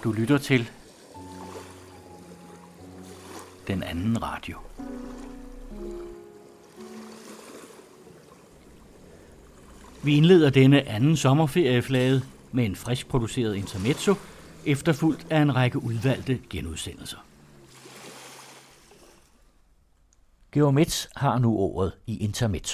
Du lytter til Den Anden Radio. Vi indleder denne anden sommerferieflade med en frisk produceret intermezzo, efterfulgt af en række udvalgte genudsendelser. Georg Metz har nu ordet i intermezzo.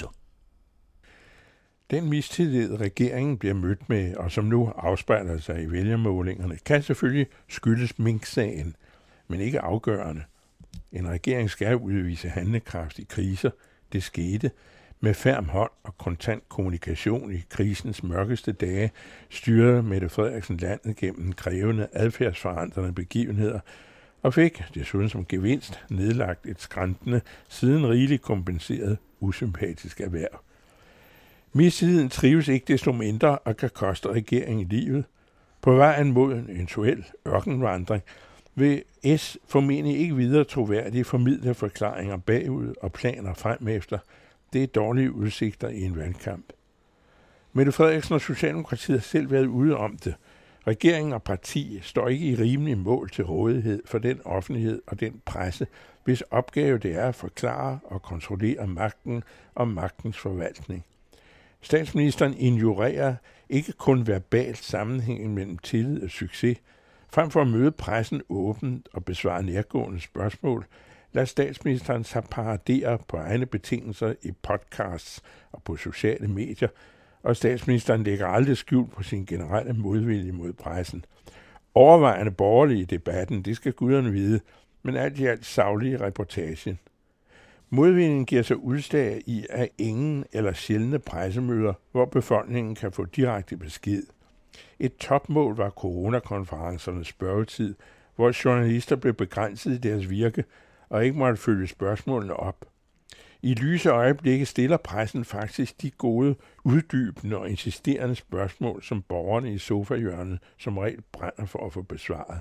Den mistillid, regeringen bliver mødt med, og som nu afspejler sig i vælgermålingerne, kan selvfølgelig skyldes Mink-sagen, men ikke afgørende. En regering skal udvise handlekraft i kriser. Det skete. Med ferm hånd og kontant kommunikation i krisens mørkeste dage styrede Mette Frederiksen landet gennem krævende adfærdsforandrende begivenheder og fik desuden som gevinst nedlagt et skrantende, siden rigeligt kompenseret, usympatisk erhverv. Mistilliden trives ikke desto mindre og kan koste regeringen livet. På vejen mod en eventuel ørkenvandring vil S formentlig ikke videre troværdige formidle forklaringer bagud og planer frem efter. Det er dårlige udsigter i en valgkamp. Mette Frederiksen og Socialdemokratiet har selv været ude om det. Regeringen og parti står ikke i rimelig mål til rådighed for den offentlighed og den presse, hvis opgave det er at forklare og kontrollere magten og magtens forvaltning. Statsministeren ignorerer ikke kun verbalt sammenhængen mellem tillid og succes. Frem for at møde pressen åbent og besvare nærgående spørgsmål, lad statsministeren sig paradere på egne betingelser i podcasts og på sociale medier, og statsministeren lægger aldrig skjul på sin generelle modvilje mod pressen. Overvejende borgerlige i debatten, det skal guderne vide, men alt i alt saglige reportagen. Modviljen giver sig udslag i af ingen eller sjældne pressemøder, hvor befolkningen kan få direkte besked. Et topmål var coronakonferencernes spørgetid, hvor journalister blev begrænset i deres virke og ikke måtte følge spørgsmålene op. I lyse øjeblikke stiller pressen faktisk de gode, uddybende og insisterende spørgsmål, som borgerne i sofahjørnet som regel brænder for at få besvaret.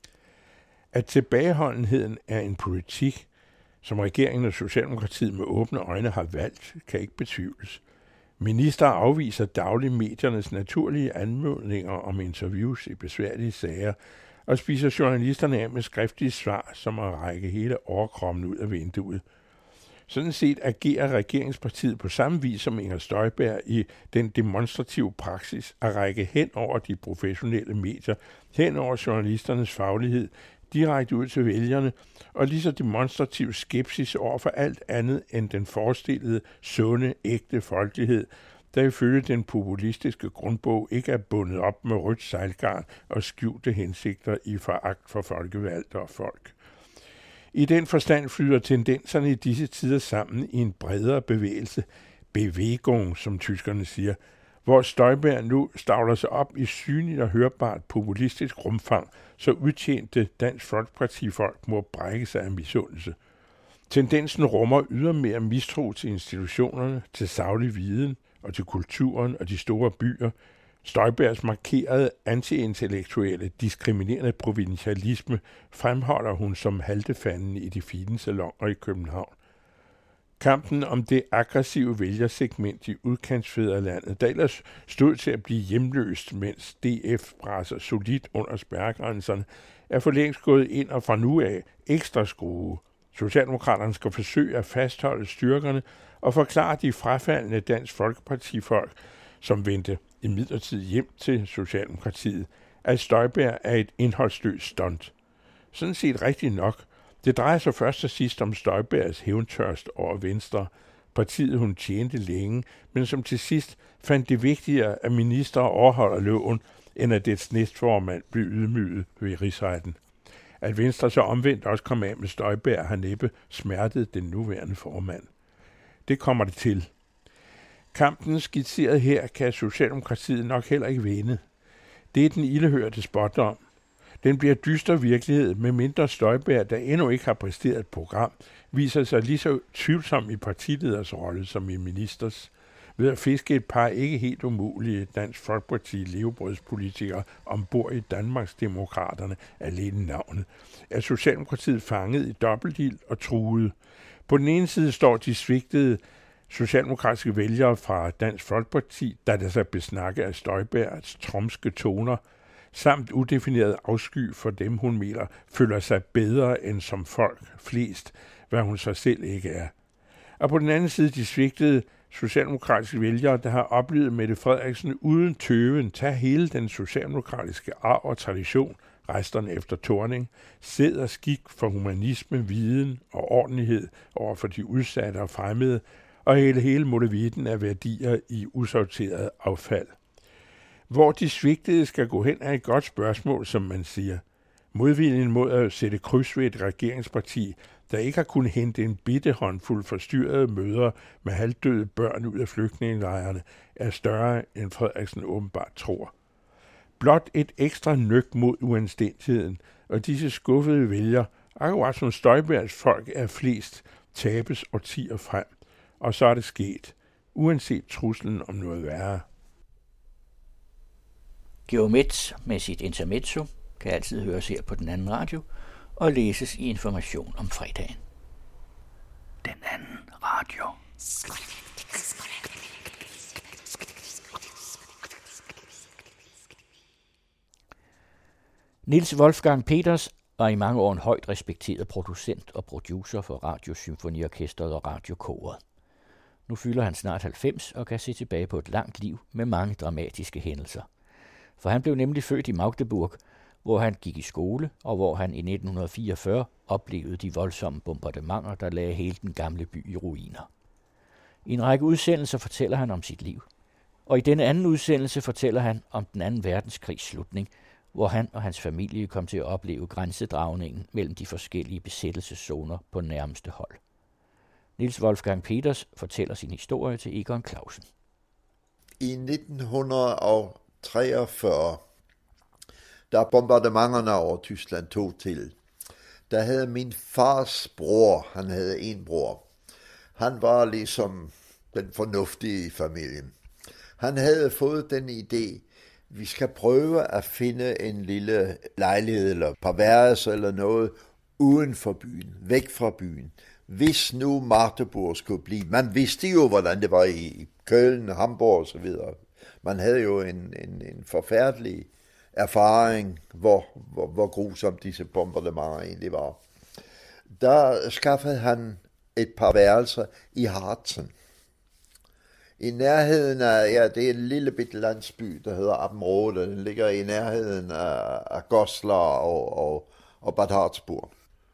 At tilbageholdenheden er en politik, som regeringen og Socialdemokratiet med åbne øjne har valgt, kan ikke betvivles. Minister afviser dagligt mediernes naturlige anmodninger om interviews i besværlige sager og spiser journalisterne af med skriftlige svar, som at række hele overkroppen ud af vinduet. Sådan set agerer regeringspartiet på samme vis som Inger Støjberg i den demonstrative praksis at række hen over de professionelle medier, hen over journalisternes faglighed, direkte ud til vælgerne, og lige så demonstrativ skepsis over for alt andet end den forestillede, sunde, ægte folkelighed, der ifølge den populistiske grundbog ikke er bundet op med rødt sejlgarn og skjulte hensigter i foragt for folkevalgte og folk. I den forstand flyder tendenserne i disse tider sammen i en bredere bevægelse, Bewegung, som tyskerne siger, hvor Støjberg nu stavler sig op i synligt og hørbart populistisk rumfang, så udtjente Dansk Folkeparti-folk må brække sig af misundelse. Tendensen rummer ydermere mistro til institutionerne, til saglig viden og til kulturen og de store byer. Støjbergs markerede antiintellektuelle, diskriminerende provincialisme fremholder hun som haltefanden i de fine saloner i København. Kampen om det aggressive vælgersegment i udkantsfædrelandet, der ellers stod til at blive hjemløst, mens DF braser solidt under spærregrænserne, er for længst gået ind og fra nu af ekstra skrue. Socialdemokraterne skal forsøge at fastholde styrkerne og forklare de frafaldende Dansk Folkeparti-folk, som vendte imidlertid hjem til Socialdemokratiet, at Støjberg er et indholdsløst stunt. Sådan set rigtigt nok. Det drejer sig først og sidst om Støjbergs hævntørst over Venstre, partiet hun tjente længe, men som til sidst fandt det vigtigere, at minister overholder loven, end at dets næstformand blev ydmyget ved rigsretten. At Venstre så omvendt også kom af med Støjberg har næppe smertet den nuværende formand. Det kommer det til. Kampen skitseret her kan Socialdemokratiet nok heller ikke vinde. Det er den ildehørte spådom. Den bliver dyster virkelighed, med mindre Støjberg, der endnu ikke har præsteret et program, viser sig lige så tvivlsom i partileders rolle som i ministers, ved at fiske et par ikke helt umulige Dansk Folkeparti levebrødspolitikere ombord i Danmarksdemokraterne alene navnet, er Socialdemokratiet fanget i dobbeltild og truet. På den ene side står de svigtede socialdemokratiske vælgere fra Dansk Folkeparti, der lader sig besnakke af Støjbergs tromske toner. samt udefineret afsky for dem, hun mener, føler sig bedre end som folk flest, hvad hun så selv ikke er. Og på den anden side de svigtede socialdemokratiske vælgere, der har oplevet Mette Frederiksen uden tøven tage hele den socialdemokratiske arv og tradition, resterne efter Thorning, sed og skik for humanisme, viden og ordentlighed over for de udsatte og fremmede, og hele molevitten af værdier i usorteret affald. Hvor de svigtede skal gå hen er et godt spørgsmål, som man siger. Modviljen mod at sætte kryds ved et regeringsparti, der ikke har kunnet hente en bitte håndfuld forstyrrede mødre med halvdøde børn ud af flygtningelejrene, er større end Frederiksen åbenbart tror. Blot et ekstra nøk mod uanstændigheden, og disse skuffede vælgere, akkurat som Støjbergs folk er flest, tabes årtier frem. Og så er det sket, uanset truslen om noget værre. Geomets med sit intermezzo kan altid høres her på den anden radio og læses i Information om fredagen. Den anden radio. Niels Wolfgang Peters var i mange år en højt respekteret producent og producer for Radiosymfoniorkestret og Radiokoret. Nu fylder han snart 90 og kan se tilbage på et langt liv med mange dramatiske hændelser. For han blev nemlig født i Magdeburg, hvor han gik i skole, og hvor han i 1944 oplevede de voldsomme bombardementer, der lagde hele den gamle by i ruiner. I en række udsendelser fortæller han om sit liv, og i denne anden udsendelse fortæller han om den anden verdenskrigs slutning, hvor han og hans familie kom til at opleve grænsedragningen mellem de forskellige besættelseszoner på nærmeste hold. Niels Wolfgang Peters fortæller sin historie til Egon Clausen. I 1943, da bombardementerne over Tyskland tog til, der havde min fars bror, han havde en bror, han var ligesom den fornuftige i familien. Han havde fået den idé, vi skal prøve at finde en lille lejlighed eller par værelser eller noget uden for byen, væk fra byen. Hvis nu Magdeburg skulle blive, man vidste jo, hvordan det var i Køln, Hamburg og så videre. Man havde jo en forfærdelig erfaring, hvor grusomt disse bombardementer egentlig var. Der skaffede han et par værelser i Harzen. I nærheden af, det er en lille bitte landsby, der hedder Appenrode. Den ligger i nærheden af Goslar og Bad Harzburg.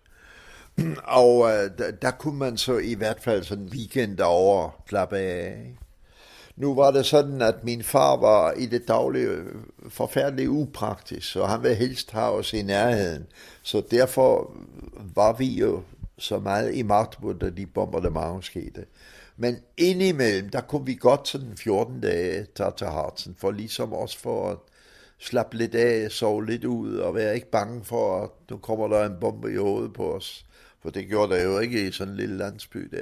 Og der kunne man så i hvert fald sådan en weekend derovre klappe af. Nu var det sådan, at min far var i det daglige forfærdeligt upraktisk, så han ville helst have os i nærheden. Så derfor var vi jo så meget i Magdeburg, da de bombardementer skete. Men indimellem, der kunne vi godt sådan 14 dage tage til Harzen, for ligesom også for at slappe lidt af, sove lidt ud, og være ikke bange for, at nu kommer der en bombe i hovedet på os. For det gjorde der jo ikke i sådan en lille landsby der.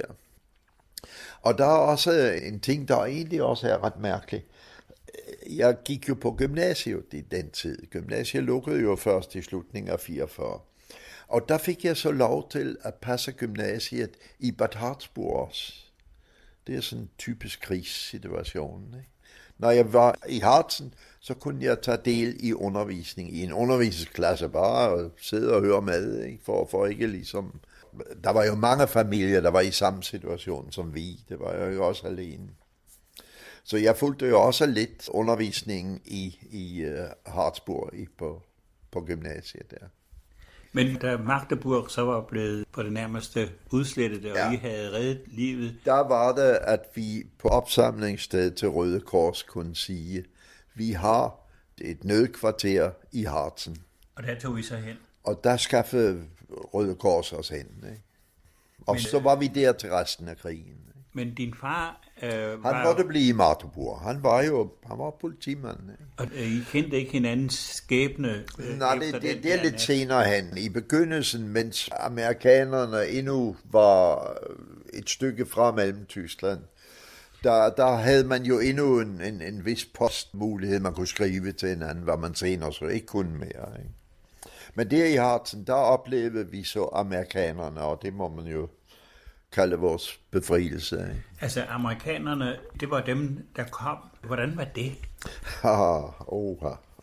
Og der er også en ting, der egentlig også er ret mærkelig. Jeg gik jo på gymnasiet i den tid. Gymnasiet lukkede jo først i slutningen af 44. Og der fik jeg så lov til at passe gymnasiet i Bad Harzburg også. Det er sådan en typisk krigssituation, ikke? Når jeg var i Harzen, så kunne jeg tage del i undervisning, i en undervisningsklasse, bare og sidde og høre med, ikke? For ikke ligesom... Der var jo mange familier, der var i samme situation som vi. Det var jeg jo også alene. Så jeg fulgte jo også lidt undervisningen i Harzburg på gymnasiet der. Men da Magdeburg så var blevet på det nærmeste udslettet, og I havde reddet livet? Der var det, at vi på opsamlingsstedet til Røde Kors kunne sige, vi har et nødkvarter i Harzen. Og der tog vi så hen? Og der skaffede Røde Kors os hen. Ikke? Og så var vi der til resten af krigen. Ikke? Men din far han måtte blive i Magdeburg. Han var politimand. Ikke? Og I kendte ikke hinandens skæbne? Nej, det er lidt senere hen. I begyndelsen, mens amerikanerne endnu var et stykke fra Mellemtyskland, der havde man jo endnu en vis postmulighed, man kunne skrive til hinanden, hvad man senere så ikke kunne mere. Ikke? Men der i Harzen, der oplevede vi så amerikanerne, og det må man jo kalde vores befrielse. Ikke? Altså amerikanerne, det var dem, der kom. Hvordan var det?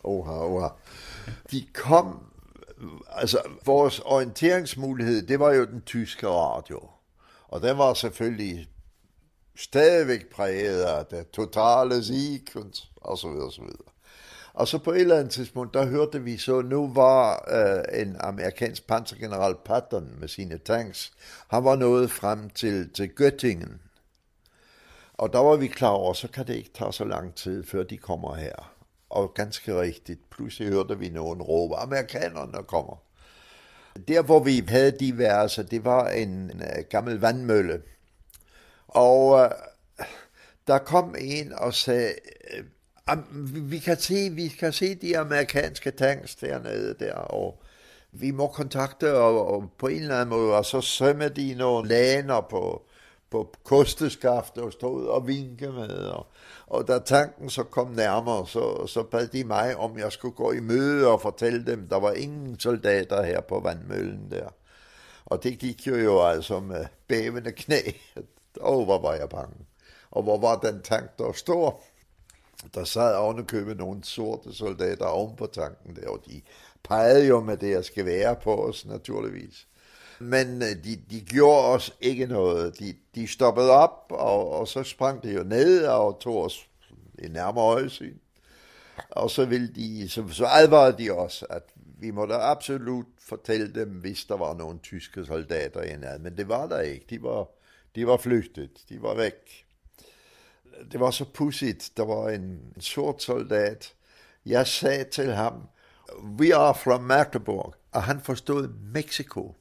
Oha. De kom, altså vores orienteringsmulighed, det var jo den tyske radio. Og den var selvfølgelig stadigvæk præget af det totale sieg, og så videre, og så videre. Og så på et eller andet tidspunkt, der hørte vi så, nu var en amerikansk pansergeneral Patton med sine tanks, han var nået frem til Göttingen. Og der var vi klar over, så kan det ikke tage så lang tid, før de kommer her. Og ganske rigtigt, pludselig hørte vi nogen råbe, amerikanerne kommer. Der, hvor vi havde diverse, det var en gammel vandmølle. Og der kom en og sagde, vi kan se de amerikanske tanks dernede der, og vi må kontakte og på en eller anden måde, og så svømmer de nogle laner på kosteskaftet og stod og vinke med, og da tanken så kom nærmere, så bad de mig, om jeg skulle gå i møde og fortælle dem, der var ingen soldater her på vandmøllen der. Og det gik jo altså med bævende knæ. Hvor var jeg bange. Og hvor var den tank der stor? Der sad ovenikøbet nogle sorte soldater oven på tanken der, og de pegede jo med det, jeg skal være på os, naturligvis. Men de gjorde os ikke noget. De stoppede op, og så sprang de jo ned og tog os i nærmere øjesyn. Og så ville så advarede de os, at vi måtte absolut fortælle dem, hvis der var nogle tyske soldater i nærheden. Men det var der ikke. De var flygtet. De var væk. Det var så pudsigt. Der var en sort soldat. Jeg sagde til ham, we are from Magdeburg. Og han forstod Mexico.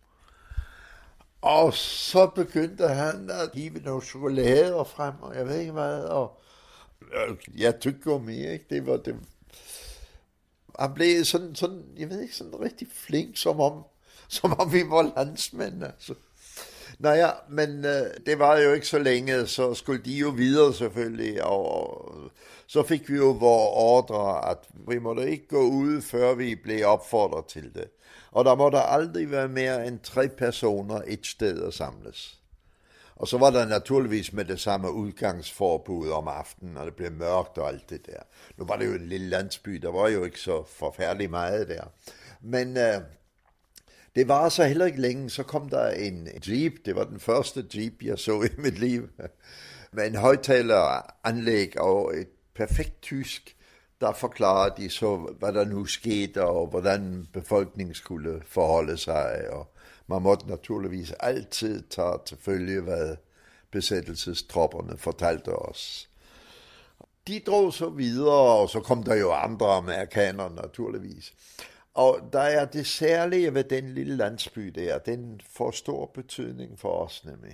Og så begyndte han at give nogle chokolader frem, og jeg ved ikke hvad, og jeg tyggegummi, ikke? Det var det. Han blev sådan, jeg ved ikke, sådan rigtig flink, som om vi var landsmænd, altså. Naja, men det var jo ikke så længe, så skulle de jo videre selvfølgelig, og så fik vi jo vores ordre, at vi måtte ikke gå ud, før vi blev opfordret til det. Og der må der aldrig være mere end 3 personer et sted at samles. Og så var der naturligvis med det samme udgangsforbud om aftenen, og det blev mørkt og alt det der. Nu var det jo en lille landsby, der var jo ikke så forfærdeligt meget der. Men det var så heller ikke længe, så kom der en jeep, det var den første jeep, jeg så i mit liv, med en højtaleranlæg og et perfekt tysk. Der forklarede de så, hvad der nu skete, og hvordan befolkningen skulle forholde sig, og man måtte naturligvis altid tage til følge, hvad besættelsestropperne fortalte os. De drog så videre, og så kom der jo andre amerikanere naturligvis. Og der er det særlige ved den lille landsby der, den får stor betydning for os nemlig.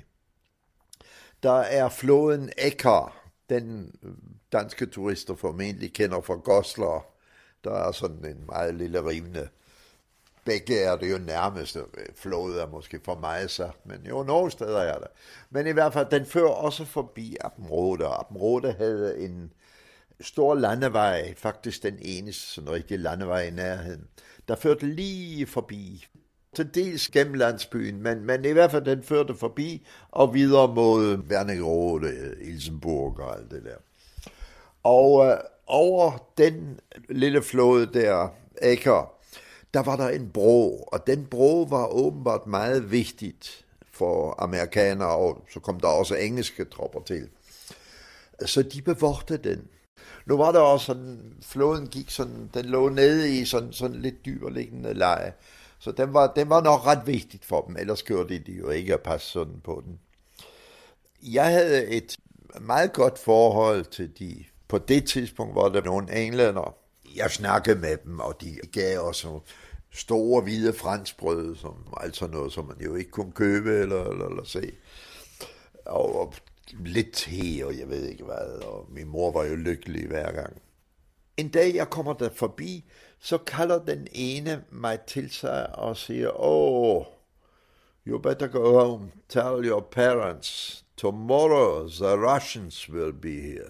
Der er floden Ekker, den danske turister formentlig kender fra Goslar. Der er sådan en meget lille rivende. Begge er det jo nærmest. Flodet er måske for meget sagt, men jo nogle steder er det. Men i hvert fald, den fører også forbi Appenrode. Appenrode havde en stor landevej, faktisk den eneste sådan rigtig landevej i nærheden, der førte lige forbi. Til dels gennem landsbyen, men i hvert fald den førte forbi og videre mod Wernigerode, Ilsenburg og alt det der. Og over den lille flod der, Ekker, der var der en bro, og den bro var åbenbart meget vigtigt for amerikanere, og så kom der også engelske tropper til. Så de bevogtede den. Nu var der også sådan, floden gik sådan, den lå nede i sådan lidt dyberliggende leje. Så den var nok ret vigtigt for dem, ellers gjorde de jo ikke at passe sådan på den. Jeg havde et meget godt forhold til de. På det tidspunkt var der nogle englænder. Jeg snakkede med dem, og de gav os store hvide franskbrød, som altså noget, som man jo ikke kunne købe eller se. Og lidt te, og jeg ved ikke hvad, og min mor var jo lykkelig hver gang. En dag jeg kommer der forbi, så kalder den ene mig til sig og siger, you better go home, tell your parents, tomorrow the Russians will be here.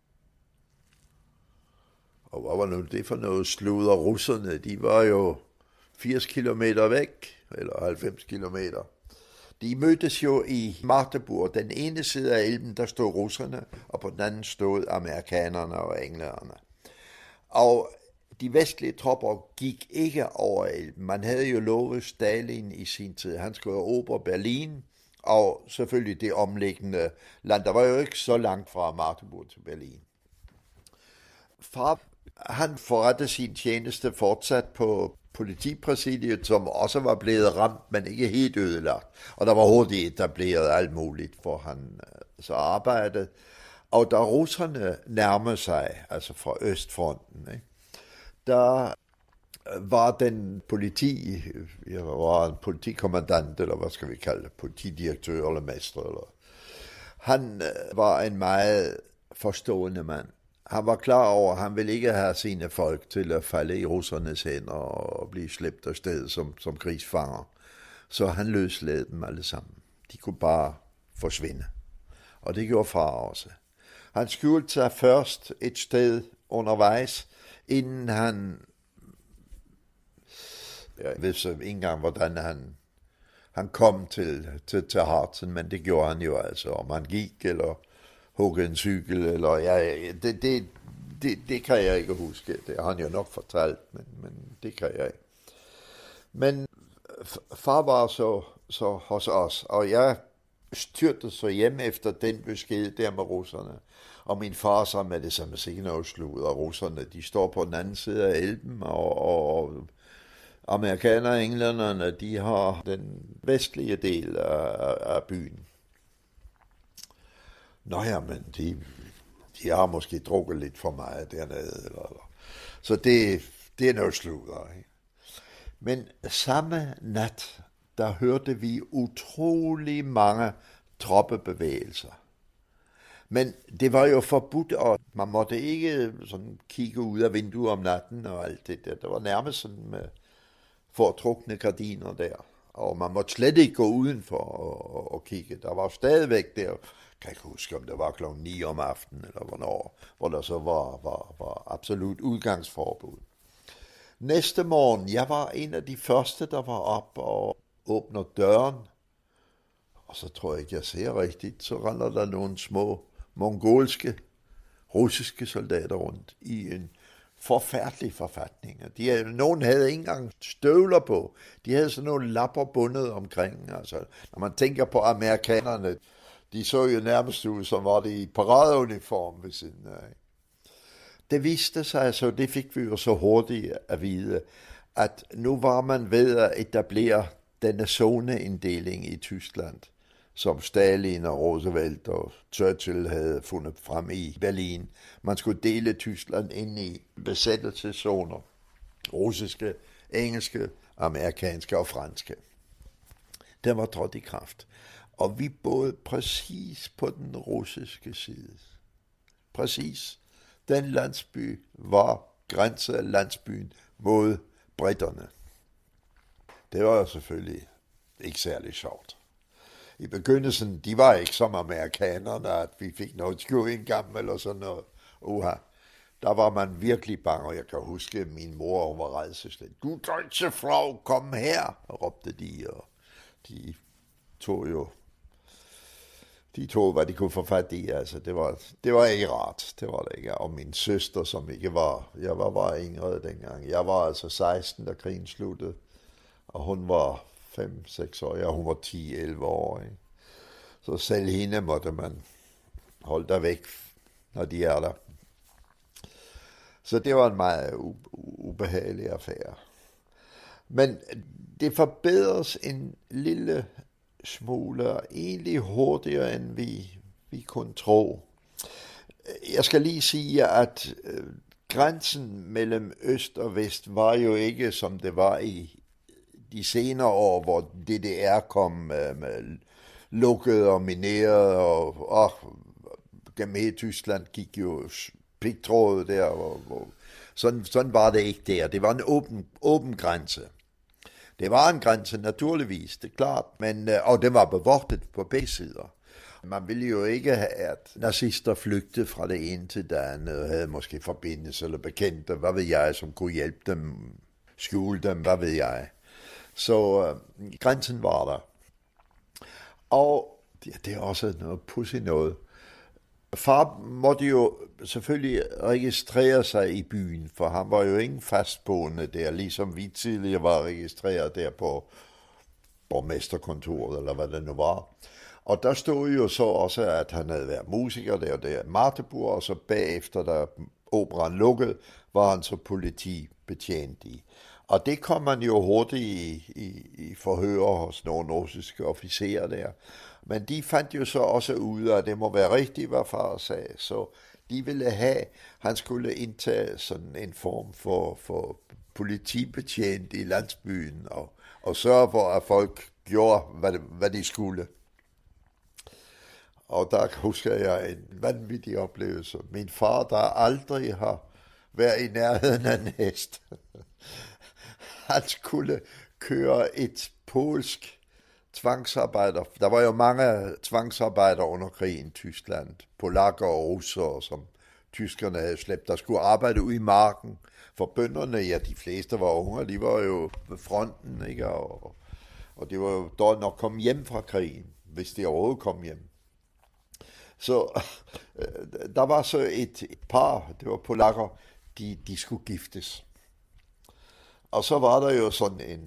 Og hvad var nu det for noget sludder? Russerne, de var jo 80 kilometer væk, eller 90 kilometer. De mødtes jo i Magdeburg. Den ene side af Elben, der stod russerne, og på den anden stod amerikanerne og englænderne. Og de vestlige tropper gik ikke over Elben. Man havde jo lovet Stalin i sin tid, han skulle erobre Berlin, og selvfølgelig det omliggende land. Der var jo ikke så langt fra Magdeburg til Berlin. Han forrettede sin tjeneste fortsat på politipræsidiet, som også var blevet ramt, men ikke helt ødelagt. Og der var hurtigt etableret alt muligt, hvor han så arbejdede. Og da russerne nærmede sig, altså fra Østfronten, ikke, der var den jeg var en politikommandant, eller hvad skal vi kalde det, politidirektør eller mester. Eller. Han var en meget forstående mand. Han var klar over, at han ville ikke have sine folk til at falde i russernes hænder og blive slæbt afsted som krigsfanger. Så han løslede dem alle sammen. De kunne bare forsvinde. Og det gjorde far også. Han skjulte sig først et sted undervejs, inden han... Jeg ved så ikke engang, hvordan han kom til Harzen, men det gjorde han jo altså. Om han gik, eller huggede en cykel, eller... Det kan jeg ikke huske. Det har han jo nok fortalt, men det kan jeg ikke. Men far var så hos os, og jeg styrte så hjem efter den besked der med russerne. Og min far så med det samme signalslud, og russerne, de står på den anden side af Elben, og amerikanerne og englænderne, de har den vestlige del af byen. Nå ja, men de har måske drukket lidt for meget dernede. Eller. Så det er noget sludder. Ikke? Men samme nat, der hørte vi utrolig mange troppebevægelser. Men det var jo forbudt, og man måtte ikke sådan kigge ud af vinduet om natten og alt det der. Det var nærmest sådan med fortrukne gardiner der. Og man måtte slet ikke gå udenfor og kigge. Der var stadigvæk der, kan jeg ikke huske, om det var 9:00 om aftenen, eller hvornår, hvor der så var absolut udgangsforbud. Næste morgen, jeg var en af de første, der var op og åbner døren, og så tror jeg ikke, jeg ser rigtigt, så render der nogle små mongolske, russiske soldater rundt i en forfærdelig forfatning. Nogen havde ikke engang støvler på. De havde sådan nogle lapper bundet omkring. Altså, når man tænker på amerikanerne, de så jo nærmest ud, som var det i paradeuniform ved siden af. Det viste sig, så det fik vi jo så hurtigt at vide, at nu var man ved at etablere denne zoneinddeling i Tyskland, som Stalin og Roosevelt og Churchill havde fundet frem i Berlin. Man skulle dele Tyskland ind i besættelseszoner, russiske, engelske, amerikanske og franske. Den var trådt i kraft. Og vi boede præcis på den russiske side. Præcis. Den landsby var grænse af landsbyen mod britterne. Det var jo selvfølgelig ikke særlig sjovt. I begyndelsen, de var ikke som amerikanerne, at vi fik noget skjøvingam eller sådan noget. Der var man virkelig bange, og jeg kan huske, at min mor var rædselslet. Du deutsche Frau, kom her, råbte de, og de tog, hvad de kunne få fat i. Altså, det var ikke rart, det var det ikke. Og min søster, som ikke var, jeg var bare yngre dengang. Jeg var altså 16, da krigen sluttede, og hun var 5-6 år, hun var 10-11 år. Ikke? Så selv hende måtte man holde der væk, når de er der. Så det var en meget ubehagelig affære. Men det forbedres en lille smule, egentlig hurtigere, end vi kunne tro. Jeg skal lige sige, at grænsen mellem øst og vest var jo ikke, som det var i de senere år, hvor DDR kom med lukket og mineret, og gennem hele Tyskland gik jo pigtrådet der. Sådan var det ikke der. Det var en åben grænse. Det var en grænse, naturligvis, det er klart, men, og det var bevogtet på begge sider. Man ville jo ikke have, at nazister flygtede fra det ene til det andet, havde måske forbindelse eller bekendte, hvad ved jeg, som kunne hjælpe dem, skjule dem, hvad ved jeg. Så grænsen var der. Og det er også noget pudsigt noget. Far måtte jo selvfølgelig registrere sig i byen, for han var jo ingen fastboende der, ligesom vi tidligere var registreret der på borgmesterkontoret, eller hvad det nu var. Og der stod jo så også, at han havde været musiker der i Magdeburg, og så bagefter, da operan lukkede, var han så politibetjent i. Og det kom man jo hurtigt i forhør hos nogle russiske officerer der. Men de fandt jo så også ud af, at det må være rigtigt, hvad far sagde. Så de ville have, han skulle indtage sådan en form for politibetjent i landsbyen, og sørge for, at folk gjorde, hvad de skulle. Og der husker jeg en vanvittig oplevelse. Min far, der aldrig har været i nærheden af en hest, han skulle køre et polsk tvangsarbejder. Der var jo mange tvangsarbejdere under krigen i Tyskland. Polakker og russere, som tyskerne havde slæbt. Der skulle arbejde ude i marken. For bønderne, ja, de fleste var unge, de var jo ved fronten, ikke? Og det var jo dog nok komme hjem fra krigen, hvis de overhovedet kom hjem. Så der var så et par, det var polakker, de skulle giftes. Og så var der jo sådan en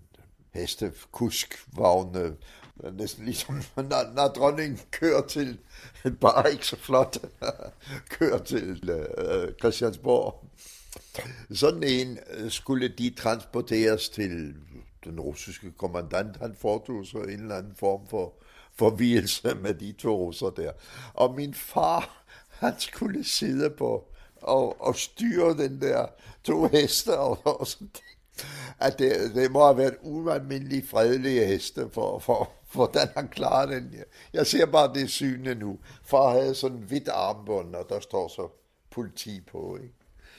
hestekuskvogn, næsten ligesom når dronningen kører til, bare ikke så flot, kører til Christiansborg. Sådan en skulle de transporteres til den russiske kommandant. Han foretog så en eller anden form for forvirrelse med de to russer der. Og min far, han skulle sidde på og styre den der to heste, og sådan, at det må have været ualmindeligt fredelige heste, for hvordan han klarer den. Jeg ser bare det syne nu. Far havde sådan en hvidt armbånd, og der står så politi på, ikke?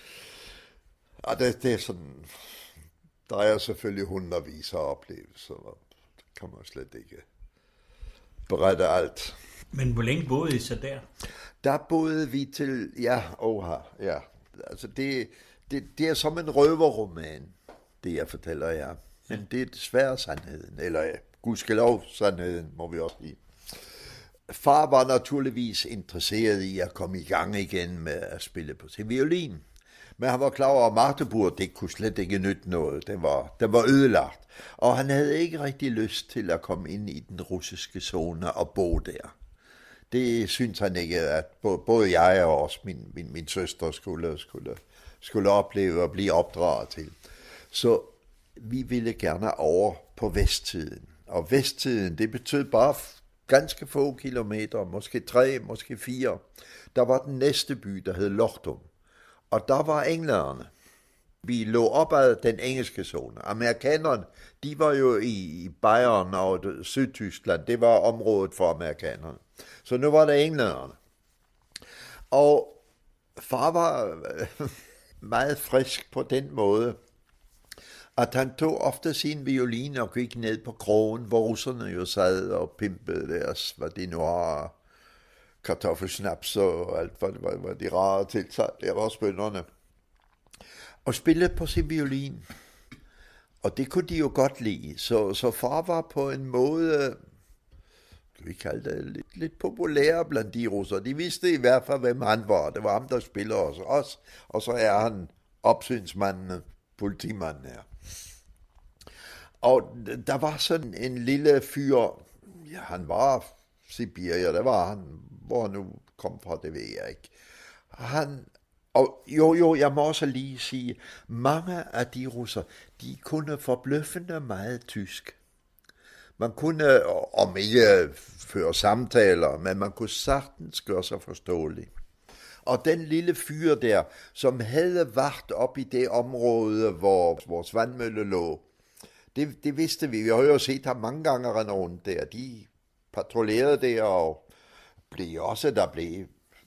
Og det er sådan, der er selvfølgelig hundredvis af oplevelser, og det kan man slet ikke berette alt. Men hvor længe boede I så der? Der boede vi til, ja. Altså det er som en røverroman, det jeg fortæller jer. Men det er desværre sandheden, eller gudskelov sandheden, må vi også sige. Far var naturligvis interesseret i at komme i gang igen med at spille på sin violin. Men han var klar over, at Magdeburg, det kunne slet ikke nytte noget. Det var ødelagt. Og han havde ikke rigtig lyst til at komme ind i den russiske zone og bo der. Det synes han ikke, at både jeg og også min søster skulle opleve og blive opdraget til. Så vi ville gerne over på vesttiden. Og vesttiden, det betød bare ganske få kilometer, måske 3, måske 4. Der var den næste by, der hed Lochtum. Og der var englænderne. Vi lå op ad den engelske zone. Amerikanerne, de var jo i Bayern og Sydtyskland. Det var området for amerikanerne. Så nu var det englænderne. Og far var meget frisk på den måde, at han tog ofte sin violin og gik ned på krogen, hvor russerne jo sad og pimpede deres, hvad de nu har, kartoffelsnaps og alt, hvad de rare tiltag, der var bønderne, og spillede på sin violin. Og det kunne de jo godt lide. Så far var på en måde, vi kaldte det lidt populær blandt de russer. De vidste i hvert fald, hvem han var. Det var ham, der spillede os. Og så er han opsynsmanden, politimanden her. Og der var sådan en lille fyr, ja, han var Sibirier, der var han, hvor han nu kom fra, det ved jeg ikke. Og jeg må også lige sige, mange af de russer, de kunne forbløffende meget tysk. Man kunne, om ikke føre samtaler, men man kunne sagtens gøre sig forståelig. Og den lille fyr der, som havde vagt op i det område, hvor vores vandmølle lå, det vidste vi. Vi har jo set ham mange gange rende rundt der. De patruljerede der, og der blev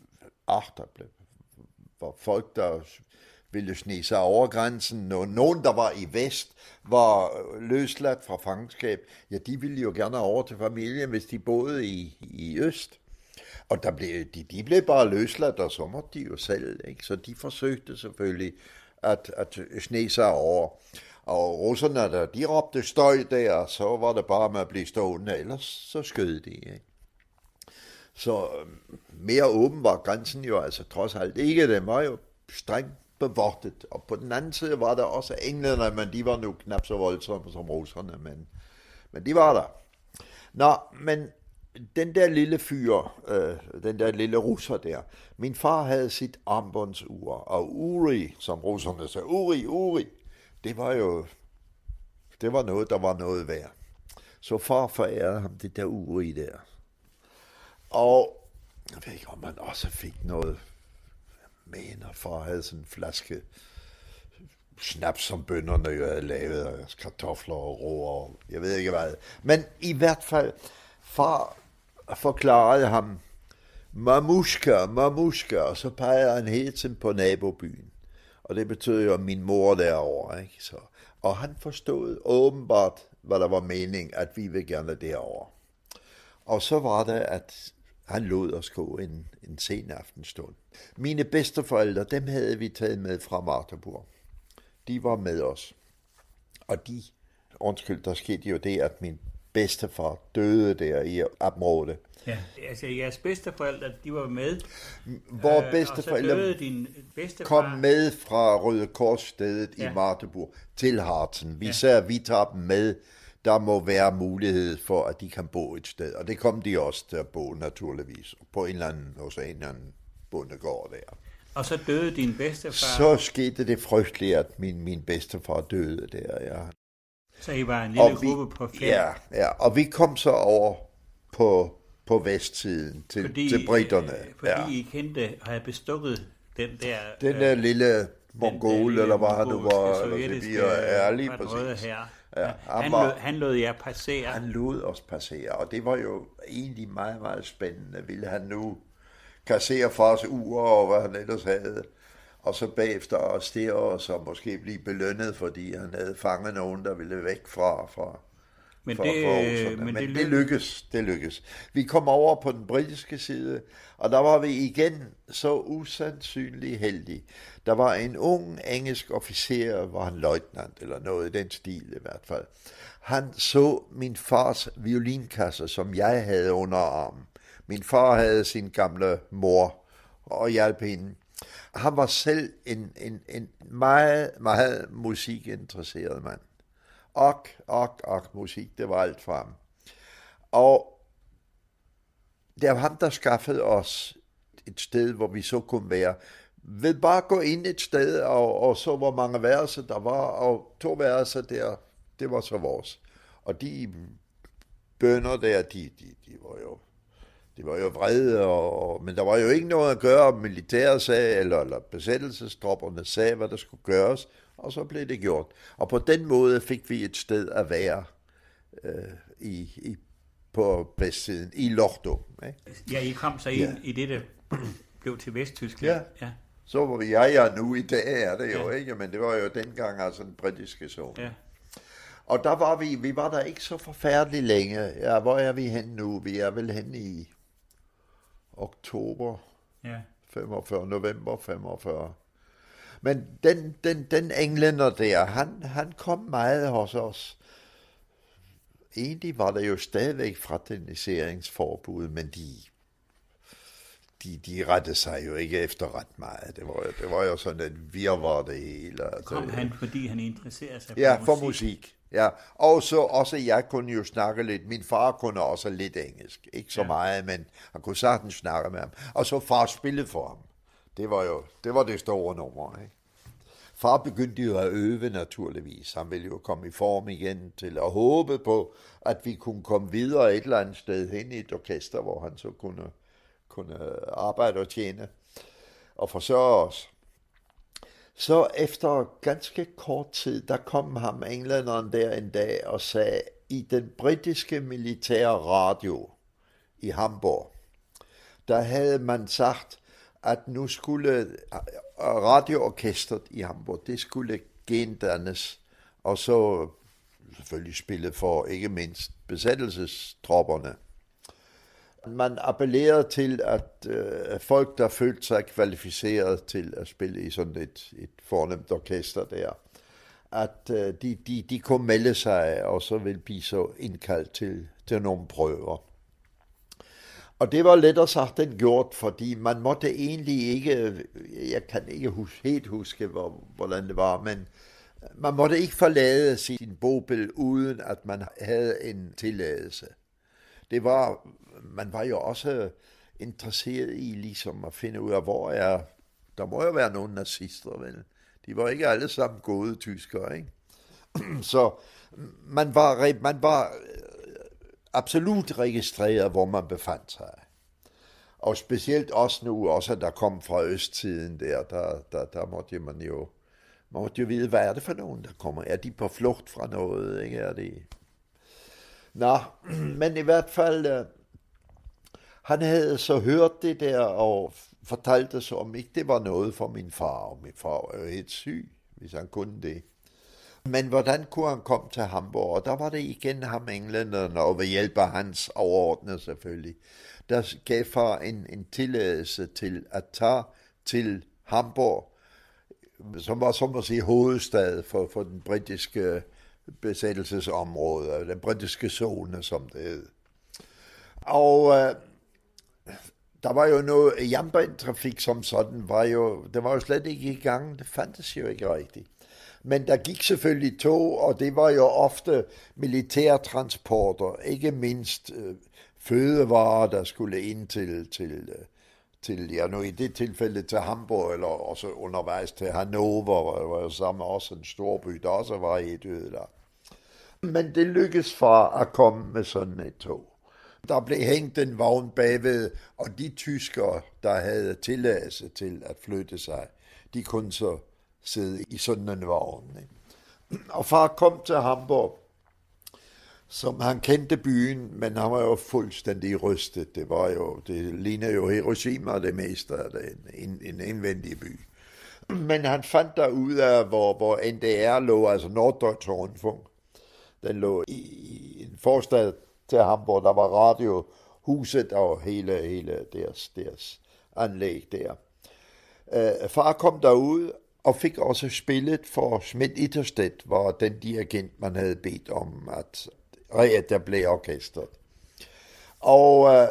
folk, der ville snige sig over grænsen. Og nogen, der var i vest, var løsladt fra fangenskab. Ja, de ville jo gerne over til familien, hvis de boede i øst. Og de blev bare løsladt, og så måtte de jo selv, ikke? Så de forsøgte selvfølgelig at snige sig over. Og russerne, der de råbte støj der, så var det bare med at blive stående, ellers så skød de, ikke? Så mere åben var grænsen jo altså trods alt ikke. Den var jo strengt bevogtet. Og på den anden side var der også englænder, men de var nu knap så voldsomme som russerne, men de var der. Nå, men den der lille fyr, den der lille russer der, min far havde sit armbåndsur, og Uri, som russerne sagde, Uri, det var noget, der var noget værd. Så far forærede ham det der Uri der. Og jeg ved ikke, om man også fik noget med, når far havde sådan en flaske snaps, som bønderne jo havde lavet, og kartofler og rå, og jeg ved ikke hvad. Men i hvert fald, far forklarede ham, mamushka, og så pegede han hele tiden på nabobyen. Og det betød jo min mor derovre, ikke? Så, og han forstod åbenbart, hvad der var mening, at vi ville gerne derovre. Og så var det, at han lod os gå en sen aftenstund. Mine bedsteforældre, dem havde vi taget med fra Magdeburg. De var med os. Og der skete jo det, at min bedstefar døde der i området. Ja, altså jeres bedsteforældre, de var med. Hvor bedsteforældre og så døde din bedstefar. Kom med fra Røde Kors-stedet i Magdeburg til Harzen. Vi sagde, at vi tager dem med. Der må være mulighed for, at de kan bo et sted. Og det kom de også til at bo, naturligvis. På en eller anden bondegård der. Og så døde din bedstefar. Så skete det frygteligt, at min bedstefar døde der, ja. Så I var en lille gruppe på 5? Ja, og vi kom så over på vestsiden til britterne. Fordi I kendte og havde bestukket den der lille mongol, eller hvad han nu var. Lige præcis. Her. Ja, han lod jer passere. Han lod os passere, og det var jo egentlig meget, meget spændende. Ville han nu kassere fars ur og hvad han ellers havde, og så bagefter arrestere os og måske blive belønnet, fordi han havde fanget nogen, der ville væk fra Men det lykkedes. Vi kom over på den britiske side, og der var vi igen så usandsynligt heldige. Der var en ung engelsk officer, var han løjtnant eller noget i den stil i hvert fald. Han så min fars violinkasse, som jeg havde under armen. Min far havde sin gamle mor og hjalp hende. Han var selv en meget, meget musikinteresseret mand. Musik, det var alt for ham. Og det var ham, der skaffede os et sted, hvor vi så kunne være. Ved bare gå ind et sted, og så hvor mange værelser der var, og 2 værelser der, det var så vores. Og de bønder der, de var jo vrede, men der var jo ikke noget at gøre, militæret sagde, eller besættelsestropperne sagde, hvad der skulle gøres, og så blev det gjort. Og på den måde fik vi et sted at være på vestsiden, i Lordo. Ikke? Ja, I kom så ind i det, der blev til Vesttyskland. Ja. Så var jeg nu i dag, er det jo ikke, men det var jo dengang altså den britiske zone. Ja. Og der var vi var der ikke så forfærdeligt længe. Ja, hvor er vi hen nu? Vi er vel hen i oktober 45, november 45. Men den englænder der, han kom meget hos os. Egentlig var der jo stadigvæk fraterniseringsforbud, men de rettede sig jo ikke efter ret meget. Det var jo sådan et virvar det hele. Kom han, fordi han interesserede sig for musik? Ja, og så også jeg kunne jo snakke lidt. Min far kunne også lidt engelsk. Ikke så meget, men han kunne sagtens snakke med ham. Og så far spillede for ham. Det var det store nummer, ikke? Far begyndte jo at øve naturligvis. Han ville jo komme i form igen til at håbe på, at vi kunne komme videre et eller andet sted hen i et orkester, hvor han så kunne arbejde og tjene og forsørge os. Så efter ganske kort tid, der kom ham englænderen der en dag og sagde, i den britiske militære radio i Hamburg, der havde man sagt, at nu skulle radioorkestret i Hamburg, det skulle gendannes, og så selvfølgelig spille for ikke mindst besættelsestropperne. Man appellerede til, at folk, der følte sig kvalificeret til at spille i sådan et fornemt orkester der, at de kunne melde sig, og så ville blive så indkaldt til nogle prøver. Og det var lettere sagt end gjort, fordi man måtte egentlig ikke, jeg kan ikke helt huske, hvordan det var, men man måtte ikke forlade sin bopæl, uden at man havde en tilladelse. Man var jo også interesseret i ligesom at finde ud af, der må jo være nogle nazister, vel? De var ikke alle sammen gode tyskere, ikke? Så man var absolut registreret, hvor man befandt sig. Og specielt også nu, også der kom fra østtiden der måtte man jo vide, hvad er det for nogen, der kommer? Er de på flugt fra noget, ikke? Er det... Nå, men i hvert fald, han havde så hørt det der, og fortalte så om ikke det var noget for min far, og min far var jo helt syg, hvis han kunne det. Men hvordan kunne han komme til Hamburg? Og der var det igen ham englænderne, og ved hjælp af hans overordnede selvfølgelig, der gav far en tilladelse til at tage til Hamburg, som var som at sige hovedstad for den britiske besættelsesområde, den britiske zone, som det hed. Og der var jo noget jernbanetrafik som sådan, det var jo slet ikke i gang, det fandtes jo ikke rigtigt. Men der gik selvfølgelig tog, og det var jo ofte militærtransporter, ikke mindst fødevarer, der skulle ind til nu i det tilfælde til Hamburg, eller også undervejs til Hannover, der var jo sammen også en stor by, der også var et ødelagt. Men det lykkedes for at komme med sådan et tog. Der blev hængt en vogn bagved, og de tyskere, der havde tilladelse til at flytte sig, de kunne så sidde i sådan en vogn. Ikke? Og far kom til Hamburg, som han kendte byen, men han var jo fuldstændig rystet. Det ligner jo Hiroshima det meste af det, en indvendig by. Men han fandt der ud af, hvor NDR lå, altså Norddeutsche Rundfunk. Den lå i en forstad til Hamburg, der var radiohuset og hele deres anlæg der. Far kom derud og fik også spillet for Schmidt-Itterstedt, var den dirigent, man havde bedt om at reetablere orkestret. Og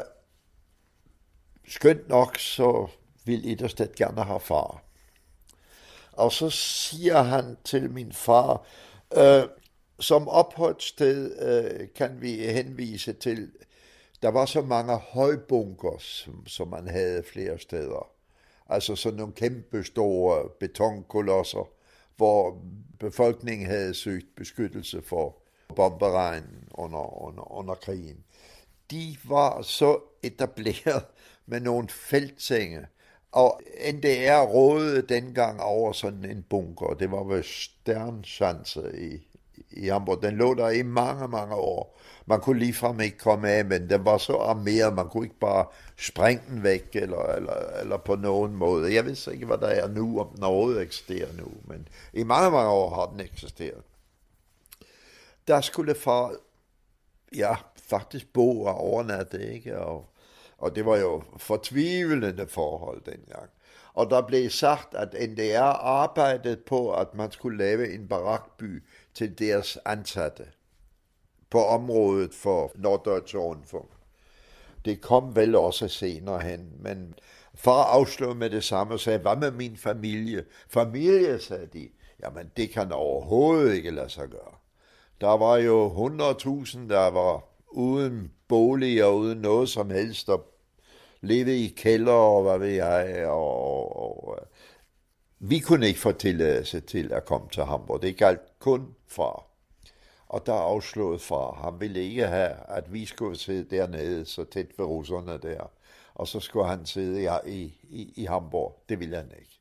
skønt nok, så vil Itterstedt gerne have far. Og så siger han til min far, som opholdssted kan vi henvise til, der var så mange højbunker, som man havde flere steder. Altså sådan nogle kæmpe store betonkolosser, hvor befolkningen havde søgt beskyttelse for bomberegnen under krigen. De var så etableret med nogle feltsenge, og NDR rådede dengang over sådan en bunker. Det var ved Sternschanze i Hamburg. Den lå der i mange, mange år. Man kunne ligefrem ikke komme af, men den var så armeret, man kunne ikke bare springe den væk, eller på nogen måde. Jeg ved ikke, hvad der er nu, om den overhovedet eksisterer nu, men i mange, mange år har den eksisteret. Der skulle far, faktisk bo og overnatte, ikke? Og det var jo fortvivlende forhold dengang. Og der blev sagt, at NDR arbejdede på, at man skulle lave en barakby til deres ansatte på området for Norddeutsche Rundfunk. Det kom vel også senere hen, men far afslog med det samme og sagde, hvad med min familie? Familie, sagde de. Jamen, det kan overhovedet ikke lade sig gøre. Der var jo 100.000, der var uden bolig og uden noget som helst, der levede i kælder og hvad ved jeg, og vi kunne ikke få tilladelse til at komme til Hamburg. Det galt kun far. Og der afslåede far. Han ville ikke have, at vi skulle sidde dernede, så tæt ved russerne der. Og så skulle han sidde i Hamburg. Det ville han ikke.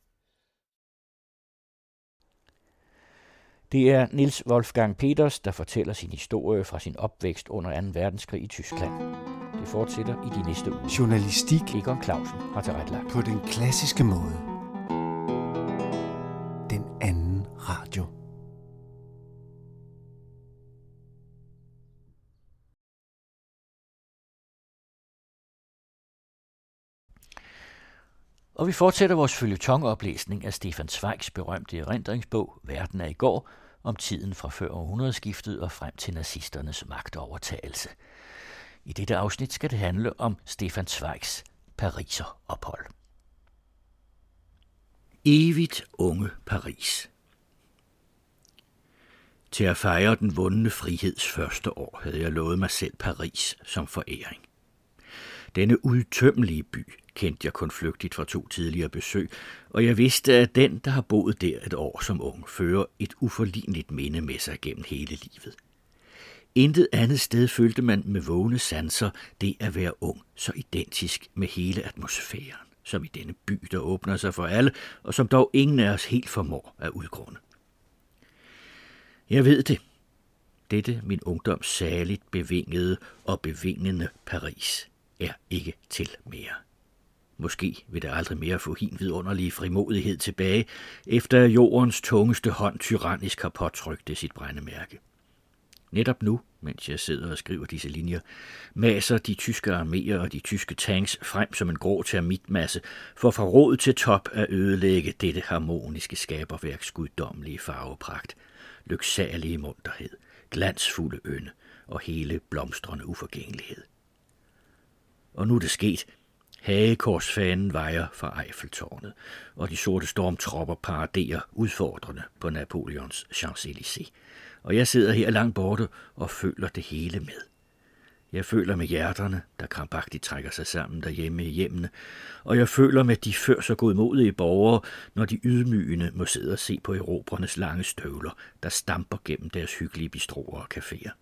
Det er Niels Wolfgang Peters, der fortæller sin historie fra sin opvækst under 2. verdenskrig i Tyskland. Det fortsætter i de næste uger. Journalistik Egon Clausen har tilrettelagt. På den klassiske måde. Den anden radio. Og vi fortsætter vores føljetonoplæsning af Stefan Zweigs berømte erindringsbog Verden af i går, om tiden fra før århundredeskiftet og frem til nazisternes magtovertagelse. I dette afsnit skal det handle om Stefan Zweigs Pariserophold. Evigt unge Paris. Til at fejre den vundne friheds første år havde jeg lovet mig selv Paris som foræring. Denne udtømmelige by kendte jeg kun flygtigt fra 2 tidligere besøg, og jeg vidste, at den, der har boet der et år som ung, fører et uforligneligt minde med sig gennem hele livet. Intet andet sted følte man med vågne sanser det at være ung så identisk med hele atmosfæren, som i denne by, der åbner sig for alle, og som dog ingen af os helt formår at udgrunde. Jeg ved det. Dette min ungdoms særligt bevingede og bevingende Paris er ikke til mere. Måske vil der aldrig mere få hin vidunderlige frimodighed tilbage, efter at jordens tungeste hånd tyrannisk har påtrykt det sit brændemærke. Netop nu, mens jeg sidder og skriver disse linjer, maser de tyske arméer og de tyske tanks frem som en grå termitmasse for fra rod til top at ødelægge dette harmoniske skaberværks guddommelige farvepragt, lyksalige munterhed, glansfulde ynde og hele blomstrende uforgængelighed. Og nu er det sket. Hagekorsfanen vejer fra Eiffeltårnet, og de sorte stormtropper paraderer udfordrende på Napoleons Champs-Élysées. Og jeg sidder her langt borte og føler det hele med. Jeg føler med hjerterne, der krampagtigt trækker sig sammen derhjemme i hjemmene, og jeg føler med de før så godmodige borgere, når de ydmygende må sidde og se på erobrernes lange støvler, der stamper gennem deres hyggelige bistroer og caféer.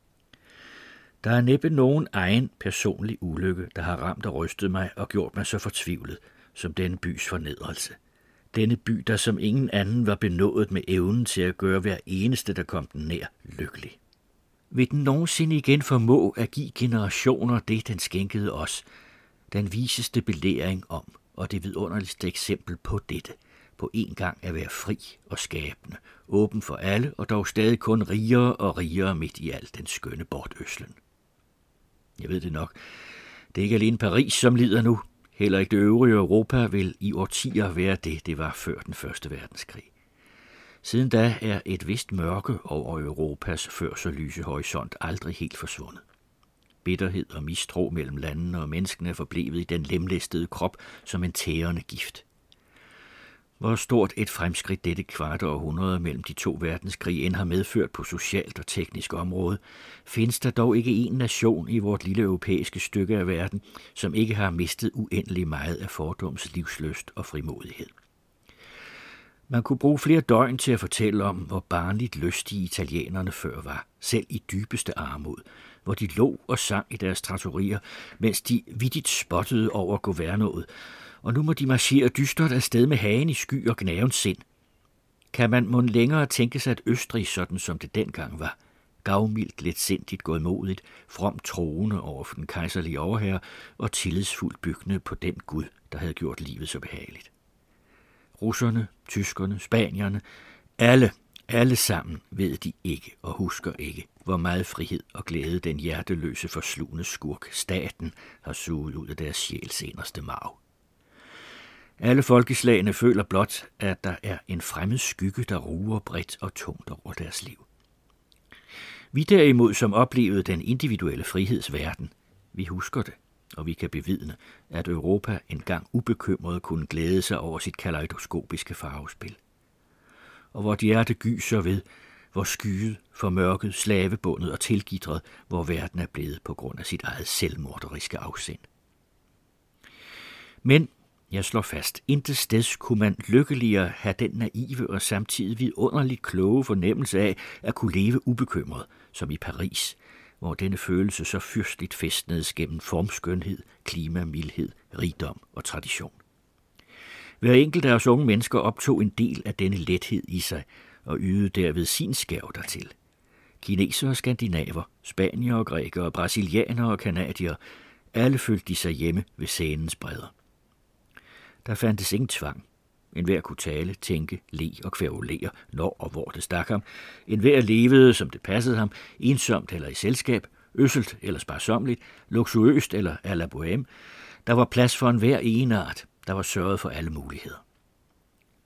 Der er næppe nogen egen personlig ulykke, der har ramt og rystet mig og gjort mig så fortvivlet, som denne bys fornedrelse. Denne by, der som ingen anden var benådet med evnen til at gøre hver eneste, der kom den nær, lykkelig. Vil den nogensinde igen formå at give generationer det, den skænkede os, den viseste belæring om, og det vidunderligste eksempel på dette, på en gang at være fri og skabende, åben for alle, og dog stadig kun rigere og rigere midt i al den skønne bortøslen. Jeg ved det nok. Det er ikke alene Paris, som lider nu. Heller ikke det øvrige Europa vil i årtier være det var før den første verdenskrig. Siden da er et vist mørke over Europas før så lyse horisont aldrig helt forsvundet. Bitterhed og mistro mellem landene og menneskene er forblevet i den lemlæstede krop som en tærende gift. Hvor stort et fremskridt dette kvarte århundrede mellem de 2 verdenskrige end har medført på socialt og teknisk område, findes der dog ikke en nation i vort lille europæiske stykke af verden, som ikke har mistet uendelig meget af fordoms livslyst og frimodighed. Man kunne bruge flere døgn til at fortælle om, hvor barnligt lystige italienerne før var, selv i dybeste armod, hvor de lå og sang i deres trattorier, mens de vittigt spottede over guvernoet, og nu må de marchere dystert afsted med hagen i sky og gnavens sind. Kan man mon længere tænke sig, at Østrig, sådan som det dengang var, gavmildt, letsindigt, godmodigt, fromt troende over for den kejserlige overherre og tillidsfuldt byggende på den Gud, der havde gjort livet så behageligt. Russerne, tyskerne, spanierne, alle sammen ved de ikke og husker ikke, hvor meget frihed og glæde den hjerteløse forslugende skurk, staten, har suget ud af deres sjæls inderste marv. Alle folkeslagene føler blot, at der er en fremmed skygge, der ruger bredt og tungt over deres liv. Vi derimod, som oplevede den individuelle frihedsverden, vi husker det, og vi kan bevidne, at Europa engang ubekymret kunne glæde sig over sit kaleidoskopiske farvespil. Og vort hjerte gyser ved, hvor skyet, formørket, slavebundet og tilgitret, hvor verden er blevet på grund af sit eget selvmorderiske afsind. Men jeg slår fast, intet steds kunne man lykkeligere have den naive og samtidig vidunderligt kloge fornemmelse af at kunne leve ubekymret, som i Paris, hvor denne følelse så fyrstligt fæstnedes gennem formskønhed, klimamildhed, rigdom og tradition. Hver enkelt af os unge mennesker optog en del af denne lethed i sig og ydede derved sin skærv dertil. Kinesere og skandinaver, spanier og grækere, brasilianere og kanadier, alle følte de sig hjemme ved scenens bredder. Der fandtes ingen tvang. Enhver kunne tale, tænke, le og kverulere, når og hvor det stak ham. Enhver levede, som det passede ham, ensomt eller i selskab, øsselt eller sparsomligt, luksuriøst eller à la bohème. Der var plads for enhver egenart, der var sørget for alle muligheder.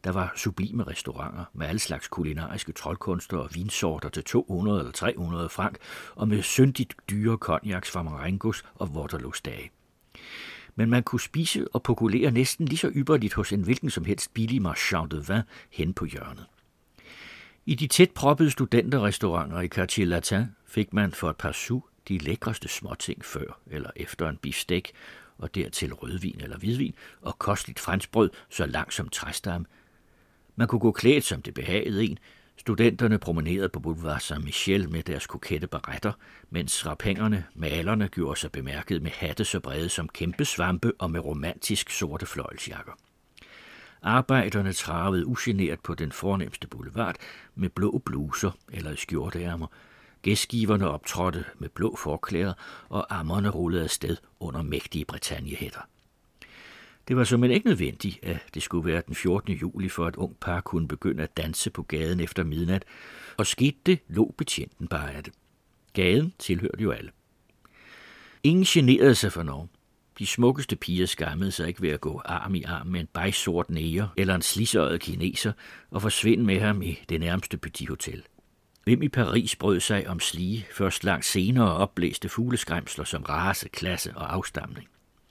Der var sublime restauranter med alle slags kulinariske troldkunster og vinsorter til 200 eller 300 franc, og med syndigt dyre cognacs fra Marengos og Waterloo-stage. Men man kunne spise og pokulere næsten lige så ypperligt hos en hvilken som helst billig marchand de vin hen på hjørnet. I de tæt proppede studenterrestauranter i Quartier Latin fik man for et par sous de lækreste småting før eller efter en beefsteak, og dertil rødvin eller hvidvin og kosteligt franskbrød så langt som træstamme. Man kunne gå klædt, som det behagede en. Studenterne promenerede på Boulevard Saint-Michel med deres kokette baretter, mens rapengerne, malerne, gjorde sig bemærket med hatte så brede som kæmpe svampe og med romantisk sorte fløjelsjakker. Arbejderne travede ugenert på den fornemste boulevard med blå bluser eller skjorteærmer. Gæstgiverne optrådte med blå forklæder, og ammerne rullede afsted under mægtige Bretagnehætter. Det var simpelthen ikke nødvendigt, at det skulle være den 14. juli, for et ung par kunne begynde at danse på gaden efter midnat, og skete det, lå betjenten bare af det. Gaden tilhørte jo alle. Ingen generede sig for noget. De smukkeste piger skammede sig ikke ved at gå arm i arm med en bejsort næger eller en slisøjet kineser og forsvinde med ham i det nærmeste Petit Hotel. Hvem i Paris brød sig om slige, først langt senere opblæste fugleskræmsler som race, klasse og afstamning.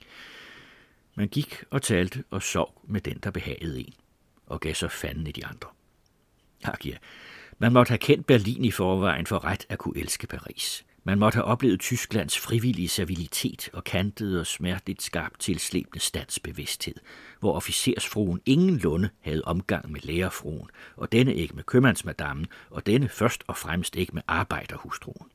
Man gik og talte og sov med den, der behagede en, og gav så fanden i de andre. Ak ja, man måtte have kendt Berlin i forvejen for ret at kunne elske Paris. Man måtte have oplevet Tysklands frivillige servilitet og kantede og smerteligt skarpt tilslæbende standsbevidsthed, hvor officersfruen ingenlunde havde omgang med lærerfruen, og denne ikke med købmandsmadammen, og denne først og fremmest ikke med arbejderhustruen.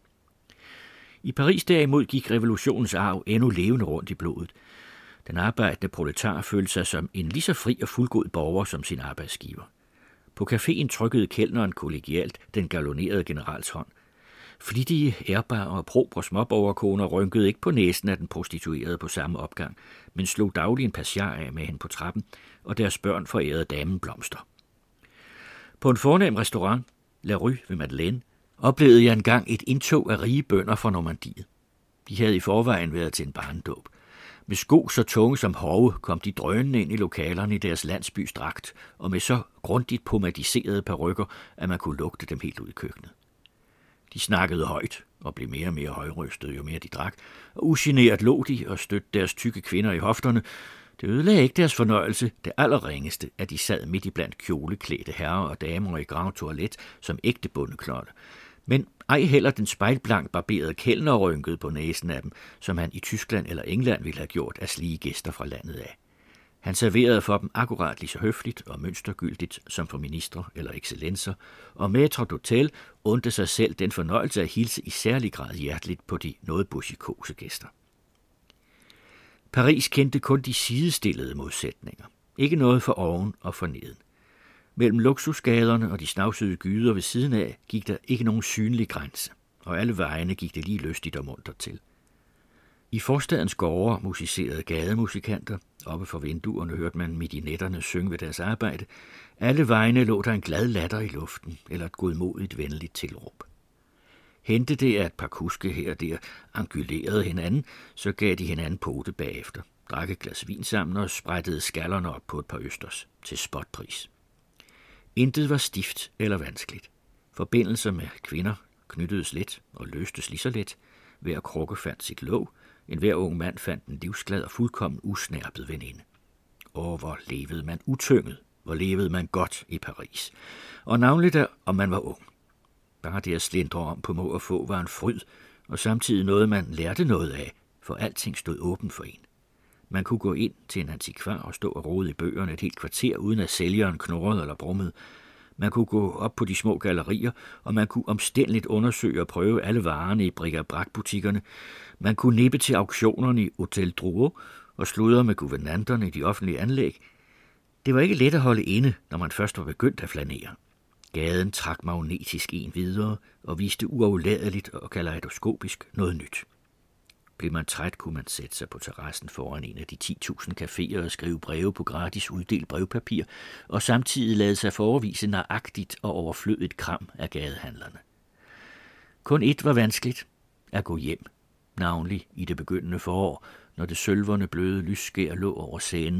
I Paris derimod gik revolutionens arv endnu levende rundt i blodet. Den arbejdende proletar følte sig som en lige så fri og fuldgod borger som sin arbejdsgiver. På caféen trykkede kelneren kollegialt den galonerede generals hånd. Flittige, ærbare og probre småborgerkoner rynkede ikke på næsen af den prostituerede på samme opgang, men slog daglig en passiar af med hende på trappen, og deres børn forærede damen blomster. På en fornem restaurant, La Rue ved Madeleine, oplevede jeg engang et indtog af rige bønder fra Normandiet. De havde i forvejen været til en barnedåb. Med sko så tunge som hove kom de drønende ind i lokalerne i deres landsbys dragt, og med så grundigt pomadiserede parykker, at man kunne lugte dem helt ud i køkkenet. De snakkede højt og blev mere og mere højrøstede, jo mere de drak, og ugeneret lå de og stødte deres tykke kvinder i hofterne. Det ødelagde ikke deres fornøjelse, det allerringeste, at de sad midt i blandt kjoleklædte herrer og damer i grand toilet som ægte bondeklotte. Men ej heller den spejlblank barberede kelner rynkede på næsen af dem, som han i Tyskland eller England ville have gjort af slige gæster fra landet af. Han serverede for dem akkurat lige så høfligt og mønstergyldigt som for ministre eller excellencer, og maître d'hôtel undte sig selv den fornøjelse at hilse i særlig grad hjerteligt på de noget buschikose gæster. Paris kendte kun de sidestillede modsætninger. Ikke noget for oven og for neden. Mellem luksusgaderne og de snavsede gyder ved siden af gik der ikke nogen synlig grænse, og alle vejene gik det lige lystigt og muntert til. I forstadens gårde musicerede gademusikanter. Oppe for vinduerne hørte man midinetterne synge ved deres arbejde. Alle vejene lå der en glad latter i luften, eller et godmodigt venligt tilråb. Hente det, at et par kuske her og der angulerede hinanden, så gav de hinanden pote bagefter, drak et glas vin sammen og sprættede skallerne op på et par østers til spotpris. Intet var stift eller vanskeligt. Forbindelser med kvinder knyttedes let og løstes lige så let. Hver krukke fandt sit låg. Enhver ung mand fandt en livsglad og fuldkommen usnærpet veninde. Og hvor levede man utynget, hvor levede man godt i Paris. Og navnlig der, om man var ung. Bare det at slendre om på må og få var en fryd, og samtidig noget, man lærte noget af, for alting stod åben for en. Man kunne gå ind til en antikvar og stå og rode i bøgerne et helt kvarter, uden at sælgeren knurrede eller brummede. Man kunne gå op på de små gallerier, og man kunne omstændeligt undersøge og prøve alle varerne i bric-à-brac-butikkerne. Man kunne nippe til auktionerne i Hotel Drouot og sludre med guvernanterne i de offentlige anlæg. Det var ikke let at holde inde, når man først var begyndt at flanere. Gaden trak magnetisk en videre og viste uafladeligt og kaleidoskopisk noget nyt. Blev man træt, kunne man sætte sig på terrassen foran en af de 10.000 caféer og skrive breve på gratis uddelt brevpapir, og samtidig lade sig forevise nøjagtigt og overflødigt kram af gadehandlerne. Kun ét var vanskeligt, at gå hjem, navnlig i det begyndende forår, når det sølverne bløde lysskær lå over scenen,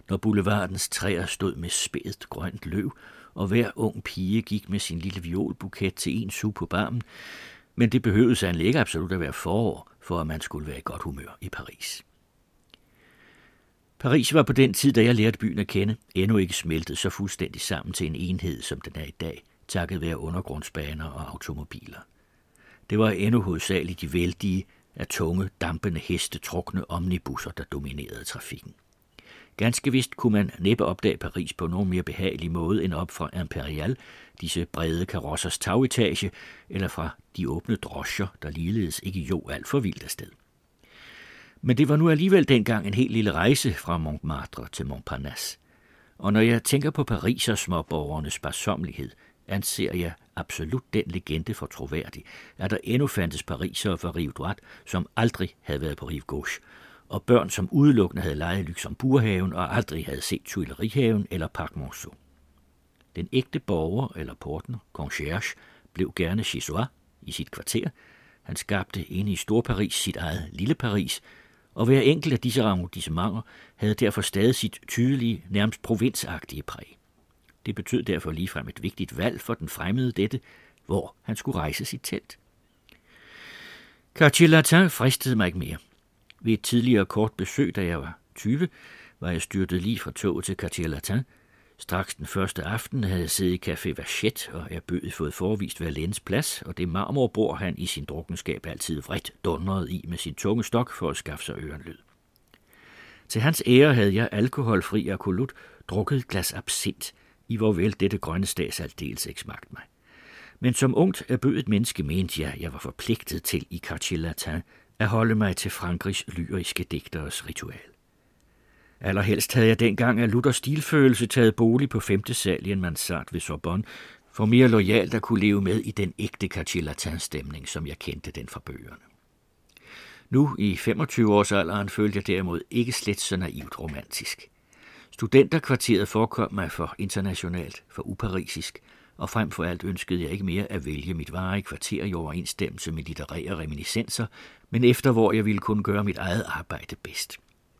når boulevardens træer stod med spædt grønt løv, og hver ung pige gik med sin lille violbuket til en suge på barmen, men det behøvede sandelig ikke absolut at være forår, for at man skulle være i godt humør i Paris. Paris var på den tid, da jeg lærte byen at kende, endnu ikke smeltet så fuldstændig sammen til en enhed, som den er i dag, takket være undergrundsbaner og automobiler. Det var endnu hovedsageligt de vældige, af tunge, dampende heste trukne omnibusser, der dominerede trafikken. Ganske vist kunne man næppe opdage Paris på nogen mere behagelig måde end op fra Imperial, disse brede karossers tagetage, eller fra de åbne drosjer, der ligeledes ikke jo alt for vildt afsted. Men det var nu alligevel dengang en helt lille rejse fra Montmartre til Montparnasse. Og når jeg tænker på Paris og småborgernes sparsommelighed, anser jeg absolut den legende for troværdig, at der endnu fandtes parisere fra Rive Droite, som aldrig havde været på Rive Gauche, og børn, som udelukkende havde leget Luxembourghaven og aldrig havde set Tuilerihaven eller Parc Monceau. Den ægte borger eller portner, concierge, blev gerne chez i sit kvarter. Han skabte inde i Storparis sit eget lille Paris, og hver enkelt af disse arrondissementer havde derfor stadig sit tydelige, nærmest provinsagtige præg. Det betød derfor ligefrem et vigtigt valg for den fremmede dette, hvor han skulle rejse sit telt. Quartier Latin fristede mig ikke mere. Ved et tidligere kort besøg, da jeg var 20, var jeg styrtet lige fra toget til Quartier Latin. Straks den første aften havde jeg siddet i Café Vachette, og jeg bød fået forvist Verlaines plads, og det marmorbord han i sin drukkenskab altid vredt dundrede i med sin tunge stok for at skaffe sig ørenlyd. Til hans ære havde jeg alkoholfri akkolut drukket et glas absint, i hvorvel dette grønne stads aldeles ikke smagte mig. Men som ungt erbødet menneske mente jeg var forpligtet til i Quartier Latin at holde mig til Frankrigs lyriske digteres ritual. Allerhelst havde jeg dengang af lutter stilfølelse taget bolig på 5. sal i en mansard ved Sorbonne, for mere loyalt at kunne leve med i den ægte Quartier Latin-stemning, som jeg kendte den fra bøgerne. Nu i 25-årsalderen følte jeg derimod ikke slet så naivt romantisk. Studenterkvarteret forekom mig for internationalt, for uparisisk, og frem for alt ønskede jeg ikke mere at vælge mit varige kvarter i overensstemmelse med litterære reminiscenser, men efter hvor jeg ville kunne gøre mit eget arbejde bedst.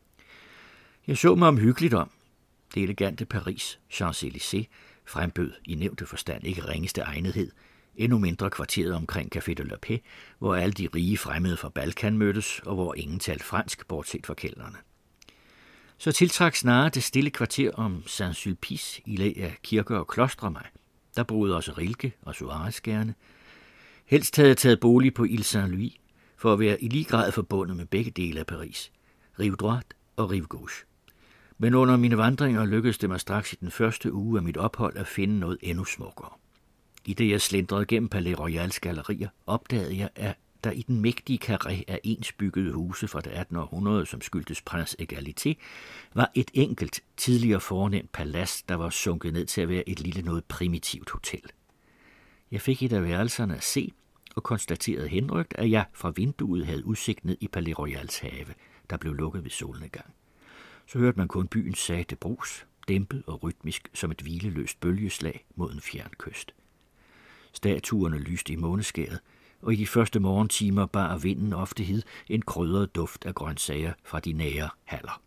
Jeg så mig omhyggeligt om. Det elegante Paris, Champs-Élysées, frembød i nævnte forstand ikke ringeste egnethed, endnu mindre kvarteret omkring Café de la Paix, hvor alle de rige fremmede fra Balkan mødtes, og hvor ingen talte fransk, bortset fra kældrene. Så tiltrak snarere det stille kvarter om Saint-Sulpice i læ af kirker og klostre mig. Der boede også Rilke og Suarez gerne. Helst havde jeg taget bolig på Ile Saint-Louis, for at være i lige grad forbundet med begge dele af Paris, Rive Droite og Rive Gauche. Men under mine vandringer lykkedes det mig straks i den første uge af mit ophold at finde noget endnu smukkere. I det jeg slendrede gennem Palais Royals gallerier, opdagede jeg, at der i den mægtige karré af ensbyggede huse fra det 18. århundrede, som skyldtes Prince Egalité, var et enkelt, tidligere fornemt palads, der var sunket ned til at være et lille noget primitivt hotel. Jeg fik et af værelserne at se, og konstaterede henrygt, at jeg fra vinduet havde udsigt ned i Palais Royals have, der blev lukket ved solnedgang. Så hørte man kun byens sagte brus, dæmpet og rytmisk som et hvileløst bølgeslag mod en fjern kyst. Statuerne lyste i måneskæret, og i de første morgentimer bar vinden ofte en krydret duft af grøntsager fra de nære haller.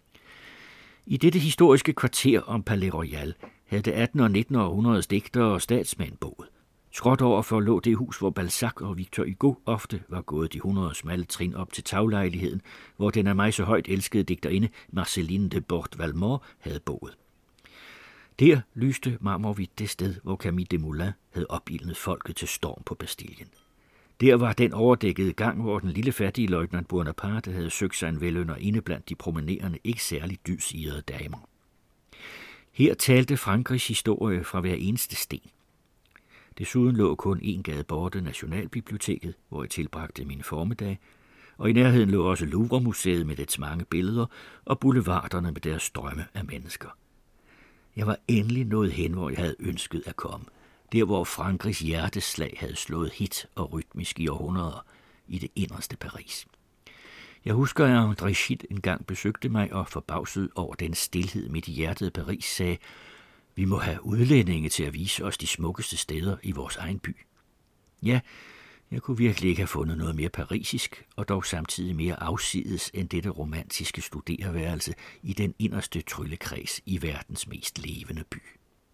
I dette historiske kvarter om Palais Royal havde det 18. og 19. århundredes digtere og statsmænd boet. Skråt overfor lå det hus, hvor Balzac og Victor Hugo ofte var gået de 100 smalle trin op til taglejligheden, hvor den af mig så højt elskede digterinde Marceline de Bort-Valmont havde boet. Der lyste marmorhvidt det sted, hvor Camille Desmoulins havde opildnet folket til storm på Bastillen. Der var den overdækkede gang, hvor den lille fattige løjtnant Bonaparte havde søgt sig en velønder inde blandt de promenerende, ikke særligt dysirede damer. Her talte Frankrigs historie fra hver eneste sten. Desuden lå kun en gade borte Nationalbiblioteket, hvor jeg tilbragte mine formiddag, og i nærheden lå også Louvre-museet med dets mange billeder og boulevarderne med deres strømme af mennesker. Jeg var endelig nået hen, hvor jeg havde ønsket at komme. Der, hvor Frankrigs hjerteslag havde slået hit og rytmisk i århundreder i det inderste Paris. Jeg husker, at André Gide engang besøgte mig og forbavset over den stilhed midt i hjertet af Paris sagde, vi må have udlændinge til at vise os de smukkeste steder i vores egen by. Ja, Jeg kunne virkelig ikke have fundet noget mere parisisk, og dog samtidig mere afsides end dette romantiske studereværelse i den inderste tryllekreds i verdens mest levende by.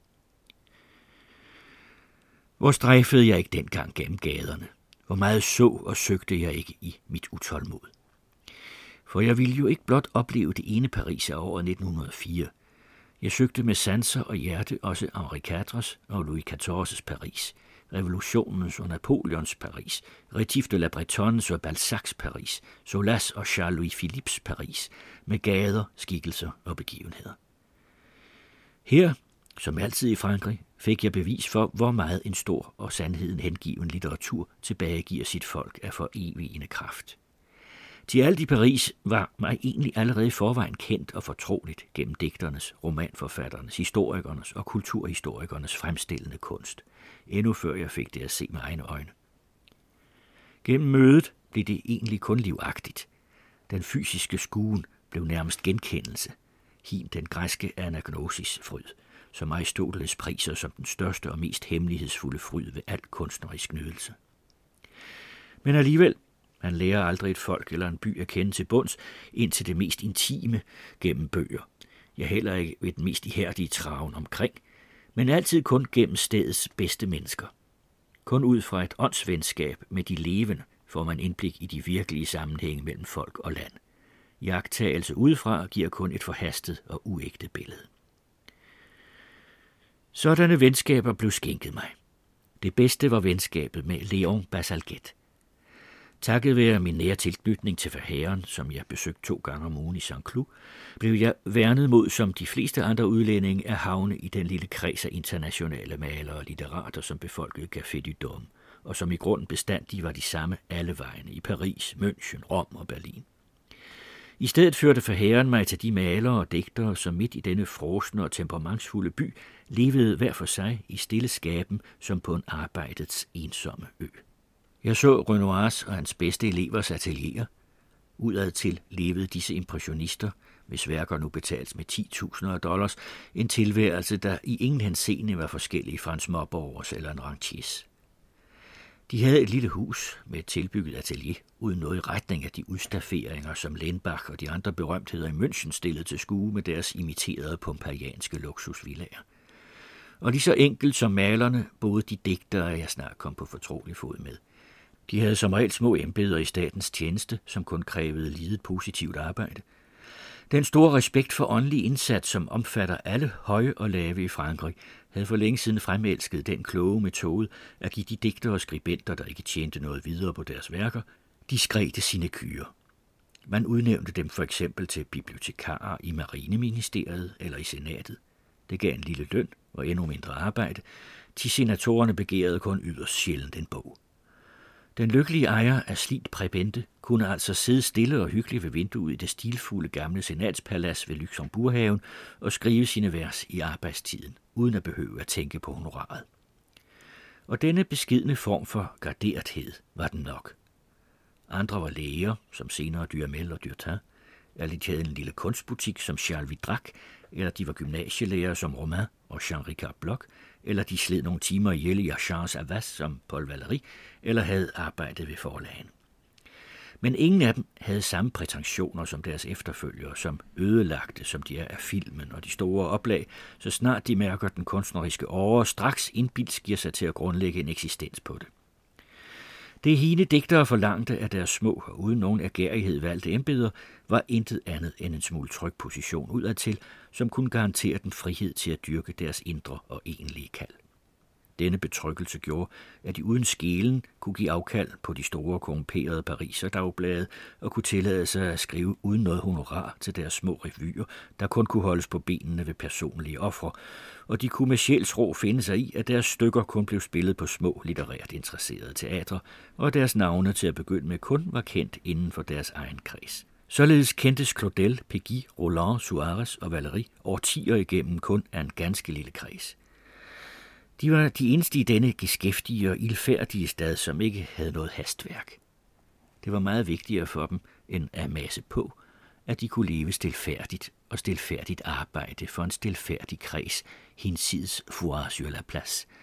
Hvor strejfede jeg ikke dengang gennem gaderne? Hvor meget så og søgte jeg ikke i mit utålmod? For jeg ville jo ikke blot opleve det ene Paris af året 1904. Jeg søgte med sanser og hjerte også Henri IV's og Louis XIV's Paris, revolutionens og Napoleons Paris, Rétif de la Bretonnes og Balzacs Paris, Zolas og Charles-Louis Philippes Paris, med gader, skikkelser og begivenheder. Her, som altid i Frankrig, fik jeg bevis for, hvor meget en stor og sandheden hengiven litteratur tilbagegiver sit folk af forevigende kraft. Til alt i Paris var mig egentlig allerede i forvejen kendt og fortroligt gennem digternes, romanforfatternes, historikernes og kulturhistorikernes fremstillende kunst, endnu før jeg fik det at se med egne øjne. Gennem mødet blev det egentlig kun livagtigt. Den fysiske skuen blev nærmest genkendelse, hin den græske anagnosis fryd, som Aristoteles priser som den største og mest hemmelighedsfulde fryd ved al kunstnerisk nydelse. Men alligevel, man lærer aldrig et folk eller en by at kende til bunds, indtil det mest intime gennem bøger. Jeg heller ikke ved den mest ihærdige traven omkring, men altid kun gennem stedets bedste mennesker. Kun ud fra et åndsvenskab med de levende får man indblik i de virkelige sammenhænge mellem folk og land. Iagttagelse udefra giver kun et forhastet og uægte billede. Sådanne venskaber blev skænket mig. Det bedste var venskabet med Léon Bazalgette. Takket være min nære tilknytning til forherren, som jeg besøgte 2 gange om ugen i Saint-Cloud, blev jeg værnet mod, som de fleste andre udlændinge, at havne i den lille kreds af internationale malere og litterater, som befolkede Café du Dôme, og som i grunden bestandig var de samme alle vejene i Paris, München, Rom og Berlin. I stedet førte forherren mig til de malere og digtere, som midt i denne frosne og temperamentsfulde by levede hver for sig i stille skaben som på en arbejdets ensomme ø. Jeg så Renoirs og hans bedste elevers atelierer. Udadtil levede disse impressionister, hvis værker nu betales med $10,000, en tilværelse, der i ingen henseende var forskellig fra en småborgers eller en rentiers. De havde et lille hus med et tilbygget atelier, uden noget i retning af de udstafferinger, som Lenbach og de andre berømtheder i München stillede til skue med deres imiterede pompeijanske luksusvillager. Og lige så enkelt som malerne boede de digtere, jeg snart kom på fortrolig fod med. De havde som regel små embeder i statens tjeneste, som kun krævede lidet positivt arbejde. Den store respekt for åndelig indsats, som omfatter alle høje og lave i Frankrig, havde for længe siden fremelsket den kloge metode at give de digtere og skribenter, der ikke tjente noget videre på deres værker, diskrete sinekurer. Man udnævnte dem for eksempel til bibliotekarer i Marineministeriet eller i senatet. Det gav en lille løn og endnu mindre arbejde, til senatorerne begærede kun yderst sjældent en bog. Den lykkelige ejer af slidt præbende kunne altså sidde stille og hyggeligt ved vinduet i det stilfulde gamle senatspalads ved Luxembourghaven og skrive sine vers i arbejdstiden, uden at behøve at tænke på honoraret. Og denne beskedne form for garderethed var den nok. Andre var læger, som senere Duhamel og Durtin, eller de havde en lille kunstbutik som Charles Vidrac, eller de var gymnasielærer som Romain og Jean-Ricard Bloch, eller de sled nogle timer ihjel i Agence Havas som Paul Valéry, eller havde arbejdet ved forlagen. Men ingen af dem havde samme prætensioner som deres efterfølgere, som ødelagte, som de er af filmen og de store oplag, så snart de mærker den kunstneriske åre, straks indbilsk giver sig til at grundlægge en eksistens på det. Det hine digtere forlangte af deres små og uden nogen ergærighed valgte embeder, var intet andet end en smule tryg position udadtil, som kunne garantere den frihed til at dyrke deres indre og egentlige kald. Denne betryggelse gjorde, at de uden skelen kunne give afkald på de store korrumperede Pariser-dagblade og kunne tillade sig at skrive uden noget honorar til deres små revyer, der kun kunne holdes på benene ved personlige ofre, og de kunne med sjælsro finde sig i, at deres stykker kun blev spillet på små litterært interesserede teatre, og deres navne til at begynde med kun var kendt inden for deres egen kreds. Således kendtes Claudel, Péguy, Roland, Suarez og Valéry årtier igennem kun af en ganske lille kreds. De var de eneste i denne geskæftige og ildfærdige stad, som ikke havde noget hastværk. Det var meget vigtigere for dem, end at masse på, at de kunne leve stilfærdigt og stilfærdigt arbejde for en stilfærdig kreds hinsides Foire sur la Place,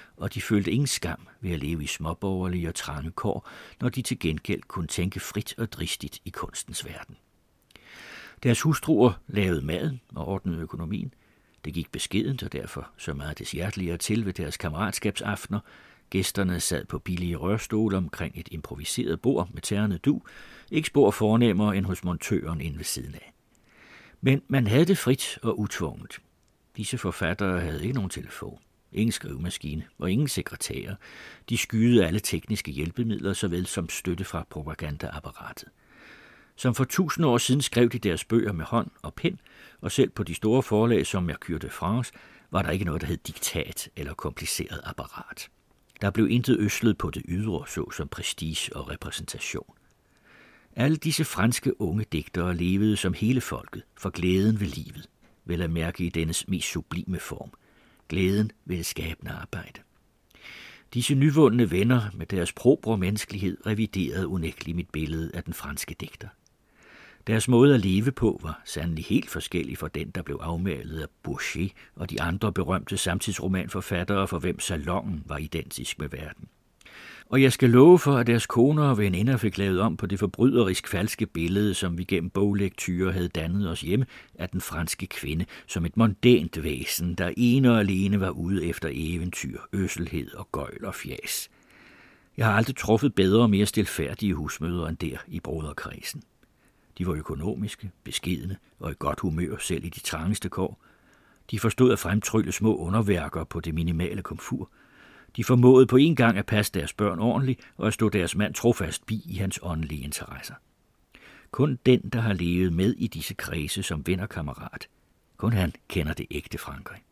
og de følte ingen skam ved at leve i småborgerlige og trange kår, når de til gengæld kunne tænke frit og dristigt i kunstens verden. Deres hustruer lavede maden og ordnede økonomien. Det gik beskedent og derfor så meget des hjerteligere til ved deres kammeratskabsaftener. Gæsterne sad på billige rørstole omkring et improviseret bord med tærende dug, ikke spor fornemmere end hos montøren inde ved siden af. Men man havde det frit og utvunget. Disse forfattere havde ikke nogen telefon, ingen skrivemaskine og ingen sekretærer. De skyede alle tekniske hjælpemidler, såvel som støtte fra propagandaapparatet. Som for 1000 år siden skrev de deres bøger med hånd og pen, og selv på de store forlag som Mercure de France var der ikke noget, der hed diktat eller kompliceret apparat. Der blev intet ødslet på det ydre, såsom prestige og repræsentation. Alle disse franske unge digtere levede som hele folket for glæden ved livet, vel at mærke i dennes mest sublime form, glæden ved det skabende arbejde. Disse nyvundne venner med deres probre menneskelighed reviderede unægteligt mit billede af den franske digter. Deres måde at leve på var sandelig helt forskellig fra den, der blev afmalet af Bourget og de andre berømte samtidsromanforfattere, for hvem salonen var identisk med verden. Og jeg skal love for, at deres koner og veninder fik lavet om på det forbryderisk falske billede, som vi gennem boglektyrer havde dannet os hjemme af den franske kvinde som et mondænt væsen, der ene og alene var ude efter eventyr, øsselhed og gøjl og fjas. Jeg har aldrig truffet bedre og mere stilfærdige husmødre end der i broderkredsen. De var økonomiske, beskedne og i godt humør selv i de trangeste kår. De forstod at fremtrylle små underværker på det minimale komfur. De formåede på en gang at passe deres børn ordentligt og at stå deres mand trofast bi i hans åndelige interesser. Kun den, der har levet med i disse kredse som ven og kammerat, kun han kender det ægte Frankrig.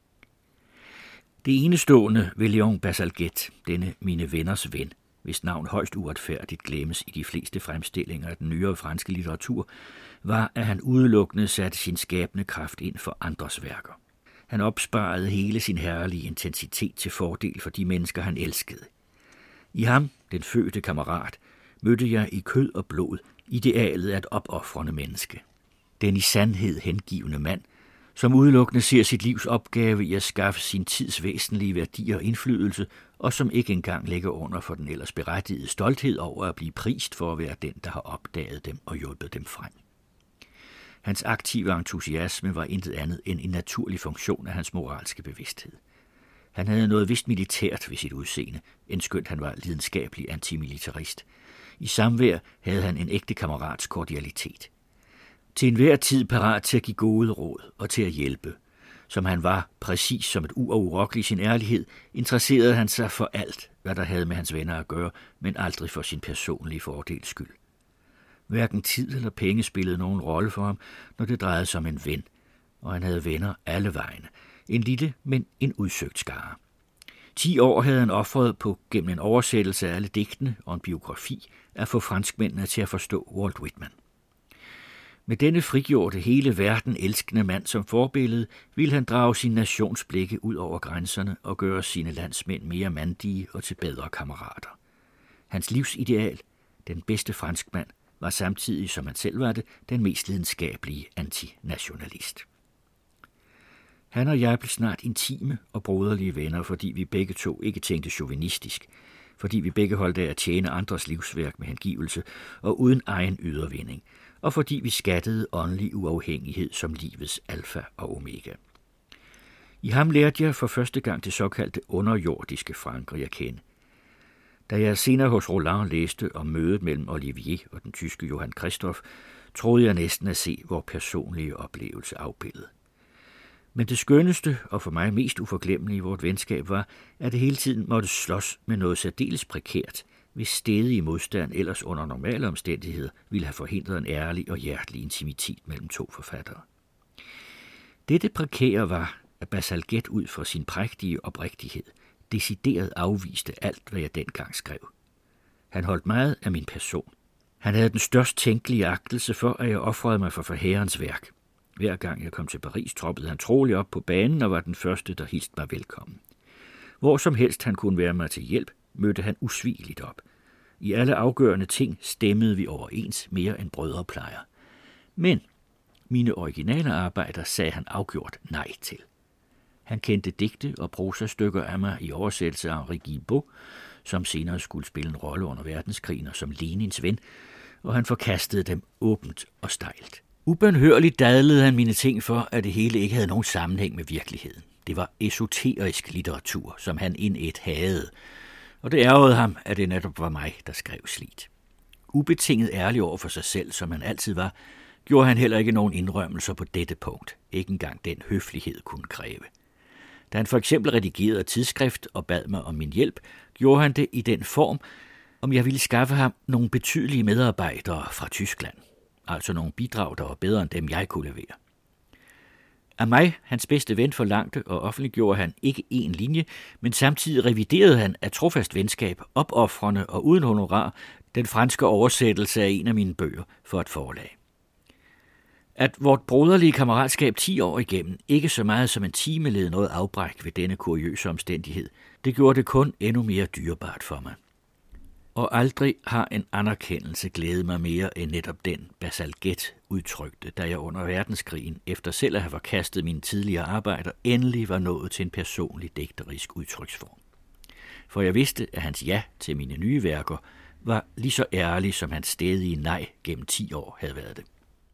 Det enestående ved Léon Bazalgette, denne mine venners ven, hvis navn højst uretfærdigt glemmes i de fleste fremstillinger af den nyere franske litteratur, var, at han udelukkende satte sin skabende kraft ind for andres værker. Han opsparede hele sin herlige intensitet til fordel for de mennesker, han elskede. I ham, den fødte kammerat, mødte jeg i kød og blod idealet af et opofrende menneske. Den i sandhed hengivne mand, som udelukkende ser sit livs opgave i at skaffe sin tids væsentlige værdier og indflydelse, og som ikke engang lægger under for den ellers berettigede stolthed over at blive prist for at være den, der har opdaget dem og hjulpet dem frem. Hans aktive entusiasme var intet andet end en naturlig funktion af hans moralske bevidsthed. Han havde noget vist militært ved sit udseende, endskønt han var lidenskabelig antimilitarist. I samvær havde han en ægte kammerats kordialitet. Til enhver tid parat til at give gode råd og til at hjælpe. Som han var, præcis som et ur og urokkelig sin ærlighed, interesserede han sig for alt, hvad der havde med hans venner at gøre, men aldrig for sin personlige fordels skyld. Hverken tid eller penge spillede nogen rolle for ham, når det drejede sig om en ven, og han havde venner alle vegne. En lille, men en udsøgt skare. 10 år havde han offret på gennem en oversættelse af alle digtene og en biografi at få franskmændene til at forstå Walt Whitman. Med denne frigjorte hele verden elskende mand som forbillede, ville han drage sin nations blikke ud over grænserne og gøre sine landsmænd mere mandige og til bedre kammerater. Hans livsideal, den bedste franskmand, var samtidig, som han selv var det, den mest lidenskabelige antinationalist. Han og jeg blev snart intime og broderlige venner, fordi vi begge to ikke tænkte chauvinistisk, fordi vi begge holdt af at tjene andres livsværk med hengivelse og uden egen ydervinding, og fordi vi skattede åndelig uafhængighed som livets alfa og omega. I ham lærte jeg for første gang det såkaldte underjordiske Frankrig at kende. Da jeg senere hos Roland læste om mødet mellem Olivier og den tyske Johann Christoph, troede jeg næsten at se vor personlige oplevelse afbildet. Men det skønneste og for mig mest uforglemmelige i vort venskab var, at det hele tiden måtte slås med noget særdeles prekært, hvis stedige modstand ellers under normale omstændigheder ville have forhindret en ærlig og hjertelig intimitet mellem to forfattere. Dette prekære var, at Bazalgette ud fra sin prægtige oprigtighed decideret afviste alt, hvad jeg dengang skrev. Han holdt meget af min person. Han havde den størst tænkelige agtelse for, at jeg ofrede mig for Herrens værk. Hver gang jeg kom til Paris, troppede han troligt op på banen og var den første, der hilste mig velkommen. Hvor som helst han kunne være mig til hjælp, mødte han usvigeligt op. I alle afgørende ting stemmede vi overens mere end brødre plejer. Men mine originale arbejder sagde han afgjort nej til. Han kendte digte og prosastykker af mig i oversættelse af Henri Guilbeault, som senere skulle spille en rolle under verdenskrigen og som Lenins ven, og han forkastede dem åbent og stejlt. Ubønhørligt dadlede han mine ting for, at det hele ikke havde nogen sammenhæng med virkeligheden. Det var esoterisk litteratur, som han indet havde, og det ærgede ham, at det netop var mig, der skrev slidt. Ubetinget ærlig over for sig selv, som han altid var, gjorde han heller ikke nogen indrømmelser på dette punkt. Ikke engang den høflighed kunne kræve. Da han for eksempel redigerede tidsskrift og bad mig om min hjælp, gjorde han det i den form, om jeg ville skaffe ham nogle betydelige medarbejdere fra Tyskland. Altså nogle bidrag, der var bedre end dem, jeg kunne levere. Af mig, hans bedste ven, forlangte og offentliggjorde han ikke én linje, men samtidig reviderede han af trofast venskab, opoffrende og uden honorar, den franske oversættelse af en af mine bøger for et forlag. At vort broderlige kammeratskab 10 år igennem ikke så meget som en time led noget afbræk ved denne kuriøse omstændighed, det gjorde det kun endnu mere dyrebart for mig. Og aldrig har en anerkendelse glædet mig mere end netop den Bazalgette udtrykte, da jeg under verdenskrigen, efter selv at have forkastet mine tidligere arbejder, endelig var nået til en personlig digterisk udtryksform. For jeg vidste, at hans ja til mine nye værker var lige så ærlig, som hans stædige nej gennem 10 år havde været det.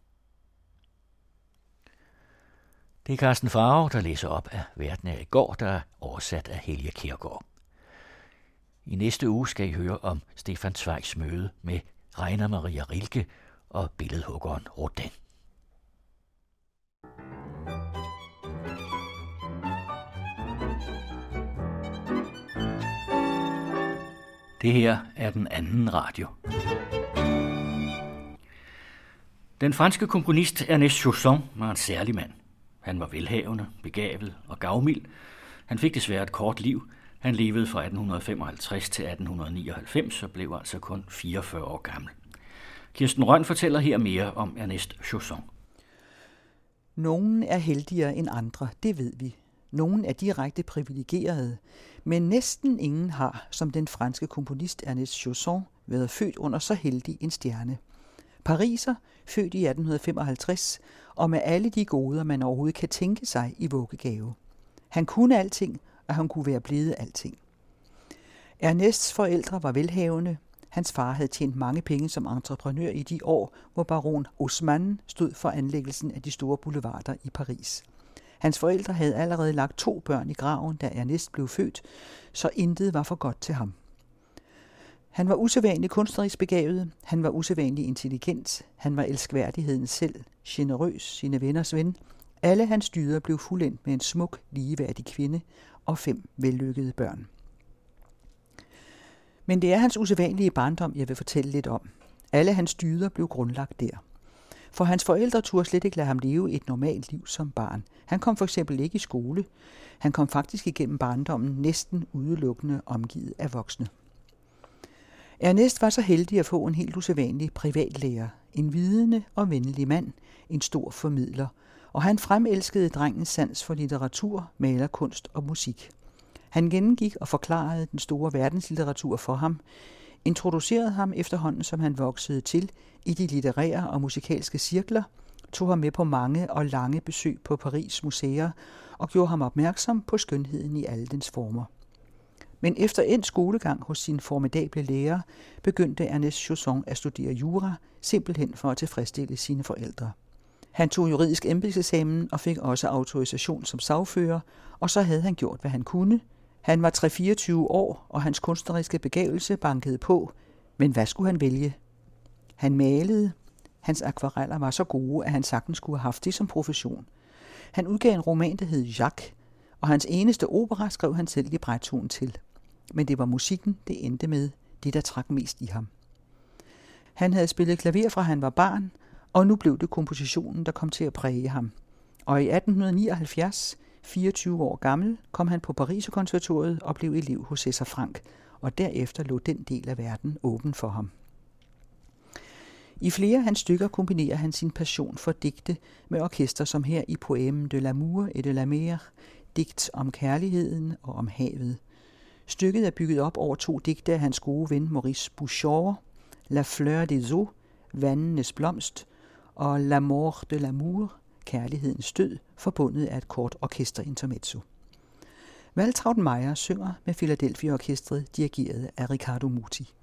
Det er Carsten Faro, der læser op af Verden af i går, der er oversat af Helge Kjærgaard. I næste uge skal I høre om Stefan Zweigs møde med Rainer Maria Rilke og billedhuggeren Rodin. Det her er den anden radio. Den franske komponist Ernest Chausson var en særlig mand. Han var velhavende, begavet og gavmild. Han fik desværre et kort liv. Han levede fra 1855 til 1899 og blev altså kun 44 år gammel. Kirsten Rønn fortæller her mere om Ernest Chausson. Nogen er heldigere end andre, det ved vi. Nogen er direkte privilegerede, men næsten ingen har, som den franske komponist Ernest Chausson, været født under så heldig en stjerne. Pariser, født i 1855, og med alle de goder, man overhovedet kan tænke sig i vuggegave. Han kunne alting, og han kunne være blevet alting. Ernests forældre var velhavende. Hans far havde tjent mange penge som entreprenør i de år, hvor baron Haussmann stod for anlæggelsen af de store boulevarder i Paris. Hans forældre havde allerede lagt 2 børn i graven, da Ernest blev født, så intet var for godt til ham. Han var usædvanlig kunstnerisk begavet, han var usædvanlig intelligent, han var elskværdigheden selv, generøs, sine venners ven. Alle hans dyder blev fuldendt med en smuk, ligeværdig kvinde og 5 vellykkede børn. Men det er hans usædvanlige barndom, jeg vil fortælle lidt om. Alle hans dyder blev grundlagt der. For hans forældre turde slet ikke lade ham leve et normalt liv som barn. Han kom for eksempel ikke i skole. Han kom faktisk igennem barndommen næsten udelukkende omgivet af voksne. Ernest var så heldig at få en helt usædvanlig privatlærer, en vidende og venlig mand, en stor formidler, og han fremelskede drengens sans for litteratur, malerkunst og musik. Han gennemgik og forklarede den store verdenslitteratur for ham, introducerede ham efterhånden, som han voksede til i de litterære og musikalske cirkler, tog ham med på mange og lange besøg på Paris museer og gjorde ham opmærksom på skønheden i alle dens former. Men efter endt skolegang hos sin formidable lærer, begyndte Ernest Chausson at studere jura, simpelthen for at tilfredsstille sine forældre. Han tog juridisk embedseksamen og fik også autorisation som sagfører, og så havde han gjort, hvad han kunne. Han var 3-24 år, og hans kunstneriske begavelse bankede på, men hvad skulle han vælge? Han malede. Hans akvareller var så gode, at han sagtens skulle have haft det som profession. Han udgav en roman, der hed Jacques, og hans eneste opera skrev han selv librettoen til. Men det var musikken, det endte med, det der trak mest i ham. Han havde spillet klaver fra han var barn, og nu blev det kompositionen, der kom til at præge ham. Og i 1879, 24 år gammel, kom han på Pariserkonservatoriet og blev elev hos César Franck, og derefter lå den del af verden åben for ham. I flere af hans stykker kombinerer han sin passion for digte med orkester, som her i Poème de l'amour et de la mer, digt om kærligheden og om havet. Stykket er bygget op over 2 digte af hans gode ven Maurice Bouchard, La fleur des eaux, vandenes blomst, og La mort de l'amour, kærlighedens død, forbundet af et kort orkesterintermezzo. Waltraud Meyer synger med Philadelphia Orkestret, dirigeret af Riccardo Muti.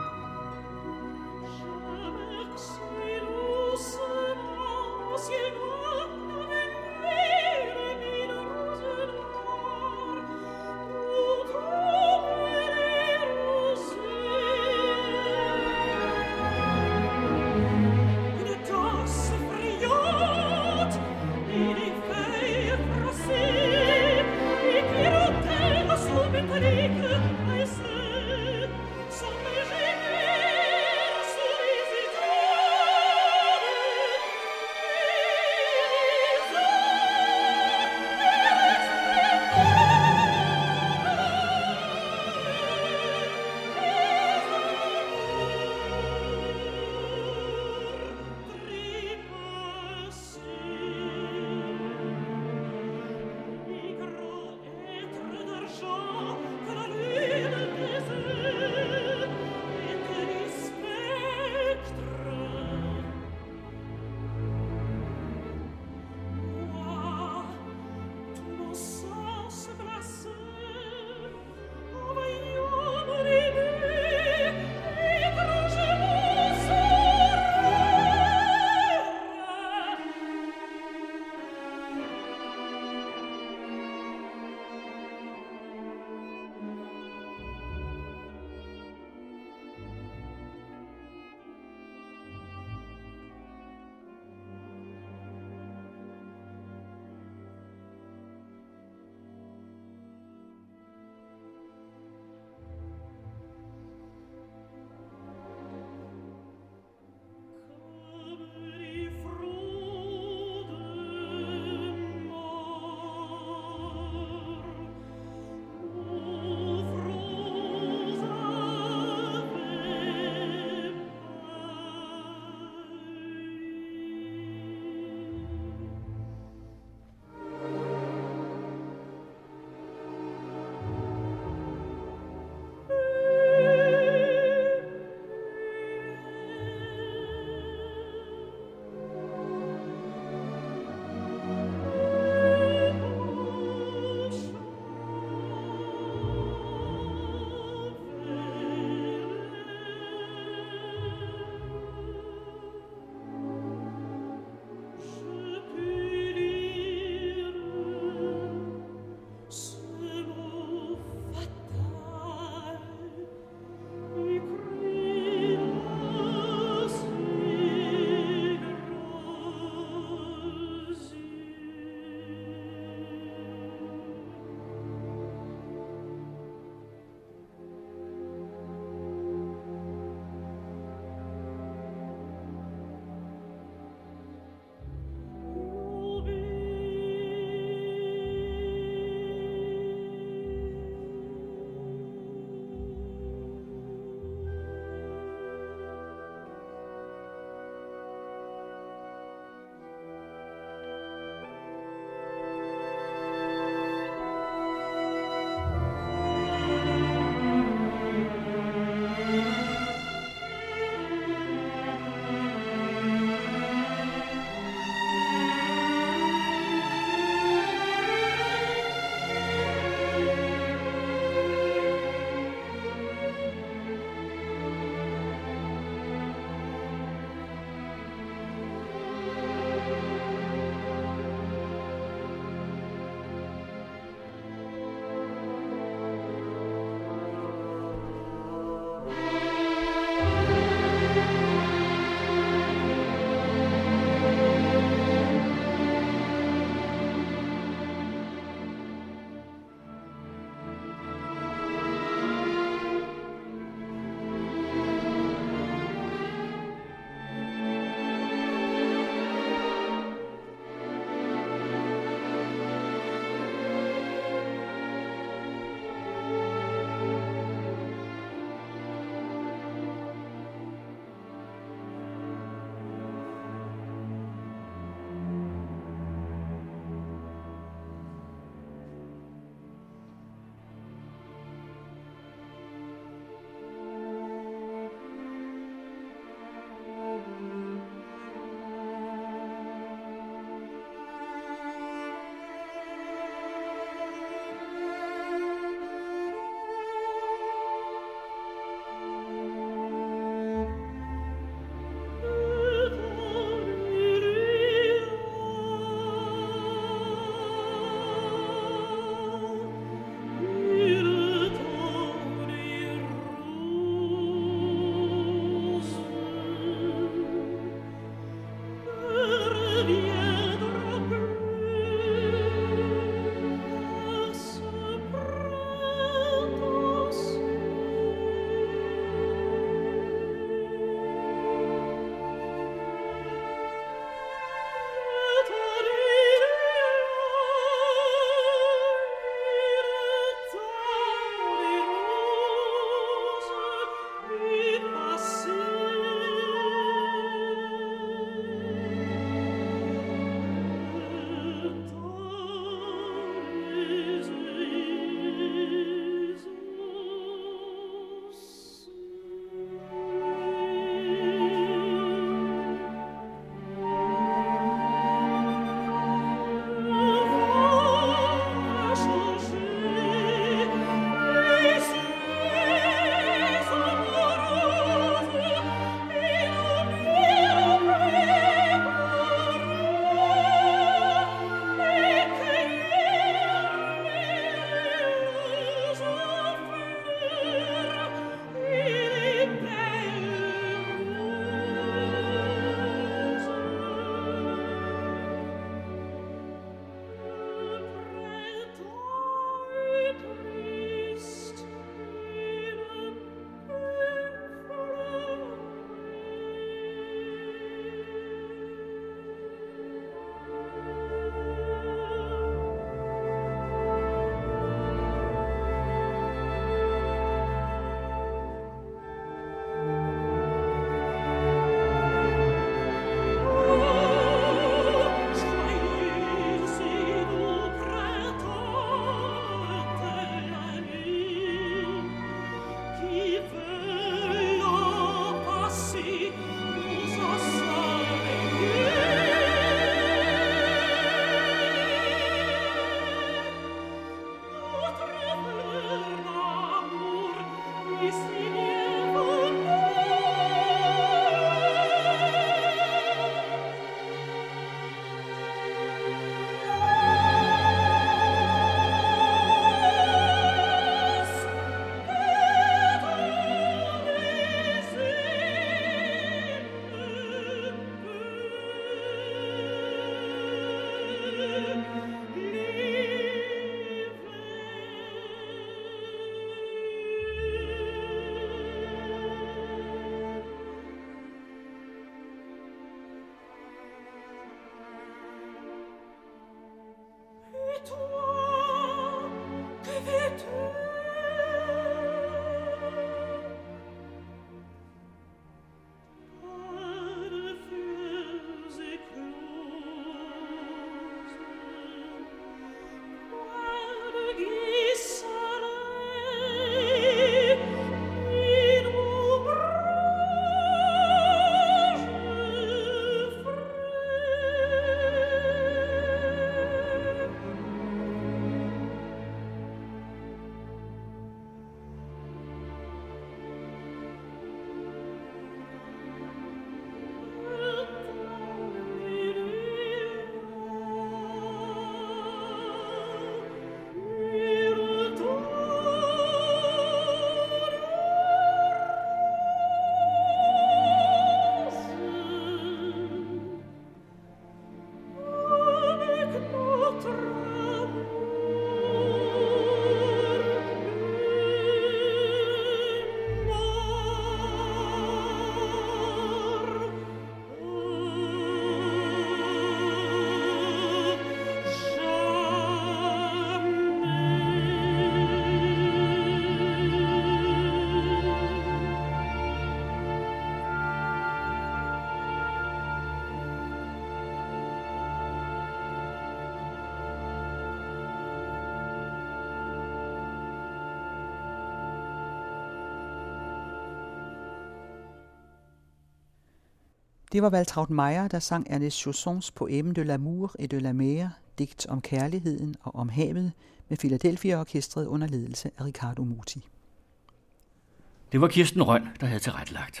Det var Waltraud Meyer, der sang Ernest Chaussons Poème de l'amour et de la mer, digt om kærligheden og om havet, med Philadelphia-orkestret under ledelse af Riccardo Muti. Det var Kirsten Røn, der havde tilrettelagt.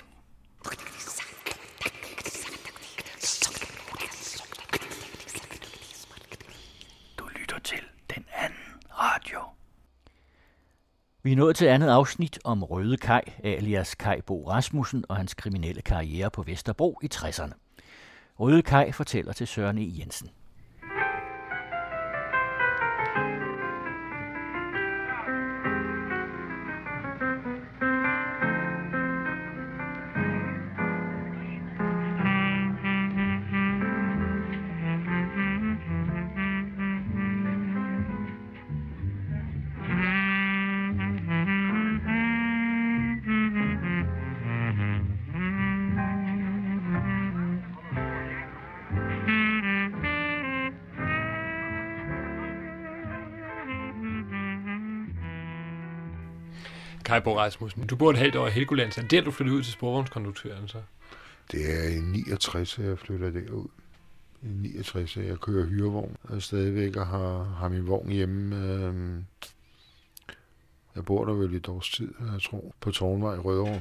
Du lytter til Den Anden Radio. Vi er nået til andet afsnit om Røde Kaj, alias Kaj Bo Rasmussen og hans kriminelle karriere på Vesterbro i 60'erne. Røde Kaj fortæller til Søren E. Jensen. Kaj Bo Rasmussen, du bor et halvt år i Helgoland, så der du flyttede ud til sporvognskonduktøren så? Det er i 69, jeg flytter derud. I 69, jeg kører hyrevogn og stadigvæk og har min vogn hjemme. Jeg bor der vel i et års tid, jeg tror, på Tårnvej i Rødovre.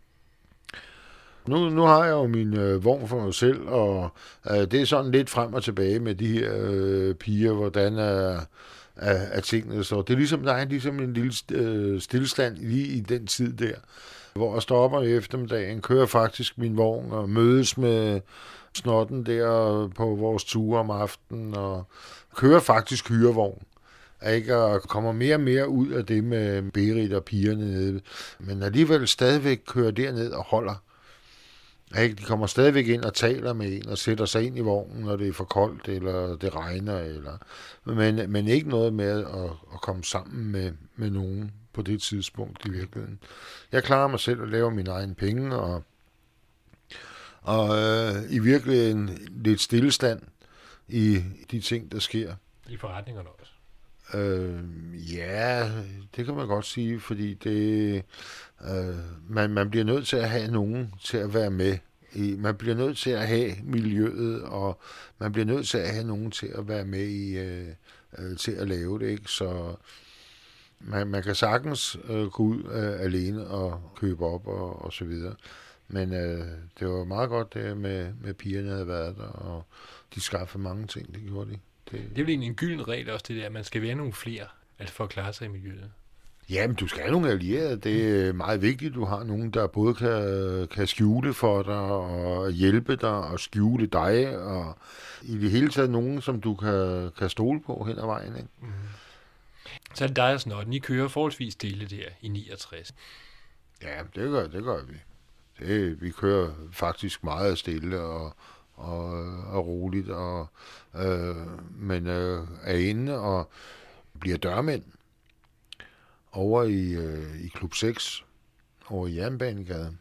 Nu har jeg jo min vogn for mig selv, og det er sådan lidt frem og tilbage med de her piger, hvordan af tingene. Så det er ligesom, der er ligesom en lille stillestand lige i den tid der, hvor jeg stopper i eftermiddagen, kører faktisk min vogn og mødes med snotten der på vores ture om aftenen, og kører faktisk hyrevogn. Ikke? Og kommer mere og mere ud af det med Berit og pigerne nede, men alligevel stadigvæk kører derned og holder. Ikke? De kommer stadigvæk ind og taler med en og sætter sig ind i vognen, når det er for koldt, eller det regner, men ikke noget med at komme sammen med nogen på det tidspunkt i virkeligheden. Jeg klarer mig selv at lave mine egne penge, og i virkeligheden lidt stillestand i de ting, der sker. I forretningerne også? Ja, det kan man godt sige, fordi det, man bliver nødt til at have nogen til at være med. Man bliver nødt til at have miljøet, og man bliver nødt til at have nogen til at være med i, til at lave det, ikke? Så man kan sagtens gå ud alene og købe op og så videre. Men det var meget godt det med pigerne havde været der, og de skaffede mange ting, det gjorde de. Det er vel egentlig en gylden regel også, det der, at man skal være nogle flere, altså for at klare sig i miljøet. Jamen, du skal have nogle allierede. Det er meget vigtigt, at du har nogen, der både kan skjule for dig, og hjælpe dig, og skjule dig, og i det hele taget nogen, som du kan stole på hen ad vejen. Ikke? Mm. Så er det dig og Snotten, I kører forholdsvis stille der i 69. Ja, det gør vi. Vi kører faktisk meget stille og roligt, men er inde og bliver dørmænd over i Klub 6, over i Jernbanegade,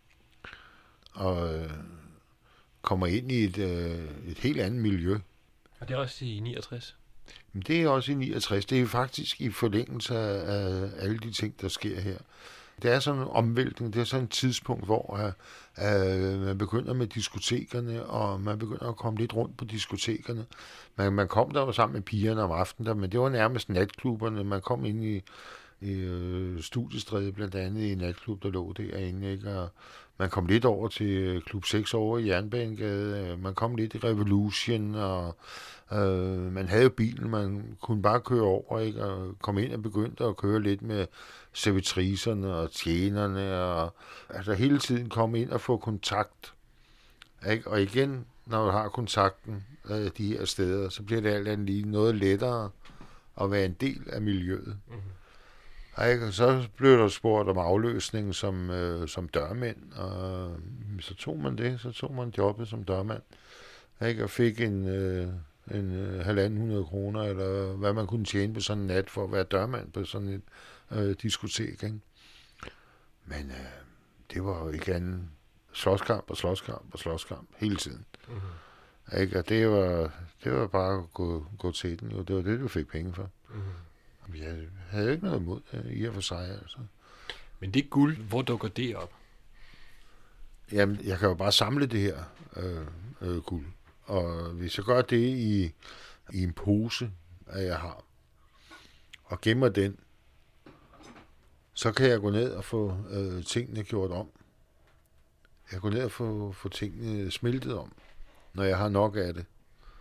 og kommer ind i et helt andet miljø. Og det er også i 69? Det er også i 69. Det er faktisk i forlængelse af alle de ting, der sker her. Det er sådan en omvæltning, det er sådan et tidspunkt, hvor man begynder med diskotekerne, og man begynder at komme lidt rundt på diskotekerne. Man kom der jo sammen med pigerne om aftenen, men det var nærmest natklubberne. Man kom ind i Studiestræde, blandt andet i en natklub, der lå derinde, ikke? Og man kom lidt over til Klub 6 over i Jernbanegade. Man kom lidt i Revolution, og man havde jo bilen, man kunne bare køre over, ikke? Og kom ind og begyndte at køre lidt med servitricerne og tjenerne, og altså hele tiden komme ind og få kontakt. Ikke? Og igen, når du har kontakten de her steder, så bliver det alt andet lige noget lettere at være en del af miljøet. Mm-hmm. Ikke? Og så blev der spurgt om afløsning som dørmænd, og så tog man det, så tog man jobbet som dørmand, ikke? Og fik en 1.500 kroner, eller hvad man kunne tjene på sådan en nat for at være dørmand på sådan et diskotek. Ikke? Men det var jo ikke andet slåskamp hele tiden. Mm-hmm. Ikke? Og det var bare at gå til den. Jo. Det var det, du fik penge for. Mm-hmm. Jeg havde ikke noget imod i og for sig. Altså. Men det guld, hvor dukker det op? Jamen, jeg kan jo bare samle det her guld. Og hvis jeg gør det i en pose, at jeg har, og gemmer den, så kan jeg gå ned og få tingene gjort om. Jeg går ned og få tingene smeltet om, når jeg har nok af det.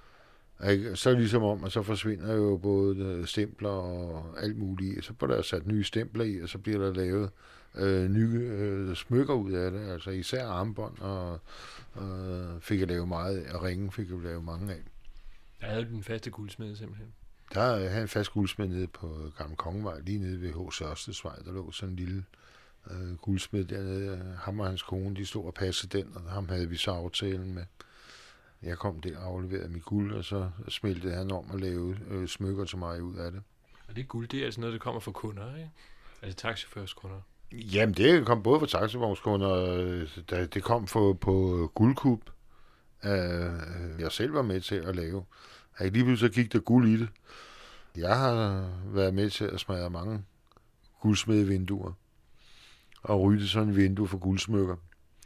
Så er det ligesom om, at så forsvinder jo både stempler og alt muligt. Så bliver der sat nye stempler i, og så bliver der lavet nye smykker ud af det. Altså især armbånd, og fik jeg lavet meget af ringen, fik jeg lavet mange af. Der havde du den faste guldsmed simpelthen. Der havde en fast guldsmed nede på Gamle Kongevej, lige nede ved H.C. Ørstedsvej. Der lå sådan en lille guldsmed dernede. Ham og hans kone, de stod og passede den, og ham havde vi så aftalen med. Jeg kom der og afleverede mit guld, og så smeltede han om at lave smykker til mig ud af det. Og det guld, det er altså noget, der kommer fra kunder, ikke? Altså taxiførskunder. Jamen, det kom både fra taxivognskunder, det kom på guldkub, jeg selv var med til at lave. Lige pludselig gik der guld i det. Jeg har været med til at smadre mange guldsmedevinduer og rydde sådan et vindue for guldsmykker.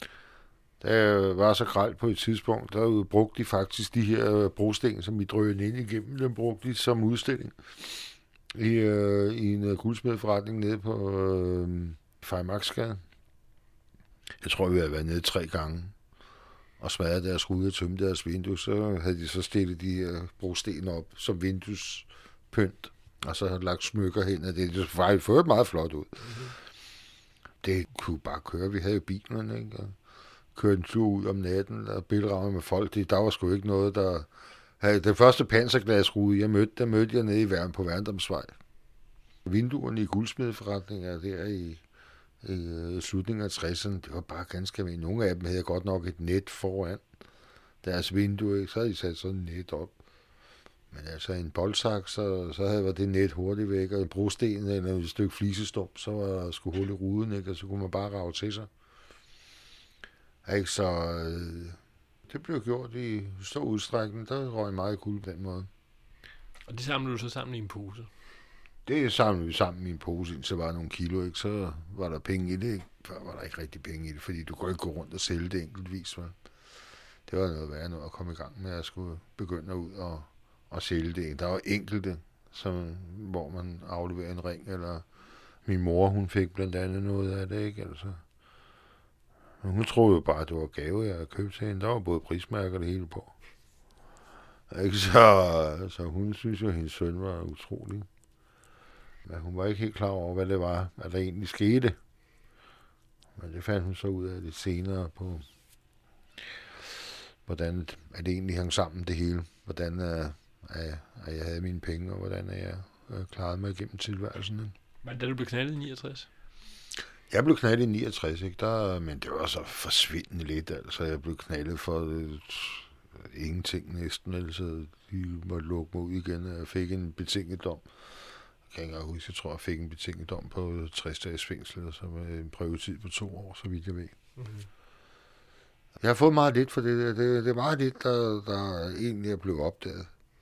Der var så grelt på et tidspunkt, der brugte de faktisk de her brosten, som vi drønede ind igennem, dem brugte de som udstilling i en guldsmedforretning nede på Freimarksgade. Jeg tror, vi havde været nede 3 gange og smadret deres ruder og tømte deres vindue. Så havde de så stillet de her brosten op som vinduespynt, og så havde lagt smykker hen, og det var fået meget flot ud. Mm-hmm. Det kunne bare køre. Vi havde jo bilerne, ikke? Og kørte en tur ud om natten og bilramme med folk. Der var sgu ikke noget, der havde... Den første panserglasrude, jeg mødte jeg nede i Værn på Værndomsvej. Vinduerne i guldsmedeforretninger der i slutningen af 60'erne, det var bare ganske almindeligt. Nogle af dem havde godt nok et net foran deres vinduer, ikke? Så havde de sat sådan et net op. Men altså en boldsaks, så var det net hurtigt væk, og en brosten eller et stykke flisestump, så var der sgu hul i ruden, ikke? Og så kunne man bare rage til sig. Ikke? Så det blev gjort i stor udstrækning. Der røg meget guld på den måde. Og det samlede du så sammen i en pose? Det samlede vi sammen i en pose, indtil der var nogle kilo, ikke? Så var der penge i det, ikke? Før var der ikke rigtig penge i det, fordi du kunne ikke gå rundt og sælge det enkeltvis, vel? Det var noget værre noget at komme i gang med at skulle begynde ud og sælge det. Der var enkelte, hvor man afleverer en ring, eller min mor, hun fik blandt andet noget af det, ikke? Altså, hun troede jo bare, at det var gave, jeg havde købt til hende. Der var både prismærker og det hele på. Ikke? Så hun synes jo, at hendes søn var utrolig. Men hun var ikke helt klar over, hvad det var, hvad der egentlig skete. Men det fandt hun så ud af lidt senere på, hvordan at det egentlig hang sammen det hele. Hvordan at jeg havde mine penge, og hvordan jeg klarede mig igennem tilværelsen. Var det da du blev knaldet i 69? Jeg blev knaldet i 69, ikke? Men det var så forsvindende lidt. Altså, jeg blev knaldet for ingenting næsten. Altså, de måtte lukke mig ud igen, og jeg fik en betinget dom. Jeg kan ikke engang huske, jeg tror, jeg fik en betinget dom på 60 dages fængsel, og så med en prøvetid på 2 år, så vidt jeg ved. Mm-hmm. Jeg har fået meget lidt for det. Det er meget lidt, der egentlig er blevet opdaget.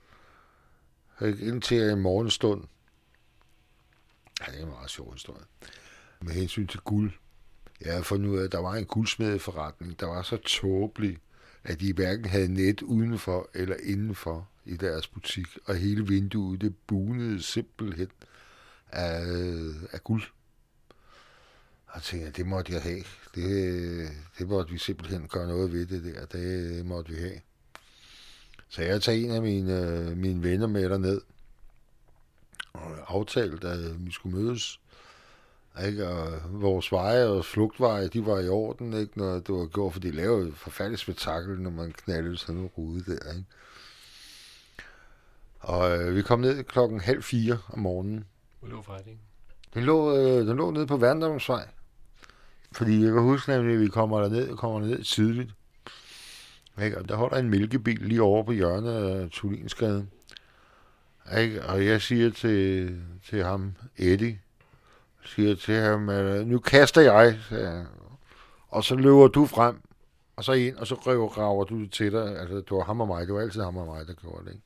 Indtil en morgenstund. Ja, det er en meget sjov historie. Med hensyn til guld. Jeg har fundet ud af, at der var en guldsmedeforretning, der var så tåbelig, at de hverken havde net udenfor eller indenfor i deres butik. Og hele vinduet, det bunede simpelthen af guld. Og jeg tænkte, det måtte jeg have. Det måtte vi simpelthen gøre noget ved det der. Det måtte vi have. Så jeg tager en af mine venner med derned og aftalte, at vi skulle mødes. Ikke? Og vores veje og flugtveje, de var i orden, ikke? Når det var gjort, for de lavede et forfærdeligt spektakel, når man knaldede sådan en rude der. Ikke? Og vi kom ned 3:30 om morgenen. Hvor lå forretningen? Den lå nede på Værndomsvej. Fordi jeg kan huske, at vi kommer ned tidligt. Ikke? Og der holder en mælkebil lige over på hjørnet af Tullinsgade. Ikke? Og jeg siger til ham, Eddie, siger til ham, at nu kaster jeg, og så løber du frem, og så ind, og så rager du det til dig. Altså, det var ham og mig. Det var altid ham og mig, der gjorde det, ikke?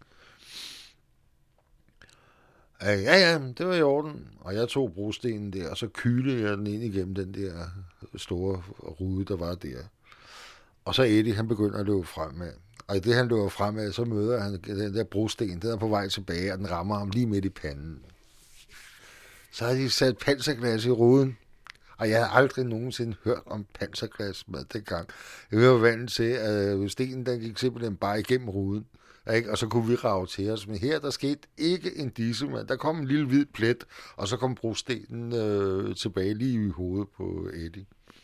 Ja, det var i orden. Og jeg tog brostenen der, og så kylede jeg den ind igennem den der store rude, der var der. Og så Eddie, han begynder at løbe fremad. Og i det, han løber fremad, så møder han den der brosten, den er på vej tilbage, og den rammer ham lige midt i panden. Så har de sat panserglas i ruden. Og jeg har aldrig nogensinde hørt om panserglas med dengang. Jeg var vant til, at stenen den gik simpelthen bare igennem ruden. Ikke? Og så kunne vi rage til os. Men her, der skete ikke en disse, men der kom en lille hvid plet, og så kom brostenen tilbage lige i hovedet på Eddie.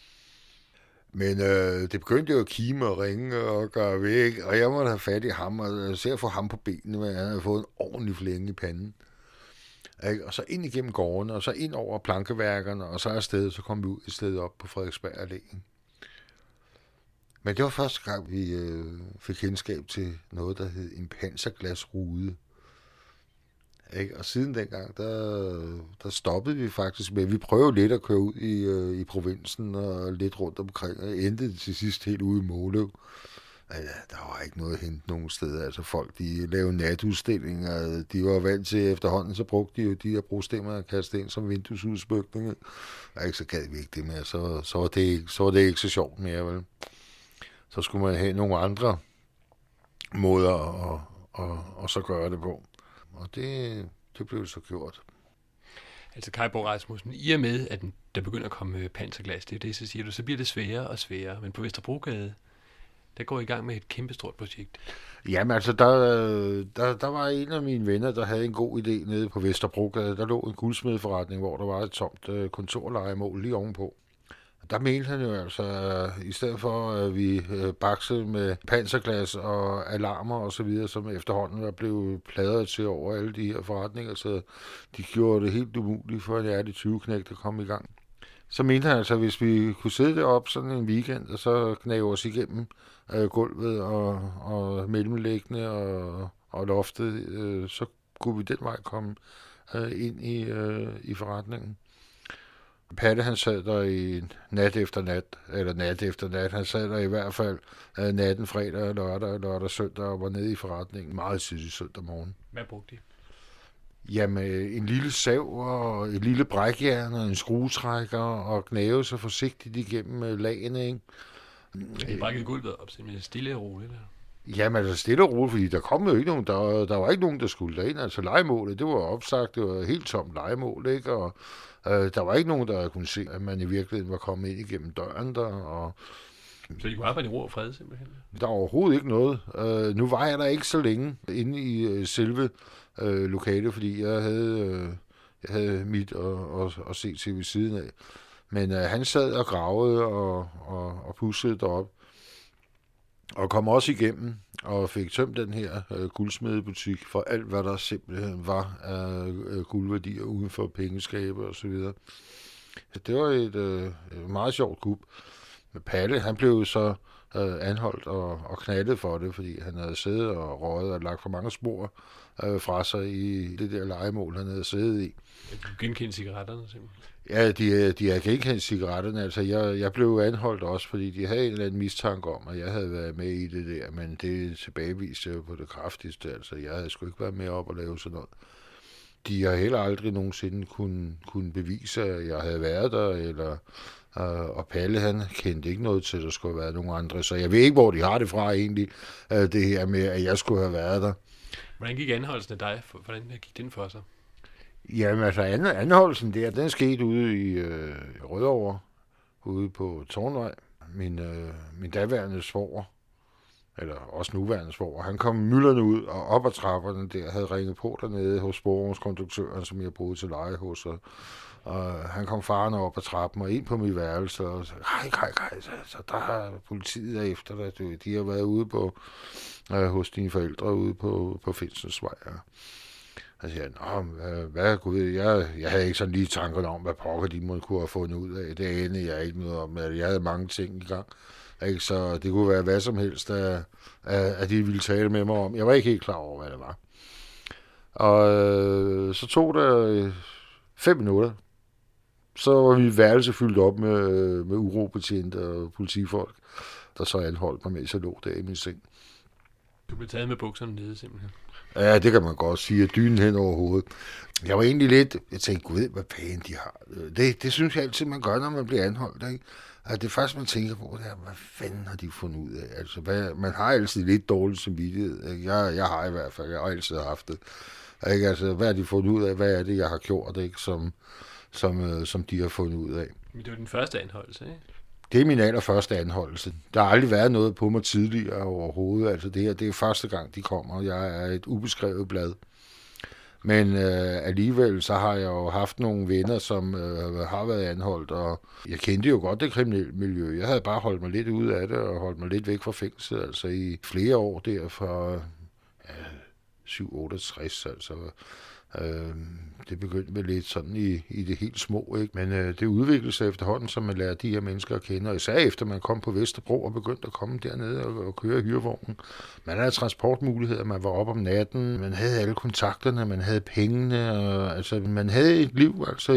Men det begyndte jo at kime og ringe og gøre væk, og jeg måtte have fat i ham, og se at få ham på benene, men han havde fået en ordentlig flænge i panden. Og så ind igennem gårdene, og så ind over plankeværkerne, og så afsted, så kom vi ud et sted op på Frederiksberg Allé. Men det var første gang, vi fik kendskab til noget, der hed en panserglasrude. Og siden dengang, der stoppede vi faktisk med. Vi prøvede lidt at køre ud i provinsen og lidt rundt omkring, og endte til sidst helt ude i Måløv. Der var ikke noget at hente nogen steder. Altså folk, de lavede natudstillinger. De var vant til efterhånden, så brugte de jo de her brostemmer og kastede ind som vinduesudsmykninger. Så gad vi ikke det mere. Så var det ikke så sjovt mere, vel? Så skulle man have nogle andre måder og så gøre det på. Og det blev så gjort. Altså Kai Borg Rasmussen, i og med, at der begynder at komme panserglas, det er det, så siger du, så bliver det sværere og sværere. Men på Vesterbrogade, der går I gang med et kæmpestort projekt. Jamen altså, der var en af mine venner, der havde en god idé nede på Vesterbrogade. Der lå en guldsmedeforretning, hvor der var et tomt kontorlejemål lige ovenpå. Der mente han jo altså, i stedet for at vi baksede med panserglas og alarmer og så videre, som efterhånden var blevet pladret til over alle de her forretninger, så de gjorde det helt umuligt for en ærlig 20-knægt at komme i gang. Så mente han altså, at hvis vi kunne sidde deroppe sådan en weekend, og så knæve os igennem gulvet og mellemlæggende og loftet, så kunne vi den vej komme ind i forretningen. Palle, han sad der i nat efter nat, han sad der i hvert fald natten, fredag, lørdag, søndag, og var nede i forretningen meget tidligt søndag morgen. Hvad brugte de? Jamen, en lille sav og et lille brækjern og en skruetrækker og knæve så forsigtigt igennem lagene, ikke? De brækkede gulvet op, simpelthen stille og roligt der. Jamen, altså stille og roligt, fordi der kom jo ikke nogen, der var ikke nogen, der skulle derind. Altså lejemålet, det var opsagt, det var helt tomt lejemål, ikke? Og der var ikke nogen, der kunne se, at man i virkeligheden var kommet ind igennem døren der. Og så de kunne arbejde i ro og fred simpelthen? Der var overhovedet ikke noget. Nu var jeg der ikke så længe inde i selve lokale, fordi jeg havde mit at se til ved siden af. Men han sad og gravede og pudsede derop. Og kom også igennem og fik tømt den her guldsmedebutik for alt, hvad der simpelthen var af guldværdier uden for pengeskabe og så videre. Det var et meget sjovt kub. Men Palle, han blev så anholdt og knaldet for det, fordi han havde siddet og røget og lagt for mange spor fra sig i det der lejemål, han havde siddet i. Du genkendte cigaretterne simpelthen? Ja, de har genkendt cigaretterne. Altså, jeg blev anholdt også, fordi de havde en eller anden mistanke om, at jeg havde været med i det der, men det tilbageviste jeg på det kraftigste. Altså, jeg havde sgu ikke været med op og lave sådan noget. De har heller aldrig nogensinde kunne bevise, at jeg havde været der, eller og Palle, han kendte ikke noget til, at der skulle have været nogen andre. Så jeg ved ikke, hvor de har det fra egentlig, det her med, at jeg skulle have været der. Hvordan gik anholdelsen af dig? Hvordan gik den for sig? Jamen altså, anholdelsen der, den skete ude i Rødovre, ude på Tårnvej. Min daværende svoger, eller også nuværende svoger, han kom myldrende ud og op ad trapperne der, havde ringet på dernede hos sporvognskonduktøren, som jeg boede til leje hos, og han kom farende op ad trappen og ind på mit værelse, og sagde, hej, så der har politiet der efter dig, de har været ude på hos dine forældre ude på Finsensvej. Og siger, hvad Gud, jeg havde ikke sådan lige tankerne om, hvad pokker de måtte kunne have fundet ud af. Det anede jeg ikke noget om, at jeg havde mange ting i gang. Ikke? Så det kunne være hvad som helst, at de ville tale med mig om. Jeg var ikke helt klar over, hvad det var. Og så tog der 5 minutter. Så var mit værelse fyldt op med urobetjente og politifolk, der så anholdt mig, mens jeg lå der i min seng. Du blev taget med bukserne nede simpelthen? Ja, det kan man godt sige. Dynen hen over hovedet. Jeg var egentlig lidt... Jeg tænkte, gud, hvad pæne de har. Det synes jeg altid, man gør, når man bliver anholdt. Ikke? at det første, man tænker på, det er, hvad fanden har de fundet ud af? Altså, man har altid lidt dårlig samvittighed. Jeg har i hvert fald, jeg har altid haft det. Ikke? Altså, hvad har de fundet ud af? Hvad er det, jeg har gjort, ikke? Som de har fundet ud af? Men det var den første anholdelse, ikke? Det er min allerførste anholdelse. Der har aldrig været noget på mig tidligere overhovedet. Altså, det her, det er første gang, de kommer. Jeg er et ubeskrevet blad. Men alligevel så har jeg jo haft nogle venner, som har været anholdt, og jeg kendte jo godt det kriminelle miljø. Jeg havde bare holdt mig lidt ud af det, og holdt mig lidt væk fra fængslet, altså i flere år der fra 7-68, altså. Det begyndte med lidt sådan i det helt små, ikke? Men det udviklede sig efterhånden, som man lærer de her mennesker at kende, og især efter man kom på Vesterbro og begyndte at komme dernede og køre hyrevognen. Man havde transportmuligheder, man var op om natten, man havde alle kontakterne, man havde pengene, og, altså man havde et liv altså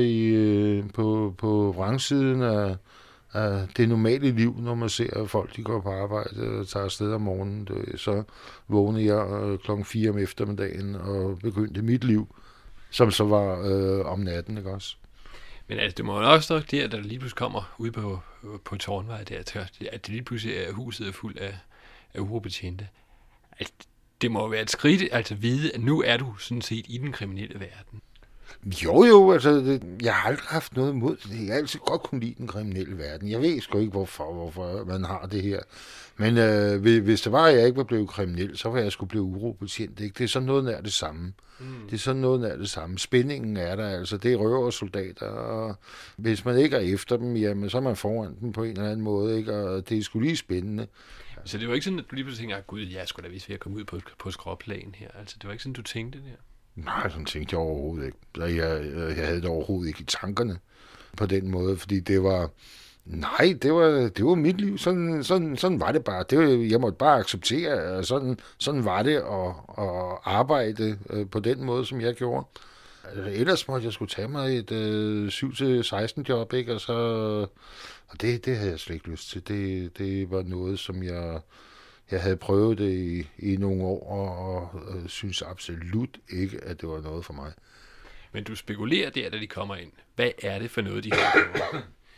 på vrangsiden af det normale liv, når man ser folk, de går på arbejde og tager afsted om morgenen. Så vågnede jeg klokken 4 om eftermiddagen og begyndte mit liv, som så var om natten, ikke også? Men altså, det må jo også nok der lige pludselig kommer ud på Tårnvej der, at det lige pludselig er huset er fuld af urobetjente. Altså, det må jo være et skridt, altså vide, at nu er du sådan set i den kriminelle verden. Jo, altså, jeg har aldrig haft noget imod det. Jeg har altid godt kunne lide den kriminelle verden. Jeg ved sgu ikke, hvorfor man har det her. Men hvis det var, at jeg ikke var blevet kriminel, så var jeg skulle blive urobetjent. Ikke? Det er sådan noget nær det samme. Det er sådan noget nær det samme. Spændingen er der, altså. Det er røversoldater, og hvis man ikke er efter dem, jamen, så er man foran dem på en eller anden måde, ikke? Og det er sgu lige spændende. Så det var ikke sådan, at du lige pludselig tænkte, gud, jeg skulle da vist ved at komme ud på skråplan her. Altså, det var ikke sådan, du tænkte der? Nej, sådan tænkte jeg overhovedet ikke. Jeg havde det overhovedet ikke i tankerne på den måde, fordi det var... Nej, det var mit liv. Sådan var det bare. Jeg måtte bare acceptere, sådan var det at arbejde på den måde, som jeg gjorde. Ellers måtte jeg skulle tage mig et 7-16 job, ikke? Og det havde jeg slet ikke lyst til. Det var noget, som jeg havde prøvet det i nogle år, og synes absolut ikke, at det var noget for mig. Men du spekulerer der, da de kommer ind. Hvad er det for noget, de har på?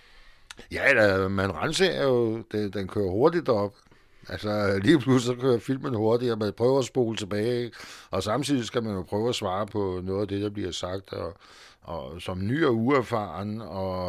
Ja, man renser jo, den kører hurtigt op. Altså lige pludselig så kører filmen hurtigt, og man prøver at spole tilbage, ikke? Og samtidig skal man jo prøve at svare på noget af det, der bliver sagt, og som ny og uerfaren,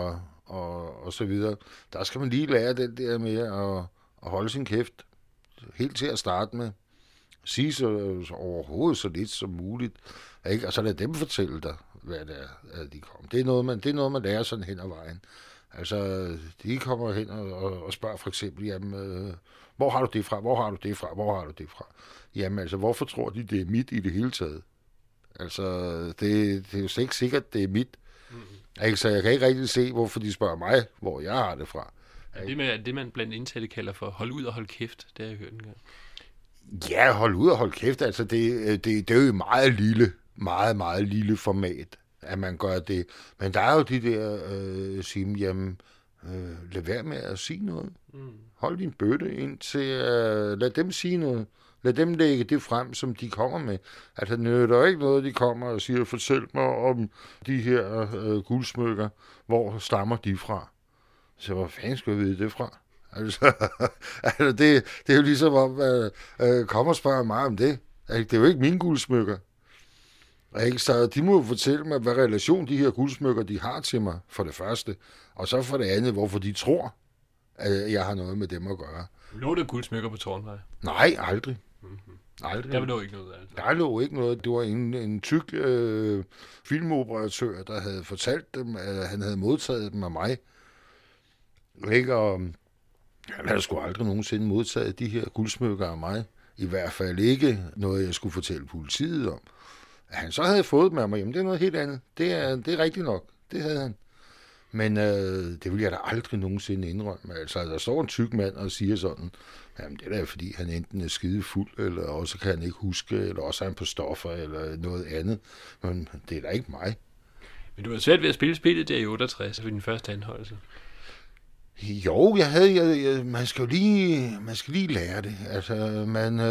og så videre. Der skal man lige lære den der med at holde sin kæft, helt til at starte med. Sige så overhovedet så lidt som muligt, ikke? Og så lad dem fortælle dig, hvad det er, at de kommer. Det er noget, man lærer sådan hen ad vejen. Altså, de kommer hen og spørger for eksempel, jamen, hvor har du det fra, hvor har du det fra, hvor har du det fra? Jamen, altså, hvorfor tror de, det er mit i det hele taget? Altså, det er jo slet ikke sikkert, det er mit. Mm-hmm. Så jeg kan ikke rigtig se, hvorfor de spørger mig, hvor jeg har det fra. Det man blandt indsatte kalder for hold ud og hold kæft, det har jeg hørt engang. Ja, hold ud og hold kæft, altså, det er jo meget, meget lille format, at man gør det. Men der er jo de der sige, jamen, lad være med at sige noget. Hold din bøtte ind til, lad dem sige noget. Lad dem lægge det frem, som de kommer med. Altså, der er ikke noget, de kommer og siger, fortæl mig om de her guldsmykker. Hvor stammer de fra? Så hvor fanden skal jeg vide det fra? Altså, det er jo ligesom om, kom og spørg mig om det. Det er jo ikke mine guldsmykker. Så de må jo fortælle mig, hvad relation de her guldsmykker, de har til mig, for det første. Og så for det andet, hvorfor de tror, at jeg har noget med dem at gøre. Lå der guldsmykker på Tårnvej? Nej, aldrig. Mm-hmm. Aldrig. Der lå ikke noget, altså? Der lå ikke noget. Det var en tyk filmoperatør, der havde fortalt dem, at han havde modtaget dem af mig. Ikke? Og han havde sgu aldrig nogensinde modtaget de her guldsmykker af mig. I hvert fald ikke noget, jeg skulle fortælle politiet om. At han så havde fået dem af mig, jamen det er noget helt andet. Det er rigtigt nok. Det havde han. Men det ville jeg da aldrig nogensinde indrømme. Altså, der står en tyk mand og siger sådan, jamen det er da fordi, han enten er skide fuld, eller også kan han ikke huske, eller også er han på stoffer, eller noget andet. Men det er da ikke mig. Men du har svært ved at spille spillet der i 68 ved din første anholdelse. Jo, man skal lige lære det. Altså,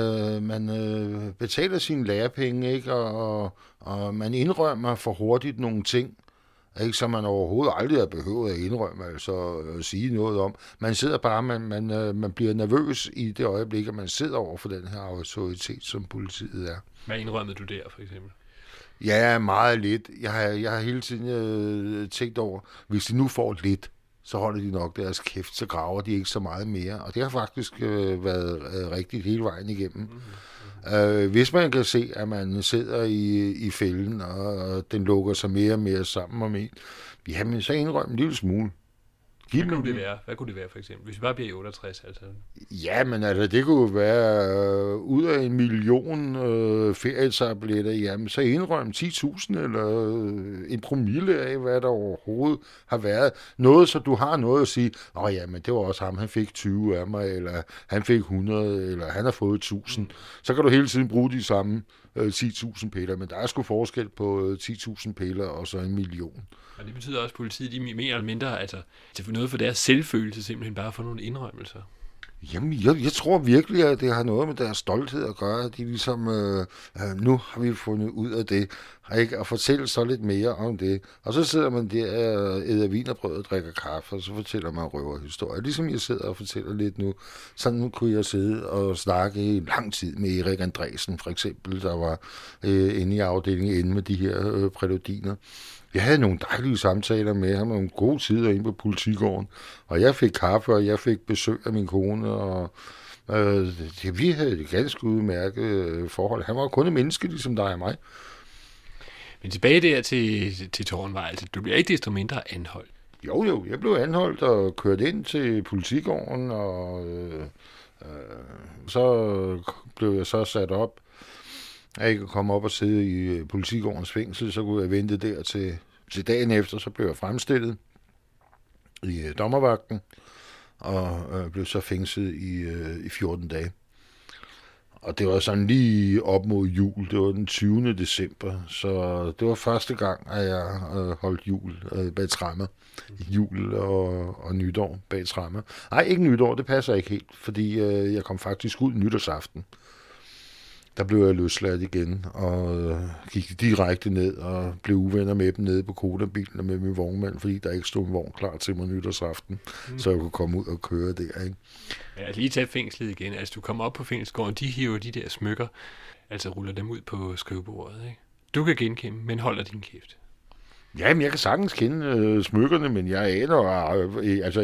man betaler sine lærepenge, ikke? Og man indrømmer for hurtigt nogle ting, ikke, som man overhovedet aldrig har behøvet at indrømme, altså at sige noget om. Man sidder bare, man bliver nervøs i det øjeblik, at man sidder over for den her autoritet, som politiet er. Hvad indrømmede du der, for eksempel? Ja, meget lidt. Jeg har hele tiden tænkt over, hvis de nu får lidt, så holder de nok deres kæft, så graver de ikke så meget mere. Og det har faktisk været rigtigt hele vejen igennem. Hvis man kan se, at man sidder i fælden, og den lukker sig mere og mere sammen om en, jamen så indrømme en lille smule. Hvad kunne det være, for eksempel? Hvis vi bare bliver i 68, altså? Ja, men altså, det kunne være ud af 1 million ferietabletter, jamen så indrømme 10.000 eller 1 promille af, hvad der overhovedet har været. Noget, så du har noget at sige, ja, men det var også ham, han fik 20 af mig, eller han fik 100, eller han har fået 1.000. Så kan du hele tiden bruge de samme 10.000 piller, men der er sgu forskel på 10.000 piller og så 1 million. Og det betyder også, at politiet, de mere eller mindre, altså noget for deres selvfølelse, simpelthen bare for nogle indrømmelser. Jamen, jeg tror virkelig, at det har noget med deres stolthed at gøre. De ligesom, nu har vi fundet ud af det, ikke? Og fortælle så lidt mere om det. Og så sidder man der og æder wienerbrød og drikker kaffe, og så fortæller man røverhistorier. Ligesom jeg sidder og fortæller lidt nu. Sådan kunne jeg sidde og snakke i lang tid med Erik Andresen, for eksempel, der var inde i afdelingen inde med de her præludiner. Jeg havde nogle dejlige samtaler med ham, og nogle gode tider inde på politigården. Og jeg fik kaffe, og jeg fik besøg af min kone, og vi havde et ganske udmærket forhold. Han var kun et menneske, ligesom dig og mig. Men tilbage der til Tårnvej, altså, du bliver ikke desto mindre anholdt. Jo, jeg blev anholdt og kørt ind til politigården, og så blev jeg så sat op. Jeg ikke komme op og sidde i politigårdens fængsel, så kunne jeg vente der til dagen efter, så blev jeg fremstillet i dommervagten, og blev så fængslet i 14 dage. Og det var sådan lige op mod jul, det var den 20. december, så det var første gang, at jeg holdt jul bag tremmer. Jul og nytår bag tremmer. Nej, ikke nytår, det passer ikke helt, fordi jeg kom faktisk ud nytårsaften. Der blev jeg løsladt igen, og gik direkte ned og blev uvenner med dem nede på Koda-bilen og med min vognmand, fordi der ikke stod en vogn klar til mig nytårsaften, så jeg kunne komme ud og køre der, ikke? Ja, lige tage fængslet igen. Altså, du kommer op på fængselsgården, de hiver de der smykker, altså ruller dem ud på skrivebordet, ikke? Du kan genkende, men holder din kæft. Jamen, jeg kan sagtens kende smykkerne, men jeg aner, altså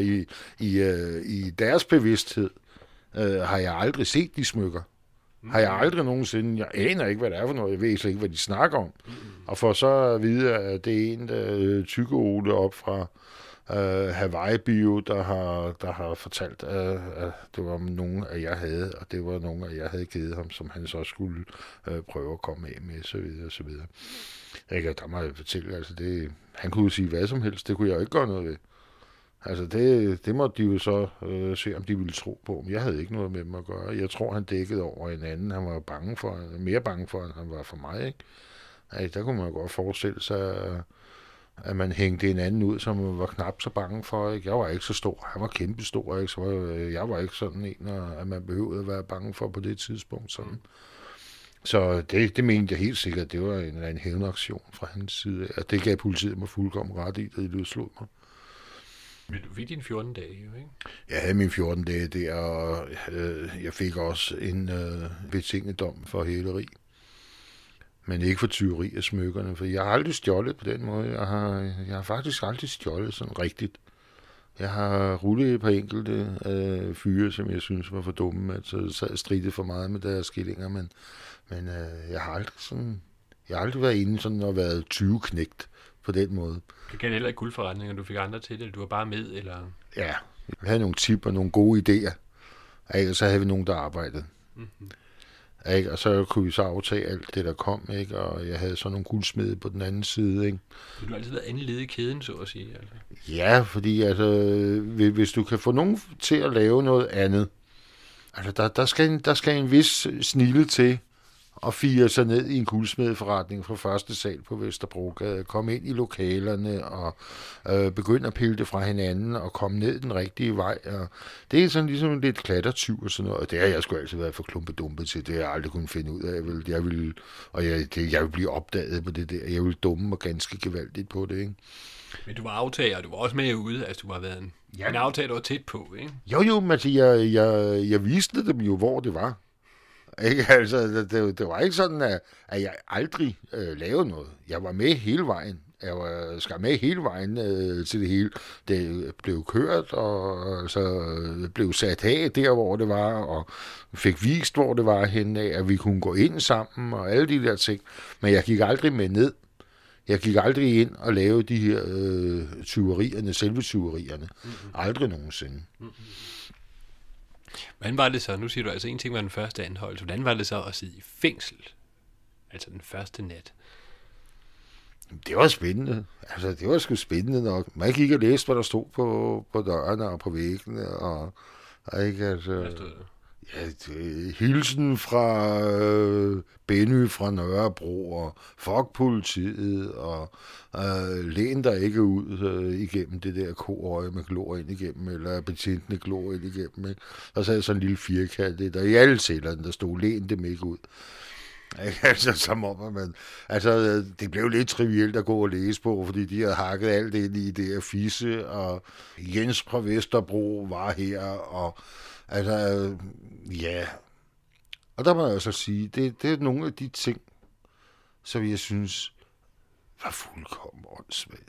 i deres bevidsthed har jeg aldrig set de smykker. Har jeg aldrig nogensinde. Jeg aner ikke, hvad det er for noget. Jeg ved ikke, hvad de snakker om. Og for så at vide, at det er en der tykke Ole op fra Hawaii Bio, der har fortalt, at det var nogen, at jeg havde, og det var nogen, at jeg havde givet ham, som han så skulle prøve at komme af med, så videre, så videre. Ikke, der må jeg fortælle, altså det, han kunne jo sige hvad som helst, det kunne jeg jo ikke gøre noget ved. Altså det måtte de jo så se, om de ville tro på. Men jeg havde ikke noget med dem at gøre. Jeg tror, han dækkede over en anden. Han var mere bange for, end han var for mig, ikke? Altså, der kunne man godt forestille sig, at man hængte en anden ud, som var knap så bange for, ikke? Jeg var ikke så stor. Han var kæmpestor, ikke? Så jeg var ikke sådan en, at man behøvede at være bange for på det tidspunkt. Sådan. Så det mente jeg helt sikkert, det var en hævnaktion fra hans side. At det gav politiet mig fuldkommen ret i, da de løslod mig. Men du fik dine 14 dage, jo, ikke? Jeg havde mine 14 dage der, og jeg fik også en betinget dom for hæleri. Men ikke for tyveri af smykkerne, for jeg har aldrig stjålet på den måde. Jeg har faktisk aldrig stjålet sådan rigtigt. Jeg har rullet et par enkelte fyre, som jeg synes var for dumme, at så stridte for meget med deres skillinger, men jeg har aldrig været inde sådan og været 20 knægt på den måde. Det kan heller ikke guldforretninger, du fik andre til det, eller du var bare med, eller? Ja, vi havde nogle tip og nogle gode idéer, ikke? Og så havde vi nogen, der arbejdede. Mm-hmm. Ikke? Og så kunne vi så aftage alt det, der kom, ikke? Og jeg havde så nogle guldsmede på den anden side, ikke? Så du har altid været anden led i kæden, så at sige? Altså. Ja, fordi altså, hvis du kan få nogen til at lave noget andet, altså der skal en vis snilde til og fire sig ned i en guldsmedeforretning fra første sal på Vesterbrogade, komme ind i lokalerne og begynde at pille det fra hinanden og komme ned den rigtige vej. Og det er sådan ligesom lidt klattertyv og sådan noget, og det har jeg sgu altid været for klumpedumpet til. Det har jeg aldrig kunnet finde ud af. Jeg vil blive opdaget på det der. Jeg vil dumme og ganske gevaldigt på det, ikke? Men du var aftager, og du var også med ude, altså du var været en aftager, der var tæt på, ikke? Jo, men altså, jeg viste dem jo, hvor det var. Ikke? Altså, det var ikke sådan, at jeg aldrig lavede noget. Jeg var med hele vejen. Jeg var med hele vejen til det hele. Det blev kørt, og så blev sat af der, hvor det var, og fik vist, hvor det var henne, at vi kunne gå ind sammen, og alle de der ting. Men jeg gik aldrig med ned. Jeg gik aldrig ind og lavede de her tyverierne, selve tyverierne. Mm-hmm. Aldrig nogensinde. Mm-hmm. Hvordan var det så? Nu siger du altså, en ting var den første anholdelse. Hvordan var det så at sidde i fængsel? Altså den første nat. Det var spændende. Altså, det var sgu spændende nok. Man gik og læste, hvad der stod på dørene og på væggene. Og ikke, altså, hvad stod der? Ja, hilsen fra Benny fra Nørrebro, og fuck politiet, og læn der ikke ud igennem det der koøje, man glor ind igennem, eller betjentene glor ind igennem, ikke? Og så er sådan en lille firkant, der i alle cellerne, der stod, læn dem ikke ud. Altså, som om, man, altså, det blev lidt trivielt at gå og læse på, fordi de havde hakket alt ind i det her fisse, og Jens fra Vesterbro var her, og altså, ja. Og der må jeg så sige, det er nogle af de ting, som jeg synes var fuldkommen åndssvagt.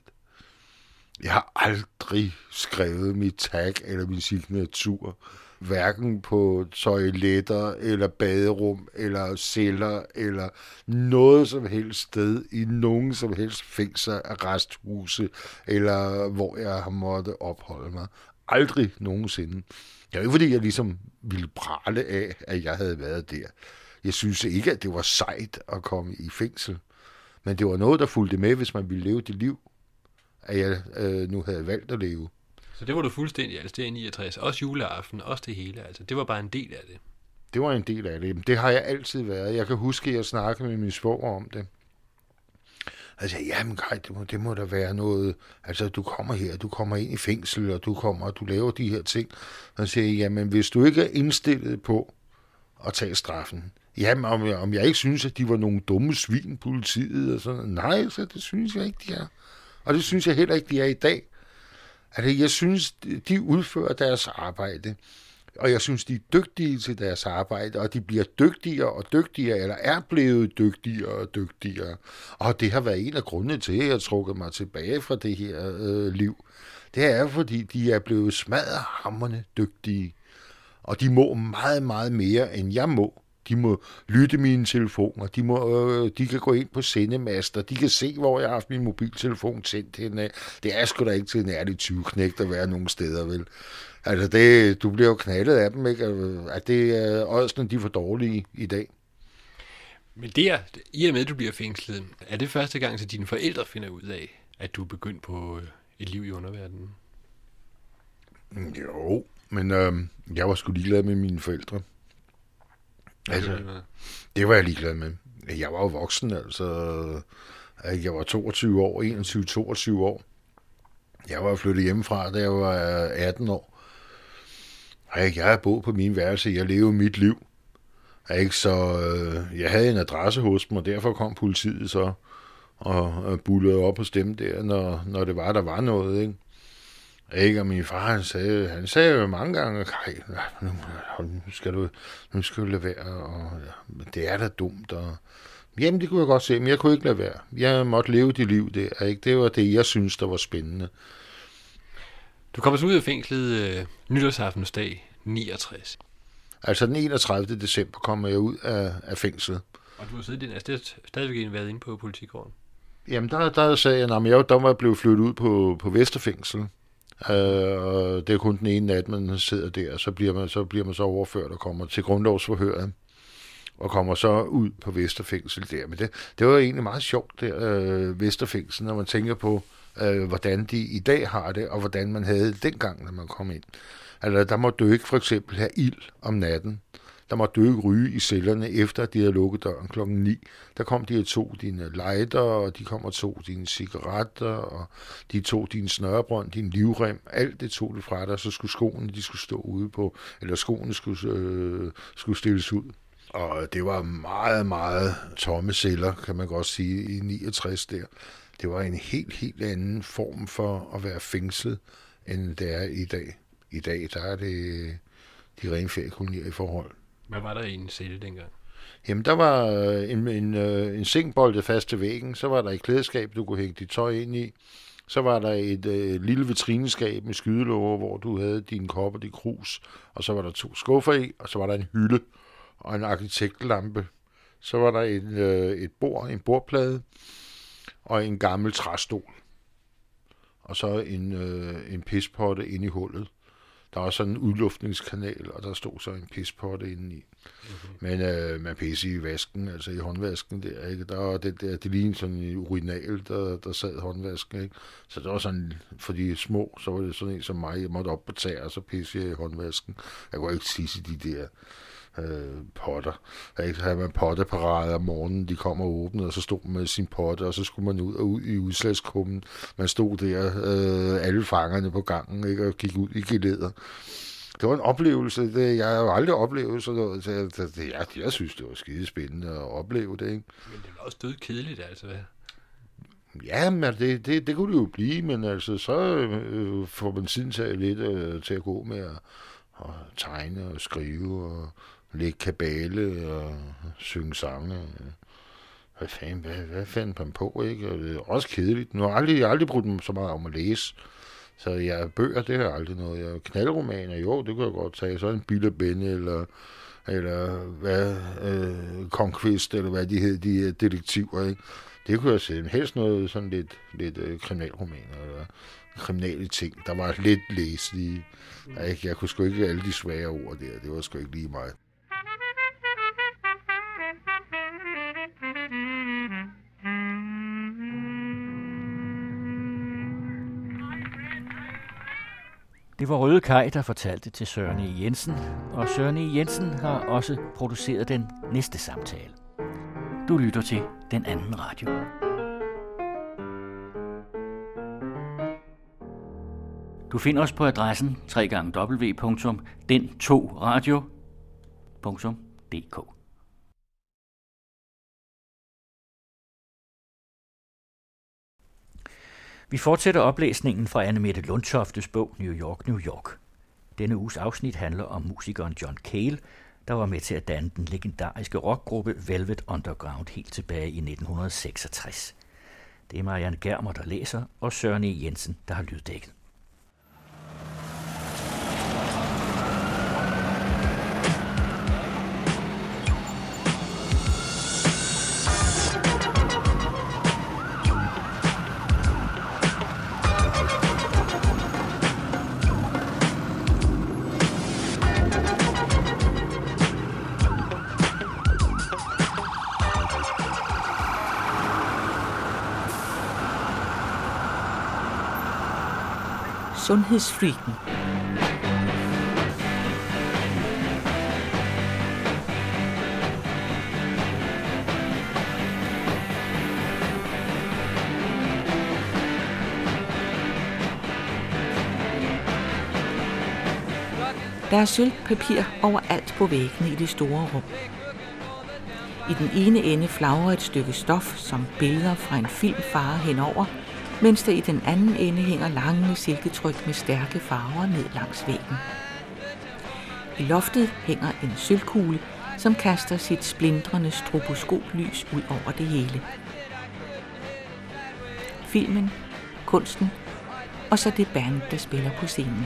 Jeg har aldrig skrevet mit tag eller min signatur, hverken på toiletter, eller baderum, eller celler, eller noget som helst sted, i nogen som helst fængsel, arresthuse, eller hvor jeg har måttet opholde mig. Aldrig nogensinde. Det er jo ikke, fordi jeg ligesom ville prale af, at jeg havde været der. Jeg synes ikke, at det var sejt at komme i fængsel. Men det var noget, der fulgte med, hvis man ville leve det liv, at jeg nu havde valgt at leve. Så det var du fuldstændig, altså det er 69, også juleaften, også det hele, altså det var bare en del af det. Det var en del af det. Det har jeg altid været. Jeg kan huske, at jeg snakkede med min svoger om det. Altså, jamen Kaj, det må da være noget, altså du kommer her, du kommer ind i fængsel, og du laver de her ting. Og så siger jeg, jamen hvis du ikke er indstillet på at tage straffen, jamen om jeg ikke synes, at de var nogle dumme svin, politiet og sådan, nej, så det synes jeg ikke, de er. Og det synes jeg heller ikke, de er i dag. Altså, jeg synes, de udfører deres arbejde, og jeg synes, de er dygtige til deres arbejde, og de bliver dygtigere og dygtigere, eller er blevet dygtigere og dygtigere. Og det har været en af grundene til, at jeg har trukket mig tilbage fra det her liv. Det er, fordi de er blevet smadderhamrende dygtige, og de må meget, meget mere, end jeg må. De må lytte mine telefoner, de kan gå ind på sendemaster, de kan se, hvor jeg har haft min mobiltelefon tændt henne. Det er sgu da ikke til en ærlig 20-knægt at være nogen steder, vel? Altså, du bliver jo knaldet af dem, ikke? At det er også, de er for dårlige i dag. Men der, i og med, at du bliver fængslet, er det første gang, at dine forældre finder ud af, at du er begyndt på et liv i underverdenen? Jo, men jeg var sgu ligeglad med mine forældre. Altså, det var jeg ligeglad med. Jeg var jo voksen, altså. Jeg var 22 år, 21-22 år. Jeg var flyttet hjemmefra, da jeg var 18 år. Jeg havde boet på min værelse, jeg levede mit liv. Så jeg havde en adresse hos dem, og derfor kom politiet så og bullede op hos dem der, når det var, der var noget, ikke? Ikke, og min far, han sagde jo mange gange, Kaj, nu skal du lade være, og det er da dumt, og jamen, det kunne jeg godt se, men jeg kunne ikke lade være. Jeg måtte leve det liv der, ikke? Det var det, jeg synes, der var spændende. Du kommer så ud af fængslet nytårsaftensdag 69. Altså den 31. december kommer jeg ud af fængslet. Og du har stadigvæk været inde på politigården? Jamen, der sagde jeg, at jeg var blevet flyttet ud på Vesterfængsel. Og det er kun den ene nat, man sidder der, så bliver man så overført og kommer til grundlovsforhøret, og kommer så ud på Vesterfængsel der. Men det var egentlig meget sjovt der, Vesterfængsel, når man tænker på, hvordan de i dag har det, og hvordan man havde det dengang, når man kom ind. Altså, der må du ikke for eksempel have ild om natten. Der måtte du ikke ryge i cellerne, efter at de havde lukket døren kl. 9. Der kom de og tog dine lighter, og de kom og tog dine cigaretter, og de tog dine snørebånd, din livrem. Alt det tog de fra dig, så skulle skoene, de skulle stå ude på, eller skoene skulle stilles ud. Og det var meget, meget tomme celler, kan man godt sige, i 69 der. Det var en helt anden form for at være fængslet, end det er i dag. I dag, der er det de rene feriekolonier i forhold. Hvad var der i en celle dengang? Jamen, der var en seng boltet fast til væggen, så var der et klædeskab, du kunne hænge dit tøj ind i. Så var der et lille vitrineskab med skydelåger, hvor du havde dine kopper, dit krus, og så var der 2 skuffer i, og så var der en hylde og en arkitektlampe. Så var der et bord, en bordplade og en gammel træstol. Og så en pispotte inde i hullet. Der var sådan en udluftningskanal, og der stod så en pispotte inde i. Men man pisse i vasken, altså i håndvasken der, ikke? Der var det lignede sådan en urinal, der sad håndvasken, ikke? Så det var sådan, for de små, så var det sådan en som mig, jeg måtte op på tæer, og så pisse i håndvasken. Jeg kunne ikke tisse de der potter. Der havde man potteparade om morgenen, de kom og åbnede, og så stod man med sin potte, og så skulle man ud i udslagskummen. Man stod der, alle fangerne på gangen, ikke, og gik ud i geleder. Det var en oplevelse. Jeg har jo aldrig oplevet sådan noget. Jeg synes, det var skidespændende at opleve det, ikke? Men det var også død kedeligt, altså. Ja, men det kunne det jo blive, men altså, så får man tiden til at gå med at tegne og skrive og lægge kabale og synge sange. Hvad fandt man på, ikke? Og det er også kedeligt. Nu har jeg aldrig brugt dem så meget om at læse. Så bøger, det har jeg aldrig noget. Knaldromaner, jo, det kunne jeg godt tage. Så en Bill og Benny, eller hvad, Conquest, eller hvad de hed, de detektiver, ikke? Det kunne jeg se. Helst noget sådan lidt kriminalromaner, eller kriminale ting. Der var lidt læselige. Jeg kunne sgu ikke alle de svære ord der. Det var sgu ikke lige mig. Det var Røde Kaj, der fortalte til Søren E. Jensen, og Søren E. Jensen har også produceret den næste samtale. Du lytter til Den Anden Radio. Du finder os på adressen www.den2radio.dk. Vi fortsætter oplæsningen fra Anne-Mette Lundtoftes bog New York, New York. Denne uges afsnit handler om musikeren John Cale, der var med til at danne den legendariske rockgruppe Velvet Underground helt tilbage i 1966. Det er Marianne Germer, der læser, og Søren E. Jensen, der har lyddækket. Sundhedsfreaken. Der er sølvpapir overalt på væggene i det store rum. I den ene ende flagrer et stykke stof, som billeder fra en film farer henover, mens der i den anden ende hænger lange silketryk med stærke farver ned langs væggen. I loftet hænger en sølvkugle, som kaster sit splintrende stroboskoplys ud over det hele. Filmen, kunsten og så det band, der spiller på scenen.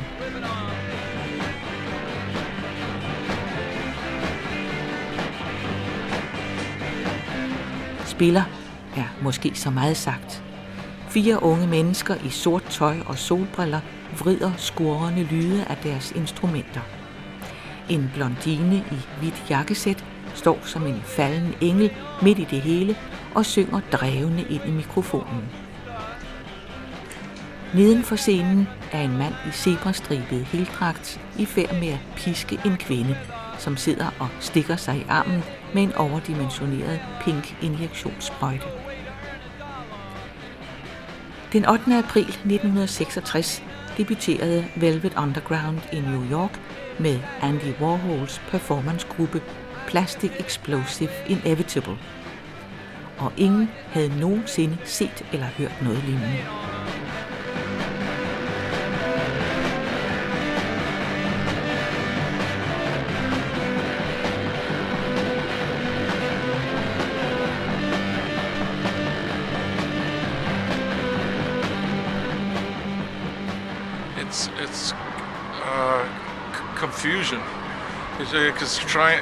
Spiller er måske så meget sagt. 4 unge mennesker i sort tøj og solbriller vrider skurrende lyde af deres instrumenter. En blondine i hvidt jakkesæt står som en falden engel midt i det hele og synger drevende ind i mikrofonen. Neden for scenen er en mand i zebrastribet heldragt i færd med at piske en kvinde, som sidder og stikker sig i armen med en overdimensioneret pink injektionssprøjte. Den 8. april 1966 debuterede Velvet Underground i New York med Andy Warhols performancegruppe Plastic Explosive Inevitable. Og ingen havde nogensinde set eller hørt noget lignende. It's confusion. Because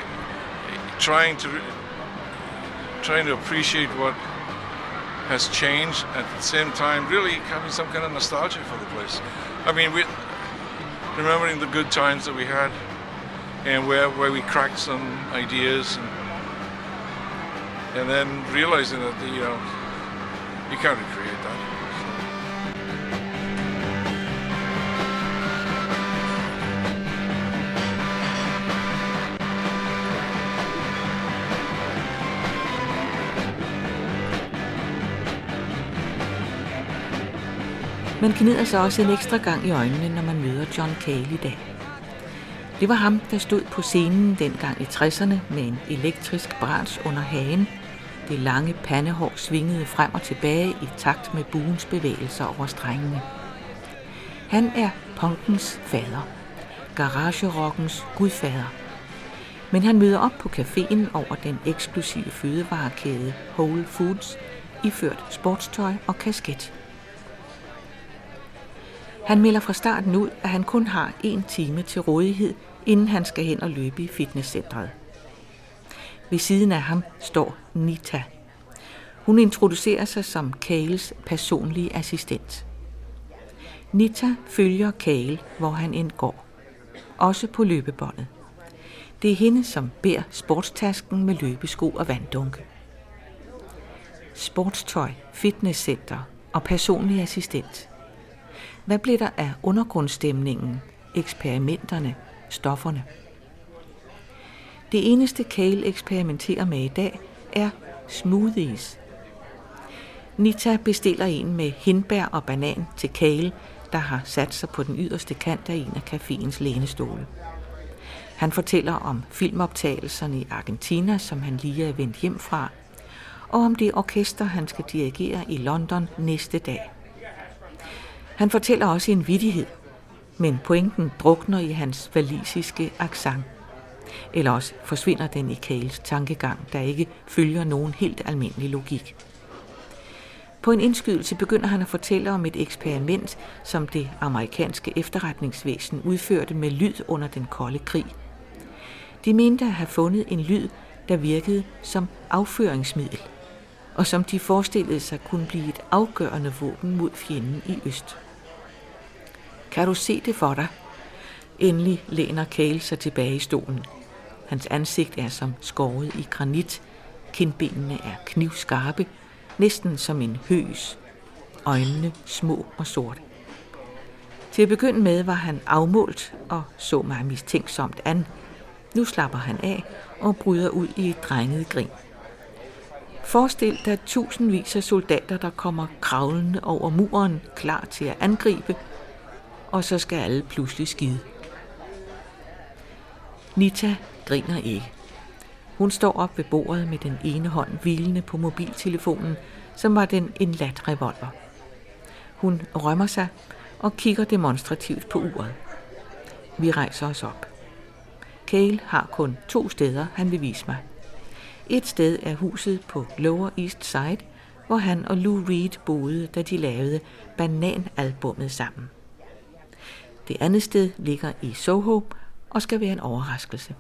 trying to appreciate what has changed at the same time, really having some kind of nostalgia for the place. I mean, we remembering the good times that we had, and where we cracked some ideas, and then realizing that you can't recreate that. Man gnider sig også en ekstra gang i øjnene, når man møder John Cale i dag. Det var ham, der stod på scenen dengang i 60'erne med en elektrisk brans under hagen. Det lange pandehår svingede frem og tilbage i takt med buens bevægelser over strængene. Han er punkens fader, garagerockens gudfader. Men han møder op på caféen over den eksklusive fødevarekæde Whole Foods, iført sportstøj og kasket. Han melder fra starten ud, at han kun har 1 time til rådighed, inden han skal hen og løbe i fitnesscentret. Ved siden af ham står Nita. Hun introducerer sig som Cales personlige assistent. Nita følger Cale, hvor han end går. Også på løbebåndet. Det er hende, som bærer sportstasken med løbesko og vanddunke. Sportstøj, fitnesscenter og personlig assistent. Hvad blev der af undergrundsstemningen, eksperimenterne, stofferne? Det eneste Cale eksperimenterer med i dag er smoothies. Nita bestiller en med hindbær og banan til Cale, der har sat sig på den yderste kant af en af caféens lænestole. Han fortæller om filmoptagelserne i Argentina, som han lige er vendt hjem fra, og om det orkester, han skal dirigere i London næste dag. Han fortæller også en vittighed, men pointen drukner i hans walisiske accent. Eller også forsvinder den i Cales tankegang, der ikke følger nogen helt almindelig logik. På en indskydelse begynder han at fortælle om et eksperiment, som det amerikanske efterretningsvæsen udførte med lyd under den kolde krig. De mente at have fundet en lyd, der virkede som afføringsmiddel, og som de forestillede sig kunne blive et afgørende våben mod fjenden i øst. Kan du se det for dig? Endelig læner Cale sig tilbage i stolen. Hans ansigt er som skåret i granit. Kindbenene er knivskarpe, næsten som en høs. Øjnene små og sorte. Til at begynde med var han afmålt og så mig mistænksomt an. Nu slapper han af og bryder ud i et drenget grin. Forestil dig tusindvis af soldater, der kommer kravlende over muren, klar til at angribe, og så skal alle pludselig skide. Nita griner ikke. Hun står op ved bordet med den ene hånd hvilende på mobiltelefonen, som var den en lat revolver. Hun rømmer sig og kigger demonstrativt på uret. Vi rejser os op. Cale har kun 2 steder, han vil vise mig. Et sted er huset på Lower East Side, hvor han og Lou Reed boede, da de lavede Banan-albummet sammen. Det andet sted ligger i Soho og skal være en overraskelse.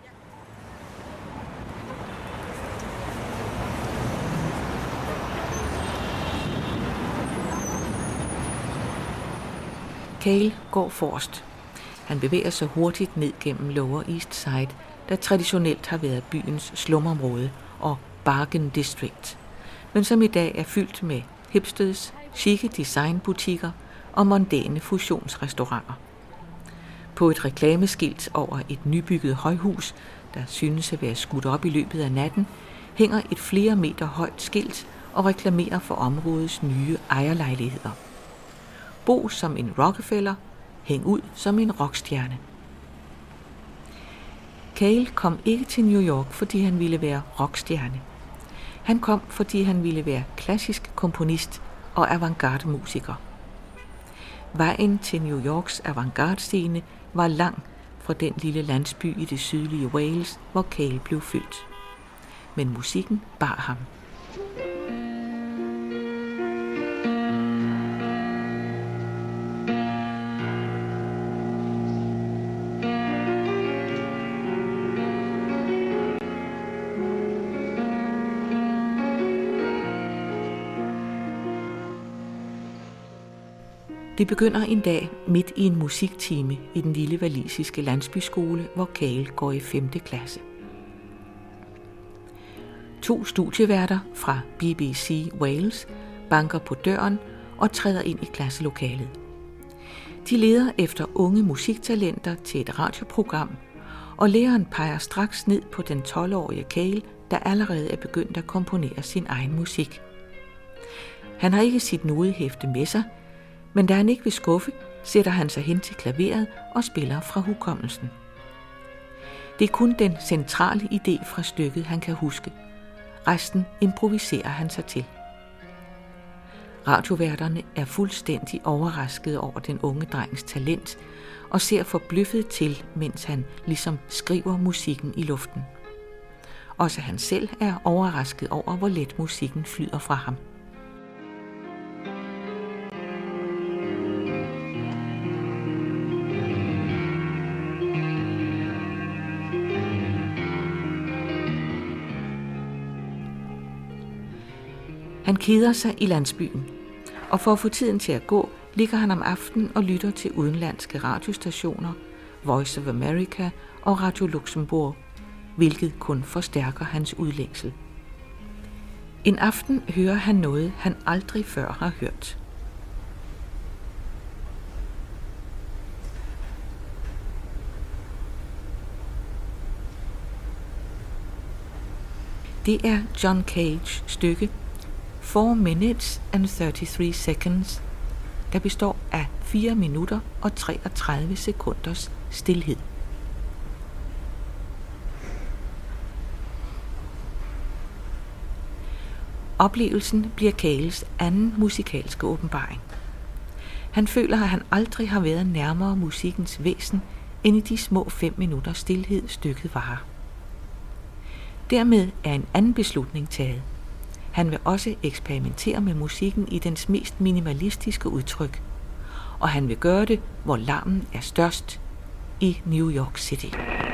Cale går forrest. Han bevæger sig hurtigt ned gennem Lower East Side, der traditionelt har været byens slumområde og Bargain District, men som i dag er fyldt med hipsters, chique designbutikker og mondæne fusionsrestauranter. På et reklameskilt over et nybygget højhus, der synes at være skudt op i løbet af natten, hænger et flere meter højt skilt og reklamerer for områdets nye ejerlejligheder. Bo som en Rockefeller, hæng ud som en rockstjerne. Cale kom ikke til New York, fordi han ville være rockstjerne. Han kom, fordi han ville være klassisk komponist og avantgarde-musiker. Vejen til New Yorks avantgarde-scene var lang fra den lille landsby i det sydlige Wales, hvor Cale blev født. Men musikken bar ham. Det begynder en dag midt i en musiktime i den lille walisiske landsbyskole, hvor Cale går i 5. klasse. 2 studieværter fra BBC Wales banker på døren og træder ind i klasselokalet. De leder efter unge musiktalenter til et radioprogram, og læreren peger straks ned på den 12-årige Cale, der allerede er begyndt at komponere sin egen musik. Han har ikke sit nodehæfte med sig, men da han ikke vil skuffe, sætter han sig hen til klaveret og spiller fra hukommelsen. Det er kun den centrale idé fra stykket, han kan huske. Resten improviserer han sig til. Radioværterne er fuldstændig overraskede over den unge drengs talent og ser forbløffet til, mens han ligesom skriver musikken i luften. Også han selv er overrasket over, hvor let musikken flyder fra ham. Han keder sig i landsbyen, og for at få tiden til at gå, ligger han om aftenen og lytter til udenlandske radiostationer, Voice of America og Radio Luxembourg, hvilket kun forstærker hans udlængsel. En aften hører han noget, han aldrig før har hørt. Det er John Cages stykke 4 minutes and 33 seconds, der består af 4 minutter og 33 sekunders stilhed. Oplevelsen bliver Cales anden musikalske åbenbaring. Han føler, at han aldrig har været nærmere musikkens væsen, end i de små 5 minutters stilhed stykket varer. Dermed er en anden beslutning taget. Han vil også eksperimentere med musikken i dens mest minimalistiske udtryk, og han vil gøre det, hvor larmen er størst, i New York City.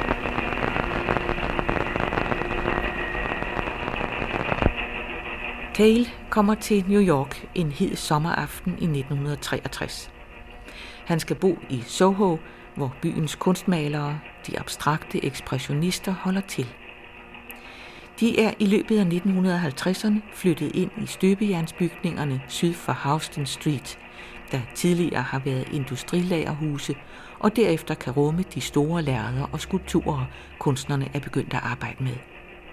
Cale kommer til New York en hed sommeraften i 1963. Han skal bo i Soho, hvor byens kunstmalere, de abstrakte ekspressionister, holder til. De er i løbet af 1950'erne flyttet ind i støbejernsbygningerne syd for Houston Street, der tidligere har været industrilagerhuse, og derefter kan rumme de store lærreder og skulpturer, kunstnerne er begyndt at arbejde med.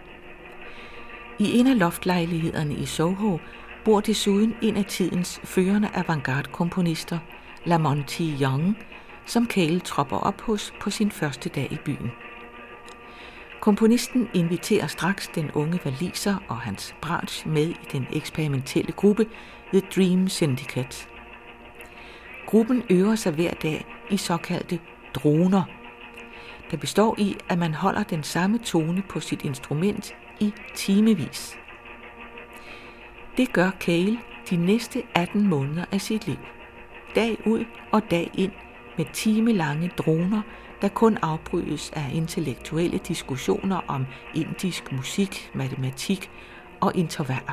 I en af loftlejlighederne i Soho bor desuden en af tidens førende avantgarde-komponister, Lamonti Young, som Cale tropper op hos på sin første dag i byen. Komponisten inviterer straks den unge waliser og hans branch med i den eksperimentelle gruppe The Dream Syndicate. Gruppen øver sig hver dag i såkaldte droner, der består i, at man holder den samme tone på sit instrument i timevis. Det gør Cale de næste 18 måneder af sit liv. Dag ud og dag ind med timelange droner, der kun afbrydes af intellektuelle diskussioner om indisk musik, matematik og intervaller.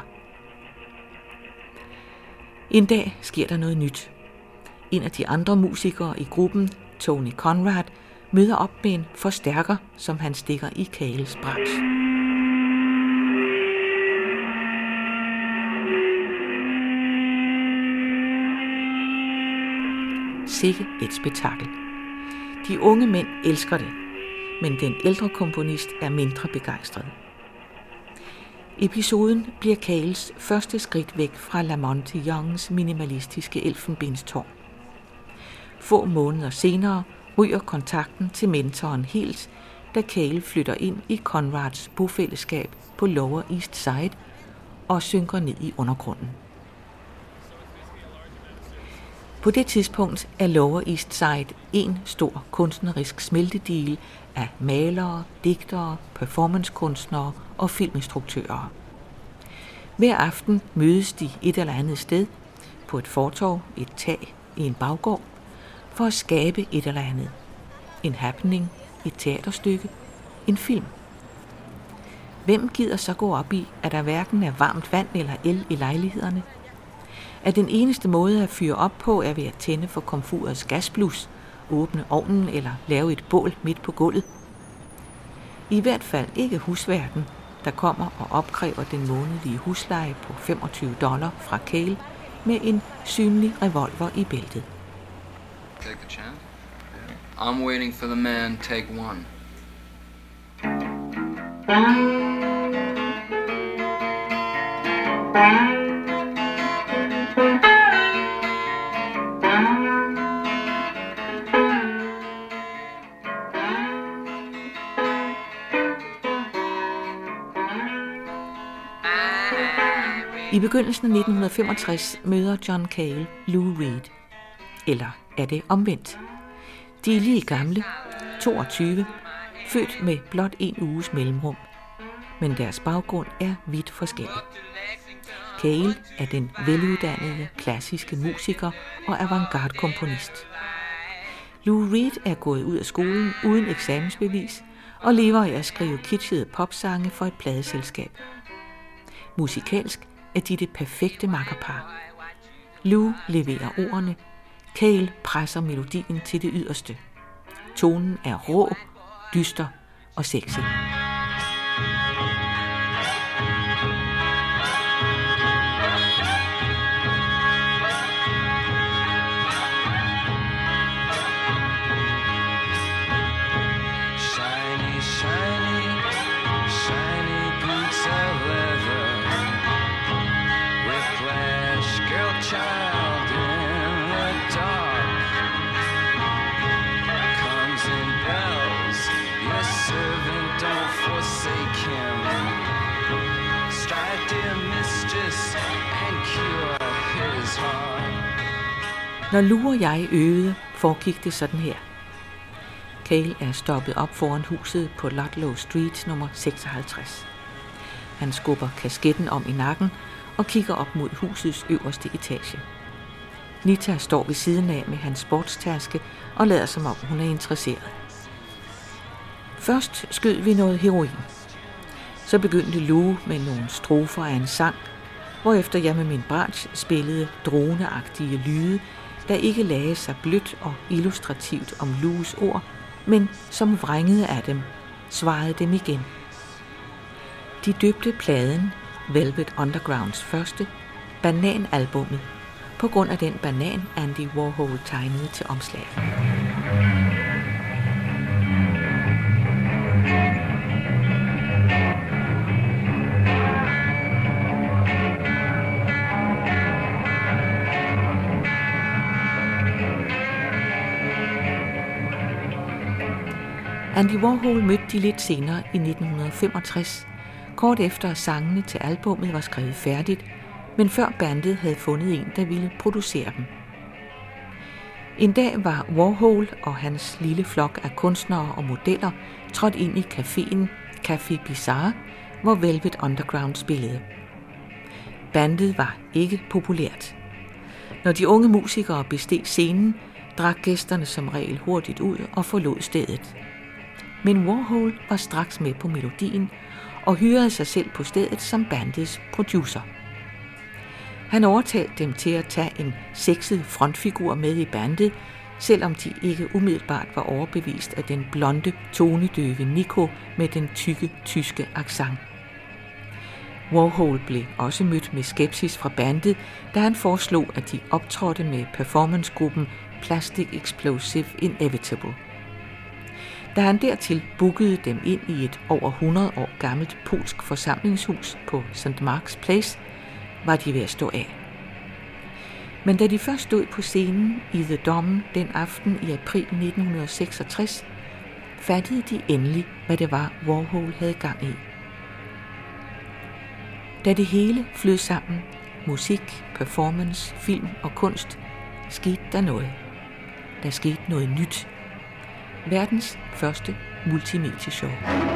En dag sker der noget nyt. En af de andre musikere i gruppen, Tony Conrad, møder op med en forstærker, som han stikker i Cales bræt. Sikke et spektakel. De unge mænd elsker det, men den ældre komponist er mindre begejstret. Episoden bliver Cales første skridt væk fra Lamonte Youngs minimalistiske elfenbenstårn. Få måneder senere ryger kontakten til mentoren helt, da Cale flytter ind i Conrads bofællesskab på Lower East Side og synker ned i undergrunden. På det tidspunkt er Lower East Side en stor kunstnerisk smeltedigel af malere, digtere, performancekunstnere og filminstruktører. Hver aften mødes de et eller andet sted, på et fortov, et tag, i en baggård, for at skabe et eller andet. En happening, et teaterstykke, en film. Hvem gider så gå op i, at der hverken er varmt vand eller el i lejlighederne? At den eneste måde at fyre op på er ved at tænde for komfurets gasblus, åbne ovnen eller lave et bål midt på gulvet. I hvert fald ikke husværten, der kommer og opkræver den månedlige husleje på $25 fra Cale med en synlig revolver i bæltet. Take the chant. I'm waiting for the man, take one. I begyndelsen af 1965 møder John Cale Lou Reed. Eller er det omvendt? De er lige gamle, 22, født med blot en uges mellemrum. Men deres baggrund er vidt forskellig. Cale er den veluddannede, klassiske musiker og avantgarde-komponist. Lou Reed er gået ud af skolen uden eksamensbevis og lever af at skrive kitschede popsange for et pladeselskab. Musikalsk er de det perfekte makkerpar. Lou leverer ordene, Cale presser melodien til det yderste. Tonen er rå, dyster og sexy. Når Lou og jeg øvede, foregik det sådan her. Cale er stoppet op foran huset på Ludlow Street nummer 56. Han skubber kasketten om i nakken og kigger op mod husets øverste etage. Nita står ved siden af med hans sportstaske og lader som om hun er interesseret. Først skød vi noget heroin. Så begyndte Lou med nogle strofer af en sang, hvorefter jeg med min branch spillede droneagtige lyde, der ikke lagde sig blødt og illustrativt om Lou's ord, men som vrængede af dem, svarede dem igen. De døbte pladen, Velvet Undergrounds første, Banan-albummet, på grund af den banan, Andy Warhol tegnede til omslag. Andy Warhol mødte de lidt senere i 1965, kort efter at sangene til albummet var skrevet færdigt, men før bandet havde fundet en, der ville producere dem. En dag var Warhol og hans lille flok af kunstnere og modeller trådt ind i caféen Café Bizarre, hvor Velvet Underground spillede. Bandet var ikke populært. Når de unge musikere besteg scenen, drak gæsterne som regel hurtigt ud og forlod stedet. Men Warhol var straks med på melodien og hyrede sig selv på stedet som bandets producer. Han overtalte dem til at tage en sexet frontfigur med i bandet, selvom de ikke umiddelbart var overbevist af den blonde, tonedøve Nico med den tykke, tyske accent. Warhol blev også mødt med skepsis fra bandet, da han foreslog, at de optrådte med performancegruppen Plastic Explosive Inevitable. Da han dertil bookede dem ind i et over 100 år gammelt polsk forsamlingshus på St. Mark's Place, var de ved at stå af. Men da de først stod på scenen i The Dome den aften i april 1966, fattede de endelig, hvad det var, Warhol havde gang i. Da det hele flød sammen, musik, performance, film og kunst, skete der noget. Der skete noget nyt. Verdens første multimedieshow.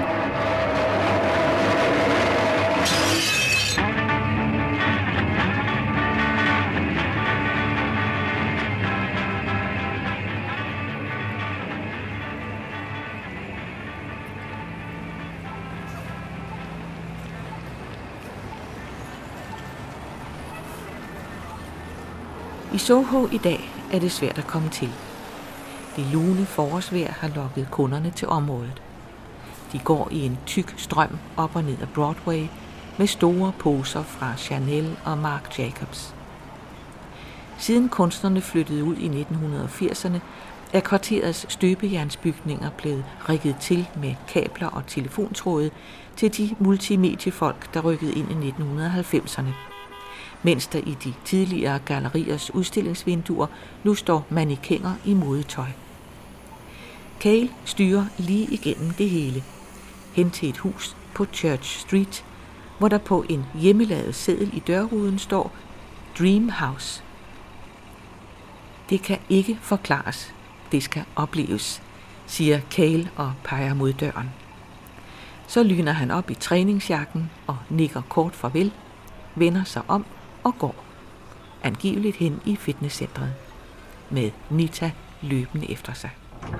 I Soho i dag er det svært at komme til. Det lune forårsvejr har lokket kunderne til området. De går i en tyk strøm op og ned ad Broadway med store poser fra Chanel og Marc Jacobs. Siden kunstnerne flyttede ud i 1980'erne, er kvarterets støbejernsbygninger blevet rigget til med kabler og telefontråde til de multimediefolk, der rykkede ind i 1990'erne. Mens der i de tidligere galleriers udstillingsvinduer nu står mannequiner i modetøj. Cale styrer lige igennem det hele, hen til et hus på Church Street, hvor der på en hjemmelavet seddel i dørruden står Dream House. Det kan ikke forklares, det skal opleves, siger Cale og peger mod døren. Så lyner han op i træningsjakken og nikker kort farvel, vender sig om og går, angiveligt hen i fitnesscentret, med Nita løbende efter sig.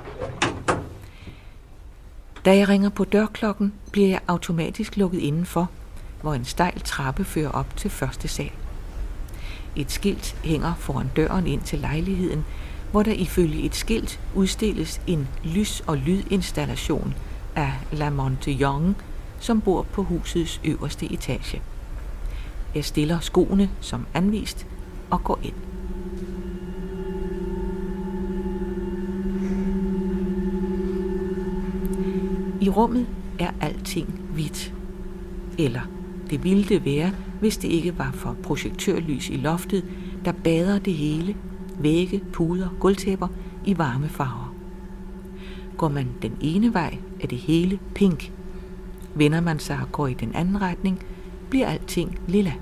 Da jeg ringer på dørklokken, bliver jeg automatisk lukket indenfor, hvor en stejl trappe fører op til første sal. Et skilt hænger foran døren ind til lejligheden, hvor der ifølge et skilt udstilles en lys- og lydinstallation af Lamonte Young, som bor på husets øverste etage. Jeg stiller skoene som anvist og går ind. I rummet er alting hvidt. Eller det ville det være, hvis det ikke var for projektørlys i loftet, der bader det hele, vægge, puder, gulvtæpper i varme farver. Går man den ene vej, er det hele pink. Vender man sig og går i den anden retning, bliver alting lilla.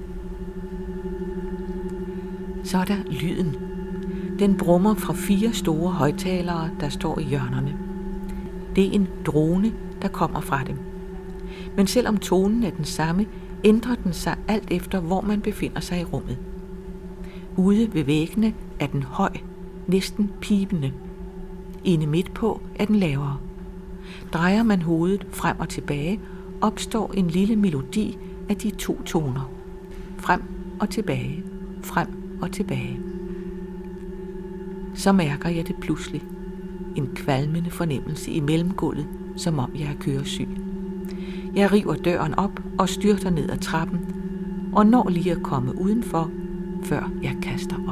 Så er der lyden. Den brummer fra 4 store højttalere, der står i hjørnerne. Det er en drone, der kommer fra dem. Men selvom tonen er den samme, ændrer den sig alt efter, hvor man befinder sig i rummet. Ude ved væggene er den høj, næsten pibende. Inde midt på er den lavere. Drejer man hovedet frem og tilbage, opstår en lille melodi af de 2 toner. Frem og tilbage, frem og tilbage. Så mærker jeg det pludselig. En kvalmende fornemmelse i mellemgulvet, som om jeg er køresyg. Jeg river døren op og styrter ned ad trappen, og når lige at komme udenfor, før jeg kaster op.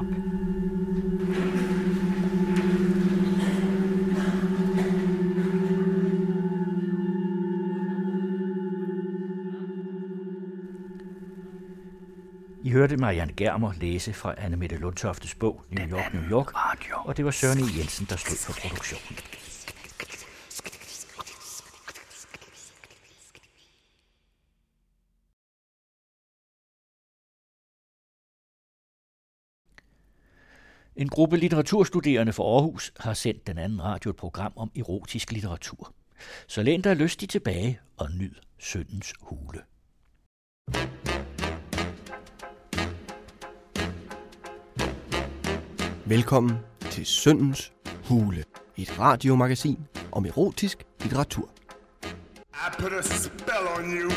I hørte Marianne Germer læse fra Anne-Mette Lundtoftes bog New York, New York, og det var Søren E. Jensen, der stod for produktionen. En gruppe litteraturstuderende fra Aarhus har sendt Den Anden Radio et program om erotisk litteratur. Så læn dig lystigt tilbage og nyd Syndens hule. Velkommen til Syndens hule, et radiomagasin om erotisk litteratur. I put a spell on you.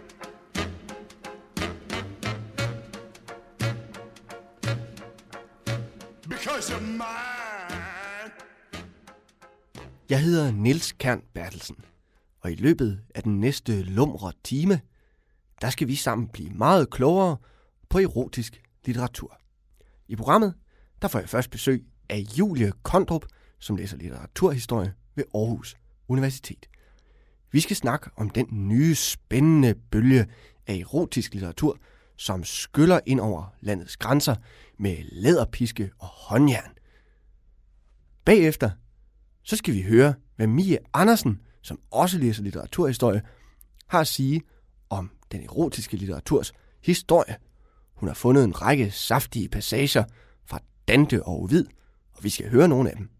Because you're mine. Jeg hedder Niels Kern Bertelsen, og i løbet af den næste lumre time, der skal vi sammen blive meget klogere på erotisk litteratur. I programmet, der får jeg først besøg af Julie Kondrup, som læser litteraturhistorie ved Aarhus Universitet. Vi skal snakke om den nye spændende bølge af erotisk litteratur, som skyller ind over landets grænser med læderpiske og håndjern. Bagefter så skal vi høre, hvad Mie Andersen, som også læser litteraturhistorie, har at sige om den erotiske litteraturs historie. Hun har fundet en række saftige passager fra Dante og Ovid, og vi skal høre nogle af dem.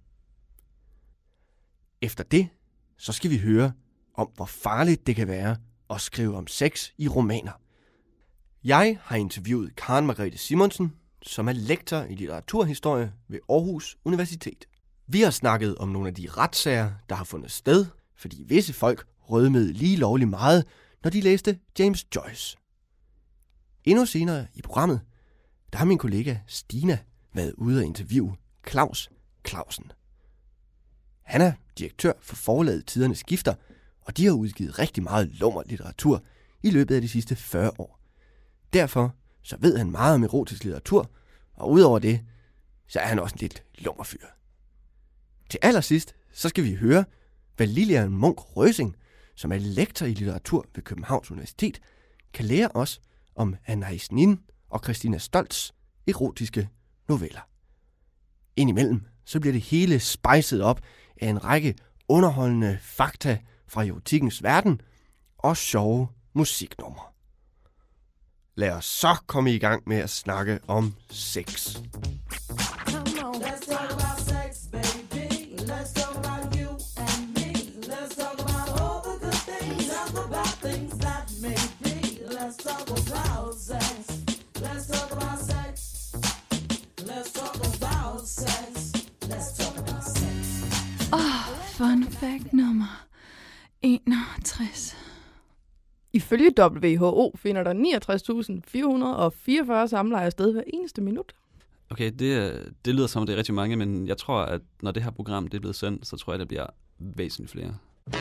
Efter det, så skal vi høre om, hvor farligt det kan være at skrive om sex i romaner. Jeg har interviewet Karen Margrethe Simonsen, som er lektor i litteraturhistorie ved Aarhus Universitet. Vi har snakket om nogle af de retssager, der har fundet sted, fordi visse folk rødmede lige lovligt meget, når de læste James Joyce. Endnu senere i programmet, der har min kollega Stina været ude at interviewe Claus Clausen. Han er direktør for forlaget Tidernes Skifter, og de har udgivet rigtig meget lummer litteratur i løbet af de sidste 40 år. Derfor så ved han meget om erotisk litteratur, og udover det, så er han også en lidt lummerfyr. Til allersidst, så skal vi høre, hvad Lilian Munk Røsing, som er lektor i litteratur ved Københavns Universitet, kan lære os om Anais Nin og Christina Stoltz erotiske noveller. Indimellem, så bliver det hele spejset op af en række underholdende fakta fra erotikkens verden og sjove musiknumre. Lad os så komme i gang med at snakke om sex. Fun fact nummer 61. Ifølge WHO finder der 69.444 samleje sted hver eneste minut. Okay, det lyder som, det er rigtig mange, men jeg tror, at når det her program det er blevet sendt, så tror jeg, det bliver væsentligt flere.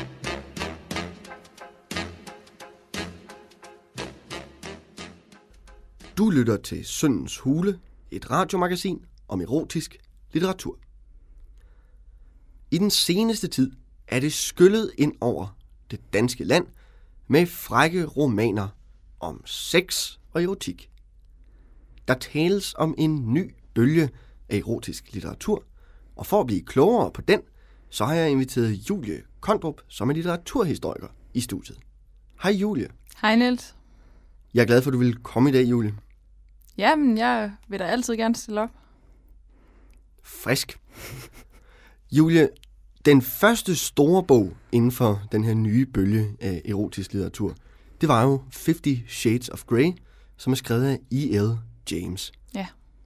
Du lytter til Syndens Hule, et radiomagasin om erotisk litteratur. I den seneste tid er det skyllet ind over det danske land med frække romaner om sex og erotik. Der tales om en ny bølge af erotisk litteratur, og for at blive klogere på den, så har jeg inviteret Julie Kondrup, som er litteraturhistoriker, i studiet. Hej Julie. Hej Niels. Jeg er glad for, at du vil komme i dag, Julie. Jamen, jeg vil da altid gerne stille op. Frisk. Julie, den første store bog inden for den her nye bølge af erotisk litteratur, det var jo 50 Shades of Grey, som er skrevet af E.L. James. Ja.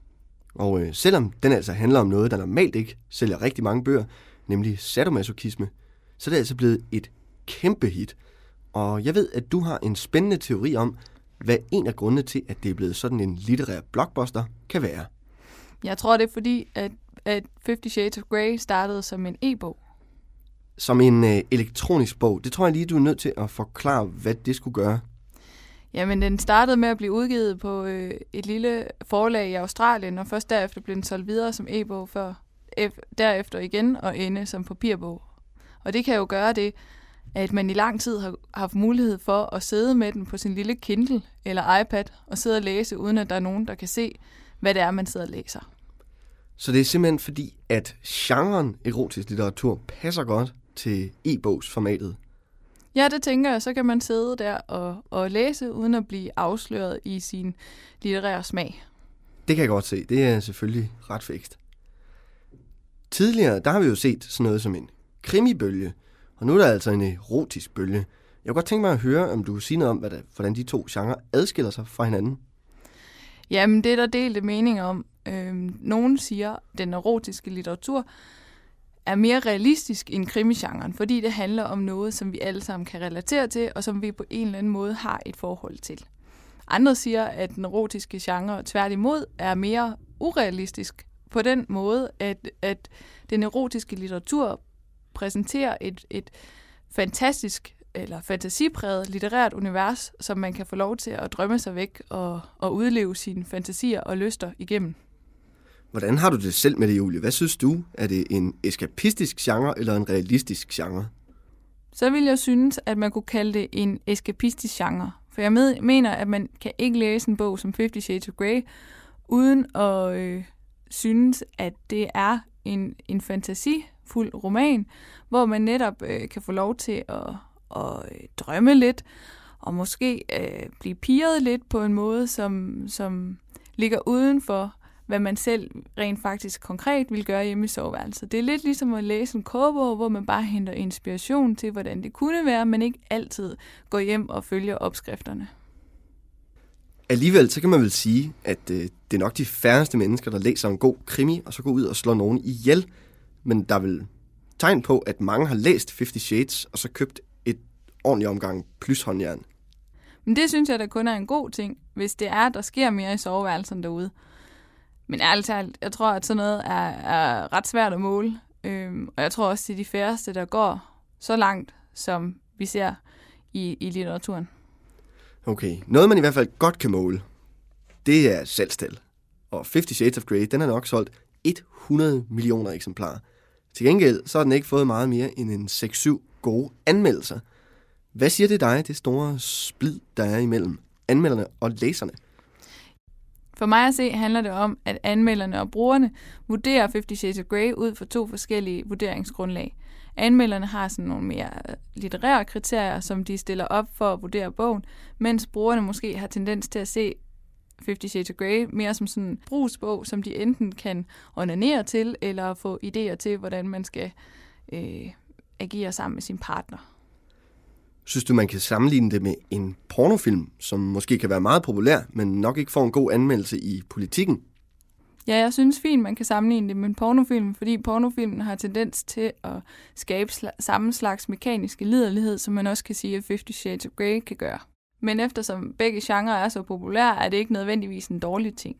Og selvom den altså handler om noget, der normalt ikke sælger rigtig mange bøger, nemlig sadomasochisme, så er det altså blevet et kæmpe hit. Og jeg ved, at du har en spændende teori om, hvad en af grundene til, at det er blevet sådan en litterær blockbuster, kan være. Jeg tror, det er fordi, at 50 Shades of Grey startede som en e-bog. Som en elektronisk bog. Det tror jeg lige, du er nødt til at forklare, hvad det skulle gøre. Jamen, den startede med at blive udgivet på et lille forlag i Australien, og først derefter blev den solgt videre som e-bog, før derefter igen og ende som papirbog. Og det kan jo gøre det, at man i lang tid har haft mulighed for at sidde med den på sin lille Kindle eller iPad og sidde og læse, uden at der er nogen, der kan se, hvad det er, man sidder og læser. Så det er simpelthen fordi, at genren erotisk litteratur passer godt til e-bogsformatet? Ja, det tænker jeg. Så kan man sidde der og læse, uden at blive afsløret i sin litterære smag. Det kan jeg godt se. Det er selvfølgelig ret fikst. Tidligere, der har vi jo set sådan noget som en krimibølge, og nu er der altså en erotisk bølge. Jeg kunne godt tænke mig at høre, om du kan sige noget om, hvordan de to genrer adskiller sig fra hinanden. Jamen, det er der delte meninger om. Nogen siger, at den erotiske litteratur er mere realistisk end krimigenren, fordi det handler om noget, som vi alle sammen kan relatere til, og som vi på en eller anden måde har et forhold til. Andre siger, at den erotiske genre tværtimod er mere urealistisk på den måde, at den erotiske litteratur præsenterer et fantastisk eller fantasipræget litterært univers, som man kan få lov til at drømme sig væk og udleve sine fantasier og lyster igennem. Hvordan har du det selv med det, Julie? Hvad synes du? Er det en eskapistisk genre eller en realistisk genre? så vil jeg synes, at man kunne kalde det en eskapistisk genre. For jeg mener, at man kan ikke læse en bog som 50 Shades of Grey, uden at synes, at det er en fantasifuld roman, hvor man netop kan få lov til at drømme lidt, og måske blive pirret lidt på en måde, som ligger uden for, hvad man selv rent faktisk konkret vil gøre hjemme i soveværelset. Det er lidt ligesom at læse en kogebog, hvor man bare henter inspiration til, hvordan det kunne være, men ikke altid går hjem og følger opskrifterne. Alligevel så kan man vel sige, at det er nok de færreste mennesker, der læser en god krimi, og så går ud og slår nogen ihjel. Men der er vel tegn på, at mange har læst 50 Shades, og så købt et ordentligt omgang plus håndjern. Men det synes jeg, der kun er en god ting, hvis det er, der sker mere i soveværelsen derude. Men ærligt talt, jeg tror, at sådan noget er ret svært at måle. Og jeg tror også, det er de færreste, der går så langt, som vi ser i litteraturen. Okay, noget man i hvert fald godt kan måle, det er salgstal. Og 50 Shades of Grey, den har nok solgt 100 millioner eksemplarer. Til gengæld så har den ikke fået meget mere end en 6-7 gode anmeldelser. Hvad siger det dig, det store splid, der er imellem anmelderne og læserne? For mig at se handler det om, at anmelderne og brugerne vurderer 50 Shades of Grey ud fra 2 forskellige vurderingsgrundlag. Anmelderne har sådan nogle mere litterære kriterier, som de stiller op for at vurdere bogen, mens brugerne måske har tendens til at se 50 Shades of Grey mere som sådan en brugsbog, som de enten kan onanere til, eller få idéer til, hvordan man skal agere sammen med sin partner. Synes du, man kan sammenligne det med en pornofilm, som måske kan være meget populær, men nok ikke får en god anmeldelse i Politikken? Ja, jeg synes fint, man kan sammenligne det med en pornofilm, fordi pornofilmen har tendens til at skabe samme slags mekaniske liderlighed, som man også kan sige, at 50 Shades of Grey kan gøre. Men eftersom begge genrer er så populære, er det ikke nødvendigvis en dårlig ting.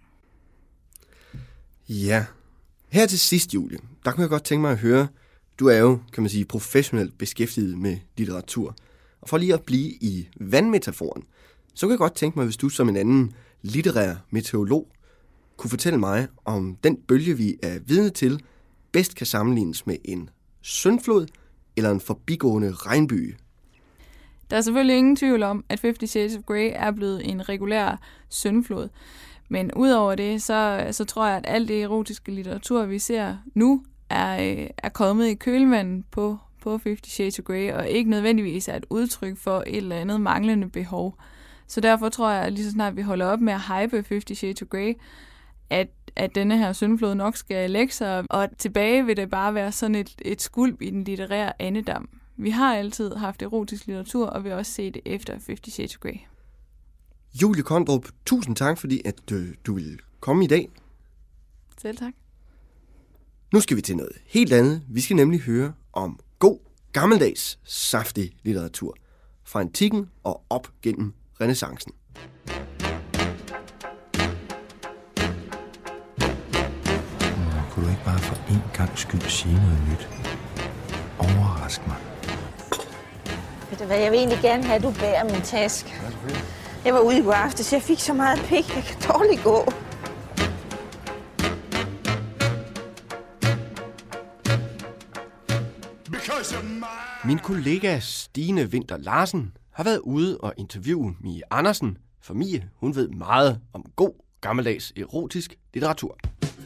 Ja. Her til sidst, Julie, der kunne jeg godt tænke mig at høre, du er jo, kan man sige, professionelt beskæftiget med litteratur. Og for lige at blive i vandmetaforen, så kan jeg godt tænke mig, hvis du som en anden litterær meteorolog kunne fortælle mig, om den bølge, vi er vidne til, bedst kan sammenlignes med en syndflod eller en forbigående regnbyge. Der er selvfølgelig ingen tvivl om, at 50 Shades of Grey er blevet en regulær syndflod. Men udover det, så tror jeg, at al det erotiske litteratur, vi ser nu, er kommet i kølvandet på 50 Shades of Grey, og ikke nødvendigvis er et udtryk for et eller andet manglende behov. Så derfor tror jeg, at lige så snart vi holder op med at hype 50 Shades of Grey, at denne her syndflod nok skal lægge sig, og tilbage vil det bare være sådan et skvulp i den litterære andedam. Vi har altid haft erotisk litteratur, og vil også se det efter 50 Shades of Grey. Julie Kondrup, tusind tak, fordi at du ville komme i dag. Selv tak. Nu skal vi til noget helt andet. Vi skal nemlig høre om god, gammeldags, saftig litteratur. Fra antikken og op gennem renæssancen. Kunne du ikke bare for en gang skyld sige noget nyt? Overrask mig. Ved du hvad, jeg vil egentlig gerne have, at du bærer min taske. Jeg var ude i går aftes, jeg fik så meget pik, jeg kan dårligt gå. Min kollega Stine Winther Larsen har været ude og interviewe Mie Andersen, for Mie, hun ved meget om god, gammeldags, erotisk litteratur.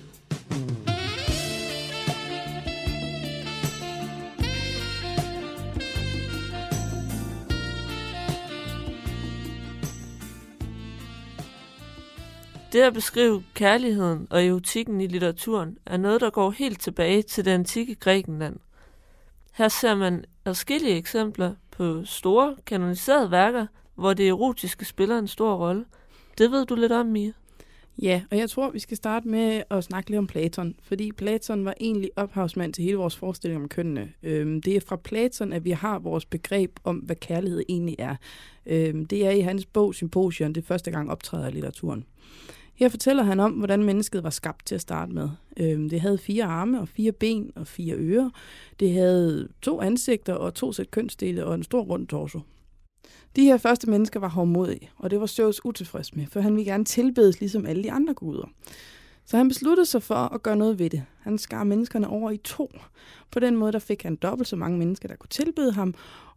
Det at beskrive kærligheden og erotikken i litteraturen er noget, der går helt tilbage til det antikke Grækenland. Her ser man adskillige eksempler på store, kanoniserede værker, hvor det erotiske spiller en stor rolle. Det ved du lidt om, Mia. Ja, og jeg tror, vi skal starte med at snakke lidt om Platon, fordi Platon var egentlig ophavsmand til hele vores forestilling om kønnene. Det er fra Platon, at vi har vores begreb om, hvad kærlighed egentlig er. Det er i hans bog Symposion, det første gang optræder i litteraturen. Her fortæller han om, hvordan mennesket var skabt til at starte med. Det havde 4 arme og 4 ben og 4 ører. Det havde 2 ansigter og 2 sæt kønsdele og en stor rund torso. De her første mennesker var hovmodige, og det var Zeus utilfreds med, for han ville gerne tilbedes ligesom alle de andre guder. Så han besluttede sig for at gøre noget ved det. Han skar menneskerne over i 2. På den måde der fik han dobbelt så mange mennesker, der kunne tilbede ham,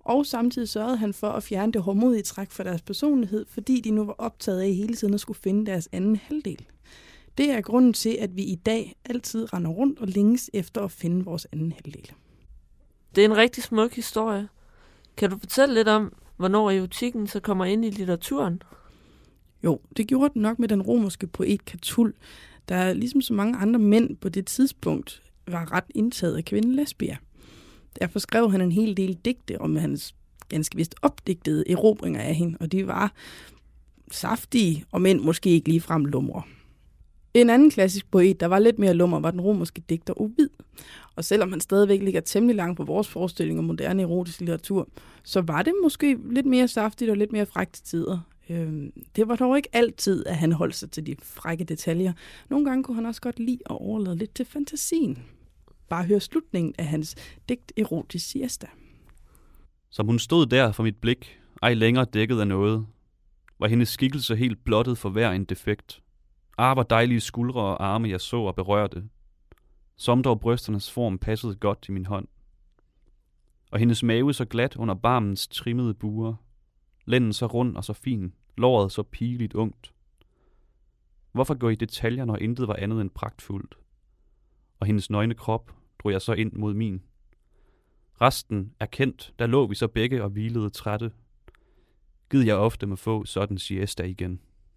Og samtidig sørgede han for at fjerne det hårdmodige træk fra deres personlighed, fordi de nu var optaget af hele tiden at skulle finde deres anden halvdel. Det er grunden til, at vi i dag altid render rundt og længes efter at finde vores anden halvdel. Det er en rigtig smuk historie. Kan du fortælle lidt om, hvornår erotikken så kommer ind i litteraturen? Jo, det gjorde den nok med den romerske poet Catull, der ligesom så mange andre mænd på det tidspunkt var ret indtaget af kvinden lesbier. Derfor skrev han en hel del digte om hans ganske vist opdigtede erobringer af hende, og de var saftige, og mænd måske ikke ligefrem lumre. En anden klassisk poet, der var lidt mere lummer, var den romerske digter Ovid. Og selvom han stadigvæk ligger temmelig langt på vores forestilling om moderne erotisk litteratur, så var det måske lidt mere saftigt og lidt mere frækt til tider. Det var dog ikke altid, at han holdt sig til de frække detaljer. Nogle gange kunne han også godt lide at overlade lidt til fantasien. Bare hør slutningen af hans digt Erotisk Siesta. Som hun stod der for mit blik, ej længere dækket af noget, var hendes skikkelse helt blottet for hver en defekt. Hvor dejlige skuldre og arme jeg så og berørte, som dog brysternes form passede godt til min hånd. Og hendes mave så glat under barmens trimmede buer, lænden så rund og så fin, låret så pigeligt ungt. Hvorfor gå i detaljer, når intet var andet end pragtfuldt? Og hendes nøgne krop drog jeg så ind mod min. Resten er kendt, der lå vi så begge og hvilede trætte. Gid jeg ofte må få sådan siesta igen.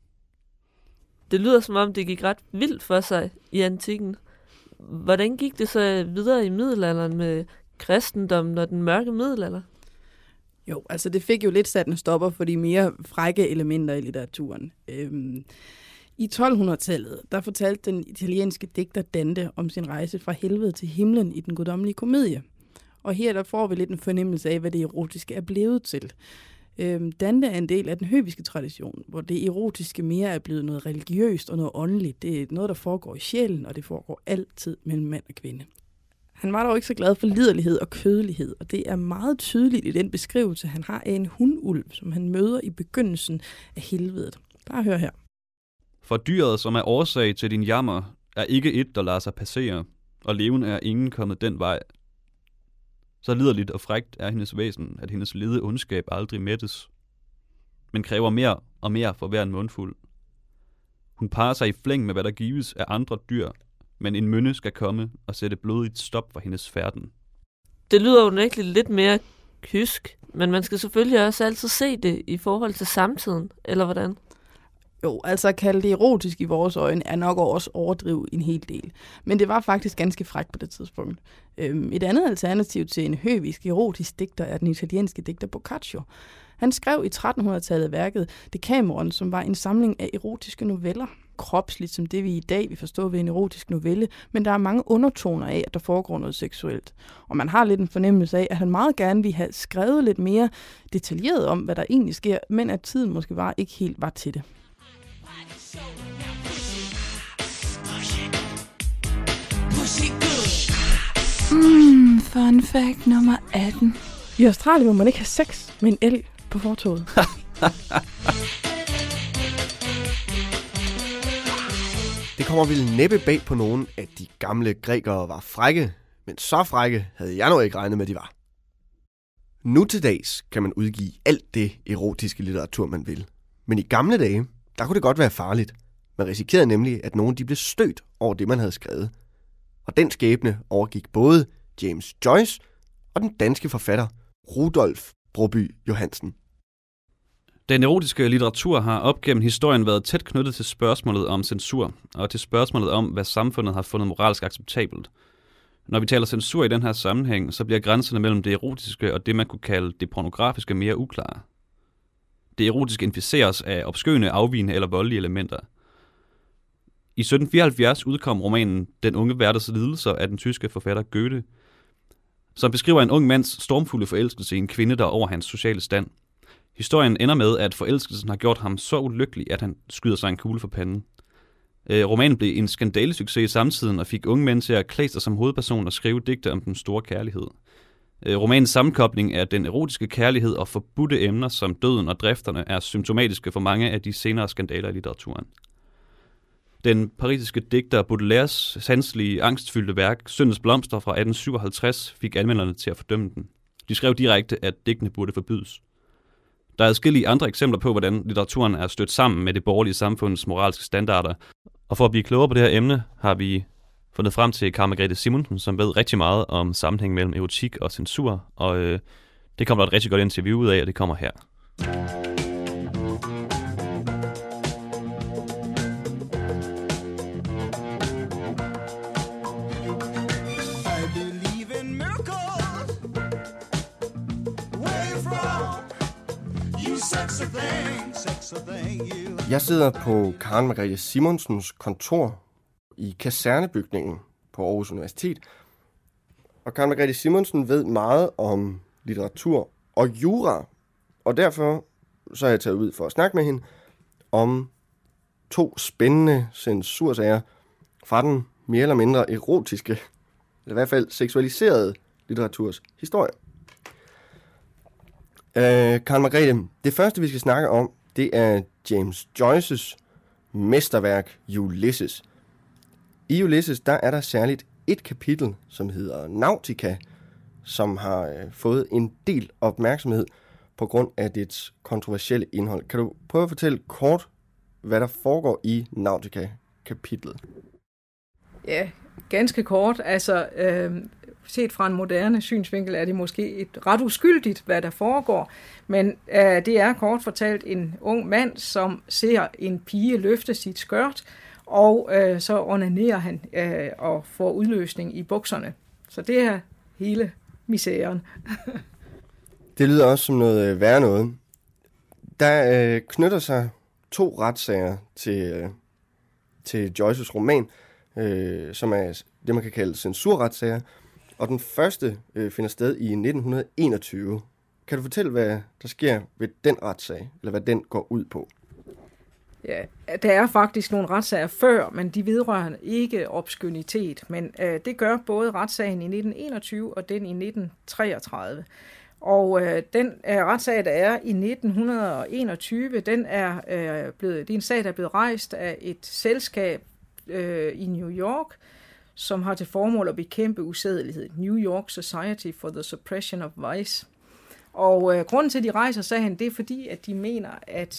Det lyder som om, det gik ret vildt for sig i antikken. Hvordan gik det så videre i middelalderen med kristendommen og den mørke middelalder? Jo, altså det fik jo lidt sat en stopper for de mere frække elementer i litteraturen. I 1200-tallet, der fortalte den italienske digter Dante om sin rejse fra helvede til himlen i den guddommelige komedie. Og her der får vi lidt en fornemmelse af, hvad det erotiske er blevet til. Dante er en del af den høviske tradition, hvor det erotiske mere er blevet noget religiøst og noget åndeligt. Det er noget, der foregår i sjælen, og det foregår altid mellem mand og kvinde. Han var dog ikke så glad for liderlighed og kødelighed, og det er meget tydeligt i den beskrivelse, han har af en hundulv, som han møder i begyndelsen af helvedet. Bare hør her. For dyret, som er årsag til din jammer, er ikke et, der lader sig passere, og levende er ingen kommet den vej. Så liderligt og frækt er hendes væsen, at hendes lede ondskab aldrig mættes, men kræver mere og mere for hver en mundfuld. Hun parer sig i flæng med, hvad der gives af andre dyr, men en mynde skal komme og sætte blodigt stop for hendes færden. Det lyder unægteligt lidt mere kysk, men man skal selvfølgelig også altid se det i forhold til samtiden, eller hvordan? Jo, altså at kalde det erotisk i vores øjne er nok også overdrive en hel del. Men det var faktisk ganske frækt på det tidspunkt. Et andet alternativ til en høvisk erotisk digter er den italienske digter Boccaccio. Han skrev i 1300-tallet værket Decameron, som var en samling af erotiske noveller. Kropsligt som det vi i dag vil forstå ved en erotisk novelle, men der er mange undertoner af, at der foregår noget seksuelt. Og man har lidt en fornemmelse af, at han meget gerne ville have skrevet lidt mere detaljeret om, hvad der egentlig sker, men at tiden måske bare ikke helt var til det. Fun fact nummer 18. I Australien må man ikke have sex med en elg på fortovet. Det kommer vel næppe bag på nogen, at de gamle grækere var frække, men så frække havde jeg nu ikke regnet med, de var. Nu til dags kan man udgive alt det erotiske litteratur, man vil. Men i gamle dage, der kunne det godt være farligt. Man risikerede nemlig, at nogen de blev stødt over det, man havde skrevet. Og den skæbne overgik både James Joyce og den danske forfatter Rudolf Broby Johansen. Den erotiske litteratur har op gennem historien været tæt knyttet til spørgsmålet om censur, og til spørgsmålet om, hvad samfundet har fundet moralsk acceptabelt. Når vi taler censur i den her sammenhæng, så bliver grænserne mellem det erotiske og det, man kunne kalde det pornografiske, mere uklare. Det erotiske inficeres af obskøne, afvigende eller voldelige elementer. I 1774 udkom romanen Den unge værters lidelser af den tyske forfatter Goethe, som beskriver en ung mands stormfulde forelskelse i en kvinde, der er over hans sociale stand. Historien ender med, at forelskelsen har gjort ham så ulykkelig, at han skyder sig en kugle for panden. Romanen blev en skandalesucces i samtiden og fik unge mænd til at klæde sig som hovedperson og skrive digte om den store kærlighed. Romanens sammenkobling af den erotiske kærlighed og forbudte emner som døden og drifterne er symptomatiske for mange af de senere skandaler i litteraturen. Den parisiske digter Baudelaires sanselige, angstfyldte værk Syndens blomster fra 1857 fik anmelderne til at fordømme den. De skrev direkte, at digtene burde forbydes. Der er adskillige andre eksempler på, hvordan litteraturen er stødt sammen med det borgerlige samfunds moralske standarder. Og for at blive klogere på det her emne, har vi fundet frem til Karen Margrethe Simonsen, som ved rigtig meget om sammenhæng mellem erotik og censur. Og det kommer der et rigtig godt interview ud af, og det kommer her. Jeg sidder på Karen Margrethe Simonsens kontor i kasernebygningen på Aarhus Universitet. Og Karen Margrethe Simonsen ved meget om litteratur og jura. Og derfor så er jeg taget ud for at snakke med hende om 2 spændende censursager fra den mere eller mindre erotiske, eller i hvert fald seksualiserede litteraturs historie. Karen Margrethe, det første vi skal snakke om, det er James Joyces mesterværk Ulysses. I Ulysses, der er der særligt et kapitel, som hedder Nautica, som har fået en del opmærksomhed på grund af dets kontroversielle indhold. Kan du prøve at fortælle kort, hvad der foregår i Nautica-kapitlet? Ja, ganske kort. Altså, set fra en moderne synsvinkel er det måske et ret uskyldigt, hvad der foregår. Men det er kort fortalt en ung mand, som ser en pige løfte sit skørt, og så onanerer han og får udløsning i bukserne. Så det er hele misæren. Det lyder også som noget værre noget. Der knytter sig 2 retssager til Joyces roman, som er det, man kan kalde censurretssager. Og den første finder sted i 1921. Kan du fortælle, hvad der sker ved den retssag, eller hvad den går ud på? Ja, der er faktisk nogle retssager før, men de vedrører ikke obskønitet. Men det gør både retssagen i 1921 og den i 1933. Og den retssag, der er i 1921, det er en sag, der er blevet rejst af et selskab i New York, som har til formål at bekæmpe usædelighed. New York Society for the Suppression of Vice. Og grunden til, at de rejser sagen, det er fordi, at de mener, at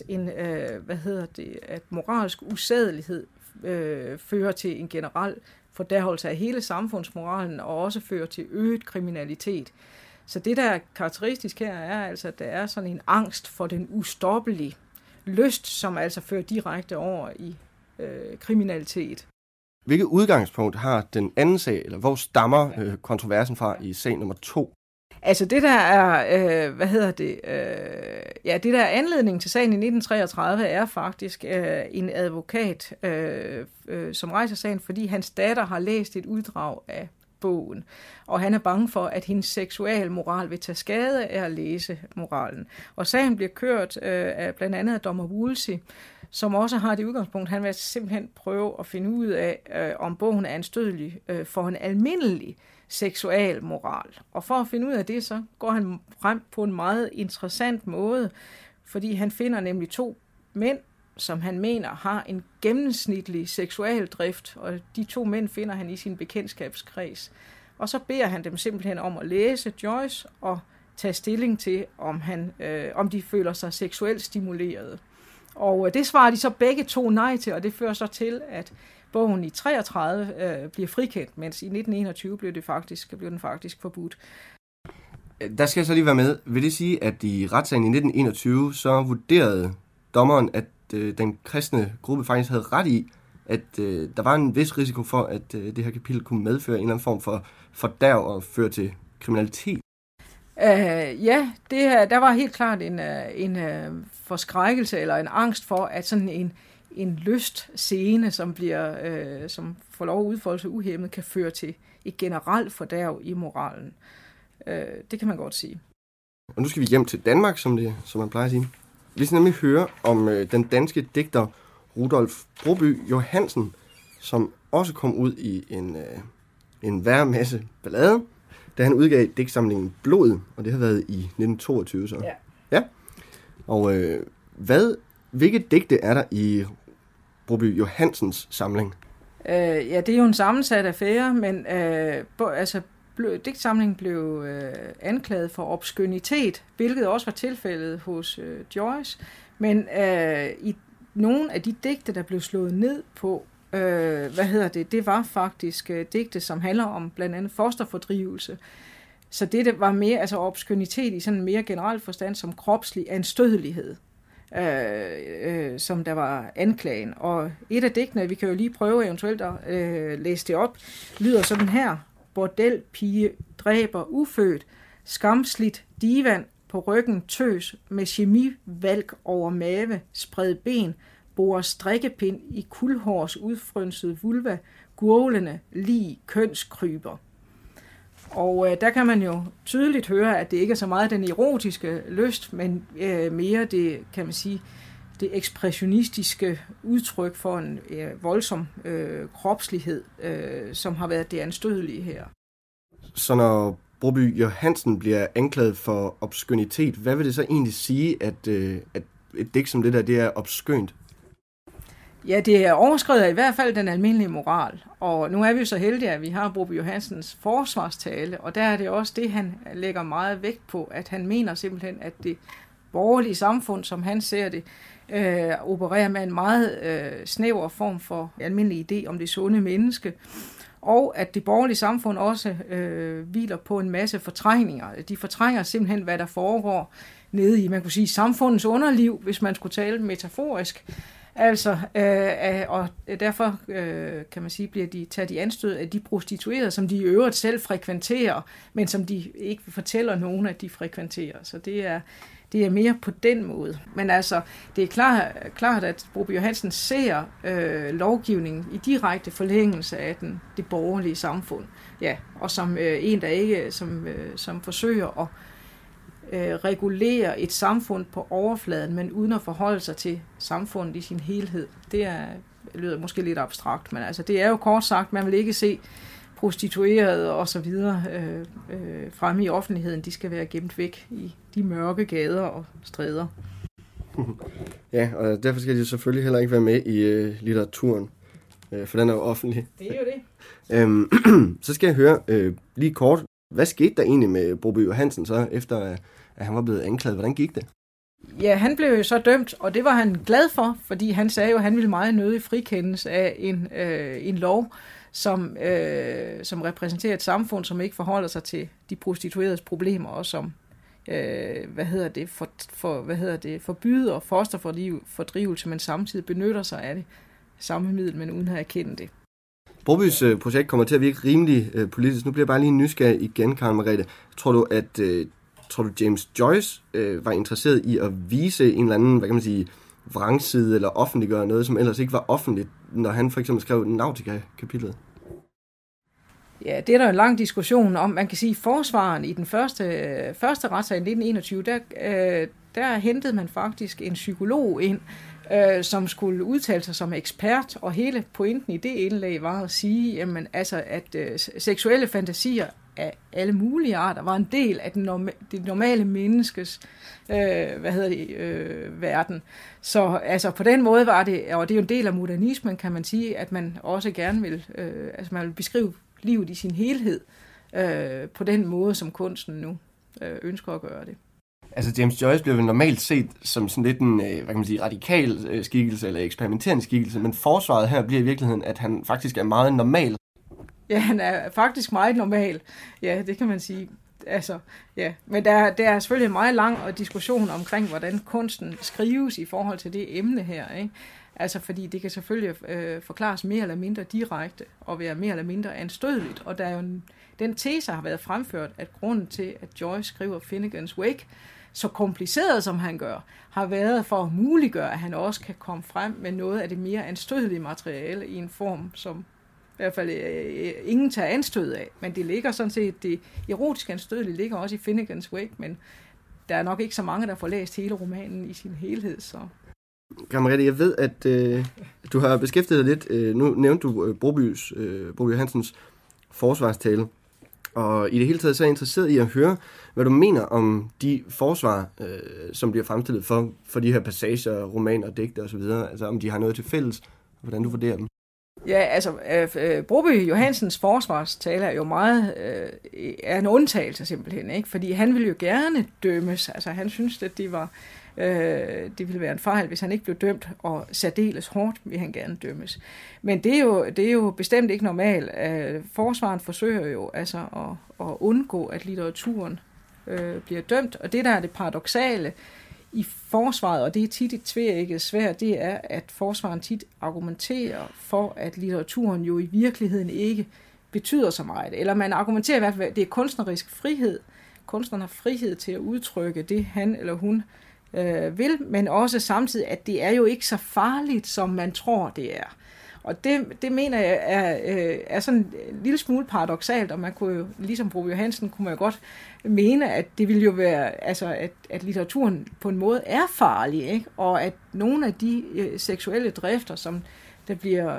at moralsk usædelighed fører til en generel fordærvelse af hele samfundsmoralen, og også fører til øget kriminalitet. Så det, der er karakteristisk her, er altså, at der er sådan en angst for den ustoppelige lyst, som altså fører direkte over i kriminalitet. Hvilket udgangspunkt har den anden sag, eller hvor stammer kontroversen fra i sag nummer 2? Altså det der er, det der er anledningen til sagen i 1933 er faktisk en advokat, som rejser sagen, fordi hans datter har læst et uddrag af bogen, og han er bange for, at hendes seksualmoral vil tage skade af at læse moralen. Og sagen bliver kørt af blandt andet af dommer Woolsey, som også har det udgangspunkt, han vil simpelthen prøve at finde ud af, om bogen er anstødelig for en almindelig seksualmoral. Og for at finde ud af det, så går han frem på en meget interessant måde, fordi han finder nemlig 2 mænd, som han mener har en gennemsnitlig seksualdrift, og de 2 mænd finder han i sin bekendtskabskreds. Og så beder han dem simpelthen om at læse Joyce og tage stilling til, om de føler sig seksuelt stimuleret. Og det svarer de så begge 2 nej til, og det fører så til, at bogen i 33 bliver frikendt, mens i 1921 blev den faktisk forbudt. Der skal jeg så lige være med. Vil det sige, at i retssagen i 1921, så vurderede dommeren, at den kristne gruppe faktisk havde ret i, at der var en vis risiko for, at det her kapitel kunne medføre en eller anden form for fordærv og føre til kriminalitet? Der var helt klart en forskrækkelse eller en angst for, at sådan en lystscene, som får lov at udfolde sig uhæmmet, kan føre til et generelt fordærv i moralen. Det kan man godt sige. Og nu skal vi hjem til Danmark, som man plejer at sige. Vi skal nemlig høre om den danske digter Rudolf Broby Johansen, som også kom ud i en værre masse ballade, da han udgav digtsamlingen Blod, og det har været i 1922 så. Ja. Og hvilke digte er der i Broby Johansens samling? Det er jo en sammensat affære, men digtsamlingen blev anklaget for obskønitet, hvilket også var tilfældet hos Joyce. Men i nogle af de digte, der blev slået ned på, det var faktisk digte, som handler om blandt andet fosterfordrivelse. Så det var mere, altså obskønitet i sådan en mere generel forstand som kropslig anstødelighed, som der var anklagen. Og et af digtene, vi kan jo lige prøve eventuelt at læse det op, lyder sådan her: Bordelpige dræber ufødt, skamsligt divan på ryggen tøs, med chemivalg over mave, spred ben, borer strikkepind i kuldhårs udfrønsede vulva, gurglende lig kønskryber. Og der kan man jo tydeligt høre, at det ikke er så meget den erotiske lyst, men mere det, kan man sige, det ekspressionistiske udtryk for en voldsom kropslighed, som har været det anstødelige her. Så når Broby Johansen bliver anklaget for obskønitet, hvad vil det så egentlig sige, at et digt som det der, det er obskønt? Ja, det overskrider i hvert fald den almindelige moral. Og nu er vi jo så heldige, at vi har Broby Johansens forsvarstale, og der er det også det, han lægger meget vægt på, at han mener simpelthen, at det borgerlige samfund, som han ser det, opererer med en meget snæver form for almindelig idé om det sunde menneske, og at det borgerlige samfund også hviler på en masse fortrængninger. De fortrænger simpelthen, hvad der foregår nede i, man kunne sige, samfundets underliv, hvis man skulle tale metaforisk. Altså, og derfor kan man sige, tager de anstød af de prostituerede, som de i øvrigt selv frekventerer, men som de ikke fortæller nogen, at de frekventerer. Så det er mere på den måde. Men altså, det er klart at Broby Johansen ser lovgivningen i direkte forlængelse af det borgerlige samfund. Ja, og som en, der ikke som forsøger at regulere et samfund på overfladen, men uden at forholde sig til samfundet i sin helhed. Det lyder måske lidt abstrakt, men altså, det er jo kort sagt, man vil ikke se prostituerede og så videre fremme i offentligheden. De skal være gemt væk i de mørke gader og stræder. Ja, og derfor skal de selvfølgelig heller ikke være med i litteraturen, for den er jo offentlig. Det er jo det. Så skal jeg høre lige kort, hvad skete der egentlig med Broby Johansen så, efter at han var blevet anklaget? Hvordan gik det? Ja, han blev jo så dømt, og det var han glad for, fordi han sagde jo, at han ville meget nødig frikendes af en lov, som repræsenterer et samfund, som ikke forholder sig til de prostitueredes problemer, og som forbyder fosterfordrivelse, men samtidig benytter sig af det samme middel, men uden at erkende det. Brobys projekt kommer til at virke rimelig politisk. Nu bliver jeg bare lige nysgerrig igen, Karen Margrethe. Tror du James Joyce var interesseret i at vise en eller anden, hvad kan man sige, vrangside eller offentliggøre noget, som ellers ikke var offentligt, når han for eksempel skrev Nautica-kapitlet? Ja, det er der en lang diskussion om. Man kan sige, at forsvaren i den første retssag i 1921, der hentede man faktisk en psykolog ind, som skulle udtale sig som ekspert, og hele pointen i det indlæg var at sige, jamen, altså, at seksuelle fantasier af alle mulige arter var en del af det normale menneskes verden. Så altså, på den måde var det, og det er jo en del af modernismen, kan man sige, at man også gerne vil, man vil beskrive livet i sin helhed på den måde, som kunsten nu ønsker at gøre det. Altså James Joyce bliver vel normalt set som sådan lidt en, hvad kan man sige, radikal skikkelse eller eksperimenterende skikkelse, men forsvaret her bliver i virkeligheden, at han faktisk er meget normal. Ja, han er faktisk meget normal. Ja, det kan man sige. Altså, ja. Men der er selvfølgelig en meget lang diskussion omkring, hvordan kunsten skrives i forhold til det emne her, ikke? Altså, fordi det kan selvfølgelig forklares mere eller mindre direkte og være mere eller mindre anstødeligt. Og der er jo den tese har været fremført, at grunden til, at Joyce skriver Finnegans Wake, så kompliceret som han gør, har været for at muliggøre, at han også kan komme frem med noget af det mere anstødelige materiale i en form, som i hvert fald ingen tager anstød af. Men det ligger sådan set, det erotiske anstødelige ligger også i Finnegans Wake, men der er nok ikke så mange, der får læst hele romanen i sin helhed. Så. Margrethe, jeg ved, at du har beskæftiget dig lidt. Nu nævnte du Broby Johansens forsvarstale. Og i det hele taget så er jeg interesseret i at høre, hvad du mener om de forsvar, som bliver fremstillet for de her passager, romaner, digte osv. Altså om de har noget til fælles, hvordan du vurderer dem. Ja, altså, Broby Johansens forsvarstale er jo meget er en undtagelse simpelthen, ikke? Fordi han ville jo gerne dømmes. Altså, han synes, at det ville være en fejl, hvis han ikke blev dømt, og særdeles hårdt vil han gerne dømmes. Men det er jo bestemt ikke normalt. Forsvaren forsøger jo altså at undgå, at litteraturen bliver dømt, og det, der er det paradoksale i forsvaret, og det er tit et tveægget sværd, det er, at forsvaren tit argumenterer for, at litteraturen jo i virkeligheden ikke betyder så meget. Eller man argumenterer i hvert fald, at det er kunstnerisk frihed. Kunstneren har frihed til at udtrykke det, han eller hun vil, men også samtidig, at det er jo ikke så farligt, som man tror, det er. Og det mener jeg er sådan en lille smule paradoksalt, og man kunne jo, ligesom Broby Johansen, kunne man jo godt mene, at det ville jo være, altså at litteraturen på en måde er farlig, ikke? Og at nogle af de seksuelle drifter, som der bliver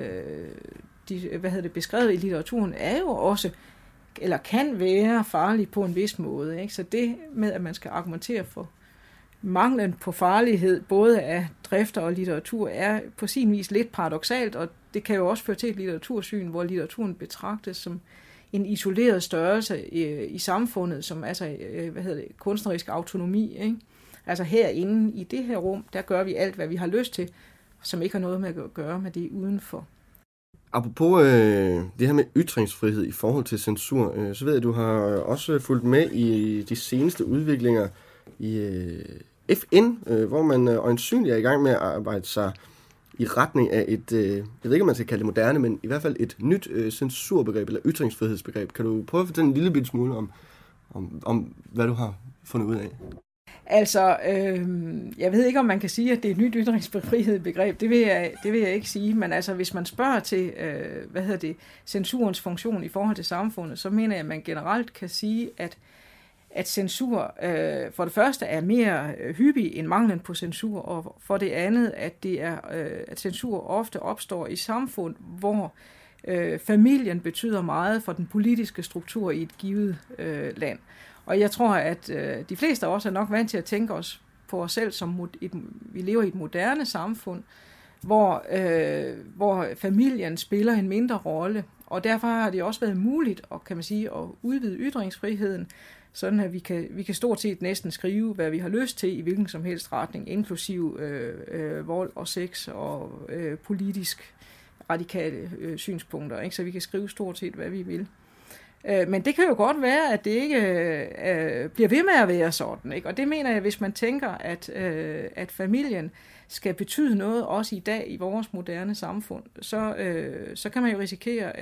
beskrevet i litteraturen, er jo også, eller kan være farlige på en vis måde, ikke? Så det med, at man skal argumentere for manglen på farlighed, både af drifter og litteratur, er på sin vis lidt paradoksalt, og det kan jo også føre til et litteratursyn, hvor litteraturen betragtes som en isoleret størrelse i samfundet, som altså, kunstnerisk autonomi, ikke? Altså herinde i det her rum, der gør vi alt, hvad vi har lyst til, som ikke har noget med at gøre med det udenfor. Apropos det her med ytringsfrihed i forhold til censur, så ved jeg, at du har også fulgt med i de seneste udviklinger i FN, hvor man øjensynligt er i gang med at arbejde sig i retning af et, jeg ved ikke, om man skal kalde det moderne, men i hvert fald et nyt censurbegreb eller ytringsfrihedsbegreb. Kan du prøve at fortælle en lille bitte smule om hvad du har fundet ud af? Altså, jeg ved ikke, om man kan sige, at det er et nyt ytringsfrihedsbegreb. Det vil jeg ikke sige, men altså, hvis man spørger til, censurens funktion i forhold til samfundet, så mener jeg, at man generelt kan sige, at censur for det første er mere hyppig end manglen på censur, og for det andet, at censur ofte opstår i samfund, hvor familien betyder meget for den politiske struktur i et givet land. Og jeg tror, at de fleste af os er nok vant til at tænke os på os selv som vi lever i et moderne samfund, hvor familien spiller en mindre rolle, og derfor har det også været muligt at udvide ytringsfriheden, sådan at vi kan stort set næsten skrive, hvad vi har lyst til i hvilken som helst retning, inklusiv vold og sex og politisk radikale synspunkter, ikke? Så vi kan skrive stort set, hvad vi vil. Men det kan jo godt være, at det ikke bliver ved med at være sådan, ikke? Og det mener jeg, hvis man tænker, at familien skal betyde noget også i dag i vores moderne samfund, så kan man jo risikere,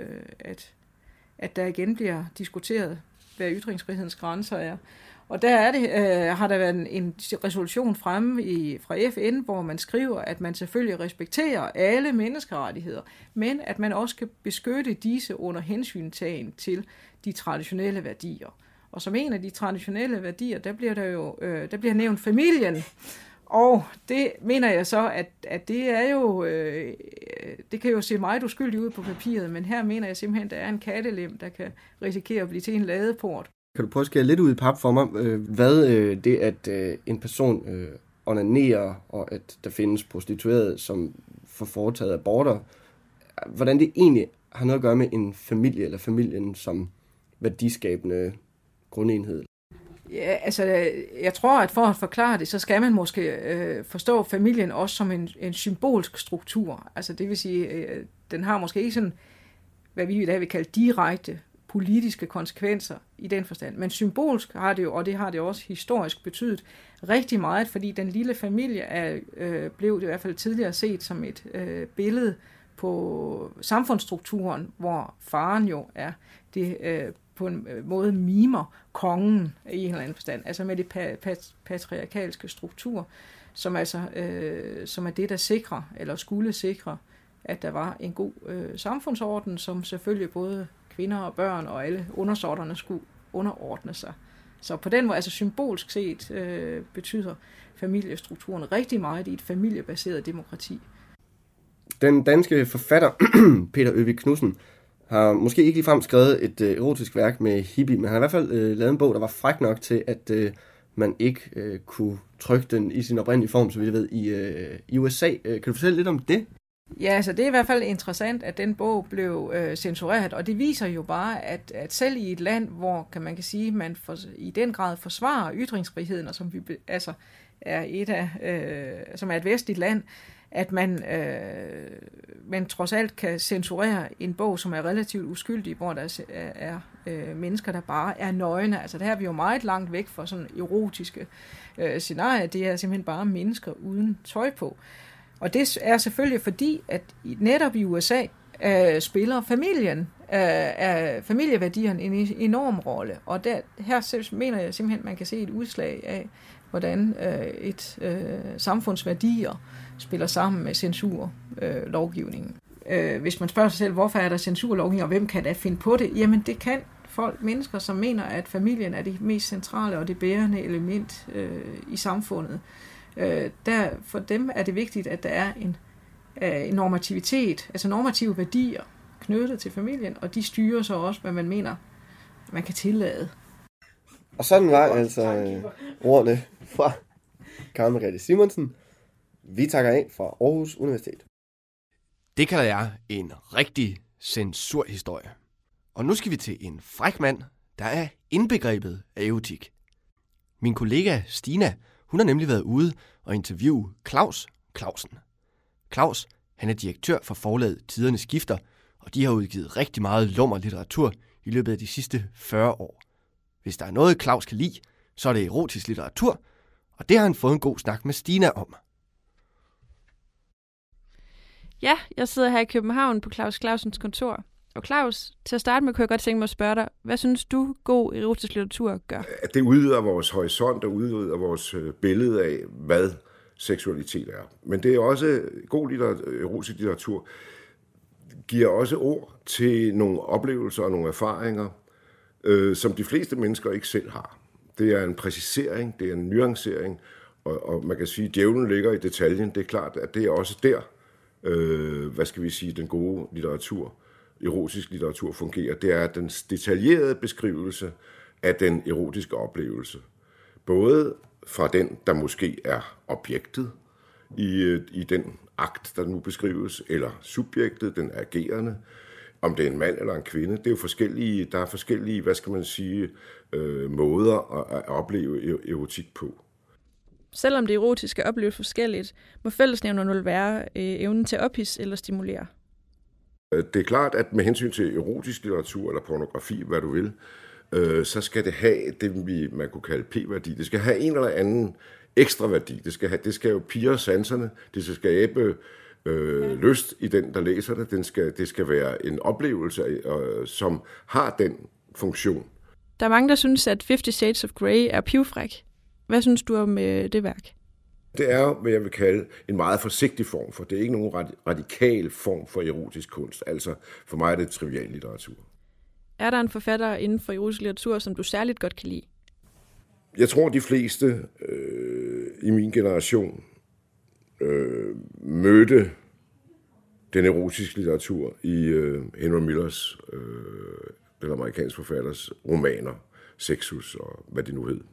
at der igen bliver diskuteret, hvad ytringsfrihedens grænser er. Og der har der været en resolution fremme fra FN, hvor man skriver, at man selvfølgelig respekterer alle menneskerettigheder, men at man også skal beskytte disse under hensyntagen til de traditionelle værdier. Og som en af de traditionelle værdier, der bliver nævnt familien. Og det mener jeg så, at det er jo, det kan jo se meget uskyldigt ud på papiret, men her mener jeg simpelthen, at der er en kattelem, der kan risikere at blive til en ladeport. Kan du prøve at skære lidt ud i pap for mig, hvad det, at en person onanerer, og at der findes prostituerede, som får foretaget aborter, hvordan det egentlig har noget at gøre med en familie, eller familien som værdiskabende grundenhed? Ja, altså, jeg tror, at for at forklare det, så skal man måske forstå familien også som en symbolsk struktur. Altså, det vil sige, den har måske ikke sådan, hvad vi i dag vil kalde direkte politiske konsekvenser i den forstand. Men symbolsk har det jo, og det har det også historisk betydet rigtig meget, fordi den lille familie blev det i hvert fald tidligere set som et billede på samfundsstrukturen, hvor faren jo er det på en måde mimer kongen i en eller anden forstand, altså med det patriarkalske struktur, som altså som er det, der sikrer, eller skulle sikre, at der var en god samfundsorden, som selvfølgelig både kvinder og børn og alle undersåtterne skulle underordne sig. Så på den måde, altså symbolsk set, betyder familiestrukturen rigtig meget i et familiebaseret demokrati. Den danske forfatter, Peter Øvig Knudsen, har måske ikke ligefrem skrevet et erotisk værk med hippie, men han har i hvert fald lavet en bog, der var fræk nok til, at man ikke kunne trykke den i sin oprindelige form, så vidt jeg ved, i USA. Kan du fortælle lidt om det? Ja, altså det er i hvert fald interessant, at den bog blev censureret, og det viser jo bare, at selv i et land, hvor man kan sige, man i den grad forsvarer ytringsfriheden, og som vi altså er som er et vestligt land, at man trods alt kan censurere en bog, som er relativt uskyldig, hvor der er mennesker, der bare er nøgne. Altså der er vi jo meget langt væk fra sådan erotiske scenarier. Det er simpelthen bare mennesker uden tøj på. Og det er selvfølgelig fordi, at netop i USA spiller familieværdierne en enorm rolle. Og her mener jeg simpelthen, at man kan se et udslag af, hvordan et samfunds værdier spiller sammen med censurlovgivningen. Hvis man spørger sig selv, hvorfor er der censurlovgivning, og hvem kan da finde på det? Jamen det kan mennesker, som mener, at familien er det mest centrale og det bærende element i samfundet. For dem er det vigtigt, at der er en normativitet, altså normative værdier knyttet til familien, og de styrer så også, hvad man mener, man kan tillade. Og sådan var altså ordene fra Karen Merete Simonsen. Vi takker af fra Aarhus Universitet. Det kalder jeg en rigtig censurhistorie. Og nu skal vi til en fræk mand, der er indbegrebet af erotik. Min kollega Stina, hun har nemlig været ude og interviewe Claus Clausen. Claus, han er direktør for forlaget Tiderne Skifter, og de har udgivet rigtig meget lummer litteratur i løbet af de sidste 40 år. Hvis der er noget, Claus kan lide, så er det erotisk litteratur, og det har han fået en god snak med Stina om. Ja, jeg sidder her i København på Claus Clausens kontor. Og Claus, til at starte med kunne jeg godt tænke mig at spørge dig, hvad synes du, god erotisk litteratur gør? Det udvider vores horisont og udvider vores billede af, hvad seksualitet er. Men det er også god erotisk litteratur, giver også ord til nogle oplevelser og nogle erfaringer, som de fleste mennesker ikke selv har. Det er en præcisering, det er en nuancering, og man kan sige, at djævlen ligger i detaljen. Det er klart, at det er også der, den gode litteratur, erotisk litteratur fungerer. Det er den detaljerede beskrivelse af den erotiske oplevelse. Både fra den, der måske er objektet i den akt, der nu beskrives, eller subjektet, den agerende, om det er en mand eller en kvinde. Det er jo forskellige, der er forskellige, måder at opleve erotik på. Selvom det erotiske opleves forskelligt, må fællesnævneren vel være evnen til at ophidse eller stimulere. Det er klart, at med hensyn til erotisk litteratur eller pornografi, hvad du vil, så skal det have det, man kunne kalde p-værdi. Det skal have en eller anden ekstra værdi. Det skal jo pirre sanserne. Det skal skabe lyst i den, der læser det. Det skal være en oplevelse, som har den funktion. Der er mange, der synes, at 50 Shades of Grey er pivfræk. Hvad synes du om det værk? Det er, hvad jeg vil kalde, en meget forsigtig form for. Det er ikke nogen radikal form for erotisk kunst. Altså, for mig er det trivial litteratur. Er der en forfatter inden for erotisk litteratur, som du særligt godt kan lide? Jeg tror, de fleste i min generation mødte den erotiske litteratur i Henry Millers, den amerikanske forfatters romaner, Sexus og hvad det nu hed.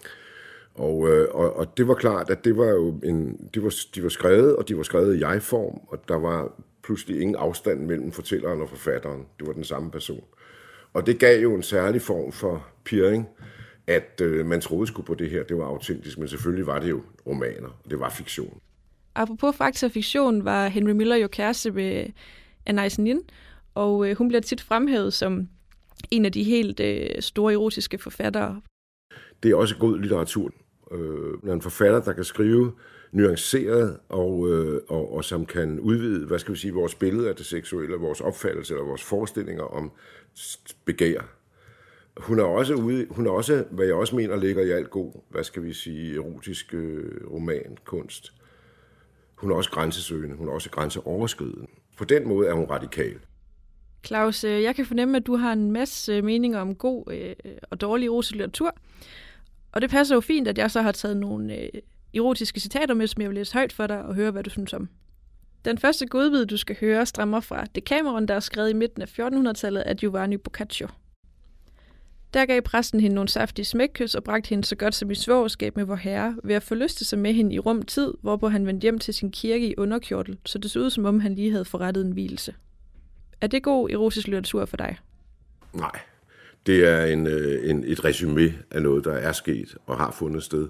Og det var klart, at det var jo de var skrevet, og de var skrevet i jeg-form, og der var pludselig ingen afstand mellem fortælleren og forfatteren. Det var den samme person. Og det gav jo en særlig form for pirring, at man troede sgu på det her. Det var autentisk, men selvfølgelig var det jo romaner, og det var fiktion. Apropos fakta og fiktion, var Henry Miller jo kæreste med Anais Nin, og hun bliver tit fremhævet som en af de helt store erotiske forfattere. Det er også god litteratur. En forfatter, der kan skrive nuanceret og som kan udvide, vores billede af det seksuelle, vores opfattelse eller vores forestillinger om begær. Hun er også, hvad jeg også mener ligger i alt god, erotisk romankunst. Hun er også grænsesøgende, hun er også grænseoverskridende. På den måde er hun radikal. Claus, jeg kan fornemme, at du har en masse meninger om god og dårlig erotisk litteratur. Og det passer jo fint, at jeg så har taget nogle erotiske citater med, som jeg vil læse højt for dig og høre, hvad du synes om. Den første godbid, du skal høre, stammer fra Decameron, der er skrevet i midten af 1400-tallet af Giovanni Boccaccio. Der gav præsten hende nogle saftige smækkys og bragte hende så godt som i svogerskab med vor herre, ved at forlyste sig med hende i rum tid, hvorpå han vendte hjem til sin kirke i underkjortel, så det så ud som om han lige havde forrettet en hvilelse. Er det god erotisk litteratur for dig? Nej. Det er et resumé af noget, der er sket og har fundet sted.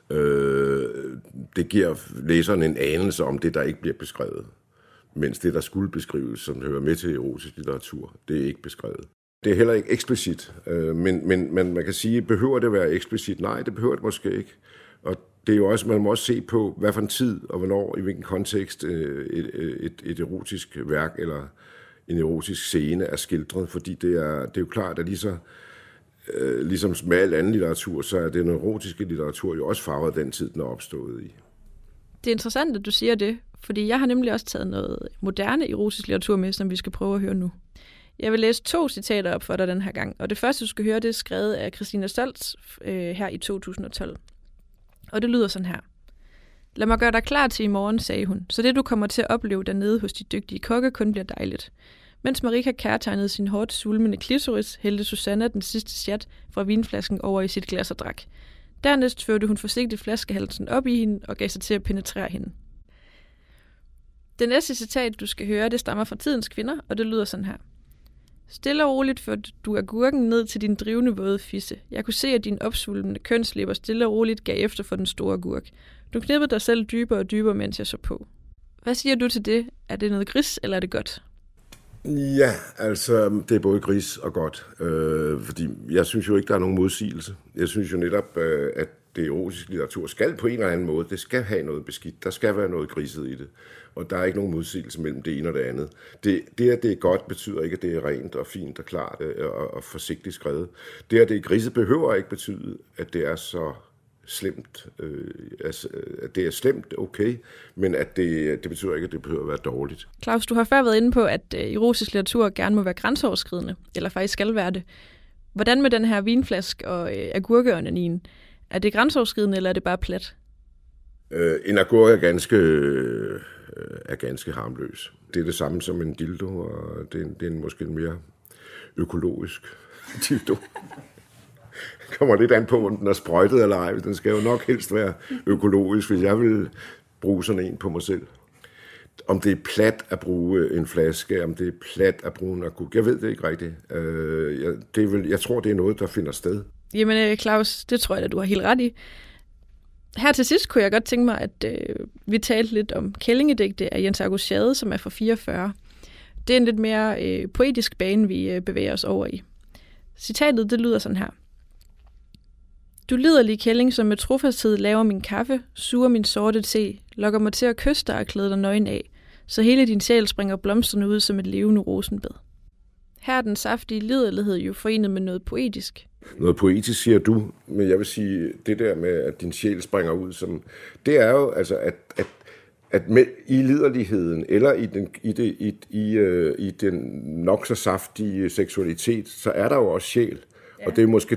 Det giver læseren en anelse om det, der ikke bliver beskrevet. Mens det, der skulle beskrives, som hører med til erotisk litteratur, det er ikke beskrevet. Det er heller ikke eksplicit, men man kan sige, behøver det være eksplicit? Nej, det behøver det måske ikke. Og det er jo også, man må også se på, hvad for en tid og hvornår, i hvilken kontekst et erotisk værk eller en erotisk scene er skildret, fordi det er jo klart, at ligesom med al anden litteratur, så er den erotiske litteratur jo også farvet den tid, den er opstået i. Det er interessant, at du siger det, fordi jeg har nemlig også taget noget moderne erotisk litteratur med, som vi skal prøve at høre nu. Jeg vil læse 2 citater op for dig den her gang, og det første, du skal høre, det er skrevet af Christina Stoltz her i 2012. Og det lyder sådan her. Lad mig gøre dig klar til i morgen, sagde hun, så det du kommer til at opleve dernede hos de dygtige kokke kun bliver dejligt. Mens Marika kærtegnede sin hårdt svulmende klitoris, hældte Susanna den sidste sjat fra vinflasken over i sit glas og drak. Dernæst førte hun forsigtigt flaskehalsen op i hende og gav sig til at penetrere hende. Det næste citat, du skal høre, det stammer fra Tidens Kvinder, og det lyder sådan her. Stille og roligt førte du agurken ned til din drivende våde fisse. Jeg kunne se, at din opsvulmende kønslæber stille og roligt gav efter for den store agurk. Du knippede dig selv dybere og dybere, mens jeg så på. Hvad siger du til det? Er det noget gris, eller er det godt? Ja, altså, det er både gris og godt. Fordi jeg synes jo ikke, der er nogen modsigelse. Jeg synes jo netop, at det erotiske litteratur skal på en eller anden måde, det skal have noget beskidt. Der skal være noget griset i det. Og der er ikke nogen modsigelse mellem det ene og det andet. Det, at det er godt, betyder ikke, at det er rent og fint og klart og forsigtigt skrevet. Det, at det er griset, behøver ikke betyde, at det er så slemt. At det er slemt, okay, men at det betyder ikke, at det behøver at være dårligt. Claus, du har før været inde på, at erotisk litteratur gerne må være grænseoverskridende, eller faktisk skal være det. Hvordan med den her vinflask og agurkeonanien? Er det grænseoverskridende, eller er det bare plat? En agurk er ganske harmløs. Det er det samme som en dildo, og det er måske en mere økologisk dildo. Kommer lidt an på, om den er sprøjtet eller ej. Den skal jo nok helst være økologisk, hvis jeg vil bruge sådan en på mig selv. Om det er plat at bruge en flaske, om det er plat at bruge en agurk, jeg ved det ikke rigtigt. Jeg tror, det er noget, der finder sted. Jamen, Claus, det tror jeg, at du har helt ret i. Her til sidst kunne jeg godt tænke mig, at vi talte lidt om Kællingedigte af Jens August Schade, som er fra 44. Det er en lidt mere poetisk bane, vi bevæger os over i. Citatet, det lyder sådan her. Du liderlige kælling, som med trofasthed laver min kaffe, suger min sorte te, lokker mig til at kysse dig og klæde dig nøgen af, så hele din sjæl springer blomsterne ud som et levende rosenbed. Her er den saftige liderlighed jo forenet med noget poetisk. Noget poetisk, siger du, men jeg vil sige, det der med, at din sjæl springer ud, som, det er jo altså, at med, i liderligheden, eller i den nok så saftige seksualitet, så er der jo også sjæl. Ja. Og det er måske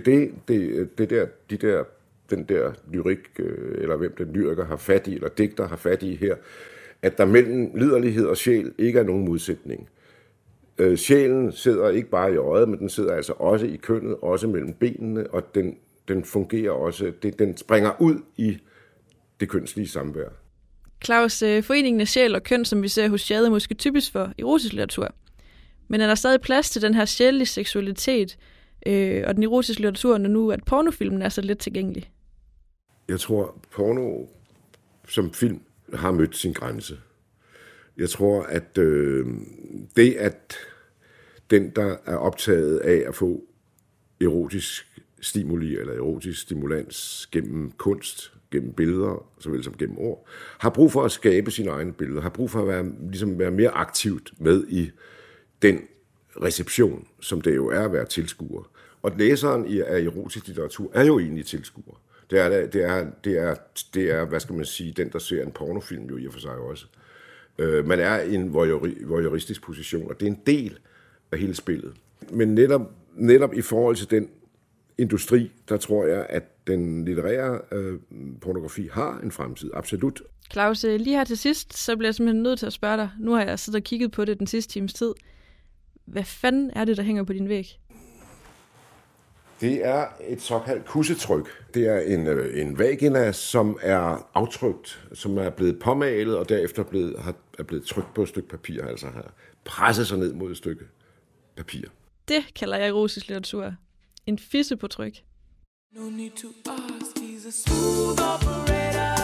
den der lyrik, eller hvem den lyriker har fat i, eller digter har fat i her, at der mellem liderlighed og sjæl ikke er nogen modsætning. Sjælen sidder ikke bare i øjet, men den sidder altså også i kønnet, også mellem benene, og den fungerer også, den springer ud i det kønslige samvær. Claus, foreningen af sjæl og køn, som vi ser hos Schade, er måske typisk for erotisk litteratur. Men er der stadig plads til den her sjælelige seksualitet og den erotiske litteratur, når nu at pornofilmen er så let tilgængelig? Jeg tror, porno som film har mødt sin grænse. Jeg tror, at det, at den, der er optaget af at få erotisk stimuli eller erotisk stimulans gennem kunst, gennem billeder, såvel som gennem ord, har brug for at skabe sine egne billeder, har brug for at være mere aktivt med i den reception, som det jo er at være tilskuer. Og læseren af erotisk litteratur er jo egentlig tilskuer. Det er, hvad skal man sige, den, der ser en pornofilm jo i og for sig også. Man er i en voyeuristisk position, og det er en del af hele spillet. Men netop i forhold til den industri, der tror jeg, at den litterære pornografi har en fremtid, absolut. Claus, lige her til sidst, så bliver jeg simpelthen nødt til at spørge dig. Nu har jeg siddet og kigget på det den sidste times tid. Hvad fanden er det, der hænger på din væg? Det er et såkaldt kussetryk. Det er en vagina, som er aftrykt, som er blevet påmalet, og derefter er blevet trykt på et stykke papir, altså har presset sig ned mod et stykke papir. Det kalder jeg erotisk litteratur. En fisse på tryk. No need to ask, he's a smooth operator.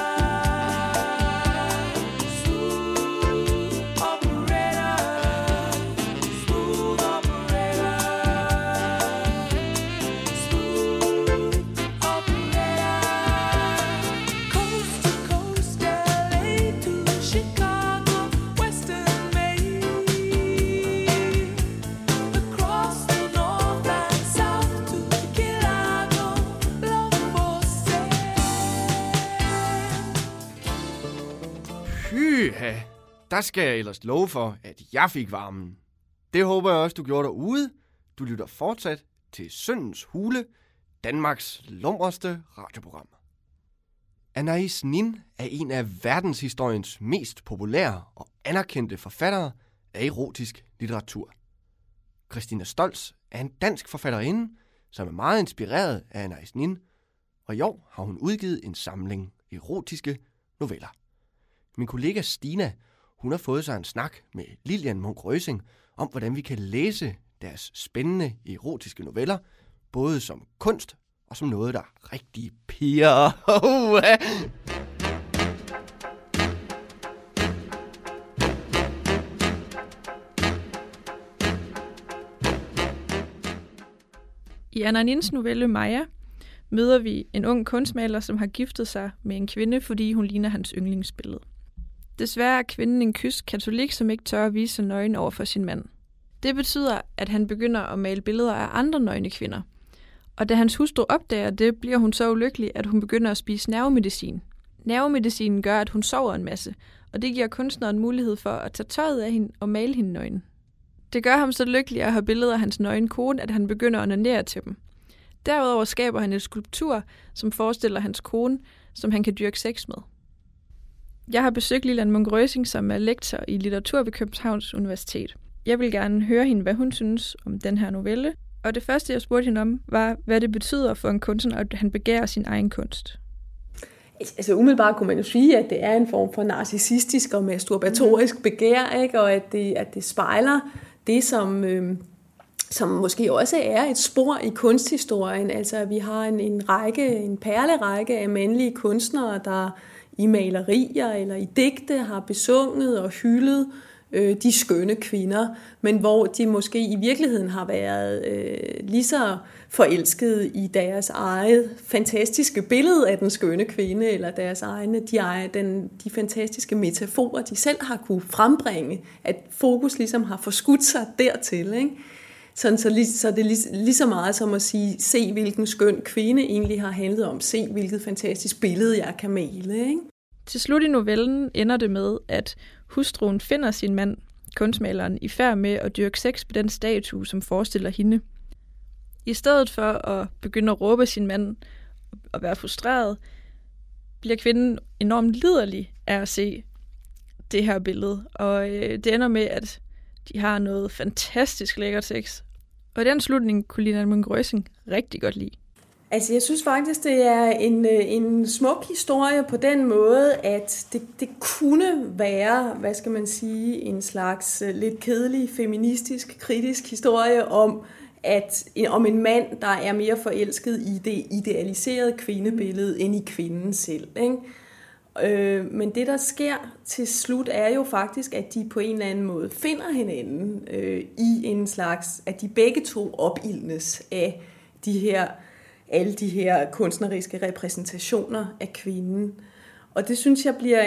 Der skal jeg ellers love for, at jeg fik varmen. Det håber jeg også, du gjorde derude. Du lytter fortsat til Syndens Hule, Danmarks lumreste radioprogram. Anais Nin er en af verdenshistoriens mest populære og anerkendte forfattere af erotisk litteratur. Christina Stoltz er en dansk forfatterinde, som er meget inspireret af Anais Nin, og i år har hun udgivet en samling erotiske noveller. Min kollega Stina, hun har fået sig en snak med Lilian Munch-Røsing om, hvordan vi kan læse deres spændende erotiske noveller, både som kunst og som noget, der er rigtig piger. I Anna Nins novelle Maja møder vi en ung kunstmaler, som har giftet sig med en kvinde, fordi hun ligner hans yndlingsbillede. Desværre er kvinden en kysk katolik, som ikke tør at vise sig nøgen over for sin mand. Det betyder, at han begynder at male billeder af andre nøgne kvinder. Og da hans hustru opdager det, bliver hun så ulykkelig, at hun begynder at spise nervemedicin. Nervemedicinen gør, at hun sover en masse, og det giver kunstneren mulighed for at tage tøjet af hende og male hende nøgen. Det gør ham så lykkelig at have billeder af hans nøgne kone, at han begynder at onanere til dem. Derudover skaber han et skulptur, som forestiller hans kone, som han kan dyrke sex med. Jeg har besøgt Lilian Munch-Røsing, som er lektor i litteratur ved Københavns Universitet. Jeg vil gerne høre hende, hvad hun synes om den her novelle. Og det første, jeg spurgte hende om, var, hvad det betyder for en kunstner, at han begærer sin egen kunst. Altså umiddelbart kunne man jo sige, at det er en form for narcissistisk og masturbatorisk begær, ikke? Og at det spejler det, som måske også er et spor i kunsthistorien. Altså at vi har en perlerække af mandlige kunstnere, der i malerier eller i digte har besunget og hyldet de skønne kvinder, men hvor de måske i virkeligheden har været lige så forelskede i deres eget fantastiske billede af den skønne kvinde, eller deres egne, de fantastiske metaforer, de selv har kunne frembringe, at fokus ligesom har forskudt sig dertil, ikke? Så det er lige så meget som at sige, se hvilken skøn kvinde egentlig har handlet om, se hvilket fantastisk billede jeg kan male, ikke? Til slut i novellen ender det med, at hustruen finder sin mand, kunstmaleren, i færd med at dyrke sex på den statue, som forestiller hende. I stedet for at begynde at råbe sin mand og være frustreret, bliver kvinden enormt liderlig af at se det her billede. Og det ender med, at de har noget fantastisk lækkert sex. Og den slutning kunne Lilian Munch-Røsing rigtig godt lide. Altså, jeg synes faktisk, det er en smuk historie på den måde, at det kunne være, hvad skal man sige, en slags lidt kedelig, feministisk, kritisk historie om en mand, der er mere forelsket i det idealiserede kvindebillede end i kvinden selv, ikke? Men det, der sker til slut, er jo faktisk, at de på en eller anden måde finder hinanden i en slags, at de begge to opildnes af alle de her kunstneriske repræsentationer af kvinden. Og det synes jeg bliver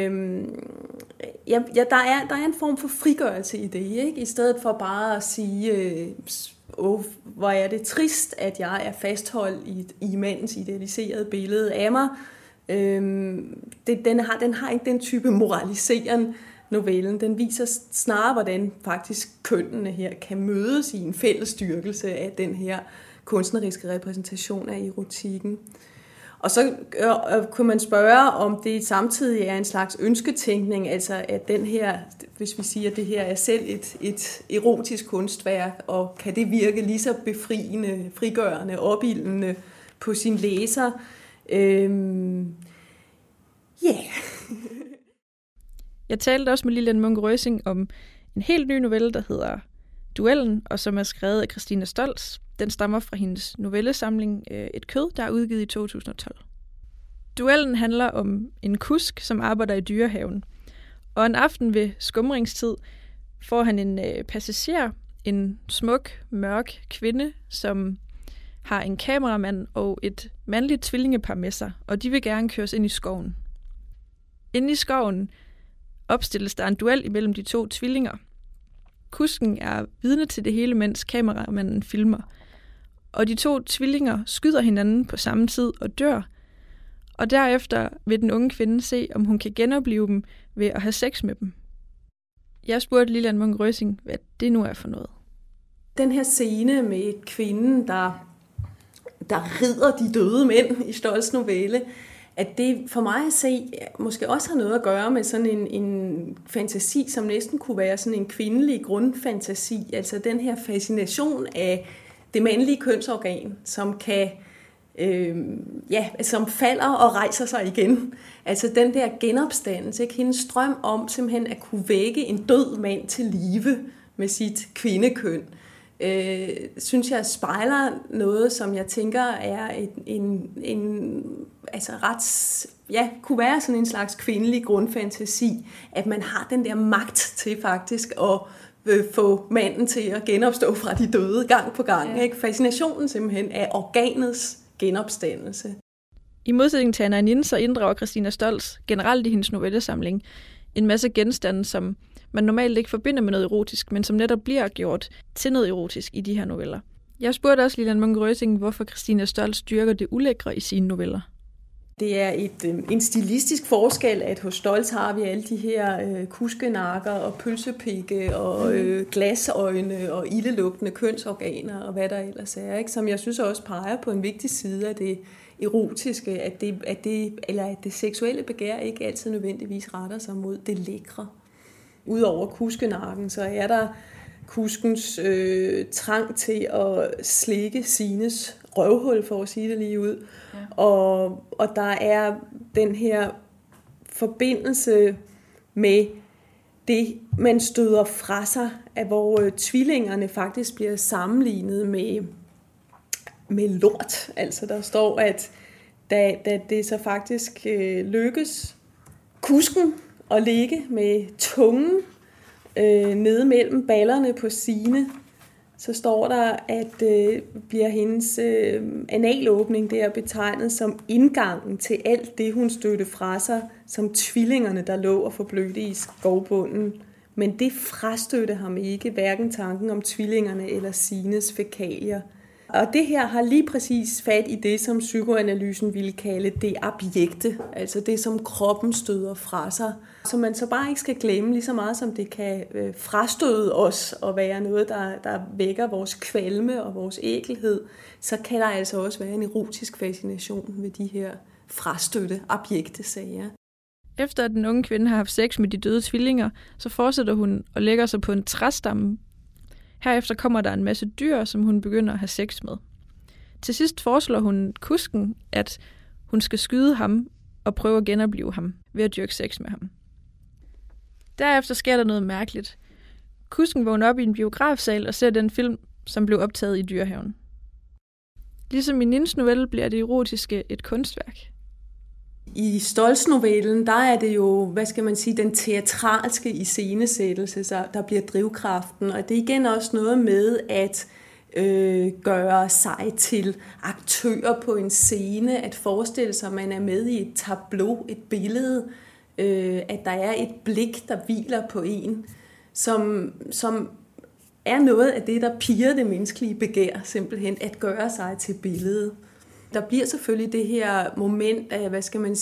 der er en form for frigørelse i det, ikke? I stedet for bare at sige, hvor er det trist, at jeg er fastholdt i mandens idealiserede billede af mig. Den har ikke den type moraliseren novellen. Den viser snarere, hvordan faktisk kønnene her kan mødes i en fælles styrkelse af den her kunstneriske repræsentation af erotikken. Og så kunne man spørge, om det samtidig er en slags ønsketænkning, altså at den her, hvis vi siger, at det her er selv et erotisk kunstværk, og kan det virke lige så befriende, frigørende, opildende på sin læser? Jeg talte også med Lilian Munch Røsing om en helt ny novelle, der hedder Duellen, og som er skrevet af Christina Stoltz. Den stammer fra hendes novellesamling Et kød, der er udgivet i 2012. Duellen handler om en kusk, som arbejder i dyrehaven. Og en aften ved skumringstid får han en passager, en smuk, mørk kvinde, som har en kameramand og et mandligt tvillingepar med sig, og de vil gerne køres ind i skoven. Inde i skoven opstilles der en duel imellem de to tvillinger. Kusken er vidne til det hele, mens kameramanden filmer. Og de to tvillinger skyder hinanden på samme tid og dør. Og derefter vil den unge kvinde se, om hun kan genopleve dem ved at have sex med dem. Jeg spurgte Lilian Munch Røsing, hvad det nu er for noget. Den her scene med kvinden, der rider de døde mænd i Stoltz novelle, at det for mig at se måske også har noget at gøre med sådan en fantasi, som næsten kunne være sådan en kvindelig grundfantasi. Altså den her fascination af det mandlige kønsorgan, som kan, som falder og rejser sig igen. Altså den der genopstandelse, ikke? Hendes drøm om simpelthen at kunne vække en død mand til live med sit kvindekøn. Synes jeg spejler noget, som jeg tænker er kunne være sådan en slags kvindelig grundfantasi, at man har den der magt til faktisk at få manden til at genopstå fra de døde gang på gang. Ja. Ikke? Fascinationen simpelthen af organets genopstandelse. I modsætning til Anna Annin, så inddrager Christina Stoltz generelt i hendes novellesamling en masse genstande, som man normalt ikke forbinder med noget erotisk, men som netop bliver gjort til noget erotisk i de her noveller. Jeg spurgte også Lilian Munch Røsing, hvorfor Christina Stoltz dyrker det ulækre i sine noveller. Det er en stilistisk forskel, at hos Stoltz har vi alle de her kuskenakker og pølsepikke og glasøjne og ildelugtende kønsorganer og hvad der ellers er, ikke? Som jeg synes også peger på en vigtig side af det erotiske, at det seksuelle begær ikke altid nødvendigvis retter sig mod det lækre. Udover kuskenakken, så er der kuskens trang til at slikke sines røvhul, for at sige det lige ud. Ja. Og der er den her forbindelse med det, man støder fra sig, hvor tvillingerne faktisk bliver sammenlignet med lort. Altså der står, at da det så faktisk lykkes kusken at ligge med tungen nede mellem ballerne på sine, så står der, at bliver hendes analåbning der betegnet som indgangen til alt det, hun stødte fra sig, som tvillingerne, der lå og forblødte i skovbunden. Men det frastødte ham ikke, hverken tanken om tvillingerne eller sines fækalier. Og det her har lige præcis fat i det, som psykoanalysen ville kalde det objekte, altså det, som kroppen støder fra sig. Så man så bare ikke skal glemme lige så meget, som det kan frastøde os og være noget, der vækker vores kvalme og vores ækelhed, så kan der altså også være en erotisk fascination ved de her frastødte objektesager. Efter at den unge kvinde har haft sex med de døde tvillinger, så fortsætter hun og lægger sig på en træstamme. Herefter kommer der en masse dyr, som hun begynder at have sex med. Til sidst foreslår hun kusken, at hun skal skyde ham og prøve at genopleve ham ved at dyrke sex med ham. Derefter sker der noget mærkeligt. Kusken vågner op i en biografsal og ser den film, som blev optaget i dyrehaven. Ligesom i Nins novelle bliver det erotiske et kunstværk. I Stoltz-novellen, der er det jo, den teatralske iscenesættelse, der bliver drivkraften. Og det er igen også noget med at gøre sig til aktør på en scene, at forestille sig, at man er med i et tableau, et billede, at der er et blik, der hviler på en, som er noget af det, der pirrer det menneskelige begær, simpelthen at gøre sig til billede. Der bliver selvfølgelig det her moment af,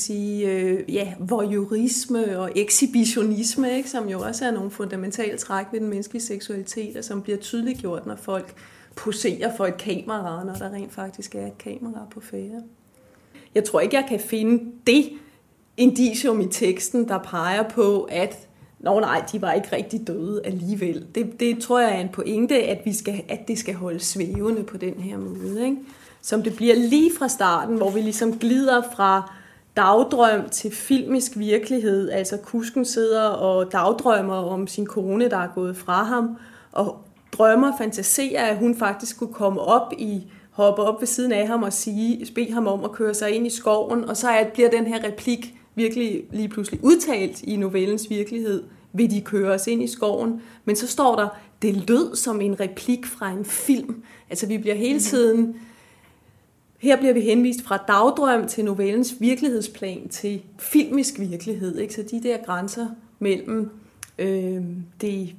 voyeurisme og ekshibitionisme, ikke, som jo også er nogle fundamentale træk ved den menneskelige seksualitet, og som bliver tydeliggjort, når folk poserer for et kamera, når der rent faktisk er et kamera på færde. Jeg tror ikke, jeg kan finde det indicium i teksten, der peger på, at nej, de var ikke rigtig døde alligevel. Det tror jeg er en pointe, at det skal holde svævende på den her måde, ikke? Som det bliver lige fra starten, hvor vi ligesom glider fra dagdrøm til filmisk virkelighed. Altså kusken sidder og dagdrømmer om sin kone, der er gået fra ham, og fantaserer, at hun faktisk kunne hoppe op ved siden af ham og bede ham om at køre sig ind i skoven, og så bliver den her replik virkelig lige pludselig udtalt i novellens virkelighed, vil de køre os ind i skoven, men så står der, det lød som en replik fra en film. Altså vi bliver hele tiden, her bliver vi henvist fra dagdrøm til novellens virkelighedsplan til filmisk virkelighed, ikke? Så de der grænser mellem det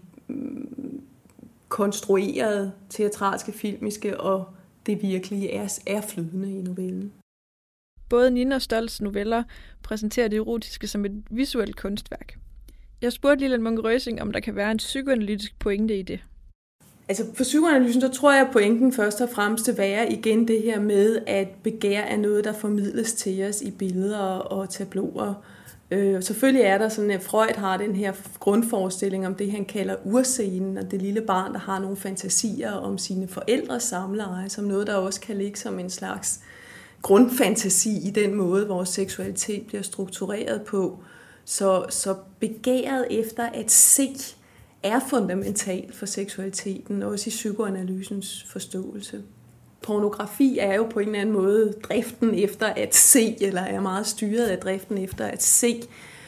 konstruerede, teatralske, filmiske og det virkelige er flydende i novellen. Både Nina Stoltz noveller præsenterer det erotiske som et visuelt kunstværk. Jeg spurgte Lilian Munch-Røsing, om der kan være en psykoanalytisk pointe i det. Altså for psykoanalysen, så tror jeg, at pointen først og fremmest vil være igen det her med, at begær er noget, der formidles til os i billeder og tabloer. Selvfølgelig er der sådan, at Freud har den her grundforestilling om det, han kalder urscenen, og det lille barn, der har nogle fantasier om sine forældres samleje, som noget, der også kan ligge som en slags grundfantasi i den måde, vores seksualitet bliver struktureret på. Så begæret efter at se er fundamentalt for seksualiteten, også i psykoanalysens forståelse. Pornografi er jo på en eller anden måde driften efter at se, eller er meget styret af driften efter at se.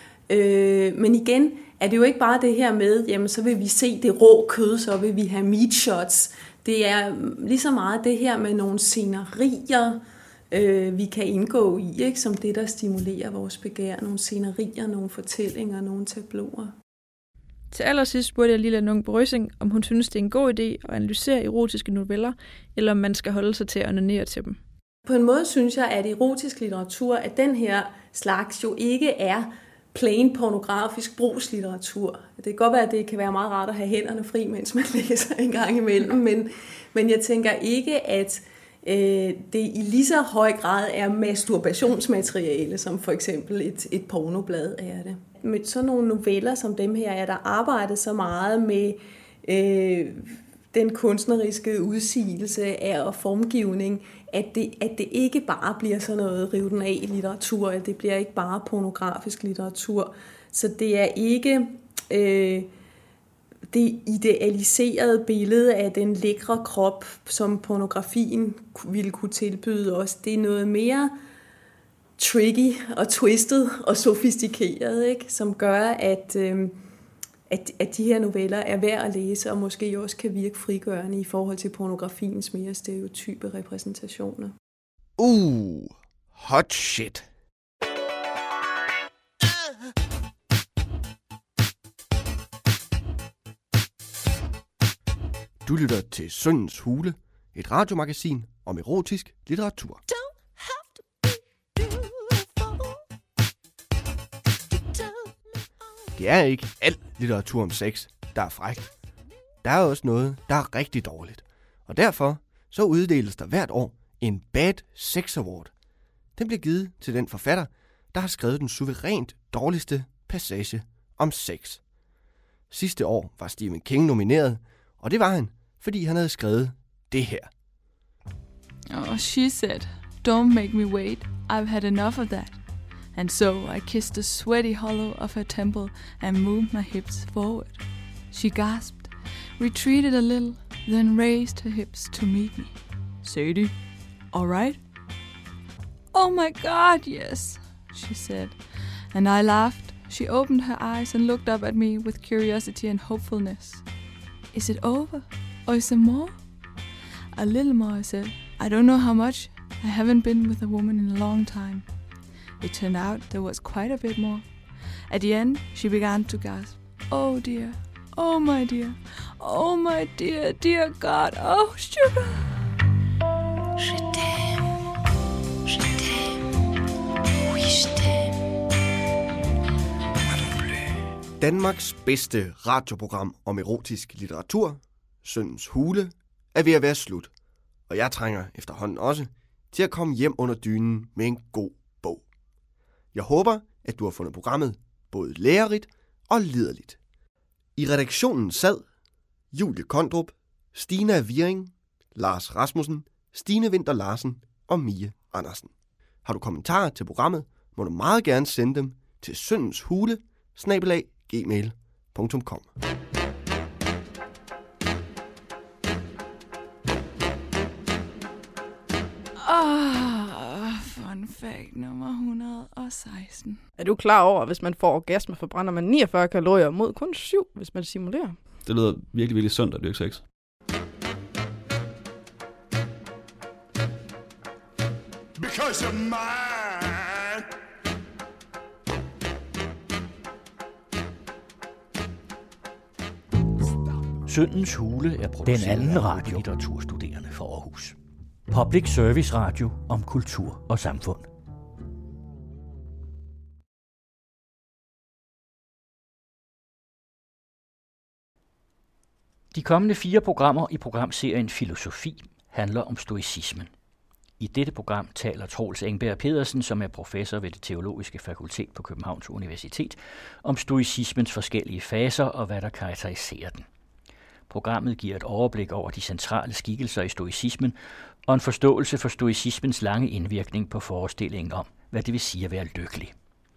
Men igen er det jo ikke bare det her med, jamen så vil vi se det rå kød, så vil vi have meat shots. Det er lige så meget det her med nogle scenerier, vi kan indgå i, ikke? Som det, der stimulerer vores begær. Nogle scenerier, nogle fortællinger, nogle tabloer. Til allersidst spurgte jeg Lilian Munch-Røsing, om hun synes, det er en god idé at analysere erotiske noveller, eller om man skal holde sig til at onanere til dem. På en måde synes jeg, at erotisk litteratur, at den her slags jo ikke er plain pornografisk brugslitteratur. Det kan godt være, at det kan være meget rart at have hænderne fri, mens man læser en gang imellem, men jeg tænker ikke, at det i lige så høj grad er masturbationsmateriale, som for eksempel et pornoblad er det. Med sådan nogle noveller som dem her, er der arbejdet så meget med den kunstneriske udsigelse af og formgivning, at det ikke bare bliver sådan noget rive den af litteratur, at det bliver ikke bare pornografisk litteratur. Så det er ikke det idealiserede billede af den lækre krop, som pornografien ville kunne tilbyde os. Det er noget mere tricky og twisted og sofistikeret, ikke? Som gør, at de her noveller er værd at læse, og måske også kan virke frigørende i forhold til pornografiens mere stereotype repræsentationer. Hot shit. Du lytter til Syndens Hule, et radiomagasin om erotisk litteratur. Det er ikke alt litteratur om sex, der er frækt. Der er også noget, der er rigtig dårligt. Og derfor så uddeles der hvert år en Bad Sex Award. Den bliver givet til den forfatter, der har skrevet den suverænt dårligste passage om sex. Sidste år var Stephen King nomineret, og det var han, fordi han havde skrevet det her. Oh, she said, "Don't make me wait. I've had enough of that." And so I kissed the sweaty hollow of her temple and moved my hips forward. She gasped, retreated a little, then raised her hips to meet me. Sadie, all right? Oh my God, yes, she said. And I laughed. She opened her eyes and looked up at me with curiosity and hopefulness. Is it over? Or is there more? A little more, I said. I don't know how much. I haven't been with a woman in a long time. It turned out there was quite a bit more. At the end, she began to gasp. Oh dear. Oh my dear. Oh my dear, dear God. Oh, sugar. Je t'aime. Je t'aime. Oui, je t'aime. Danmarks bedste radioprogram om erotisk litteratur, Syndens Hule, er ved at være slut. Og jeg trænger efterhånden også til at komme hjem under dynen med en god Jeg håber, at du har fundet programmet både lærerigt og liderligt. I redaktionen sad Julie Kondrup, Stina Viering, Lars Rasmussen, Stine Vinter Larsen og Mie Andersen. Har du kommentarer til programmet, må du meget gerne sende dem til syndenshule@gmail.com. Fun fact nummer 116. Er du klar over, at hvis man får orgasme, forbrænder man 49 kalorier mod kun 7, hvis man simulerer? Det lyder virkelig, virkelig sundt at dyrke sex. Because you're mine. Syndens Hule er produceret den anden radio litteraturstuderende for Aarhus. Public Service Radio om kultur og samfund. De kommende 4 programmer i programserien Filosofi handler om stoicismen. I dette program taler Troels Engberg Pedersen, som er professor ved det teologiske fakultet på Københavns Universitet, om stoicismens forskellige faser og hvad der karakteriserer den. Programmet giver et overblik over de centrale skikkelser i stoicismen og en forståelse for stoicismens lange indvirkning på forestillingen om, hvad det vil sige at være lykkelig.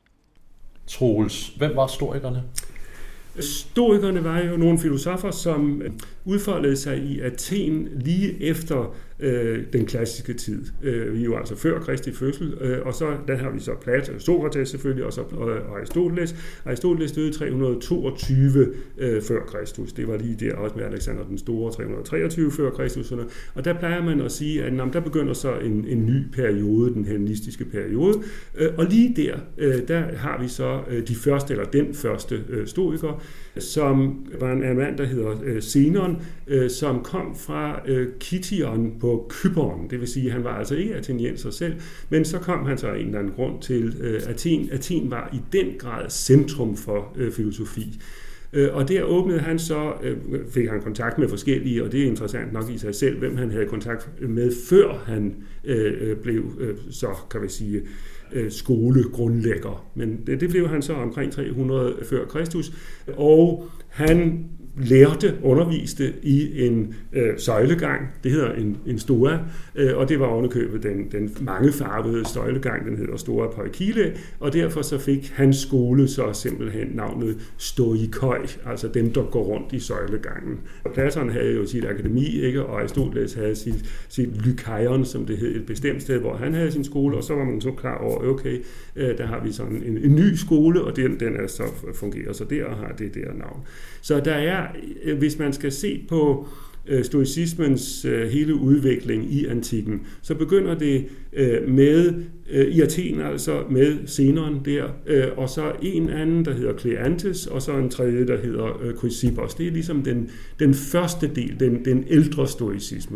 Troels, hvem var stoikerne? Stoikerne var jo nogle filosofer, som udfoldede sig i Athen lige efter den klassiske tid. Vi er jo altså før Kristi fødsel, og så der har vi så Platon, Sokrates selvfølgelig, og så Aristoteles. Aristoteles døde 322 før Kristus. Det var lige der også med Alexander den Store, 323 før Kristus. Og der plejer man at sige, at der begynder så en ny periode, den hellenistiske periode. Og lige der har vi så de første, eller den første stoiker, som var en mand, der hedder Zenon, som kom fra Kition på Cypern. Det vil sige, at han var altså ikke atenienser selv, men så kom han så af en eller anden grund til Athen. Athen var i den grad centrum for filosofi. Og der åbnede han så, fik han kontakt med forskellige, og det er interessant nok i sig selv, hvem han havde kontakt med, før han blev, så kan vi sige, skolegrundlægger. Men det blev han så omkring 300 før Kristus, og han underviste i en søjlegang, det hedder en stoa, og det var ovenikøbet den mangefarvede søjlegang, den hedder Stoa Poikile, og derfor så fik hans skole så simpelthen navnet stoikoi, altså dem, der går rundt i søjlegangen. Platon havde jo sit akademi, ikke? Og Aristoteles havde sit lykaion, som det hed, et bestemt sted, hvor han havde sin skole, og så var man så klar over, okay, der har vi sådan en ny skole, og den er så fungerer så der og har det der navn. Så der er, hvis man skal se på stoicismens hele udvikling i antikken, så begynder det med i Athen, altså med Zenon der, og så en anden, der hedder Kleantes, og så en tredje, der hedder Chrysippos. Det er ligesom den første del, den ældre stoicisme.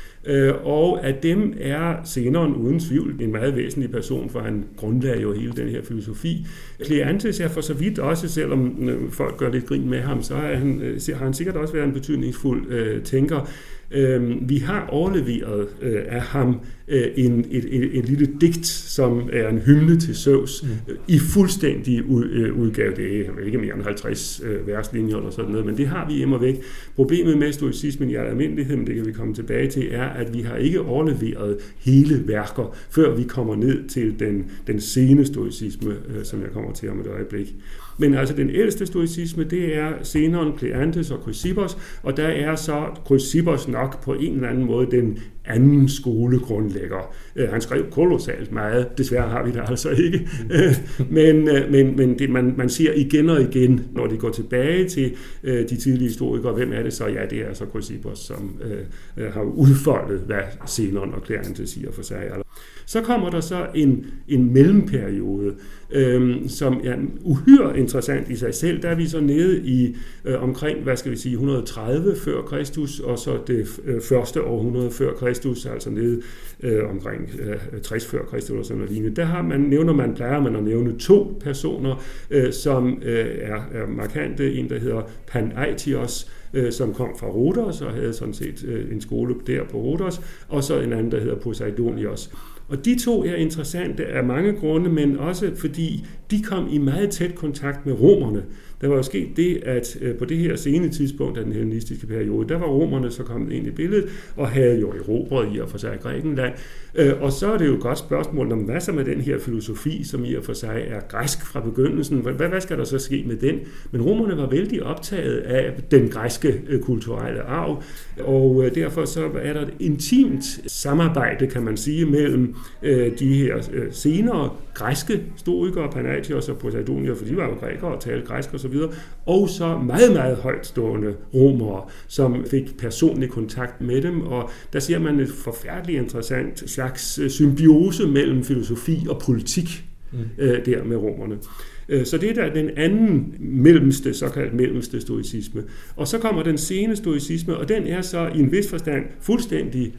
Og af dem er Zenon uden tvivl en meget væsentlig person, for han grundlagde jo hele den her filosofi. Kleantes er for så vidt også, selvom folk gør lidt grin med ham, så har han sikkert også været en betydningsfuld tænker. Vi har overleveret af ham en lille digt, som er en hymne til Zeus, i fuldstændig udgave. Det er ikke mere end 50 verslinjer eller sådan noget, men det har vi immer væk. Problemet med stoicismen i almindelighed, men det kan vi komme tilbage til, er, at vi har ikke overleveret hele værker, før vi kommer ned til den sene stoicisme, som jeg kommer til om et øjeblik. Men altså den ældste stoicisme, det er Zenon, Kleantes og Chrysippos, og der er så Chrysippos nok på en eller anden måde den anden skolegrundlægger. Han skrev kolossalt meget, desværre har vi det altså ikke. Men det, man siger igen og igen, når de går tilbage til de tidlige historikere, hvem er det så? Ja, det er så Chrysippos, som har udfoldet, hvad Zenon og Kleantes siger for sig. Så kommer der så en mellemperiode, som er uhyre interessant i sig selv. Der er vi så nede i omkring, 130 før Kristus, og så det første århundrede før Kristus, altså nede omkring 60 før Kristus eller sådan noget lignende. Der plejer man at nævne 2 personer, som er markante. En, der hedder Panaitios, som kom fra Rhodos og havde sådan set en skole der på Rhodos, og så en anden, der hedder Poseidonios. Og de to er interessante af mange grunde, men også fordi de kom i meget tæt kontakt med romerne. Der var jo sket det, at på det her sene tidspunkt af den hellenistiske periode, der var romerne så kommet ind i billedet og havde jo erobret i og for sig Grækenland. Og så er det jo et godt spørgsmål, om hvad så med den her filosofi, som i og for sig er græsk fra begyndelsen. Hvad skal der så ske med den? Men romerne var vældig optaget af den græske kulturelle arv, og derfor så er der et intimt samarbejde, kan man sige, mellem de her senere græske stoikere, Panaitios og Poseidonios, for de var jo grækere og talte græsk og så videre, og så meget, meget højtstående romere, som fik personlig kontakt med dem, og der ser man et forfærdeligt interessant slags symbiose mellem filosofi og politik der med romerne. Så det er der den anden såkaldt mellemste stoicisme. Og så kommer den sene stoicisme, og den er så i en vis forstand fuldstændig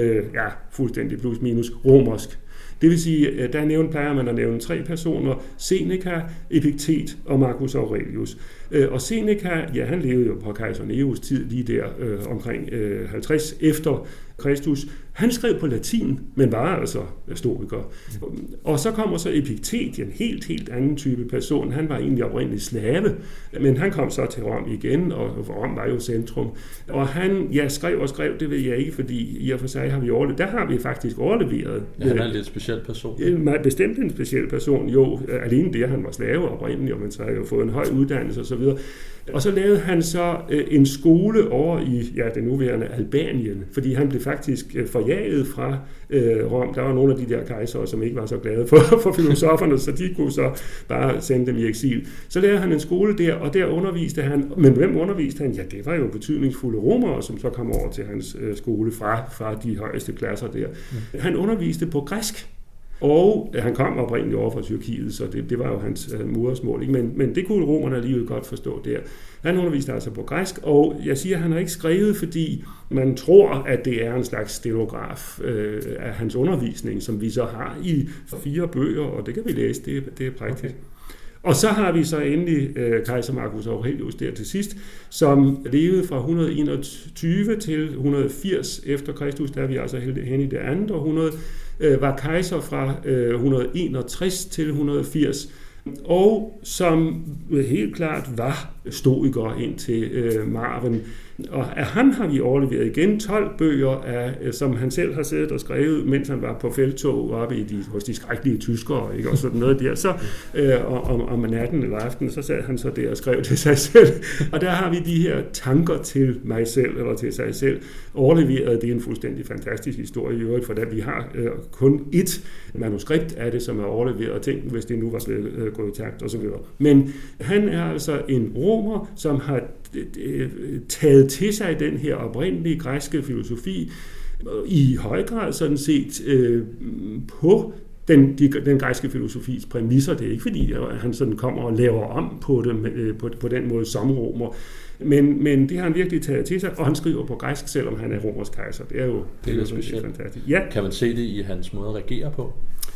plus minus romersk. Det vil sige, der plejer man at nævne 3 personer, Seneca, Epiktet og Marcus Aurelius. Og Seneca, han levede jo på kejser Neros tid lige der omkring 50 efter Kristus. Han skrev på latin, men var altså stoiker. Og så kommer så Epiktet, en helt anden type person. Han var egentlig oprindeligt slave, men han kom så til Rom igen, og Rom var jo centrum. Og han skrev, det ved jeg ikke, fordi i og for sig har vi faktisk overleveret. Ja, han er en lidt speciel person. Bestemt en speciel person, jo. Alene det, han var slave oprindeligt, og man så har jo fået en høj uddannelse osv. Og så lavede han så en skole over i det nuværende Albanien, fordi han blev faktisk forjaget fra Rom. Der var nogle af de der kejsere, som ikke var så glade for filosoferne, så de kunne så bare sende dem i eksil. Så lavede han en skole der, og der underviste han. Men hvem underviste han? Ja, det var jo betydningsfulde romere, som så kom over til hans skole fra de højeste klasser der. Han underviste på græsk. Og han kom oprindeligt over fra Tyrkiet, så det var jo hans modersmål. Ikke? Men det kunne romerne alligevel godt forstå der. Han underviste altså på græsk, og jeg siger, at han har ikke skrevet, fordi man tror, at det er en slags stenograf af hans undervisning, som vi så har i 4 bøger, og det kan vi læse, det er praktisk. Okay. Og så har vi så endelig kejser Marcus Aurelius der til sidst, som levede fra 121 til 180 efter Kristus, der er vi altså hen i det andet århundrede, var kejser fra 161 til 180, og som helt klart var stoiker indtil Marven. Og af ham har vi overleveret igen 12 bøger, som han selv har siddet og skrevet, mens han var på felttog oppe hos de skrækkelige tyskere, ikke? Og sådan noget der. Så om natten eller aftenen, så sad han så der og skrev til sig selv. Og der har vi de her tanker til mig selv, eller til sig selv, overleveret. Det er en fuldstændig fantastisk historie i øvrigt, for da vi har kun ét manuskript af det, som er overleveret, og tænk, hvis det nu var blevet gået tabt og så videre. Men han er altså en romer, som har taget til sig den her oprindelige græske filosofi i høj grad sådan set på den græske filosofis præmisser. Det er ikke fordi, han sådan kommer og laver om på det på den måde som romer. Men det har han virkelig taget til sig, og han skriver på græsk, selvom han er romersk kejser. Det er jo specielt. Fantastisk. Ja. Kan man se det i hans måde at reagere på?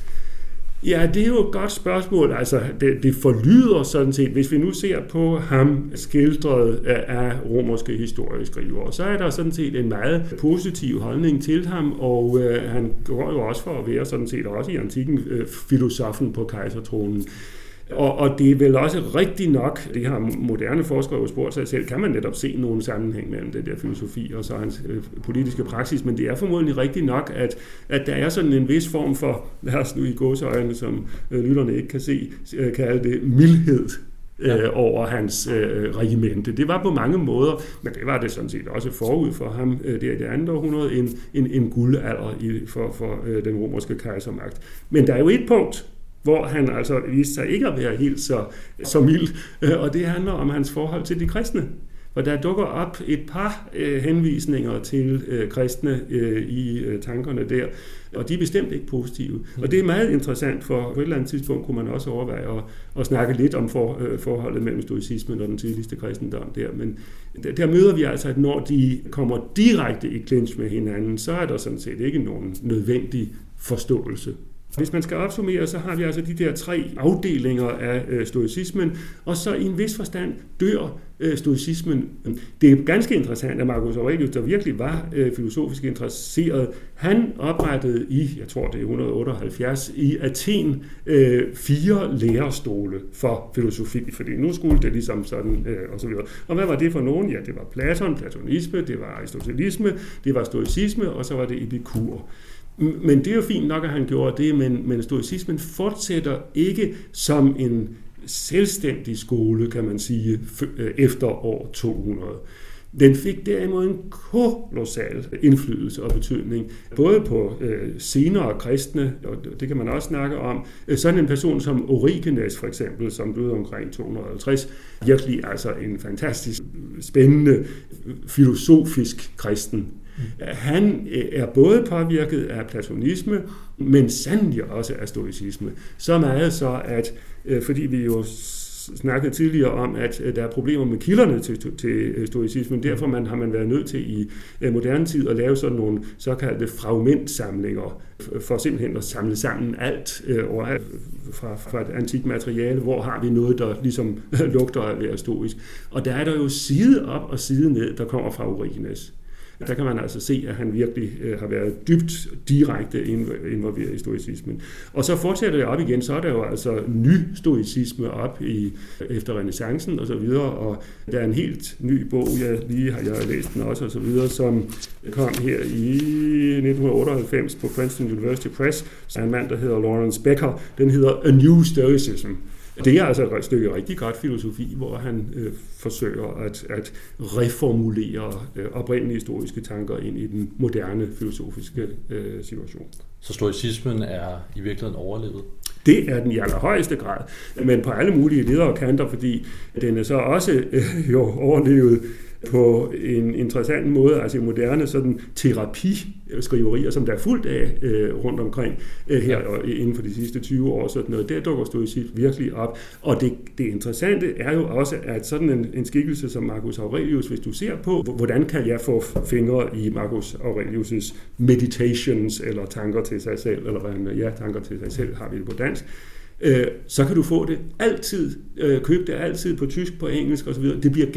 Ja, det er jo et godt spørgsmål. Altså, det forlyder sådan set, hvis vi nu ser på ham skildret af romerske historieskrivere, så er der sådan set en meget positiv holdning til ham, og han går jo også for at være sådan set også i antikken filosofen på kejsertronen. Og det er vel også rigtigt nok, det har moderne forskere jo spurgt sig selv, kan man netop se nogen sammenhæng mellem det der filosofi og så hans politiske praksis, men det er formodentlig rigtigt nok, at der er sådan en vis form for, lad os nu i gåseøjne, som lytterne ikke kan se, kalde det mildhed over hans regimente. Det var på mange måder, men det var det sådan set også forud for ham, der i det andet århundrede, en guldalder for den romerske kejsermagt. Men der er jo et punkt, hvor han altså viste sig ikke at være helt så mild, og det handler om hans forhold til de kristne. For der dukker op et par henvisninger til kristne i tankerne der, og de er bestemt ikke positive. Og det er meget interessant, for på et eller andet tidspunkt kunne man også overveje at snakke lidt om forholdet mellem stoicismen og den tidligste kristendom der. Men der møder vi altså, at når de kommer direkte i clinch med hinanden, så er der sådan set ikke nogen nødvendig forståelse Hvis man skal opsummere, så har vi altså de der 3 afdelinger af stoicismen, og så i en vis forstand dør stoicismen. Det er ganske interessant, at Marcus Aurelius, der virkelig var filosofisk interesseret, han oprettede jeg tror det er 178, i Athen 4 lærestole for filosofi, fordi nu skulle det ligesom sådan, og så videre. Og hvad var det for nogen? Ja, det var Platon, platonisme, det var aristotelisme, det var stoicisme, og så var det Epikur. Men det er jo fint nok, at han gjorde det, men stoicismen fortsætter ikke som en selvstændig skole, kan man sige, efter år 200. Den fik derimod en kolossal indflydelse og betydning, både på senere kristne, og det kan man også snakke om, sådan en person som Origenes for eksempel, som døde omkring 250, virkelig altså en fantastisk spændende filosofisk kristen. Han er både påvirket af platonisme, men sandelig også af stoicisme. Så meget så, at fordi vi jo snakkede tidligere om, at der er problemer med kilderne til stoicismen, derfor har man været nødt til i moderne tid at lave sådan nogle såkaldte fragmentsamlinger, for simpelthen at samle sammen alt fra et antikt materiale, hvor har vi noget, der ligesom lugter af at være stoisk. Og der er der jo side op og side ned, der kommer fra Origenes. Der kan man altså se, at han virkelig har været dybt direkte involveret i stoicismen. Og så fortsætter det op igen, så er der jo altså ny stoicisme op efter renæssancen og så videre, og der er en helt ny bog, jeg har læst den også og så videre, som kom her i 1998 på Princeton University Press, så er en mand, der hedder Lawrence Becker. Den hedder A New Stoicism. Det er altså et stykke rigtig godt filosofi, hvor han forsøger at reformulere oprindelige historiske tanker ind i den moderne filosofiske situation. Så stoicismen er i virkeligheden overlevet? Det er den i allerhøjeste grad, men på alle mulige ledere og kanter, fordi den er så også overlevet på en interessant måde, altså moderne sådan terapiskriverier, som der er fuldt af rundt omkring her inden for de sidste 20 år, sådan noget, der dukker stoicisme virkelig op. Og det interessante er jo også, at sådan en skikkelse som Marcus Aurelius, hvis du ser på, hvordan kan jeg få fingre i Marcus Aurelius' meditations, eller tanker til sig selv, eller hvad tanker til sig selv har vi det på dansk, så kan du få det altid, købe det altid på tysk, på engelsk osv. Det bliver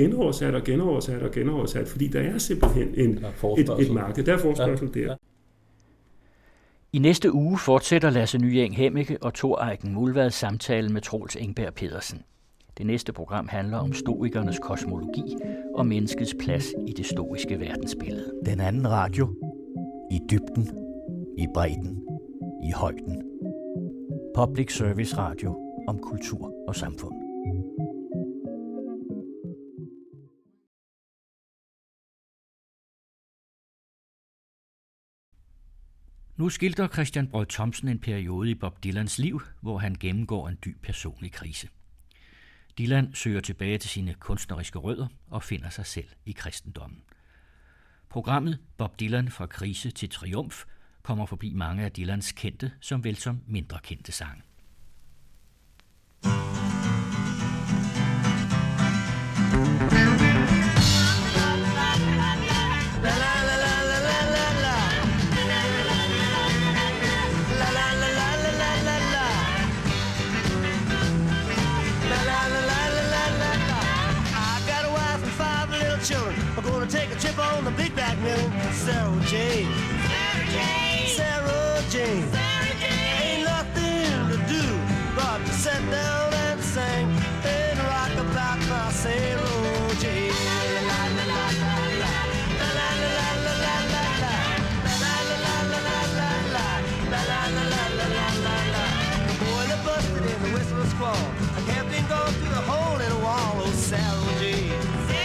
genoversat, fordi der er simpelthen et marked. Der er forspørgsel der. I næste uge fortsætter Lasse Nyeng Hemmeke og Thor Eiken Mulvad samtale med Troels Engberg Pedersen. Det næste program handler om stoikernes kosmologi og menneskets plads i det stoiske verdensbillede. Den anden radio. I dybden, i bredden, i højden. Public Service Radio om kultur og samfund. Nu skildrer Christian Brød Thomsen en periode i Bob Dylans liv, hvor han gennemgår en dyb personlig krise. Dylan søger tilbage til sine kunstneriske rødder og finder sig selv i kristendommen. Programmet Bob Dylan fra krise til triumf kommer forbi mange af Dylans kendte, som vel som mindre kendte sange. We're gonna take a trip on the big back mill. Sarah Jane, Sarah Jane, ain't nothing to do but to sit down and sing and rock about my Sarah Jane. La la la la la, la la la la la la la, la la la la la la la, la la la la la la la la. The boiler busted and the whistle was squall. A captain gone through the hole in the wall. Oh, Sarah Jane.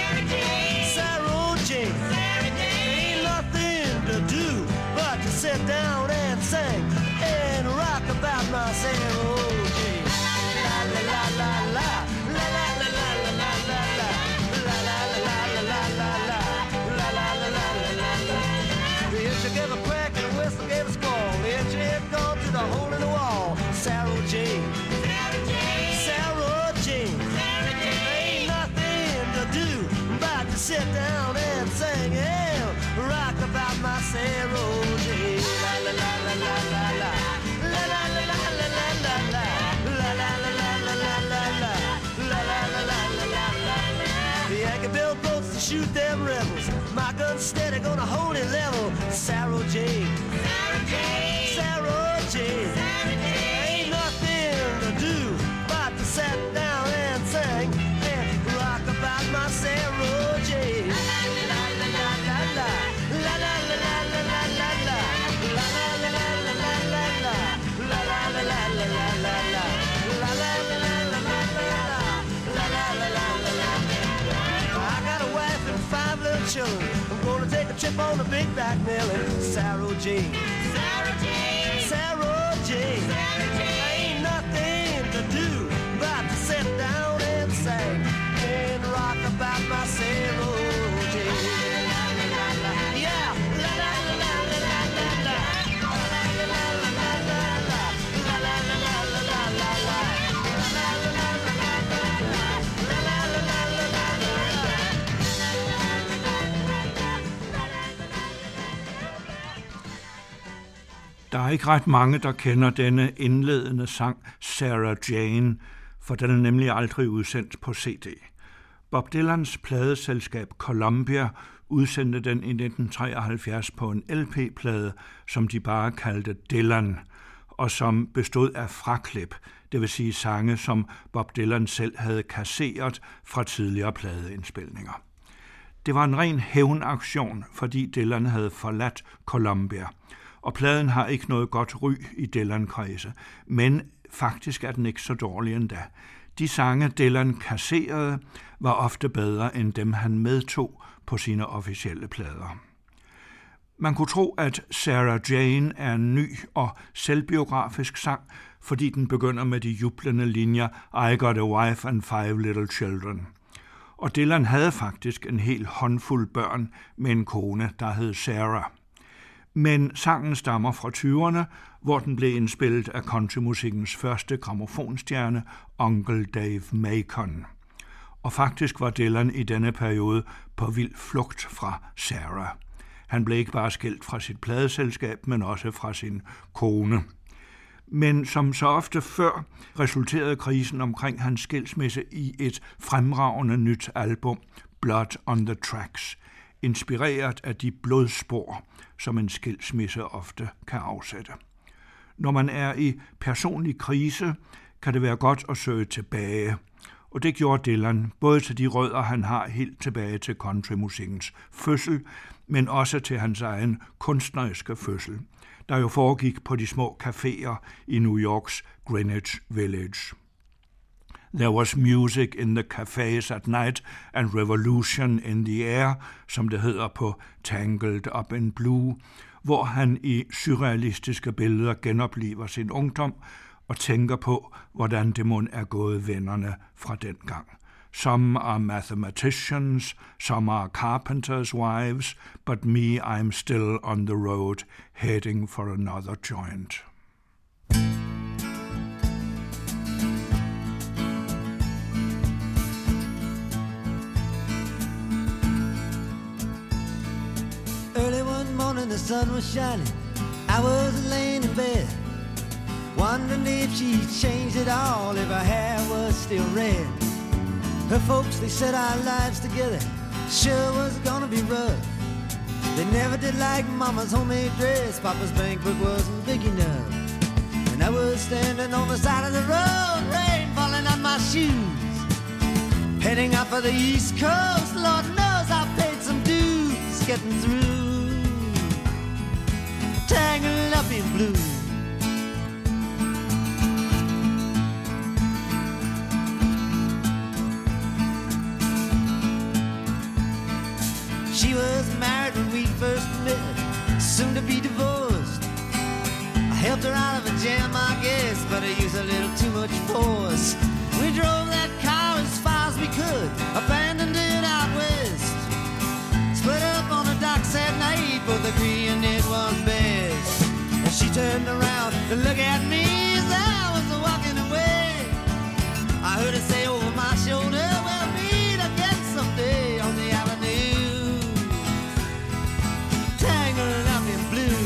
Ain't nothing to do but to sit down and sing and rock about my Sarah Jane. La la la la la, la la la la la la la, la la la la la la la, la la la la la la. The hitcher gave a crack and the whistle gave a squall. The hitcher had gone through the hole in the wall. Sarah Jane, Sarah Jane, ain't nothing to do but to sit down and sing and rock about my Sarah Jane. La la la la la la la, la la la. shoot them rebels. My gun's steady, gonna hold it level. Sarah Jane, Sarah Jane, Sarah Jane. Ain't nothing to do but to sit down and sing and rock about my Sarah Jane. La la la la la la, la la la la la la la la, la la la la la la la la, la la la la la la la la, la la la la la la la, la la la la. I got a wife and 5 little children. I'm gonna take a trip on the big back mill and Sarah Jane, Sarah Jane, Sarah Jane. Ain't nothing to do but to sit down and sing and rock about my Sarah Jane. Yeah, la la la la la la la la, la la la la la la la, la la la la la la la la, la la la la la la la, la la la la la la la. Der er ikke ret mange, der kender denne indledende sang Sarah Jane, for den er nemlig aldrig udsendt på CD. Bob Dylans pladeselskab Columbia udsendte den i 1973 på en LP-plade, som de bare kaldte Dylan, og som bestod af fraklip, det vil sige sange, som Bob Dylan selv havde kasseret fra tidligere pladeindspilninger. Det var en ren hævnaktion, fordi Dylan havde forladt Columbia, og pladen har ikke noget godt ry i Dylan-kredse, men faktisk er den ikke så dårlig endda. De sange, Dylan kasserede, var ofte bedre end dem, han medtog på sine officielle plader. Man kunne tro, at Sarah Jane er en ny og selvbiografisk sang, fordi den begynder med de jublende linjer I got a wife and 5 little children. Og Dylan havde faktisk en hel håndfuld børn med en kone, der hed Sarah. Men sangen stammer fra 20'erne, hvor den blev indspillet af countrymusikkens første grammofonstjerne, Uncle Dave Macon. Og faktisk var Dylan i denne periode på vild flugt fra Sarah. Han blev ikke bare skilt fra sit pladeselskab, men også fra sin kone. Men som så ofte før, resulterede krisen omkring hans skilsmisse i et fremragende nyt album, Blood on the Tracks, inspireret af de blodspor, som en skilsmisse ofte kan afsætte. Når man er i personlig krise, kan det være godt at søge tilbage, og det gjorde Dylan, både til de rødder, han har helt tilbage til countrymusikkens fødsel, men også til hans egen kunstneriske fødsel, der jo foregik på de små caféer i New Yorks Greenwich Village. There was music in the cafes at night and revolution in the air, som det hedder på Tangled Up in Blue, hvor han i surrealistiske billeder genopliver sin ungdom og tænker på, hvordan det mon er gået vennerne fra dengang. Some are mathematicians, some are carpenters' wives, but me, I'm still on the road, heading for another joint. Early one morning the sun was shining, I was laying in bed, wondering if she'd changed it all, if her hair was still red. Her folks, they said our lives together sure was gonna be rough. They never did like Mama's homemade dress, Papa's bank book wasn't big enough. And I was standing on the side of the road, rain falling on my shoes, heading out for the East Coast. Lord knows I paid some dues getting through, tangled up in blue. She was married when we first met, soon to be divorced. I helped her out of a jam, I guess, but I used a little too much force. We drove that car as far as we could, abandoned it out west. Split up on the docks at night, both agreeing it was best. And she turned around to look at me as I was walking away. I heard her say over my shoulder, we'll meet again someday on the avenue, tangled up in blue.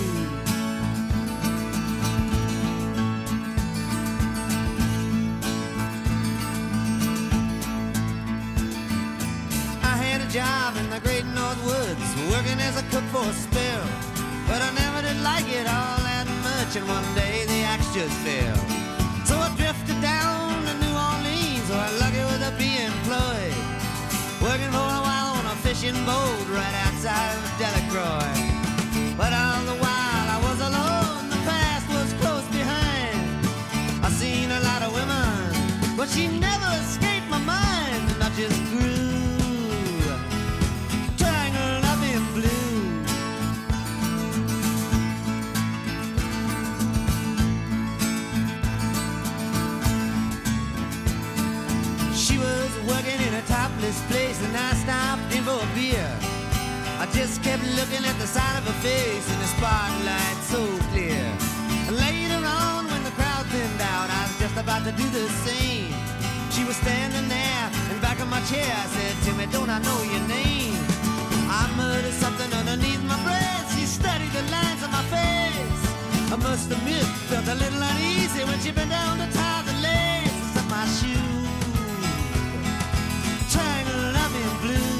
working as a cook for a spell. But I never did like it all that much, and one day the axe just fell. So I drifted down to New Orleans, where lucky with a be employed, working for a while on a fishing boat right outside of Delacroix. But all the while I was alone, the past was close behind. I seen a lot of women, but she never escaped my mind, and I just grew tangled up in blue. She was working in a topless place, and I stopped in for a beer. I just kept looking at the side of her face in the spotlight so clear. And later on, when the crowd thinned out, I was just about to do the same. She was standing there in back of my chair. I said to me, don't I know your name? I muttered something underneath my breath. She studied the lines on my face. I must admit, felt a little uneasy when she bent down to tie the laces of my shoe. Tangled up in blue.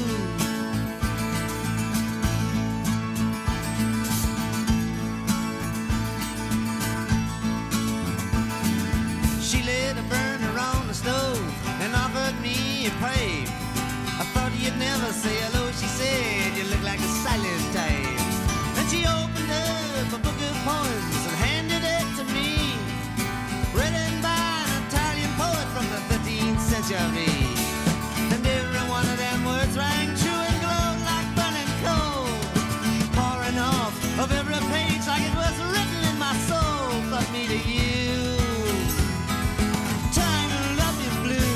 She lit a burner on the stove and offered me a pipe. I thought you'd never say hello, she said, you look like a silent type. Then she opened up a book of poems and handed it to me, written by an Italian poet from the 13th century. And every one of them words rang true and glowed like burning coal, pouring off of every page like it was written in my soul. But me to you, tangled up in blue.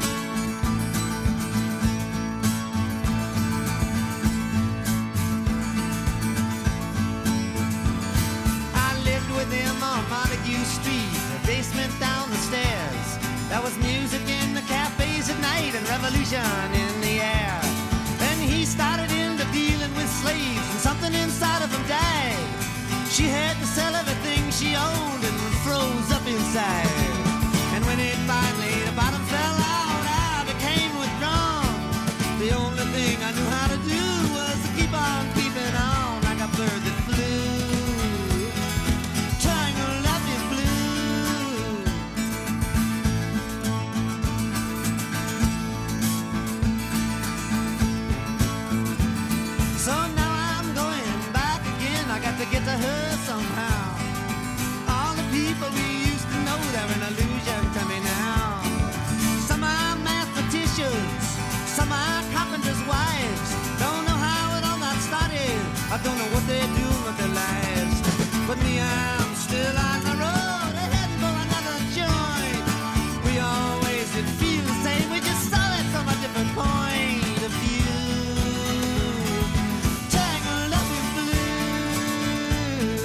I lived with him on Montague Street, the basement down the stairs. There was music in the cafes at night and revolution in the air. Then he started into dealing with slaves, and something inside of him died. She had to sell everything she owned and froze up inside. And when it finally, the bottom fell out, I became withdrawn. The only thing I knew how to do was to keep on keeping on like a bird that flew. Tangled up in blue. So now I'm going back again. I got to get to her somehow. All the people we used to know, they're an illusion to me now. Some are mathematicians, some are carpenters' wives. Don't know how it all got started, I don't know what they're doing with their lives. But me, I'm still on the road, heading for another joint. We always did feel the same, we just saw it from a different point of view. Tangled up in blue.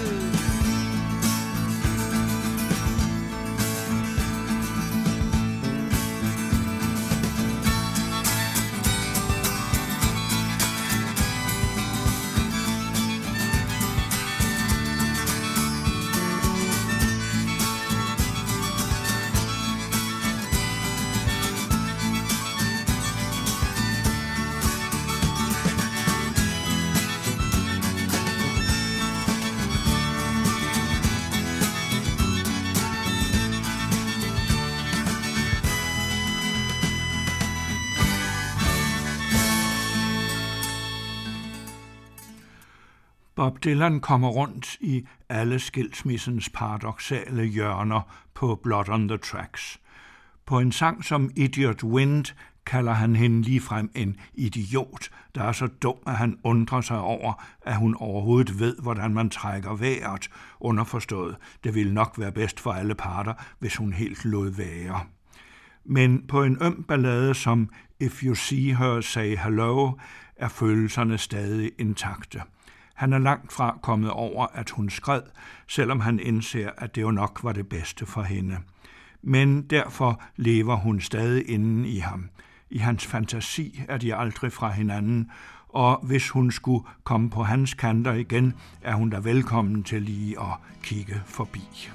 Bob Dylan kommer rundt i alle skilsmissens paradoksale hjørner på Blood on the Tracks. På en sang som Idiot Wind kalder han hende ligefrem en idiot, der er så dum, at han undrer sig over, at hun overhovedet ved, hvordan man trækker vejret, underforstået. Det ville nok være bedst for alle parter, hvis hun helt lod være. Men på en øm ballade som If You See Her Say Hello er følelserne stadig intakte. Han er langt fra kommet over, at hun skred, selvom han indser, at det jo nok var det bedste for hende. Men derfor lever hun stadig inde i ham. I hans fantasi er de aldrig fra hinanden, og hvis hun skulle komme på hans kanter igen, er hun da velkommen til lige at kigge forbi.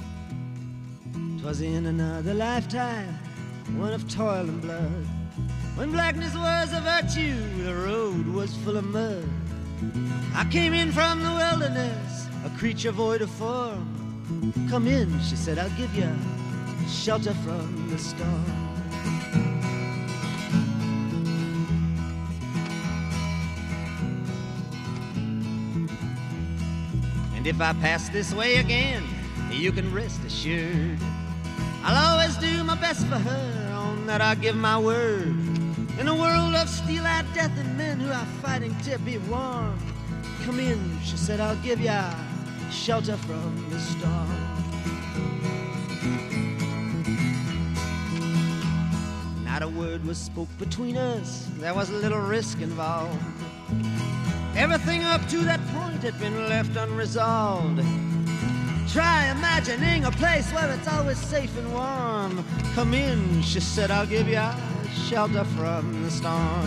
Twas in another lifetime, one of toil and blood, When blackness was a virtue, the road was full of mud. I came in from the wilderness, a creature void of form. Come in, she said, I'll give you shelter from the storm. And if I pass this way again, you can rest assured I'll always do my best for her, on that I give my word. In a world of steel-eyed death and men who are fighting to be warm, come in, she said, I'll give ya shelter from the storm. Not a word was spoke between us, there was little risk involved. Everything up to that point had been left unresolved. Try imagining a place where it's always safe and warm. Come in, she said, I'll give you shelter from the storm.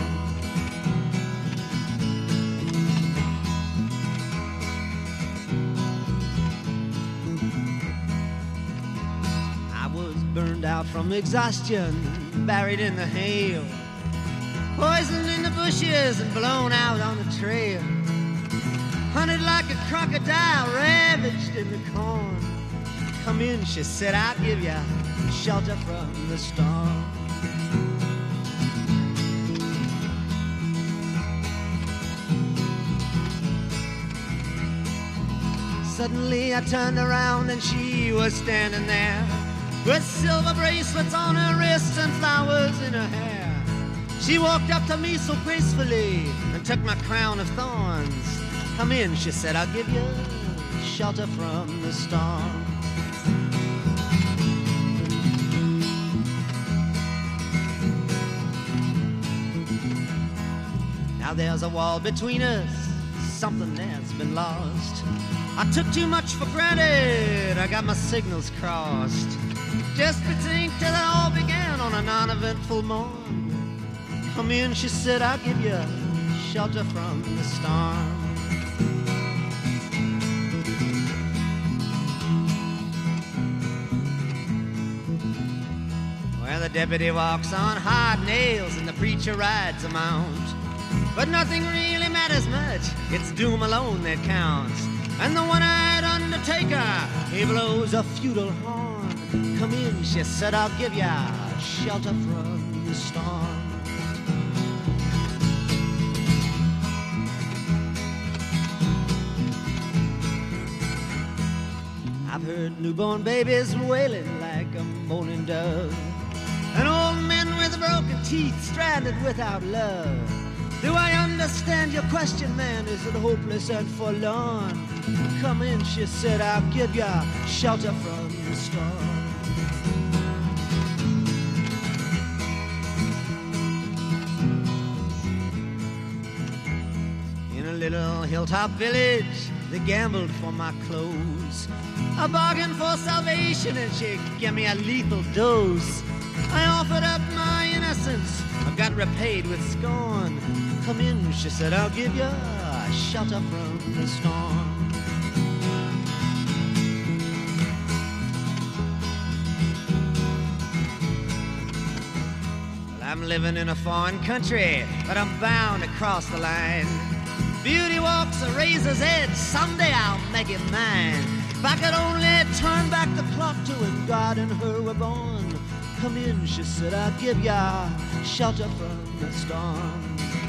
I was burned out from exhaustion, buried in the hail, poisoned in the bushes and blown out on the trail. Hunted like a crocodile, ravaged in the corn. Come in, she said, I'll give you shelter from the storm. Suddenly I turned around and she was standing there, with silver bracelets on her wrists and flowers in her hair. She walked up to me so gracefully and took my crown of thorns. Come in, she said, I'll give you shelter from the storm. Now there's a wall between us, something that's been lost. I took too much for granted, I got my signals crossed. Just think till it all began on a non-eventful morn. Come in, she said, I'll give you shelter from the storm. Well, the deputy walks on hard nails and the preacher rides a mount. But nothing really matters much, it's doom alone that counts. And the one-eyed undertaker, he blows a feudal horn. Come in, she said, I'll give ya shelter from the storm. I've heard newborn babies wailing like a moaning dove, and old men with broken teeth stranded without love. Do I understand your question, man? Is it hopeless and forlorn? Come in, she said, I'll give ya shelter from the storm. In a little hilltop village, they gambled for my clothes. I bargained for salvation and she gave me a lethal dose. I offered up my innocence, I got repaid with scorn. Come in, she said, I'll give you shelter from the storm. Well, I'm living in a foreign country, but I'm bound to cross the line. Beauty walks a razor's edge, someday I'll make it mine. If I could only turn back the clock to when God and her were born. Come in, she said, I'll give ya shelter from the storm.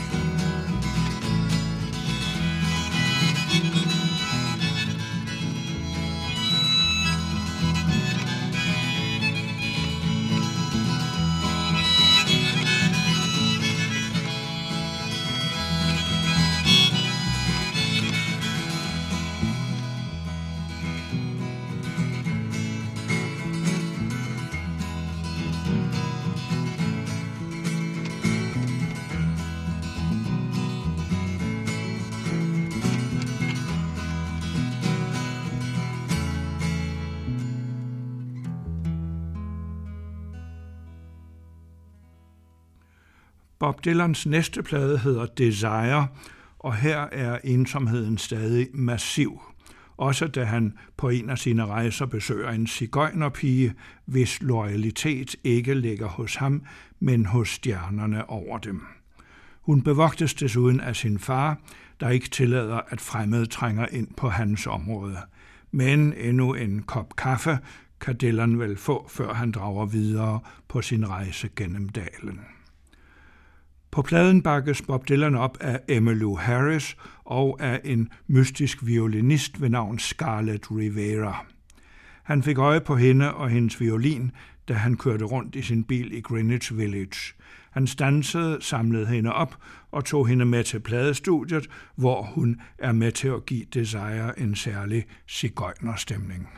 Bob Dylans næste plade hedder Desire, og her er ensomheden stadig massiv. også da han på en af sine rejser besøger en sigøjnerpige, hvis loyalitet ikke ligger hos ham, men hos stjernerne over dem. Hun bevogtes desuden af sin far, der ikke tillader, at fremmede trænger ind på hans område. Men endnu en kop kaffe kan Dylan vel få, før han drager videre på sin rejse gennem dalen. På pladen bakkes Bob Dylan op af Emmylou Harris og af en mystisk violinist ved navn Scarlett Rivera. Han fik øje på hende og hendes violin, da han kørte rundt i sin bil i Greenwich Village. Han standsede, samlede hende op og tog hende med til pladestudiet, hvor hun er med til at give Desire en særlig sigøjnerstemning.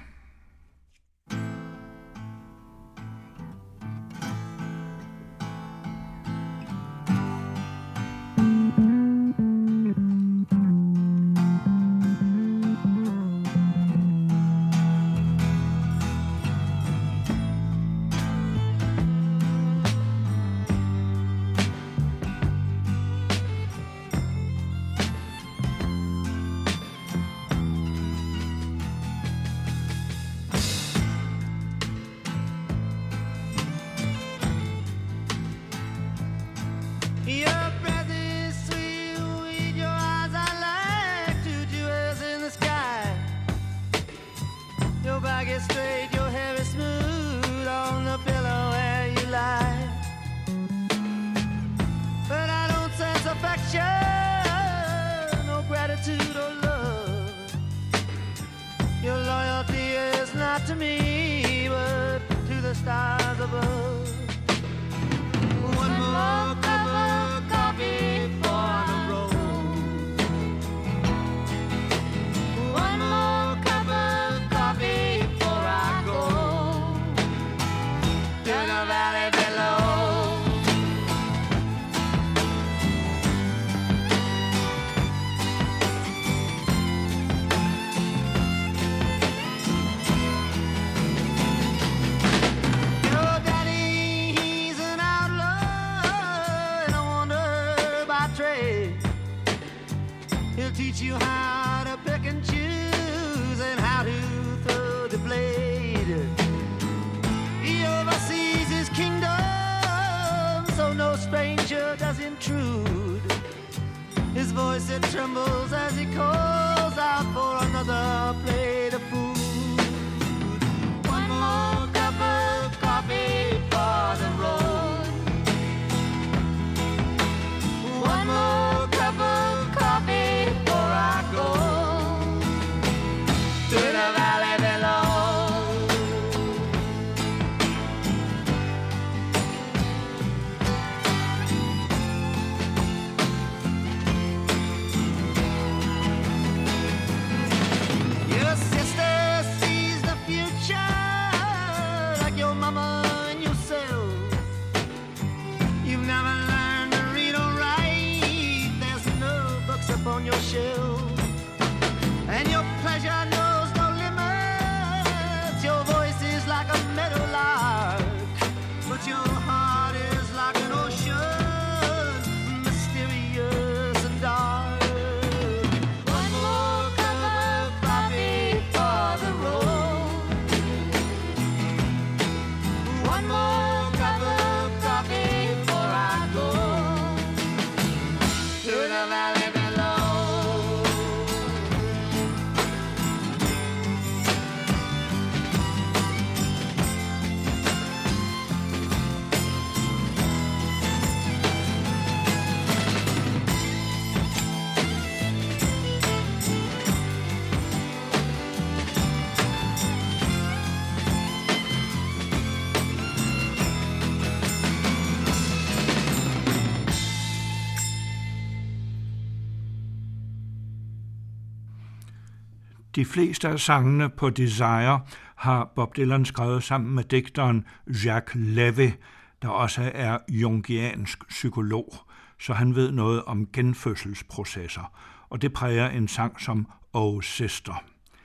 De fleste af sangene på Desire har Bob Dylan skrevet sammen med digteren Jacques Levy, der også er jungiansk psykolog, så han ved noget om genfødselsprocesser, og det præger en sang som Oh Sister.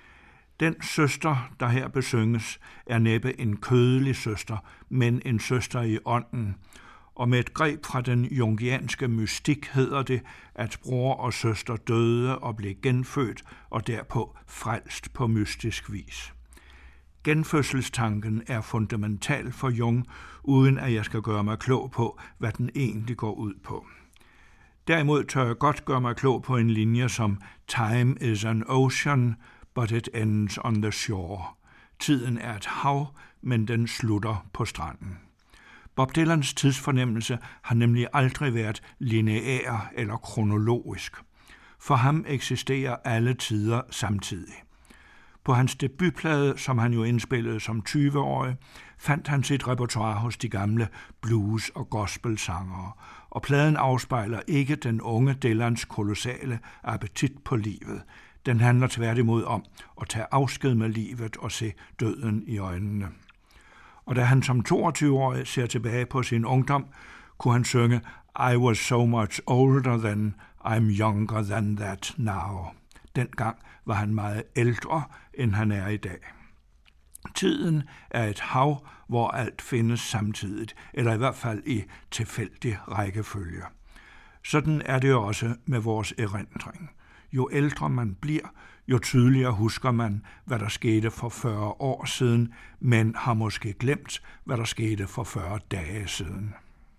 Den søster, der her besynges, er næppe en kødelig søster, men en søster i ånden, og med et greb fra den jungianske mystik hedder det, at bror og søster døde og blev genfødt og derpå frelst på mystisk vis. Genfødselstanken er fundamental for Jung, uden at jeg skal gøre mig klog på, hvad den egentlig går ud på. Derimod tør jeg godt gøre mig klog på en linje som Time is an ocean, but it ends on the shore. Tiden er et hav, men den slutter på stranden. Bob Dylans tidsfornemmelse har nemlig aldrig været lineær eller kronologisk. For ham eksisterer alle tider samtidig. På hans debutplade, som han jo indspillede som 20-årig, fandt han sit repertoire hos de gamle blues- og gospelsangere, og pladen afspejler ikke den unge Dylans kolossale appetit på livet. Den handler tværtimod om at tage afsked med livet og se døden i øjnene. Og da han som 22-årig ser tilbage på sin ungdom, kunne han synge I was so much older than I'm younger than that now. Dengang var han meget ældre, end han er i dag. Tiden er et hav, hvor alt findes samtidigt, eller i hvert fald i tilfældig rækkefølge. Sådan er det også med vores erindring. Jo ældre man bliver, jo tydeligere husker man, hvad der skete for 40 år siden, men har måske glemt, hvad der skete for 40 dage siden.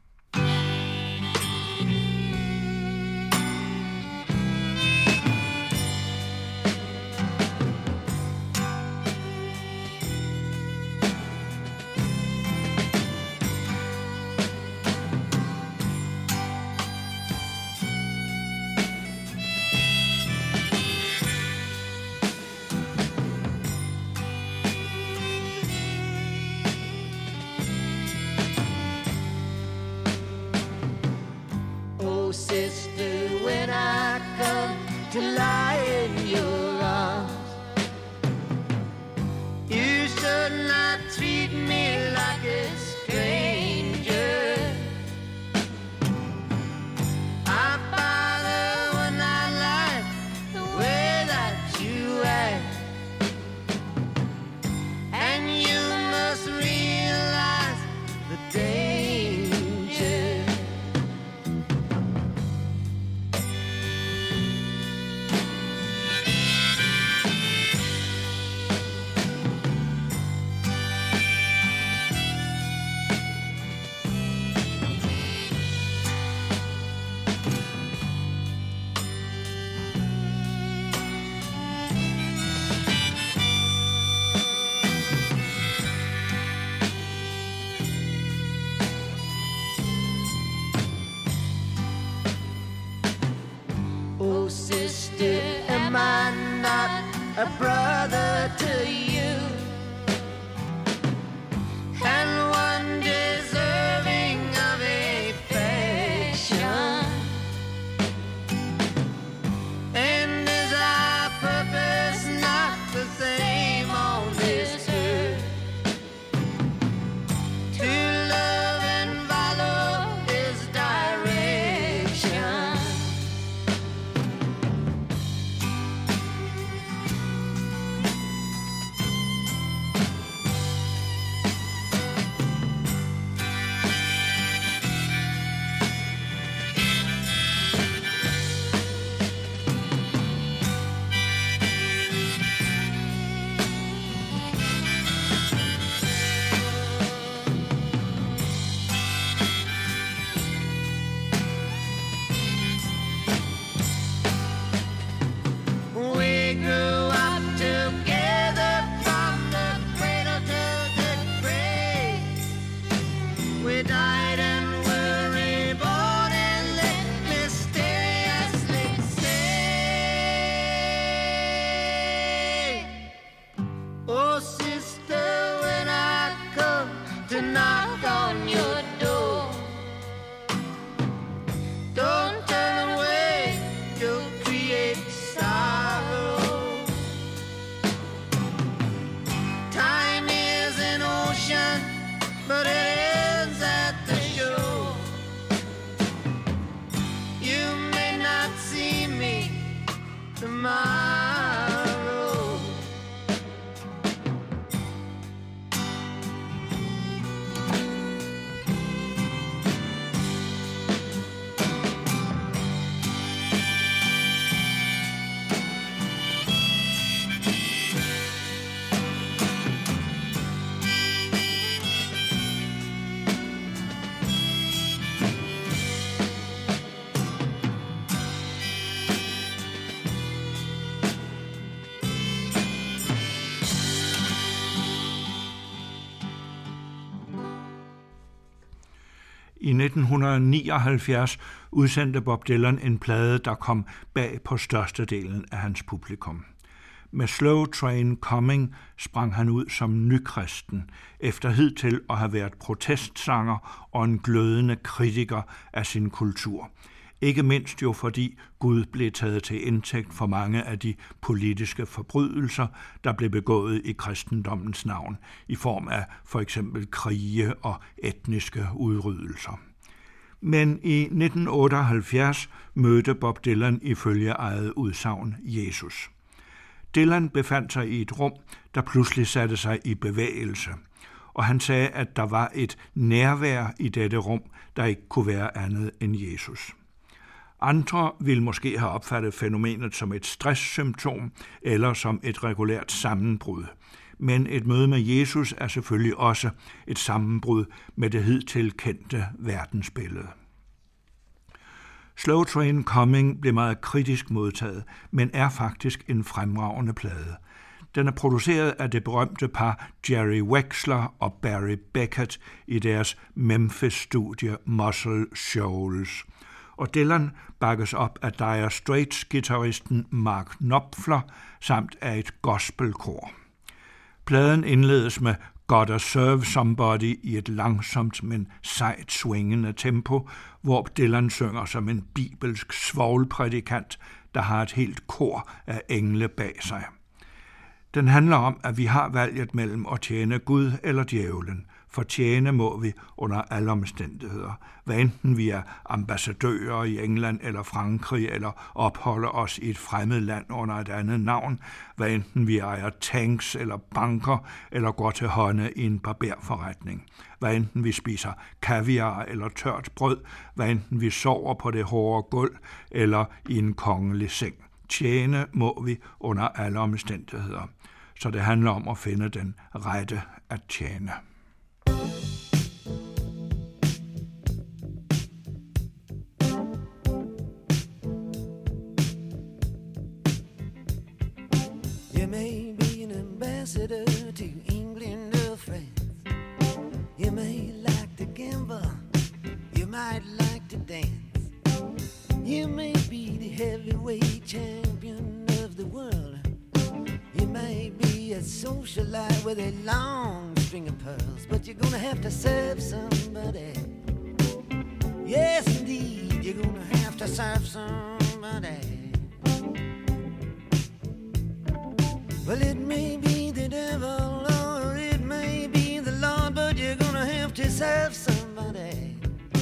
To lie in your arms, you should not treat me like a stranger. I bother when I like the way that you act, and you must realize the danger. Oh, sister, am I not a brother to you? And one deserving of affection. And is our purpose not the same on this earth? To love and follow His direction. We grew up together from the cradle to the grave. We died and were reborn and lived mysteriously say, oh sister, when I come to knock on your door, don't turn away, you'll create sorrow. Time is an ocean, but it ends at the shore. You may not see me tomorrow. I 1979 udsendte Bob Dylan en plade, der kom bag på størstedelen af hans publikum. Med Slow Train Coming sprang han ud som nykristen, efter hidtil at have været protestsanger og en glødende kritiker af sin kultur. Ikke mindst jo fordi Gud blev taget til indtægt for mange af de politiske forbrydelser, der blev begået i kristendommens navn, i form af for eksempel krige og etniske udryddelser. Men i 1978 mødte Bob Dylan ifølge eget udsagn Jesus. Dylan befandt sig i et rum, der pludselig satte sig i bevægelse, og han sagde, at der var et nærvær i dette rum, der ikke kunne være andet end Jesus. Andre ville måske have opfattet fænomenet som et stresssymptom eller som et regulært sammenbrud. Men et møde med Jesus er selvfølgelig også et sammenbrud med det hidtil kendte verdensbillede. Slow Train Coming blev meget kritisk modtaget, men er faktisk en fremragende plade. Den er produceret af det berømte par Jerry Wexler og Barry Beckett i deres Memphis-studie Muscle Shoals. Og Dylan bakkes op af Dire Straits-guitaristen Mark Knopfler samt af et gospelkor. Pladen indledes med Gotta Serve Somebody i et langsomt, men sejt swingende tempo, hvor Dylan synger som en bibelsk svovlprædikant, der har et helt kor af engle bag sig. Den handler om, at vi har valget mellem at tjene Gud eller djævlen. For tjene må vi under alle omstændigheder, hvad enten vi er ambassadører i England eller Frankrig, eller opholder os i et fremmed land under et andet navn, hvad enten vi ejer tanks eller banker, eller går til hånde i en barberforretning, hvad enten vi spiser kaviar eller tørt brød, hvad enten vi sover på det hårde gulv eller i en kongelig seng. Tjene må vi under alle omstændigheder, så det handler om at finde den rette at tjene. You may be an ambassador to England or France. You may like to gamble. You might like to dance. You may be the heavyweight champion of the world. You may be a socialite with a long string of pearls, but you're gonna have to serve somebody. Yes, indeed, you're gonna have to serve somebody. Well, it may be the devil or it may be the Lord, but you're gonna have to serve somebody.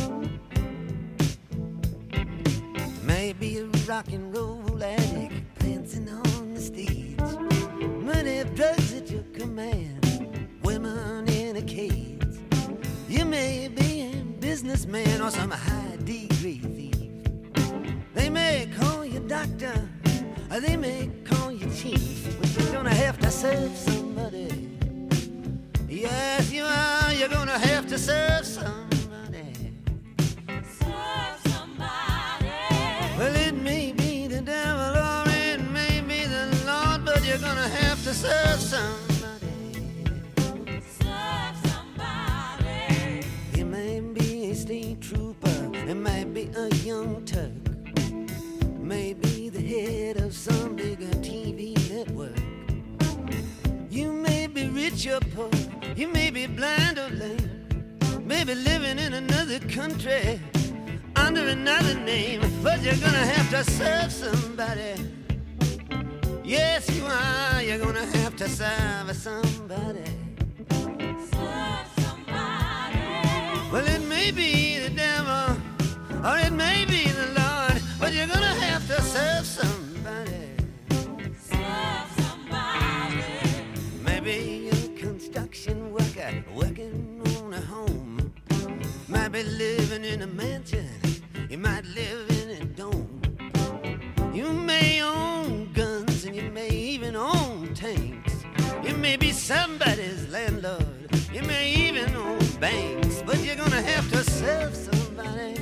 Maybe a rock and roll addict prancing on the stage, money, drugs at your command, women in a cage. You may be a businessman or some high-degree thief. They may call you doctor, or they may call you chief, but you're gonna have to serve somebody. Yes, you are. You're gonna have to serve somebody. Serve somebody. Well, it may be the devil or it may be the Lord, but you're gonna have to serve somebody. Serve somebody. You may be a state trooper, it might be a young Turk, maybe the head of some bigger TV network. You may be rich or poor, you may be blind or lame, maybe living in another country under another name, but you're gonna have to serve somebody. Yes, you are. You're gonna have to serve somebody. Serve somebody. Well, it may be the devil or it may be the Lord, but you're gonna have to serve somebody. Serve somebody. Maybe you're a construction worker working on a home. Might be living in a mansion. You might live in a dome. You may own guns and you may even own tanks. You may be somebody's landlord. You may even own banks, but you're gonna have to serve somebody.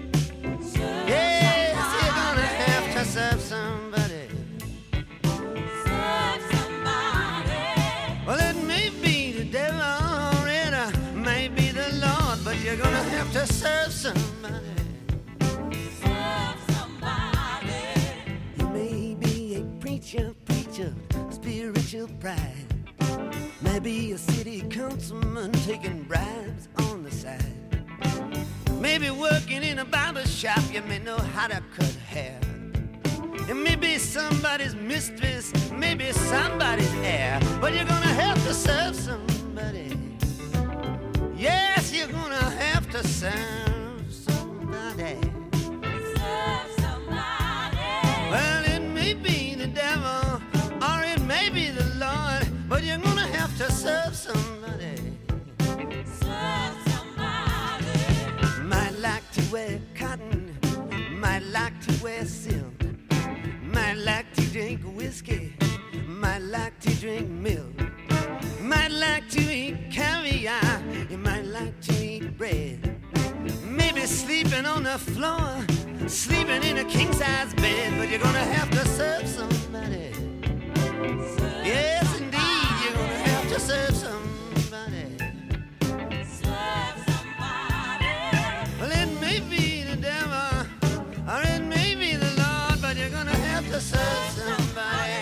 Yes, you're gonna have to serve somebody. Serve somebody. Well, it may be the devil or it may be the Lord, but you're gonna have to serve somebody. Serve somebody. You may be a preacher, spiritual pride. Maybe a city councilman taking bribes on the side. Maybe working in a barber shop, you may know how to cut hair. And maybe somebody's mistress, maybe somebody's heir. But you're gonna have to serve somebody. Yes, you're gonna have to serve somebody. Serve somebody. Well, it may be the devil, or it may be the Lord, but you're gonna have to serve somebody. Serve somebody. Might like to wear cotton, might like to wear silk, might like to drink whiskey, might like to drink milk, might like to eat caviar, you might like to eat bread. Maybe sleeping on the floor, sleeping in a king-size bed, but you're gonna have to serve somebody. Yes, indeed, you're gonna have to serve somebody. Serve somebody. Well, it may be the devil, or it may be the Lord, but you're gonna have to serve somebody.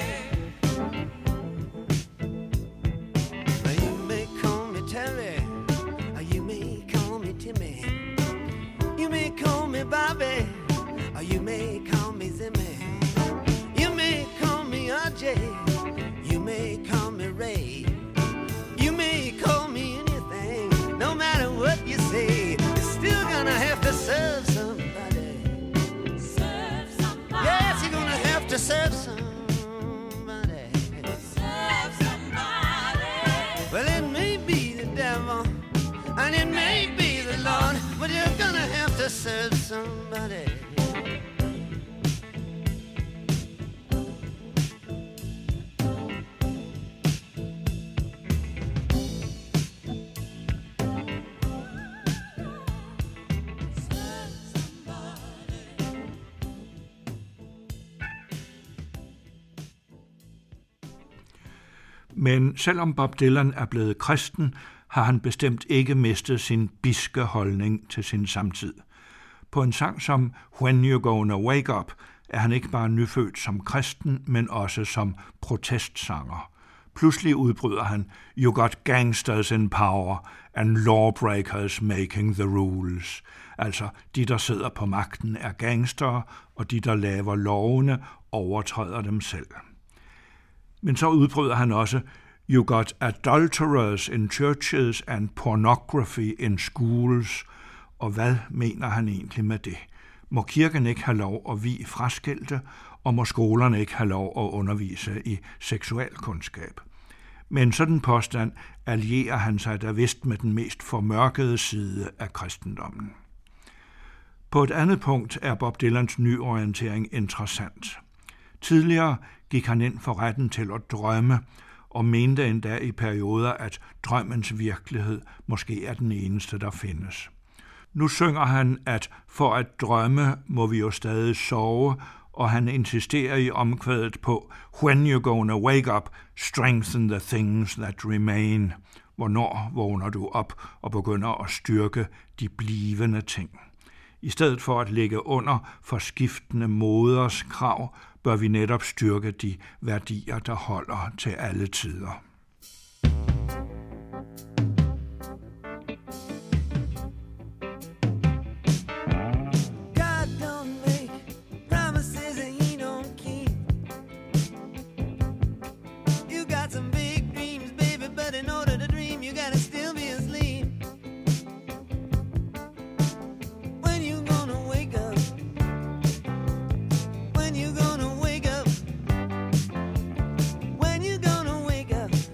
Well, you may call me Terry, or you may call me Timmy. You may call me Bobby, or you may call me Zimmy. You may call me RJ, you may call me Ray. You may call me anything, no matter what you say. You're still gonna have to serve somebody. Serve somebody. Yes, you're gonna have to serve somebody. Serve somebody. Well, it may be the devil, and it may be the Lord, but you're gonna have to serve somebody. Men selvom Bob Dylan er blevet kristen, har han bestemt ikke mistet sin bidske holdning til sin samtid. På en sang som When You Gonna Wake Up er han ikke bare nyfødt som kristen, men også som protestsanger. Pludselig udbryder han, You got gangsters in power and lawbreakers making the rules. Altså, de der sidder på magten er gangstere, og de der laver lovene overtræder dem selv. Men så udbryder han også, You got adulterers in churches and pornography in schools. Og hvad mener han egentlig med det? Må kirken ikke have lov at vie fraskilte, og må skolerne ikke have lov at undervise i seksualkundskab? Med en sådan påstand allierer han sig da vist med den mest formørkede side af kristendommen. På et andet punkt er Bob Dylans nyorientering interessant. Tidligere gik han ind for retten til at drømme, og mente endda i perioder, at drømmens virkelighed måske er den eneste, der findes. Nu synger han, at for at drømme må vi jo stadig sove, og han insisterer i omkvædet på When you're gonna wake up, strengthen the things that remain. Hvornår vågner du op og begynder at styrke de blivende ting? I stedet for at ligge under for skiftende moders krav, bør vi netop styrke de værdier, der holder til alle tider. When you gonna wake up?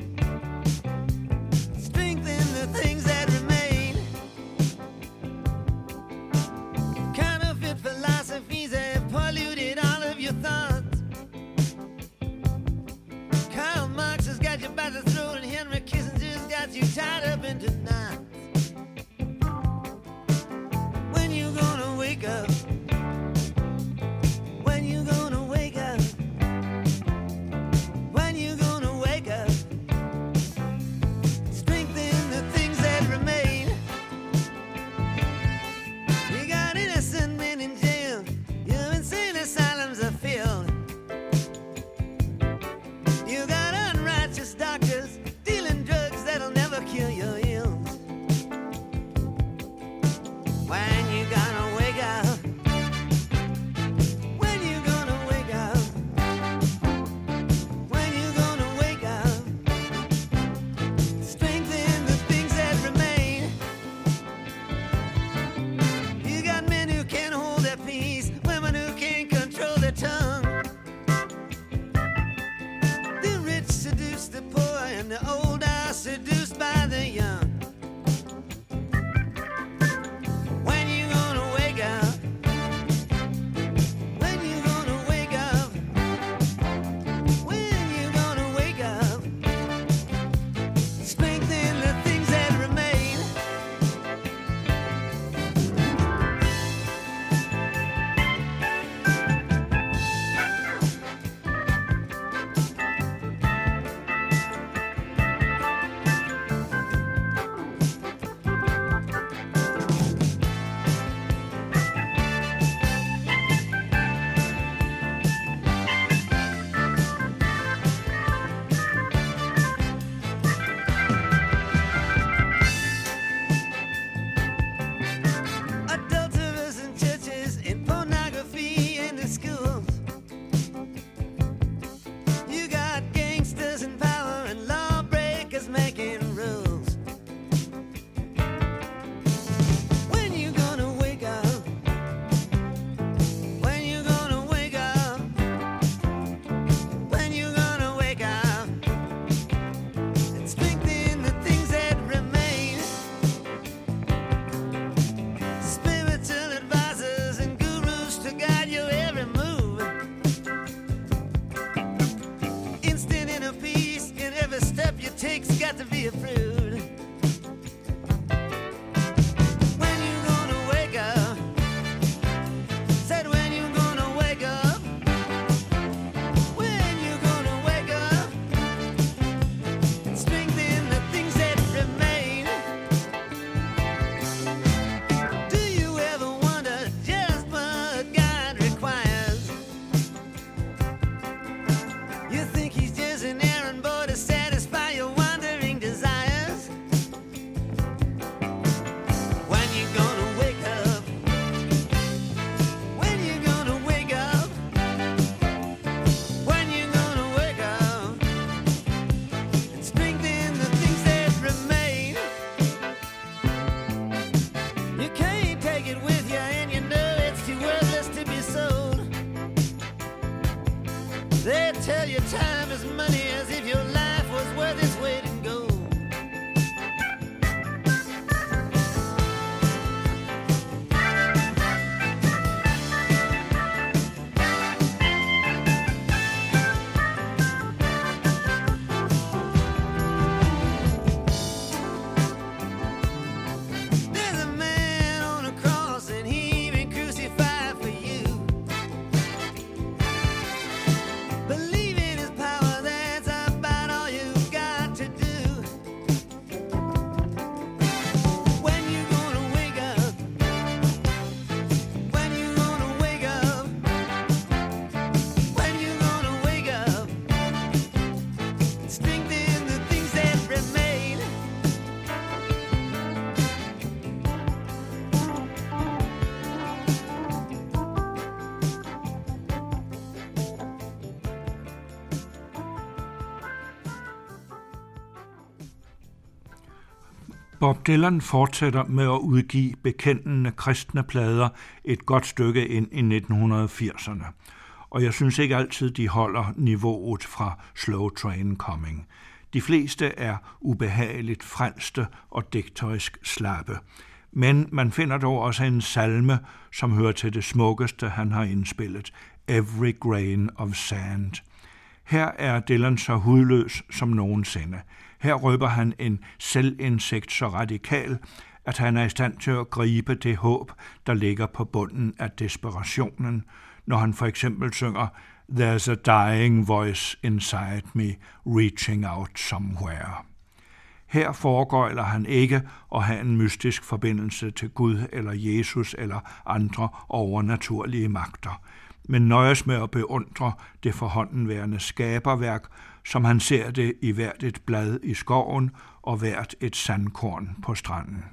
They tell you time is money as if your life was worth its weight in gold. Bob Dylan fortsætter med at udgive bekendende kristne plader et godt stykke ind i 1980'erne, og jeg synes ikke altid, de holder niveauet fra Slow Train Coming. De fleste er ubehageligt frelste og digterisk slappe, men man finder dog også en salme, som hører til det smukkeste, han har indspillet, Every Grain of Sand. Her er Dylan så hudløs som nogensinde. Her røber han en selvindsigt så radikal, at han er i stand til at gribe det håb, der ligger på bunden af desperationen, når han for eksempel synger There's a dying voice inside me, reaching out somewhere. Her foregøjler han ikke at have en mystisk forbindelse til Gud eller Jesus eller andre overnaturlige magter, men nøjes med at beundre det forhåndenværende skaberværk, som han ser det i hvert et blad i skoven og hvert et sandkorn på stranden.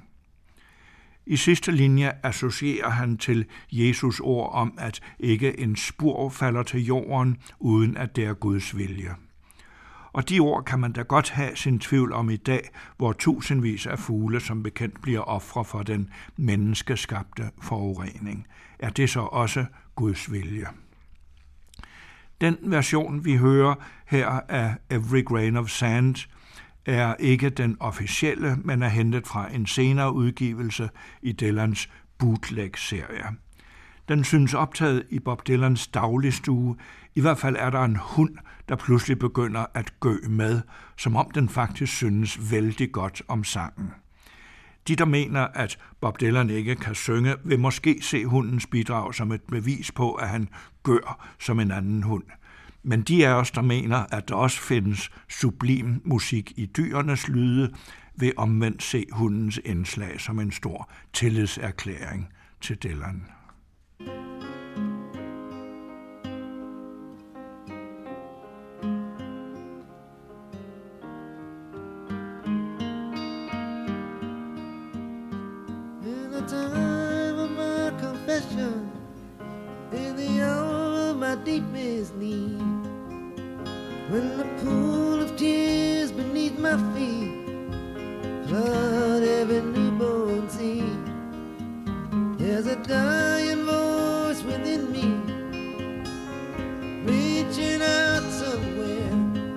I sidste linje associerer han til Jesus ord om, at ikke en spur falder til jorden, uden at det er Guds vilje. Og de ord kan man da godt have sin tvivl om i dag, hvor tusindvis af fugle som bekendt bliver ofre for den menneskeskabte forurening. Er det så også Guds vilje? Den version, vi hører her af Every Grain of Sand, er ikke den officielle, men er hentet fra en senere udgivelse i Dylans bootleg-serie. Den synes optaget i Bob Dylans dagligstue. I hvert fald er der en hund, der pludselig begynder at gø med, som om den faktisk synes vældig godt om sangen. De, der mener, at Bob Dylan ikke kan synge, vil måske se hundens bidrag som et bevis på, at han gør som en anden hund. Men de af os, der mener, at der også findes sublim musik i dyrenes lyde, vil omvendt se hundens indslag som en stor tillidserklæring til Dylan. In the hour of my deepest need, when the pool of tears beneath my feet flood every newborn seed, there's a dying voice within me, reaching out somewhere,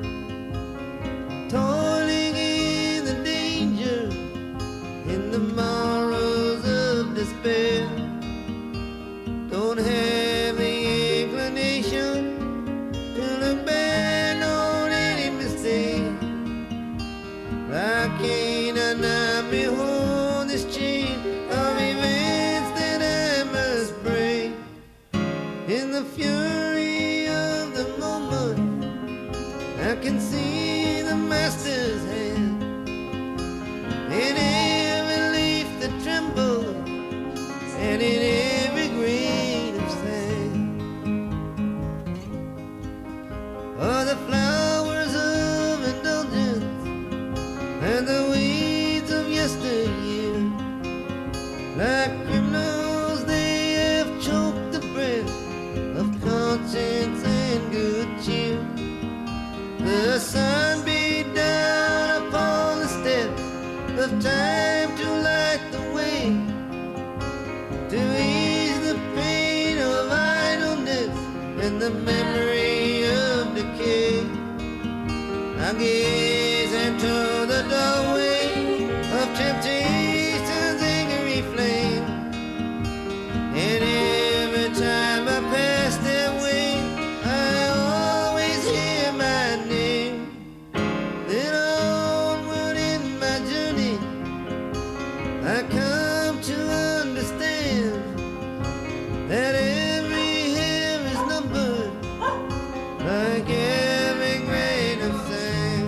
toiling in the danger, in the morrows of despair. Don't have the inclination to look back on any mistake. I can't deny behold this chain of events that I must break. In the fury of the moment, I can see the master's hand in every leaf that trembles and in every grain of sand. Are the flowers of indulgence and the weeds of yesteryear, like criminals they have choked the breath of conscience and good cheer. The sun beat down upon the steps of time to light the way, to ease the pain of idleness and the memory of I gaze into the doorway of temptation's angry flame, and every time I pass that way, I always hear my name. Then onward in my journey, I come to understand that every hair is numbered, like every grain of sand.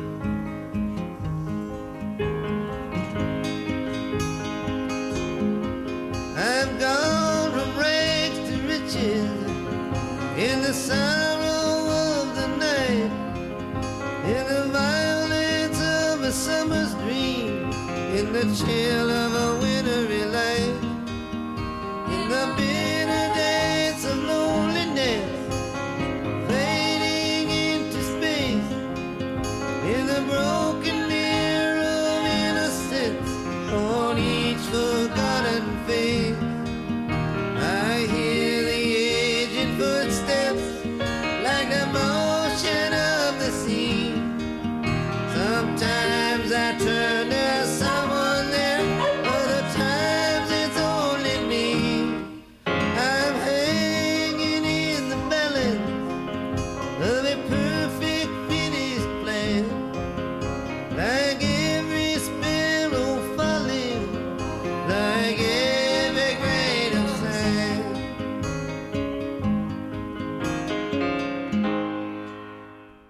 I've gone from rags to riches in the sorrow of the night, in the violence of a summer's dream, in the chill of a wintry light, in the bitter dance of loneliness, fading into space, in the broken mirror of innocence on each forgotten face. I hear the aged footsteps like the motion of the sea. Sometimes I turn to someone there, other times it's only me. I'm hanging in the balance of a perfect finished plan, like every sparrow falling, like every grain of sand.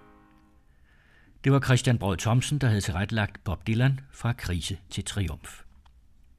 Det var Christian Braad Thomsen, der havde tilrettelagt Bob Dylan fra krise til triumf.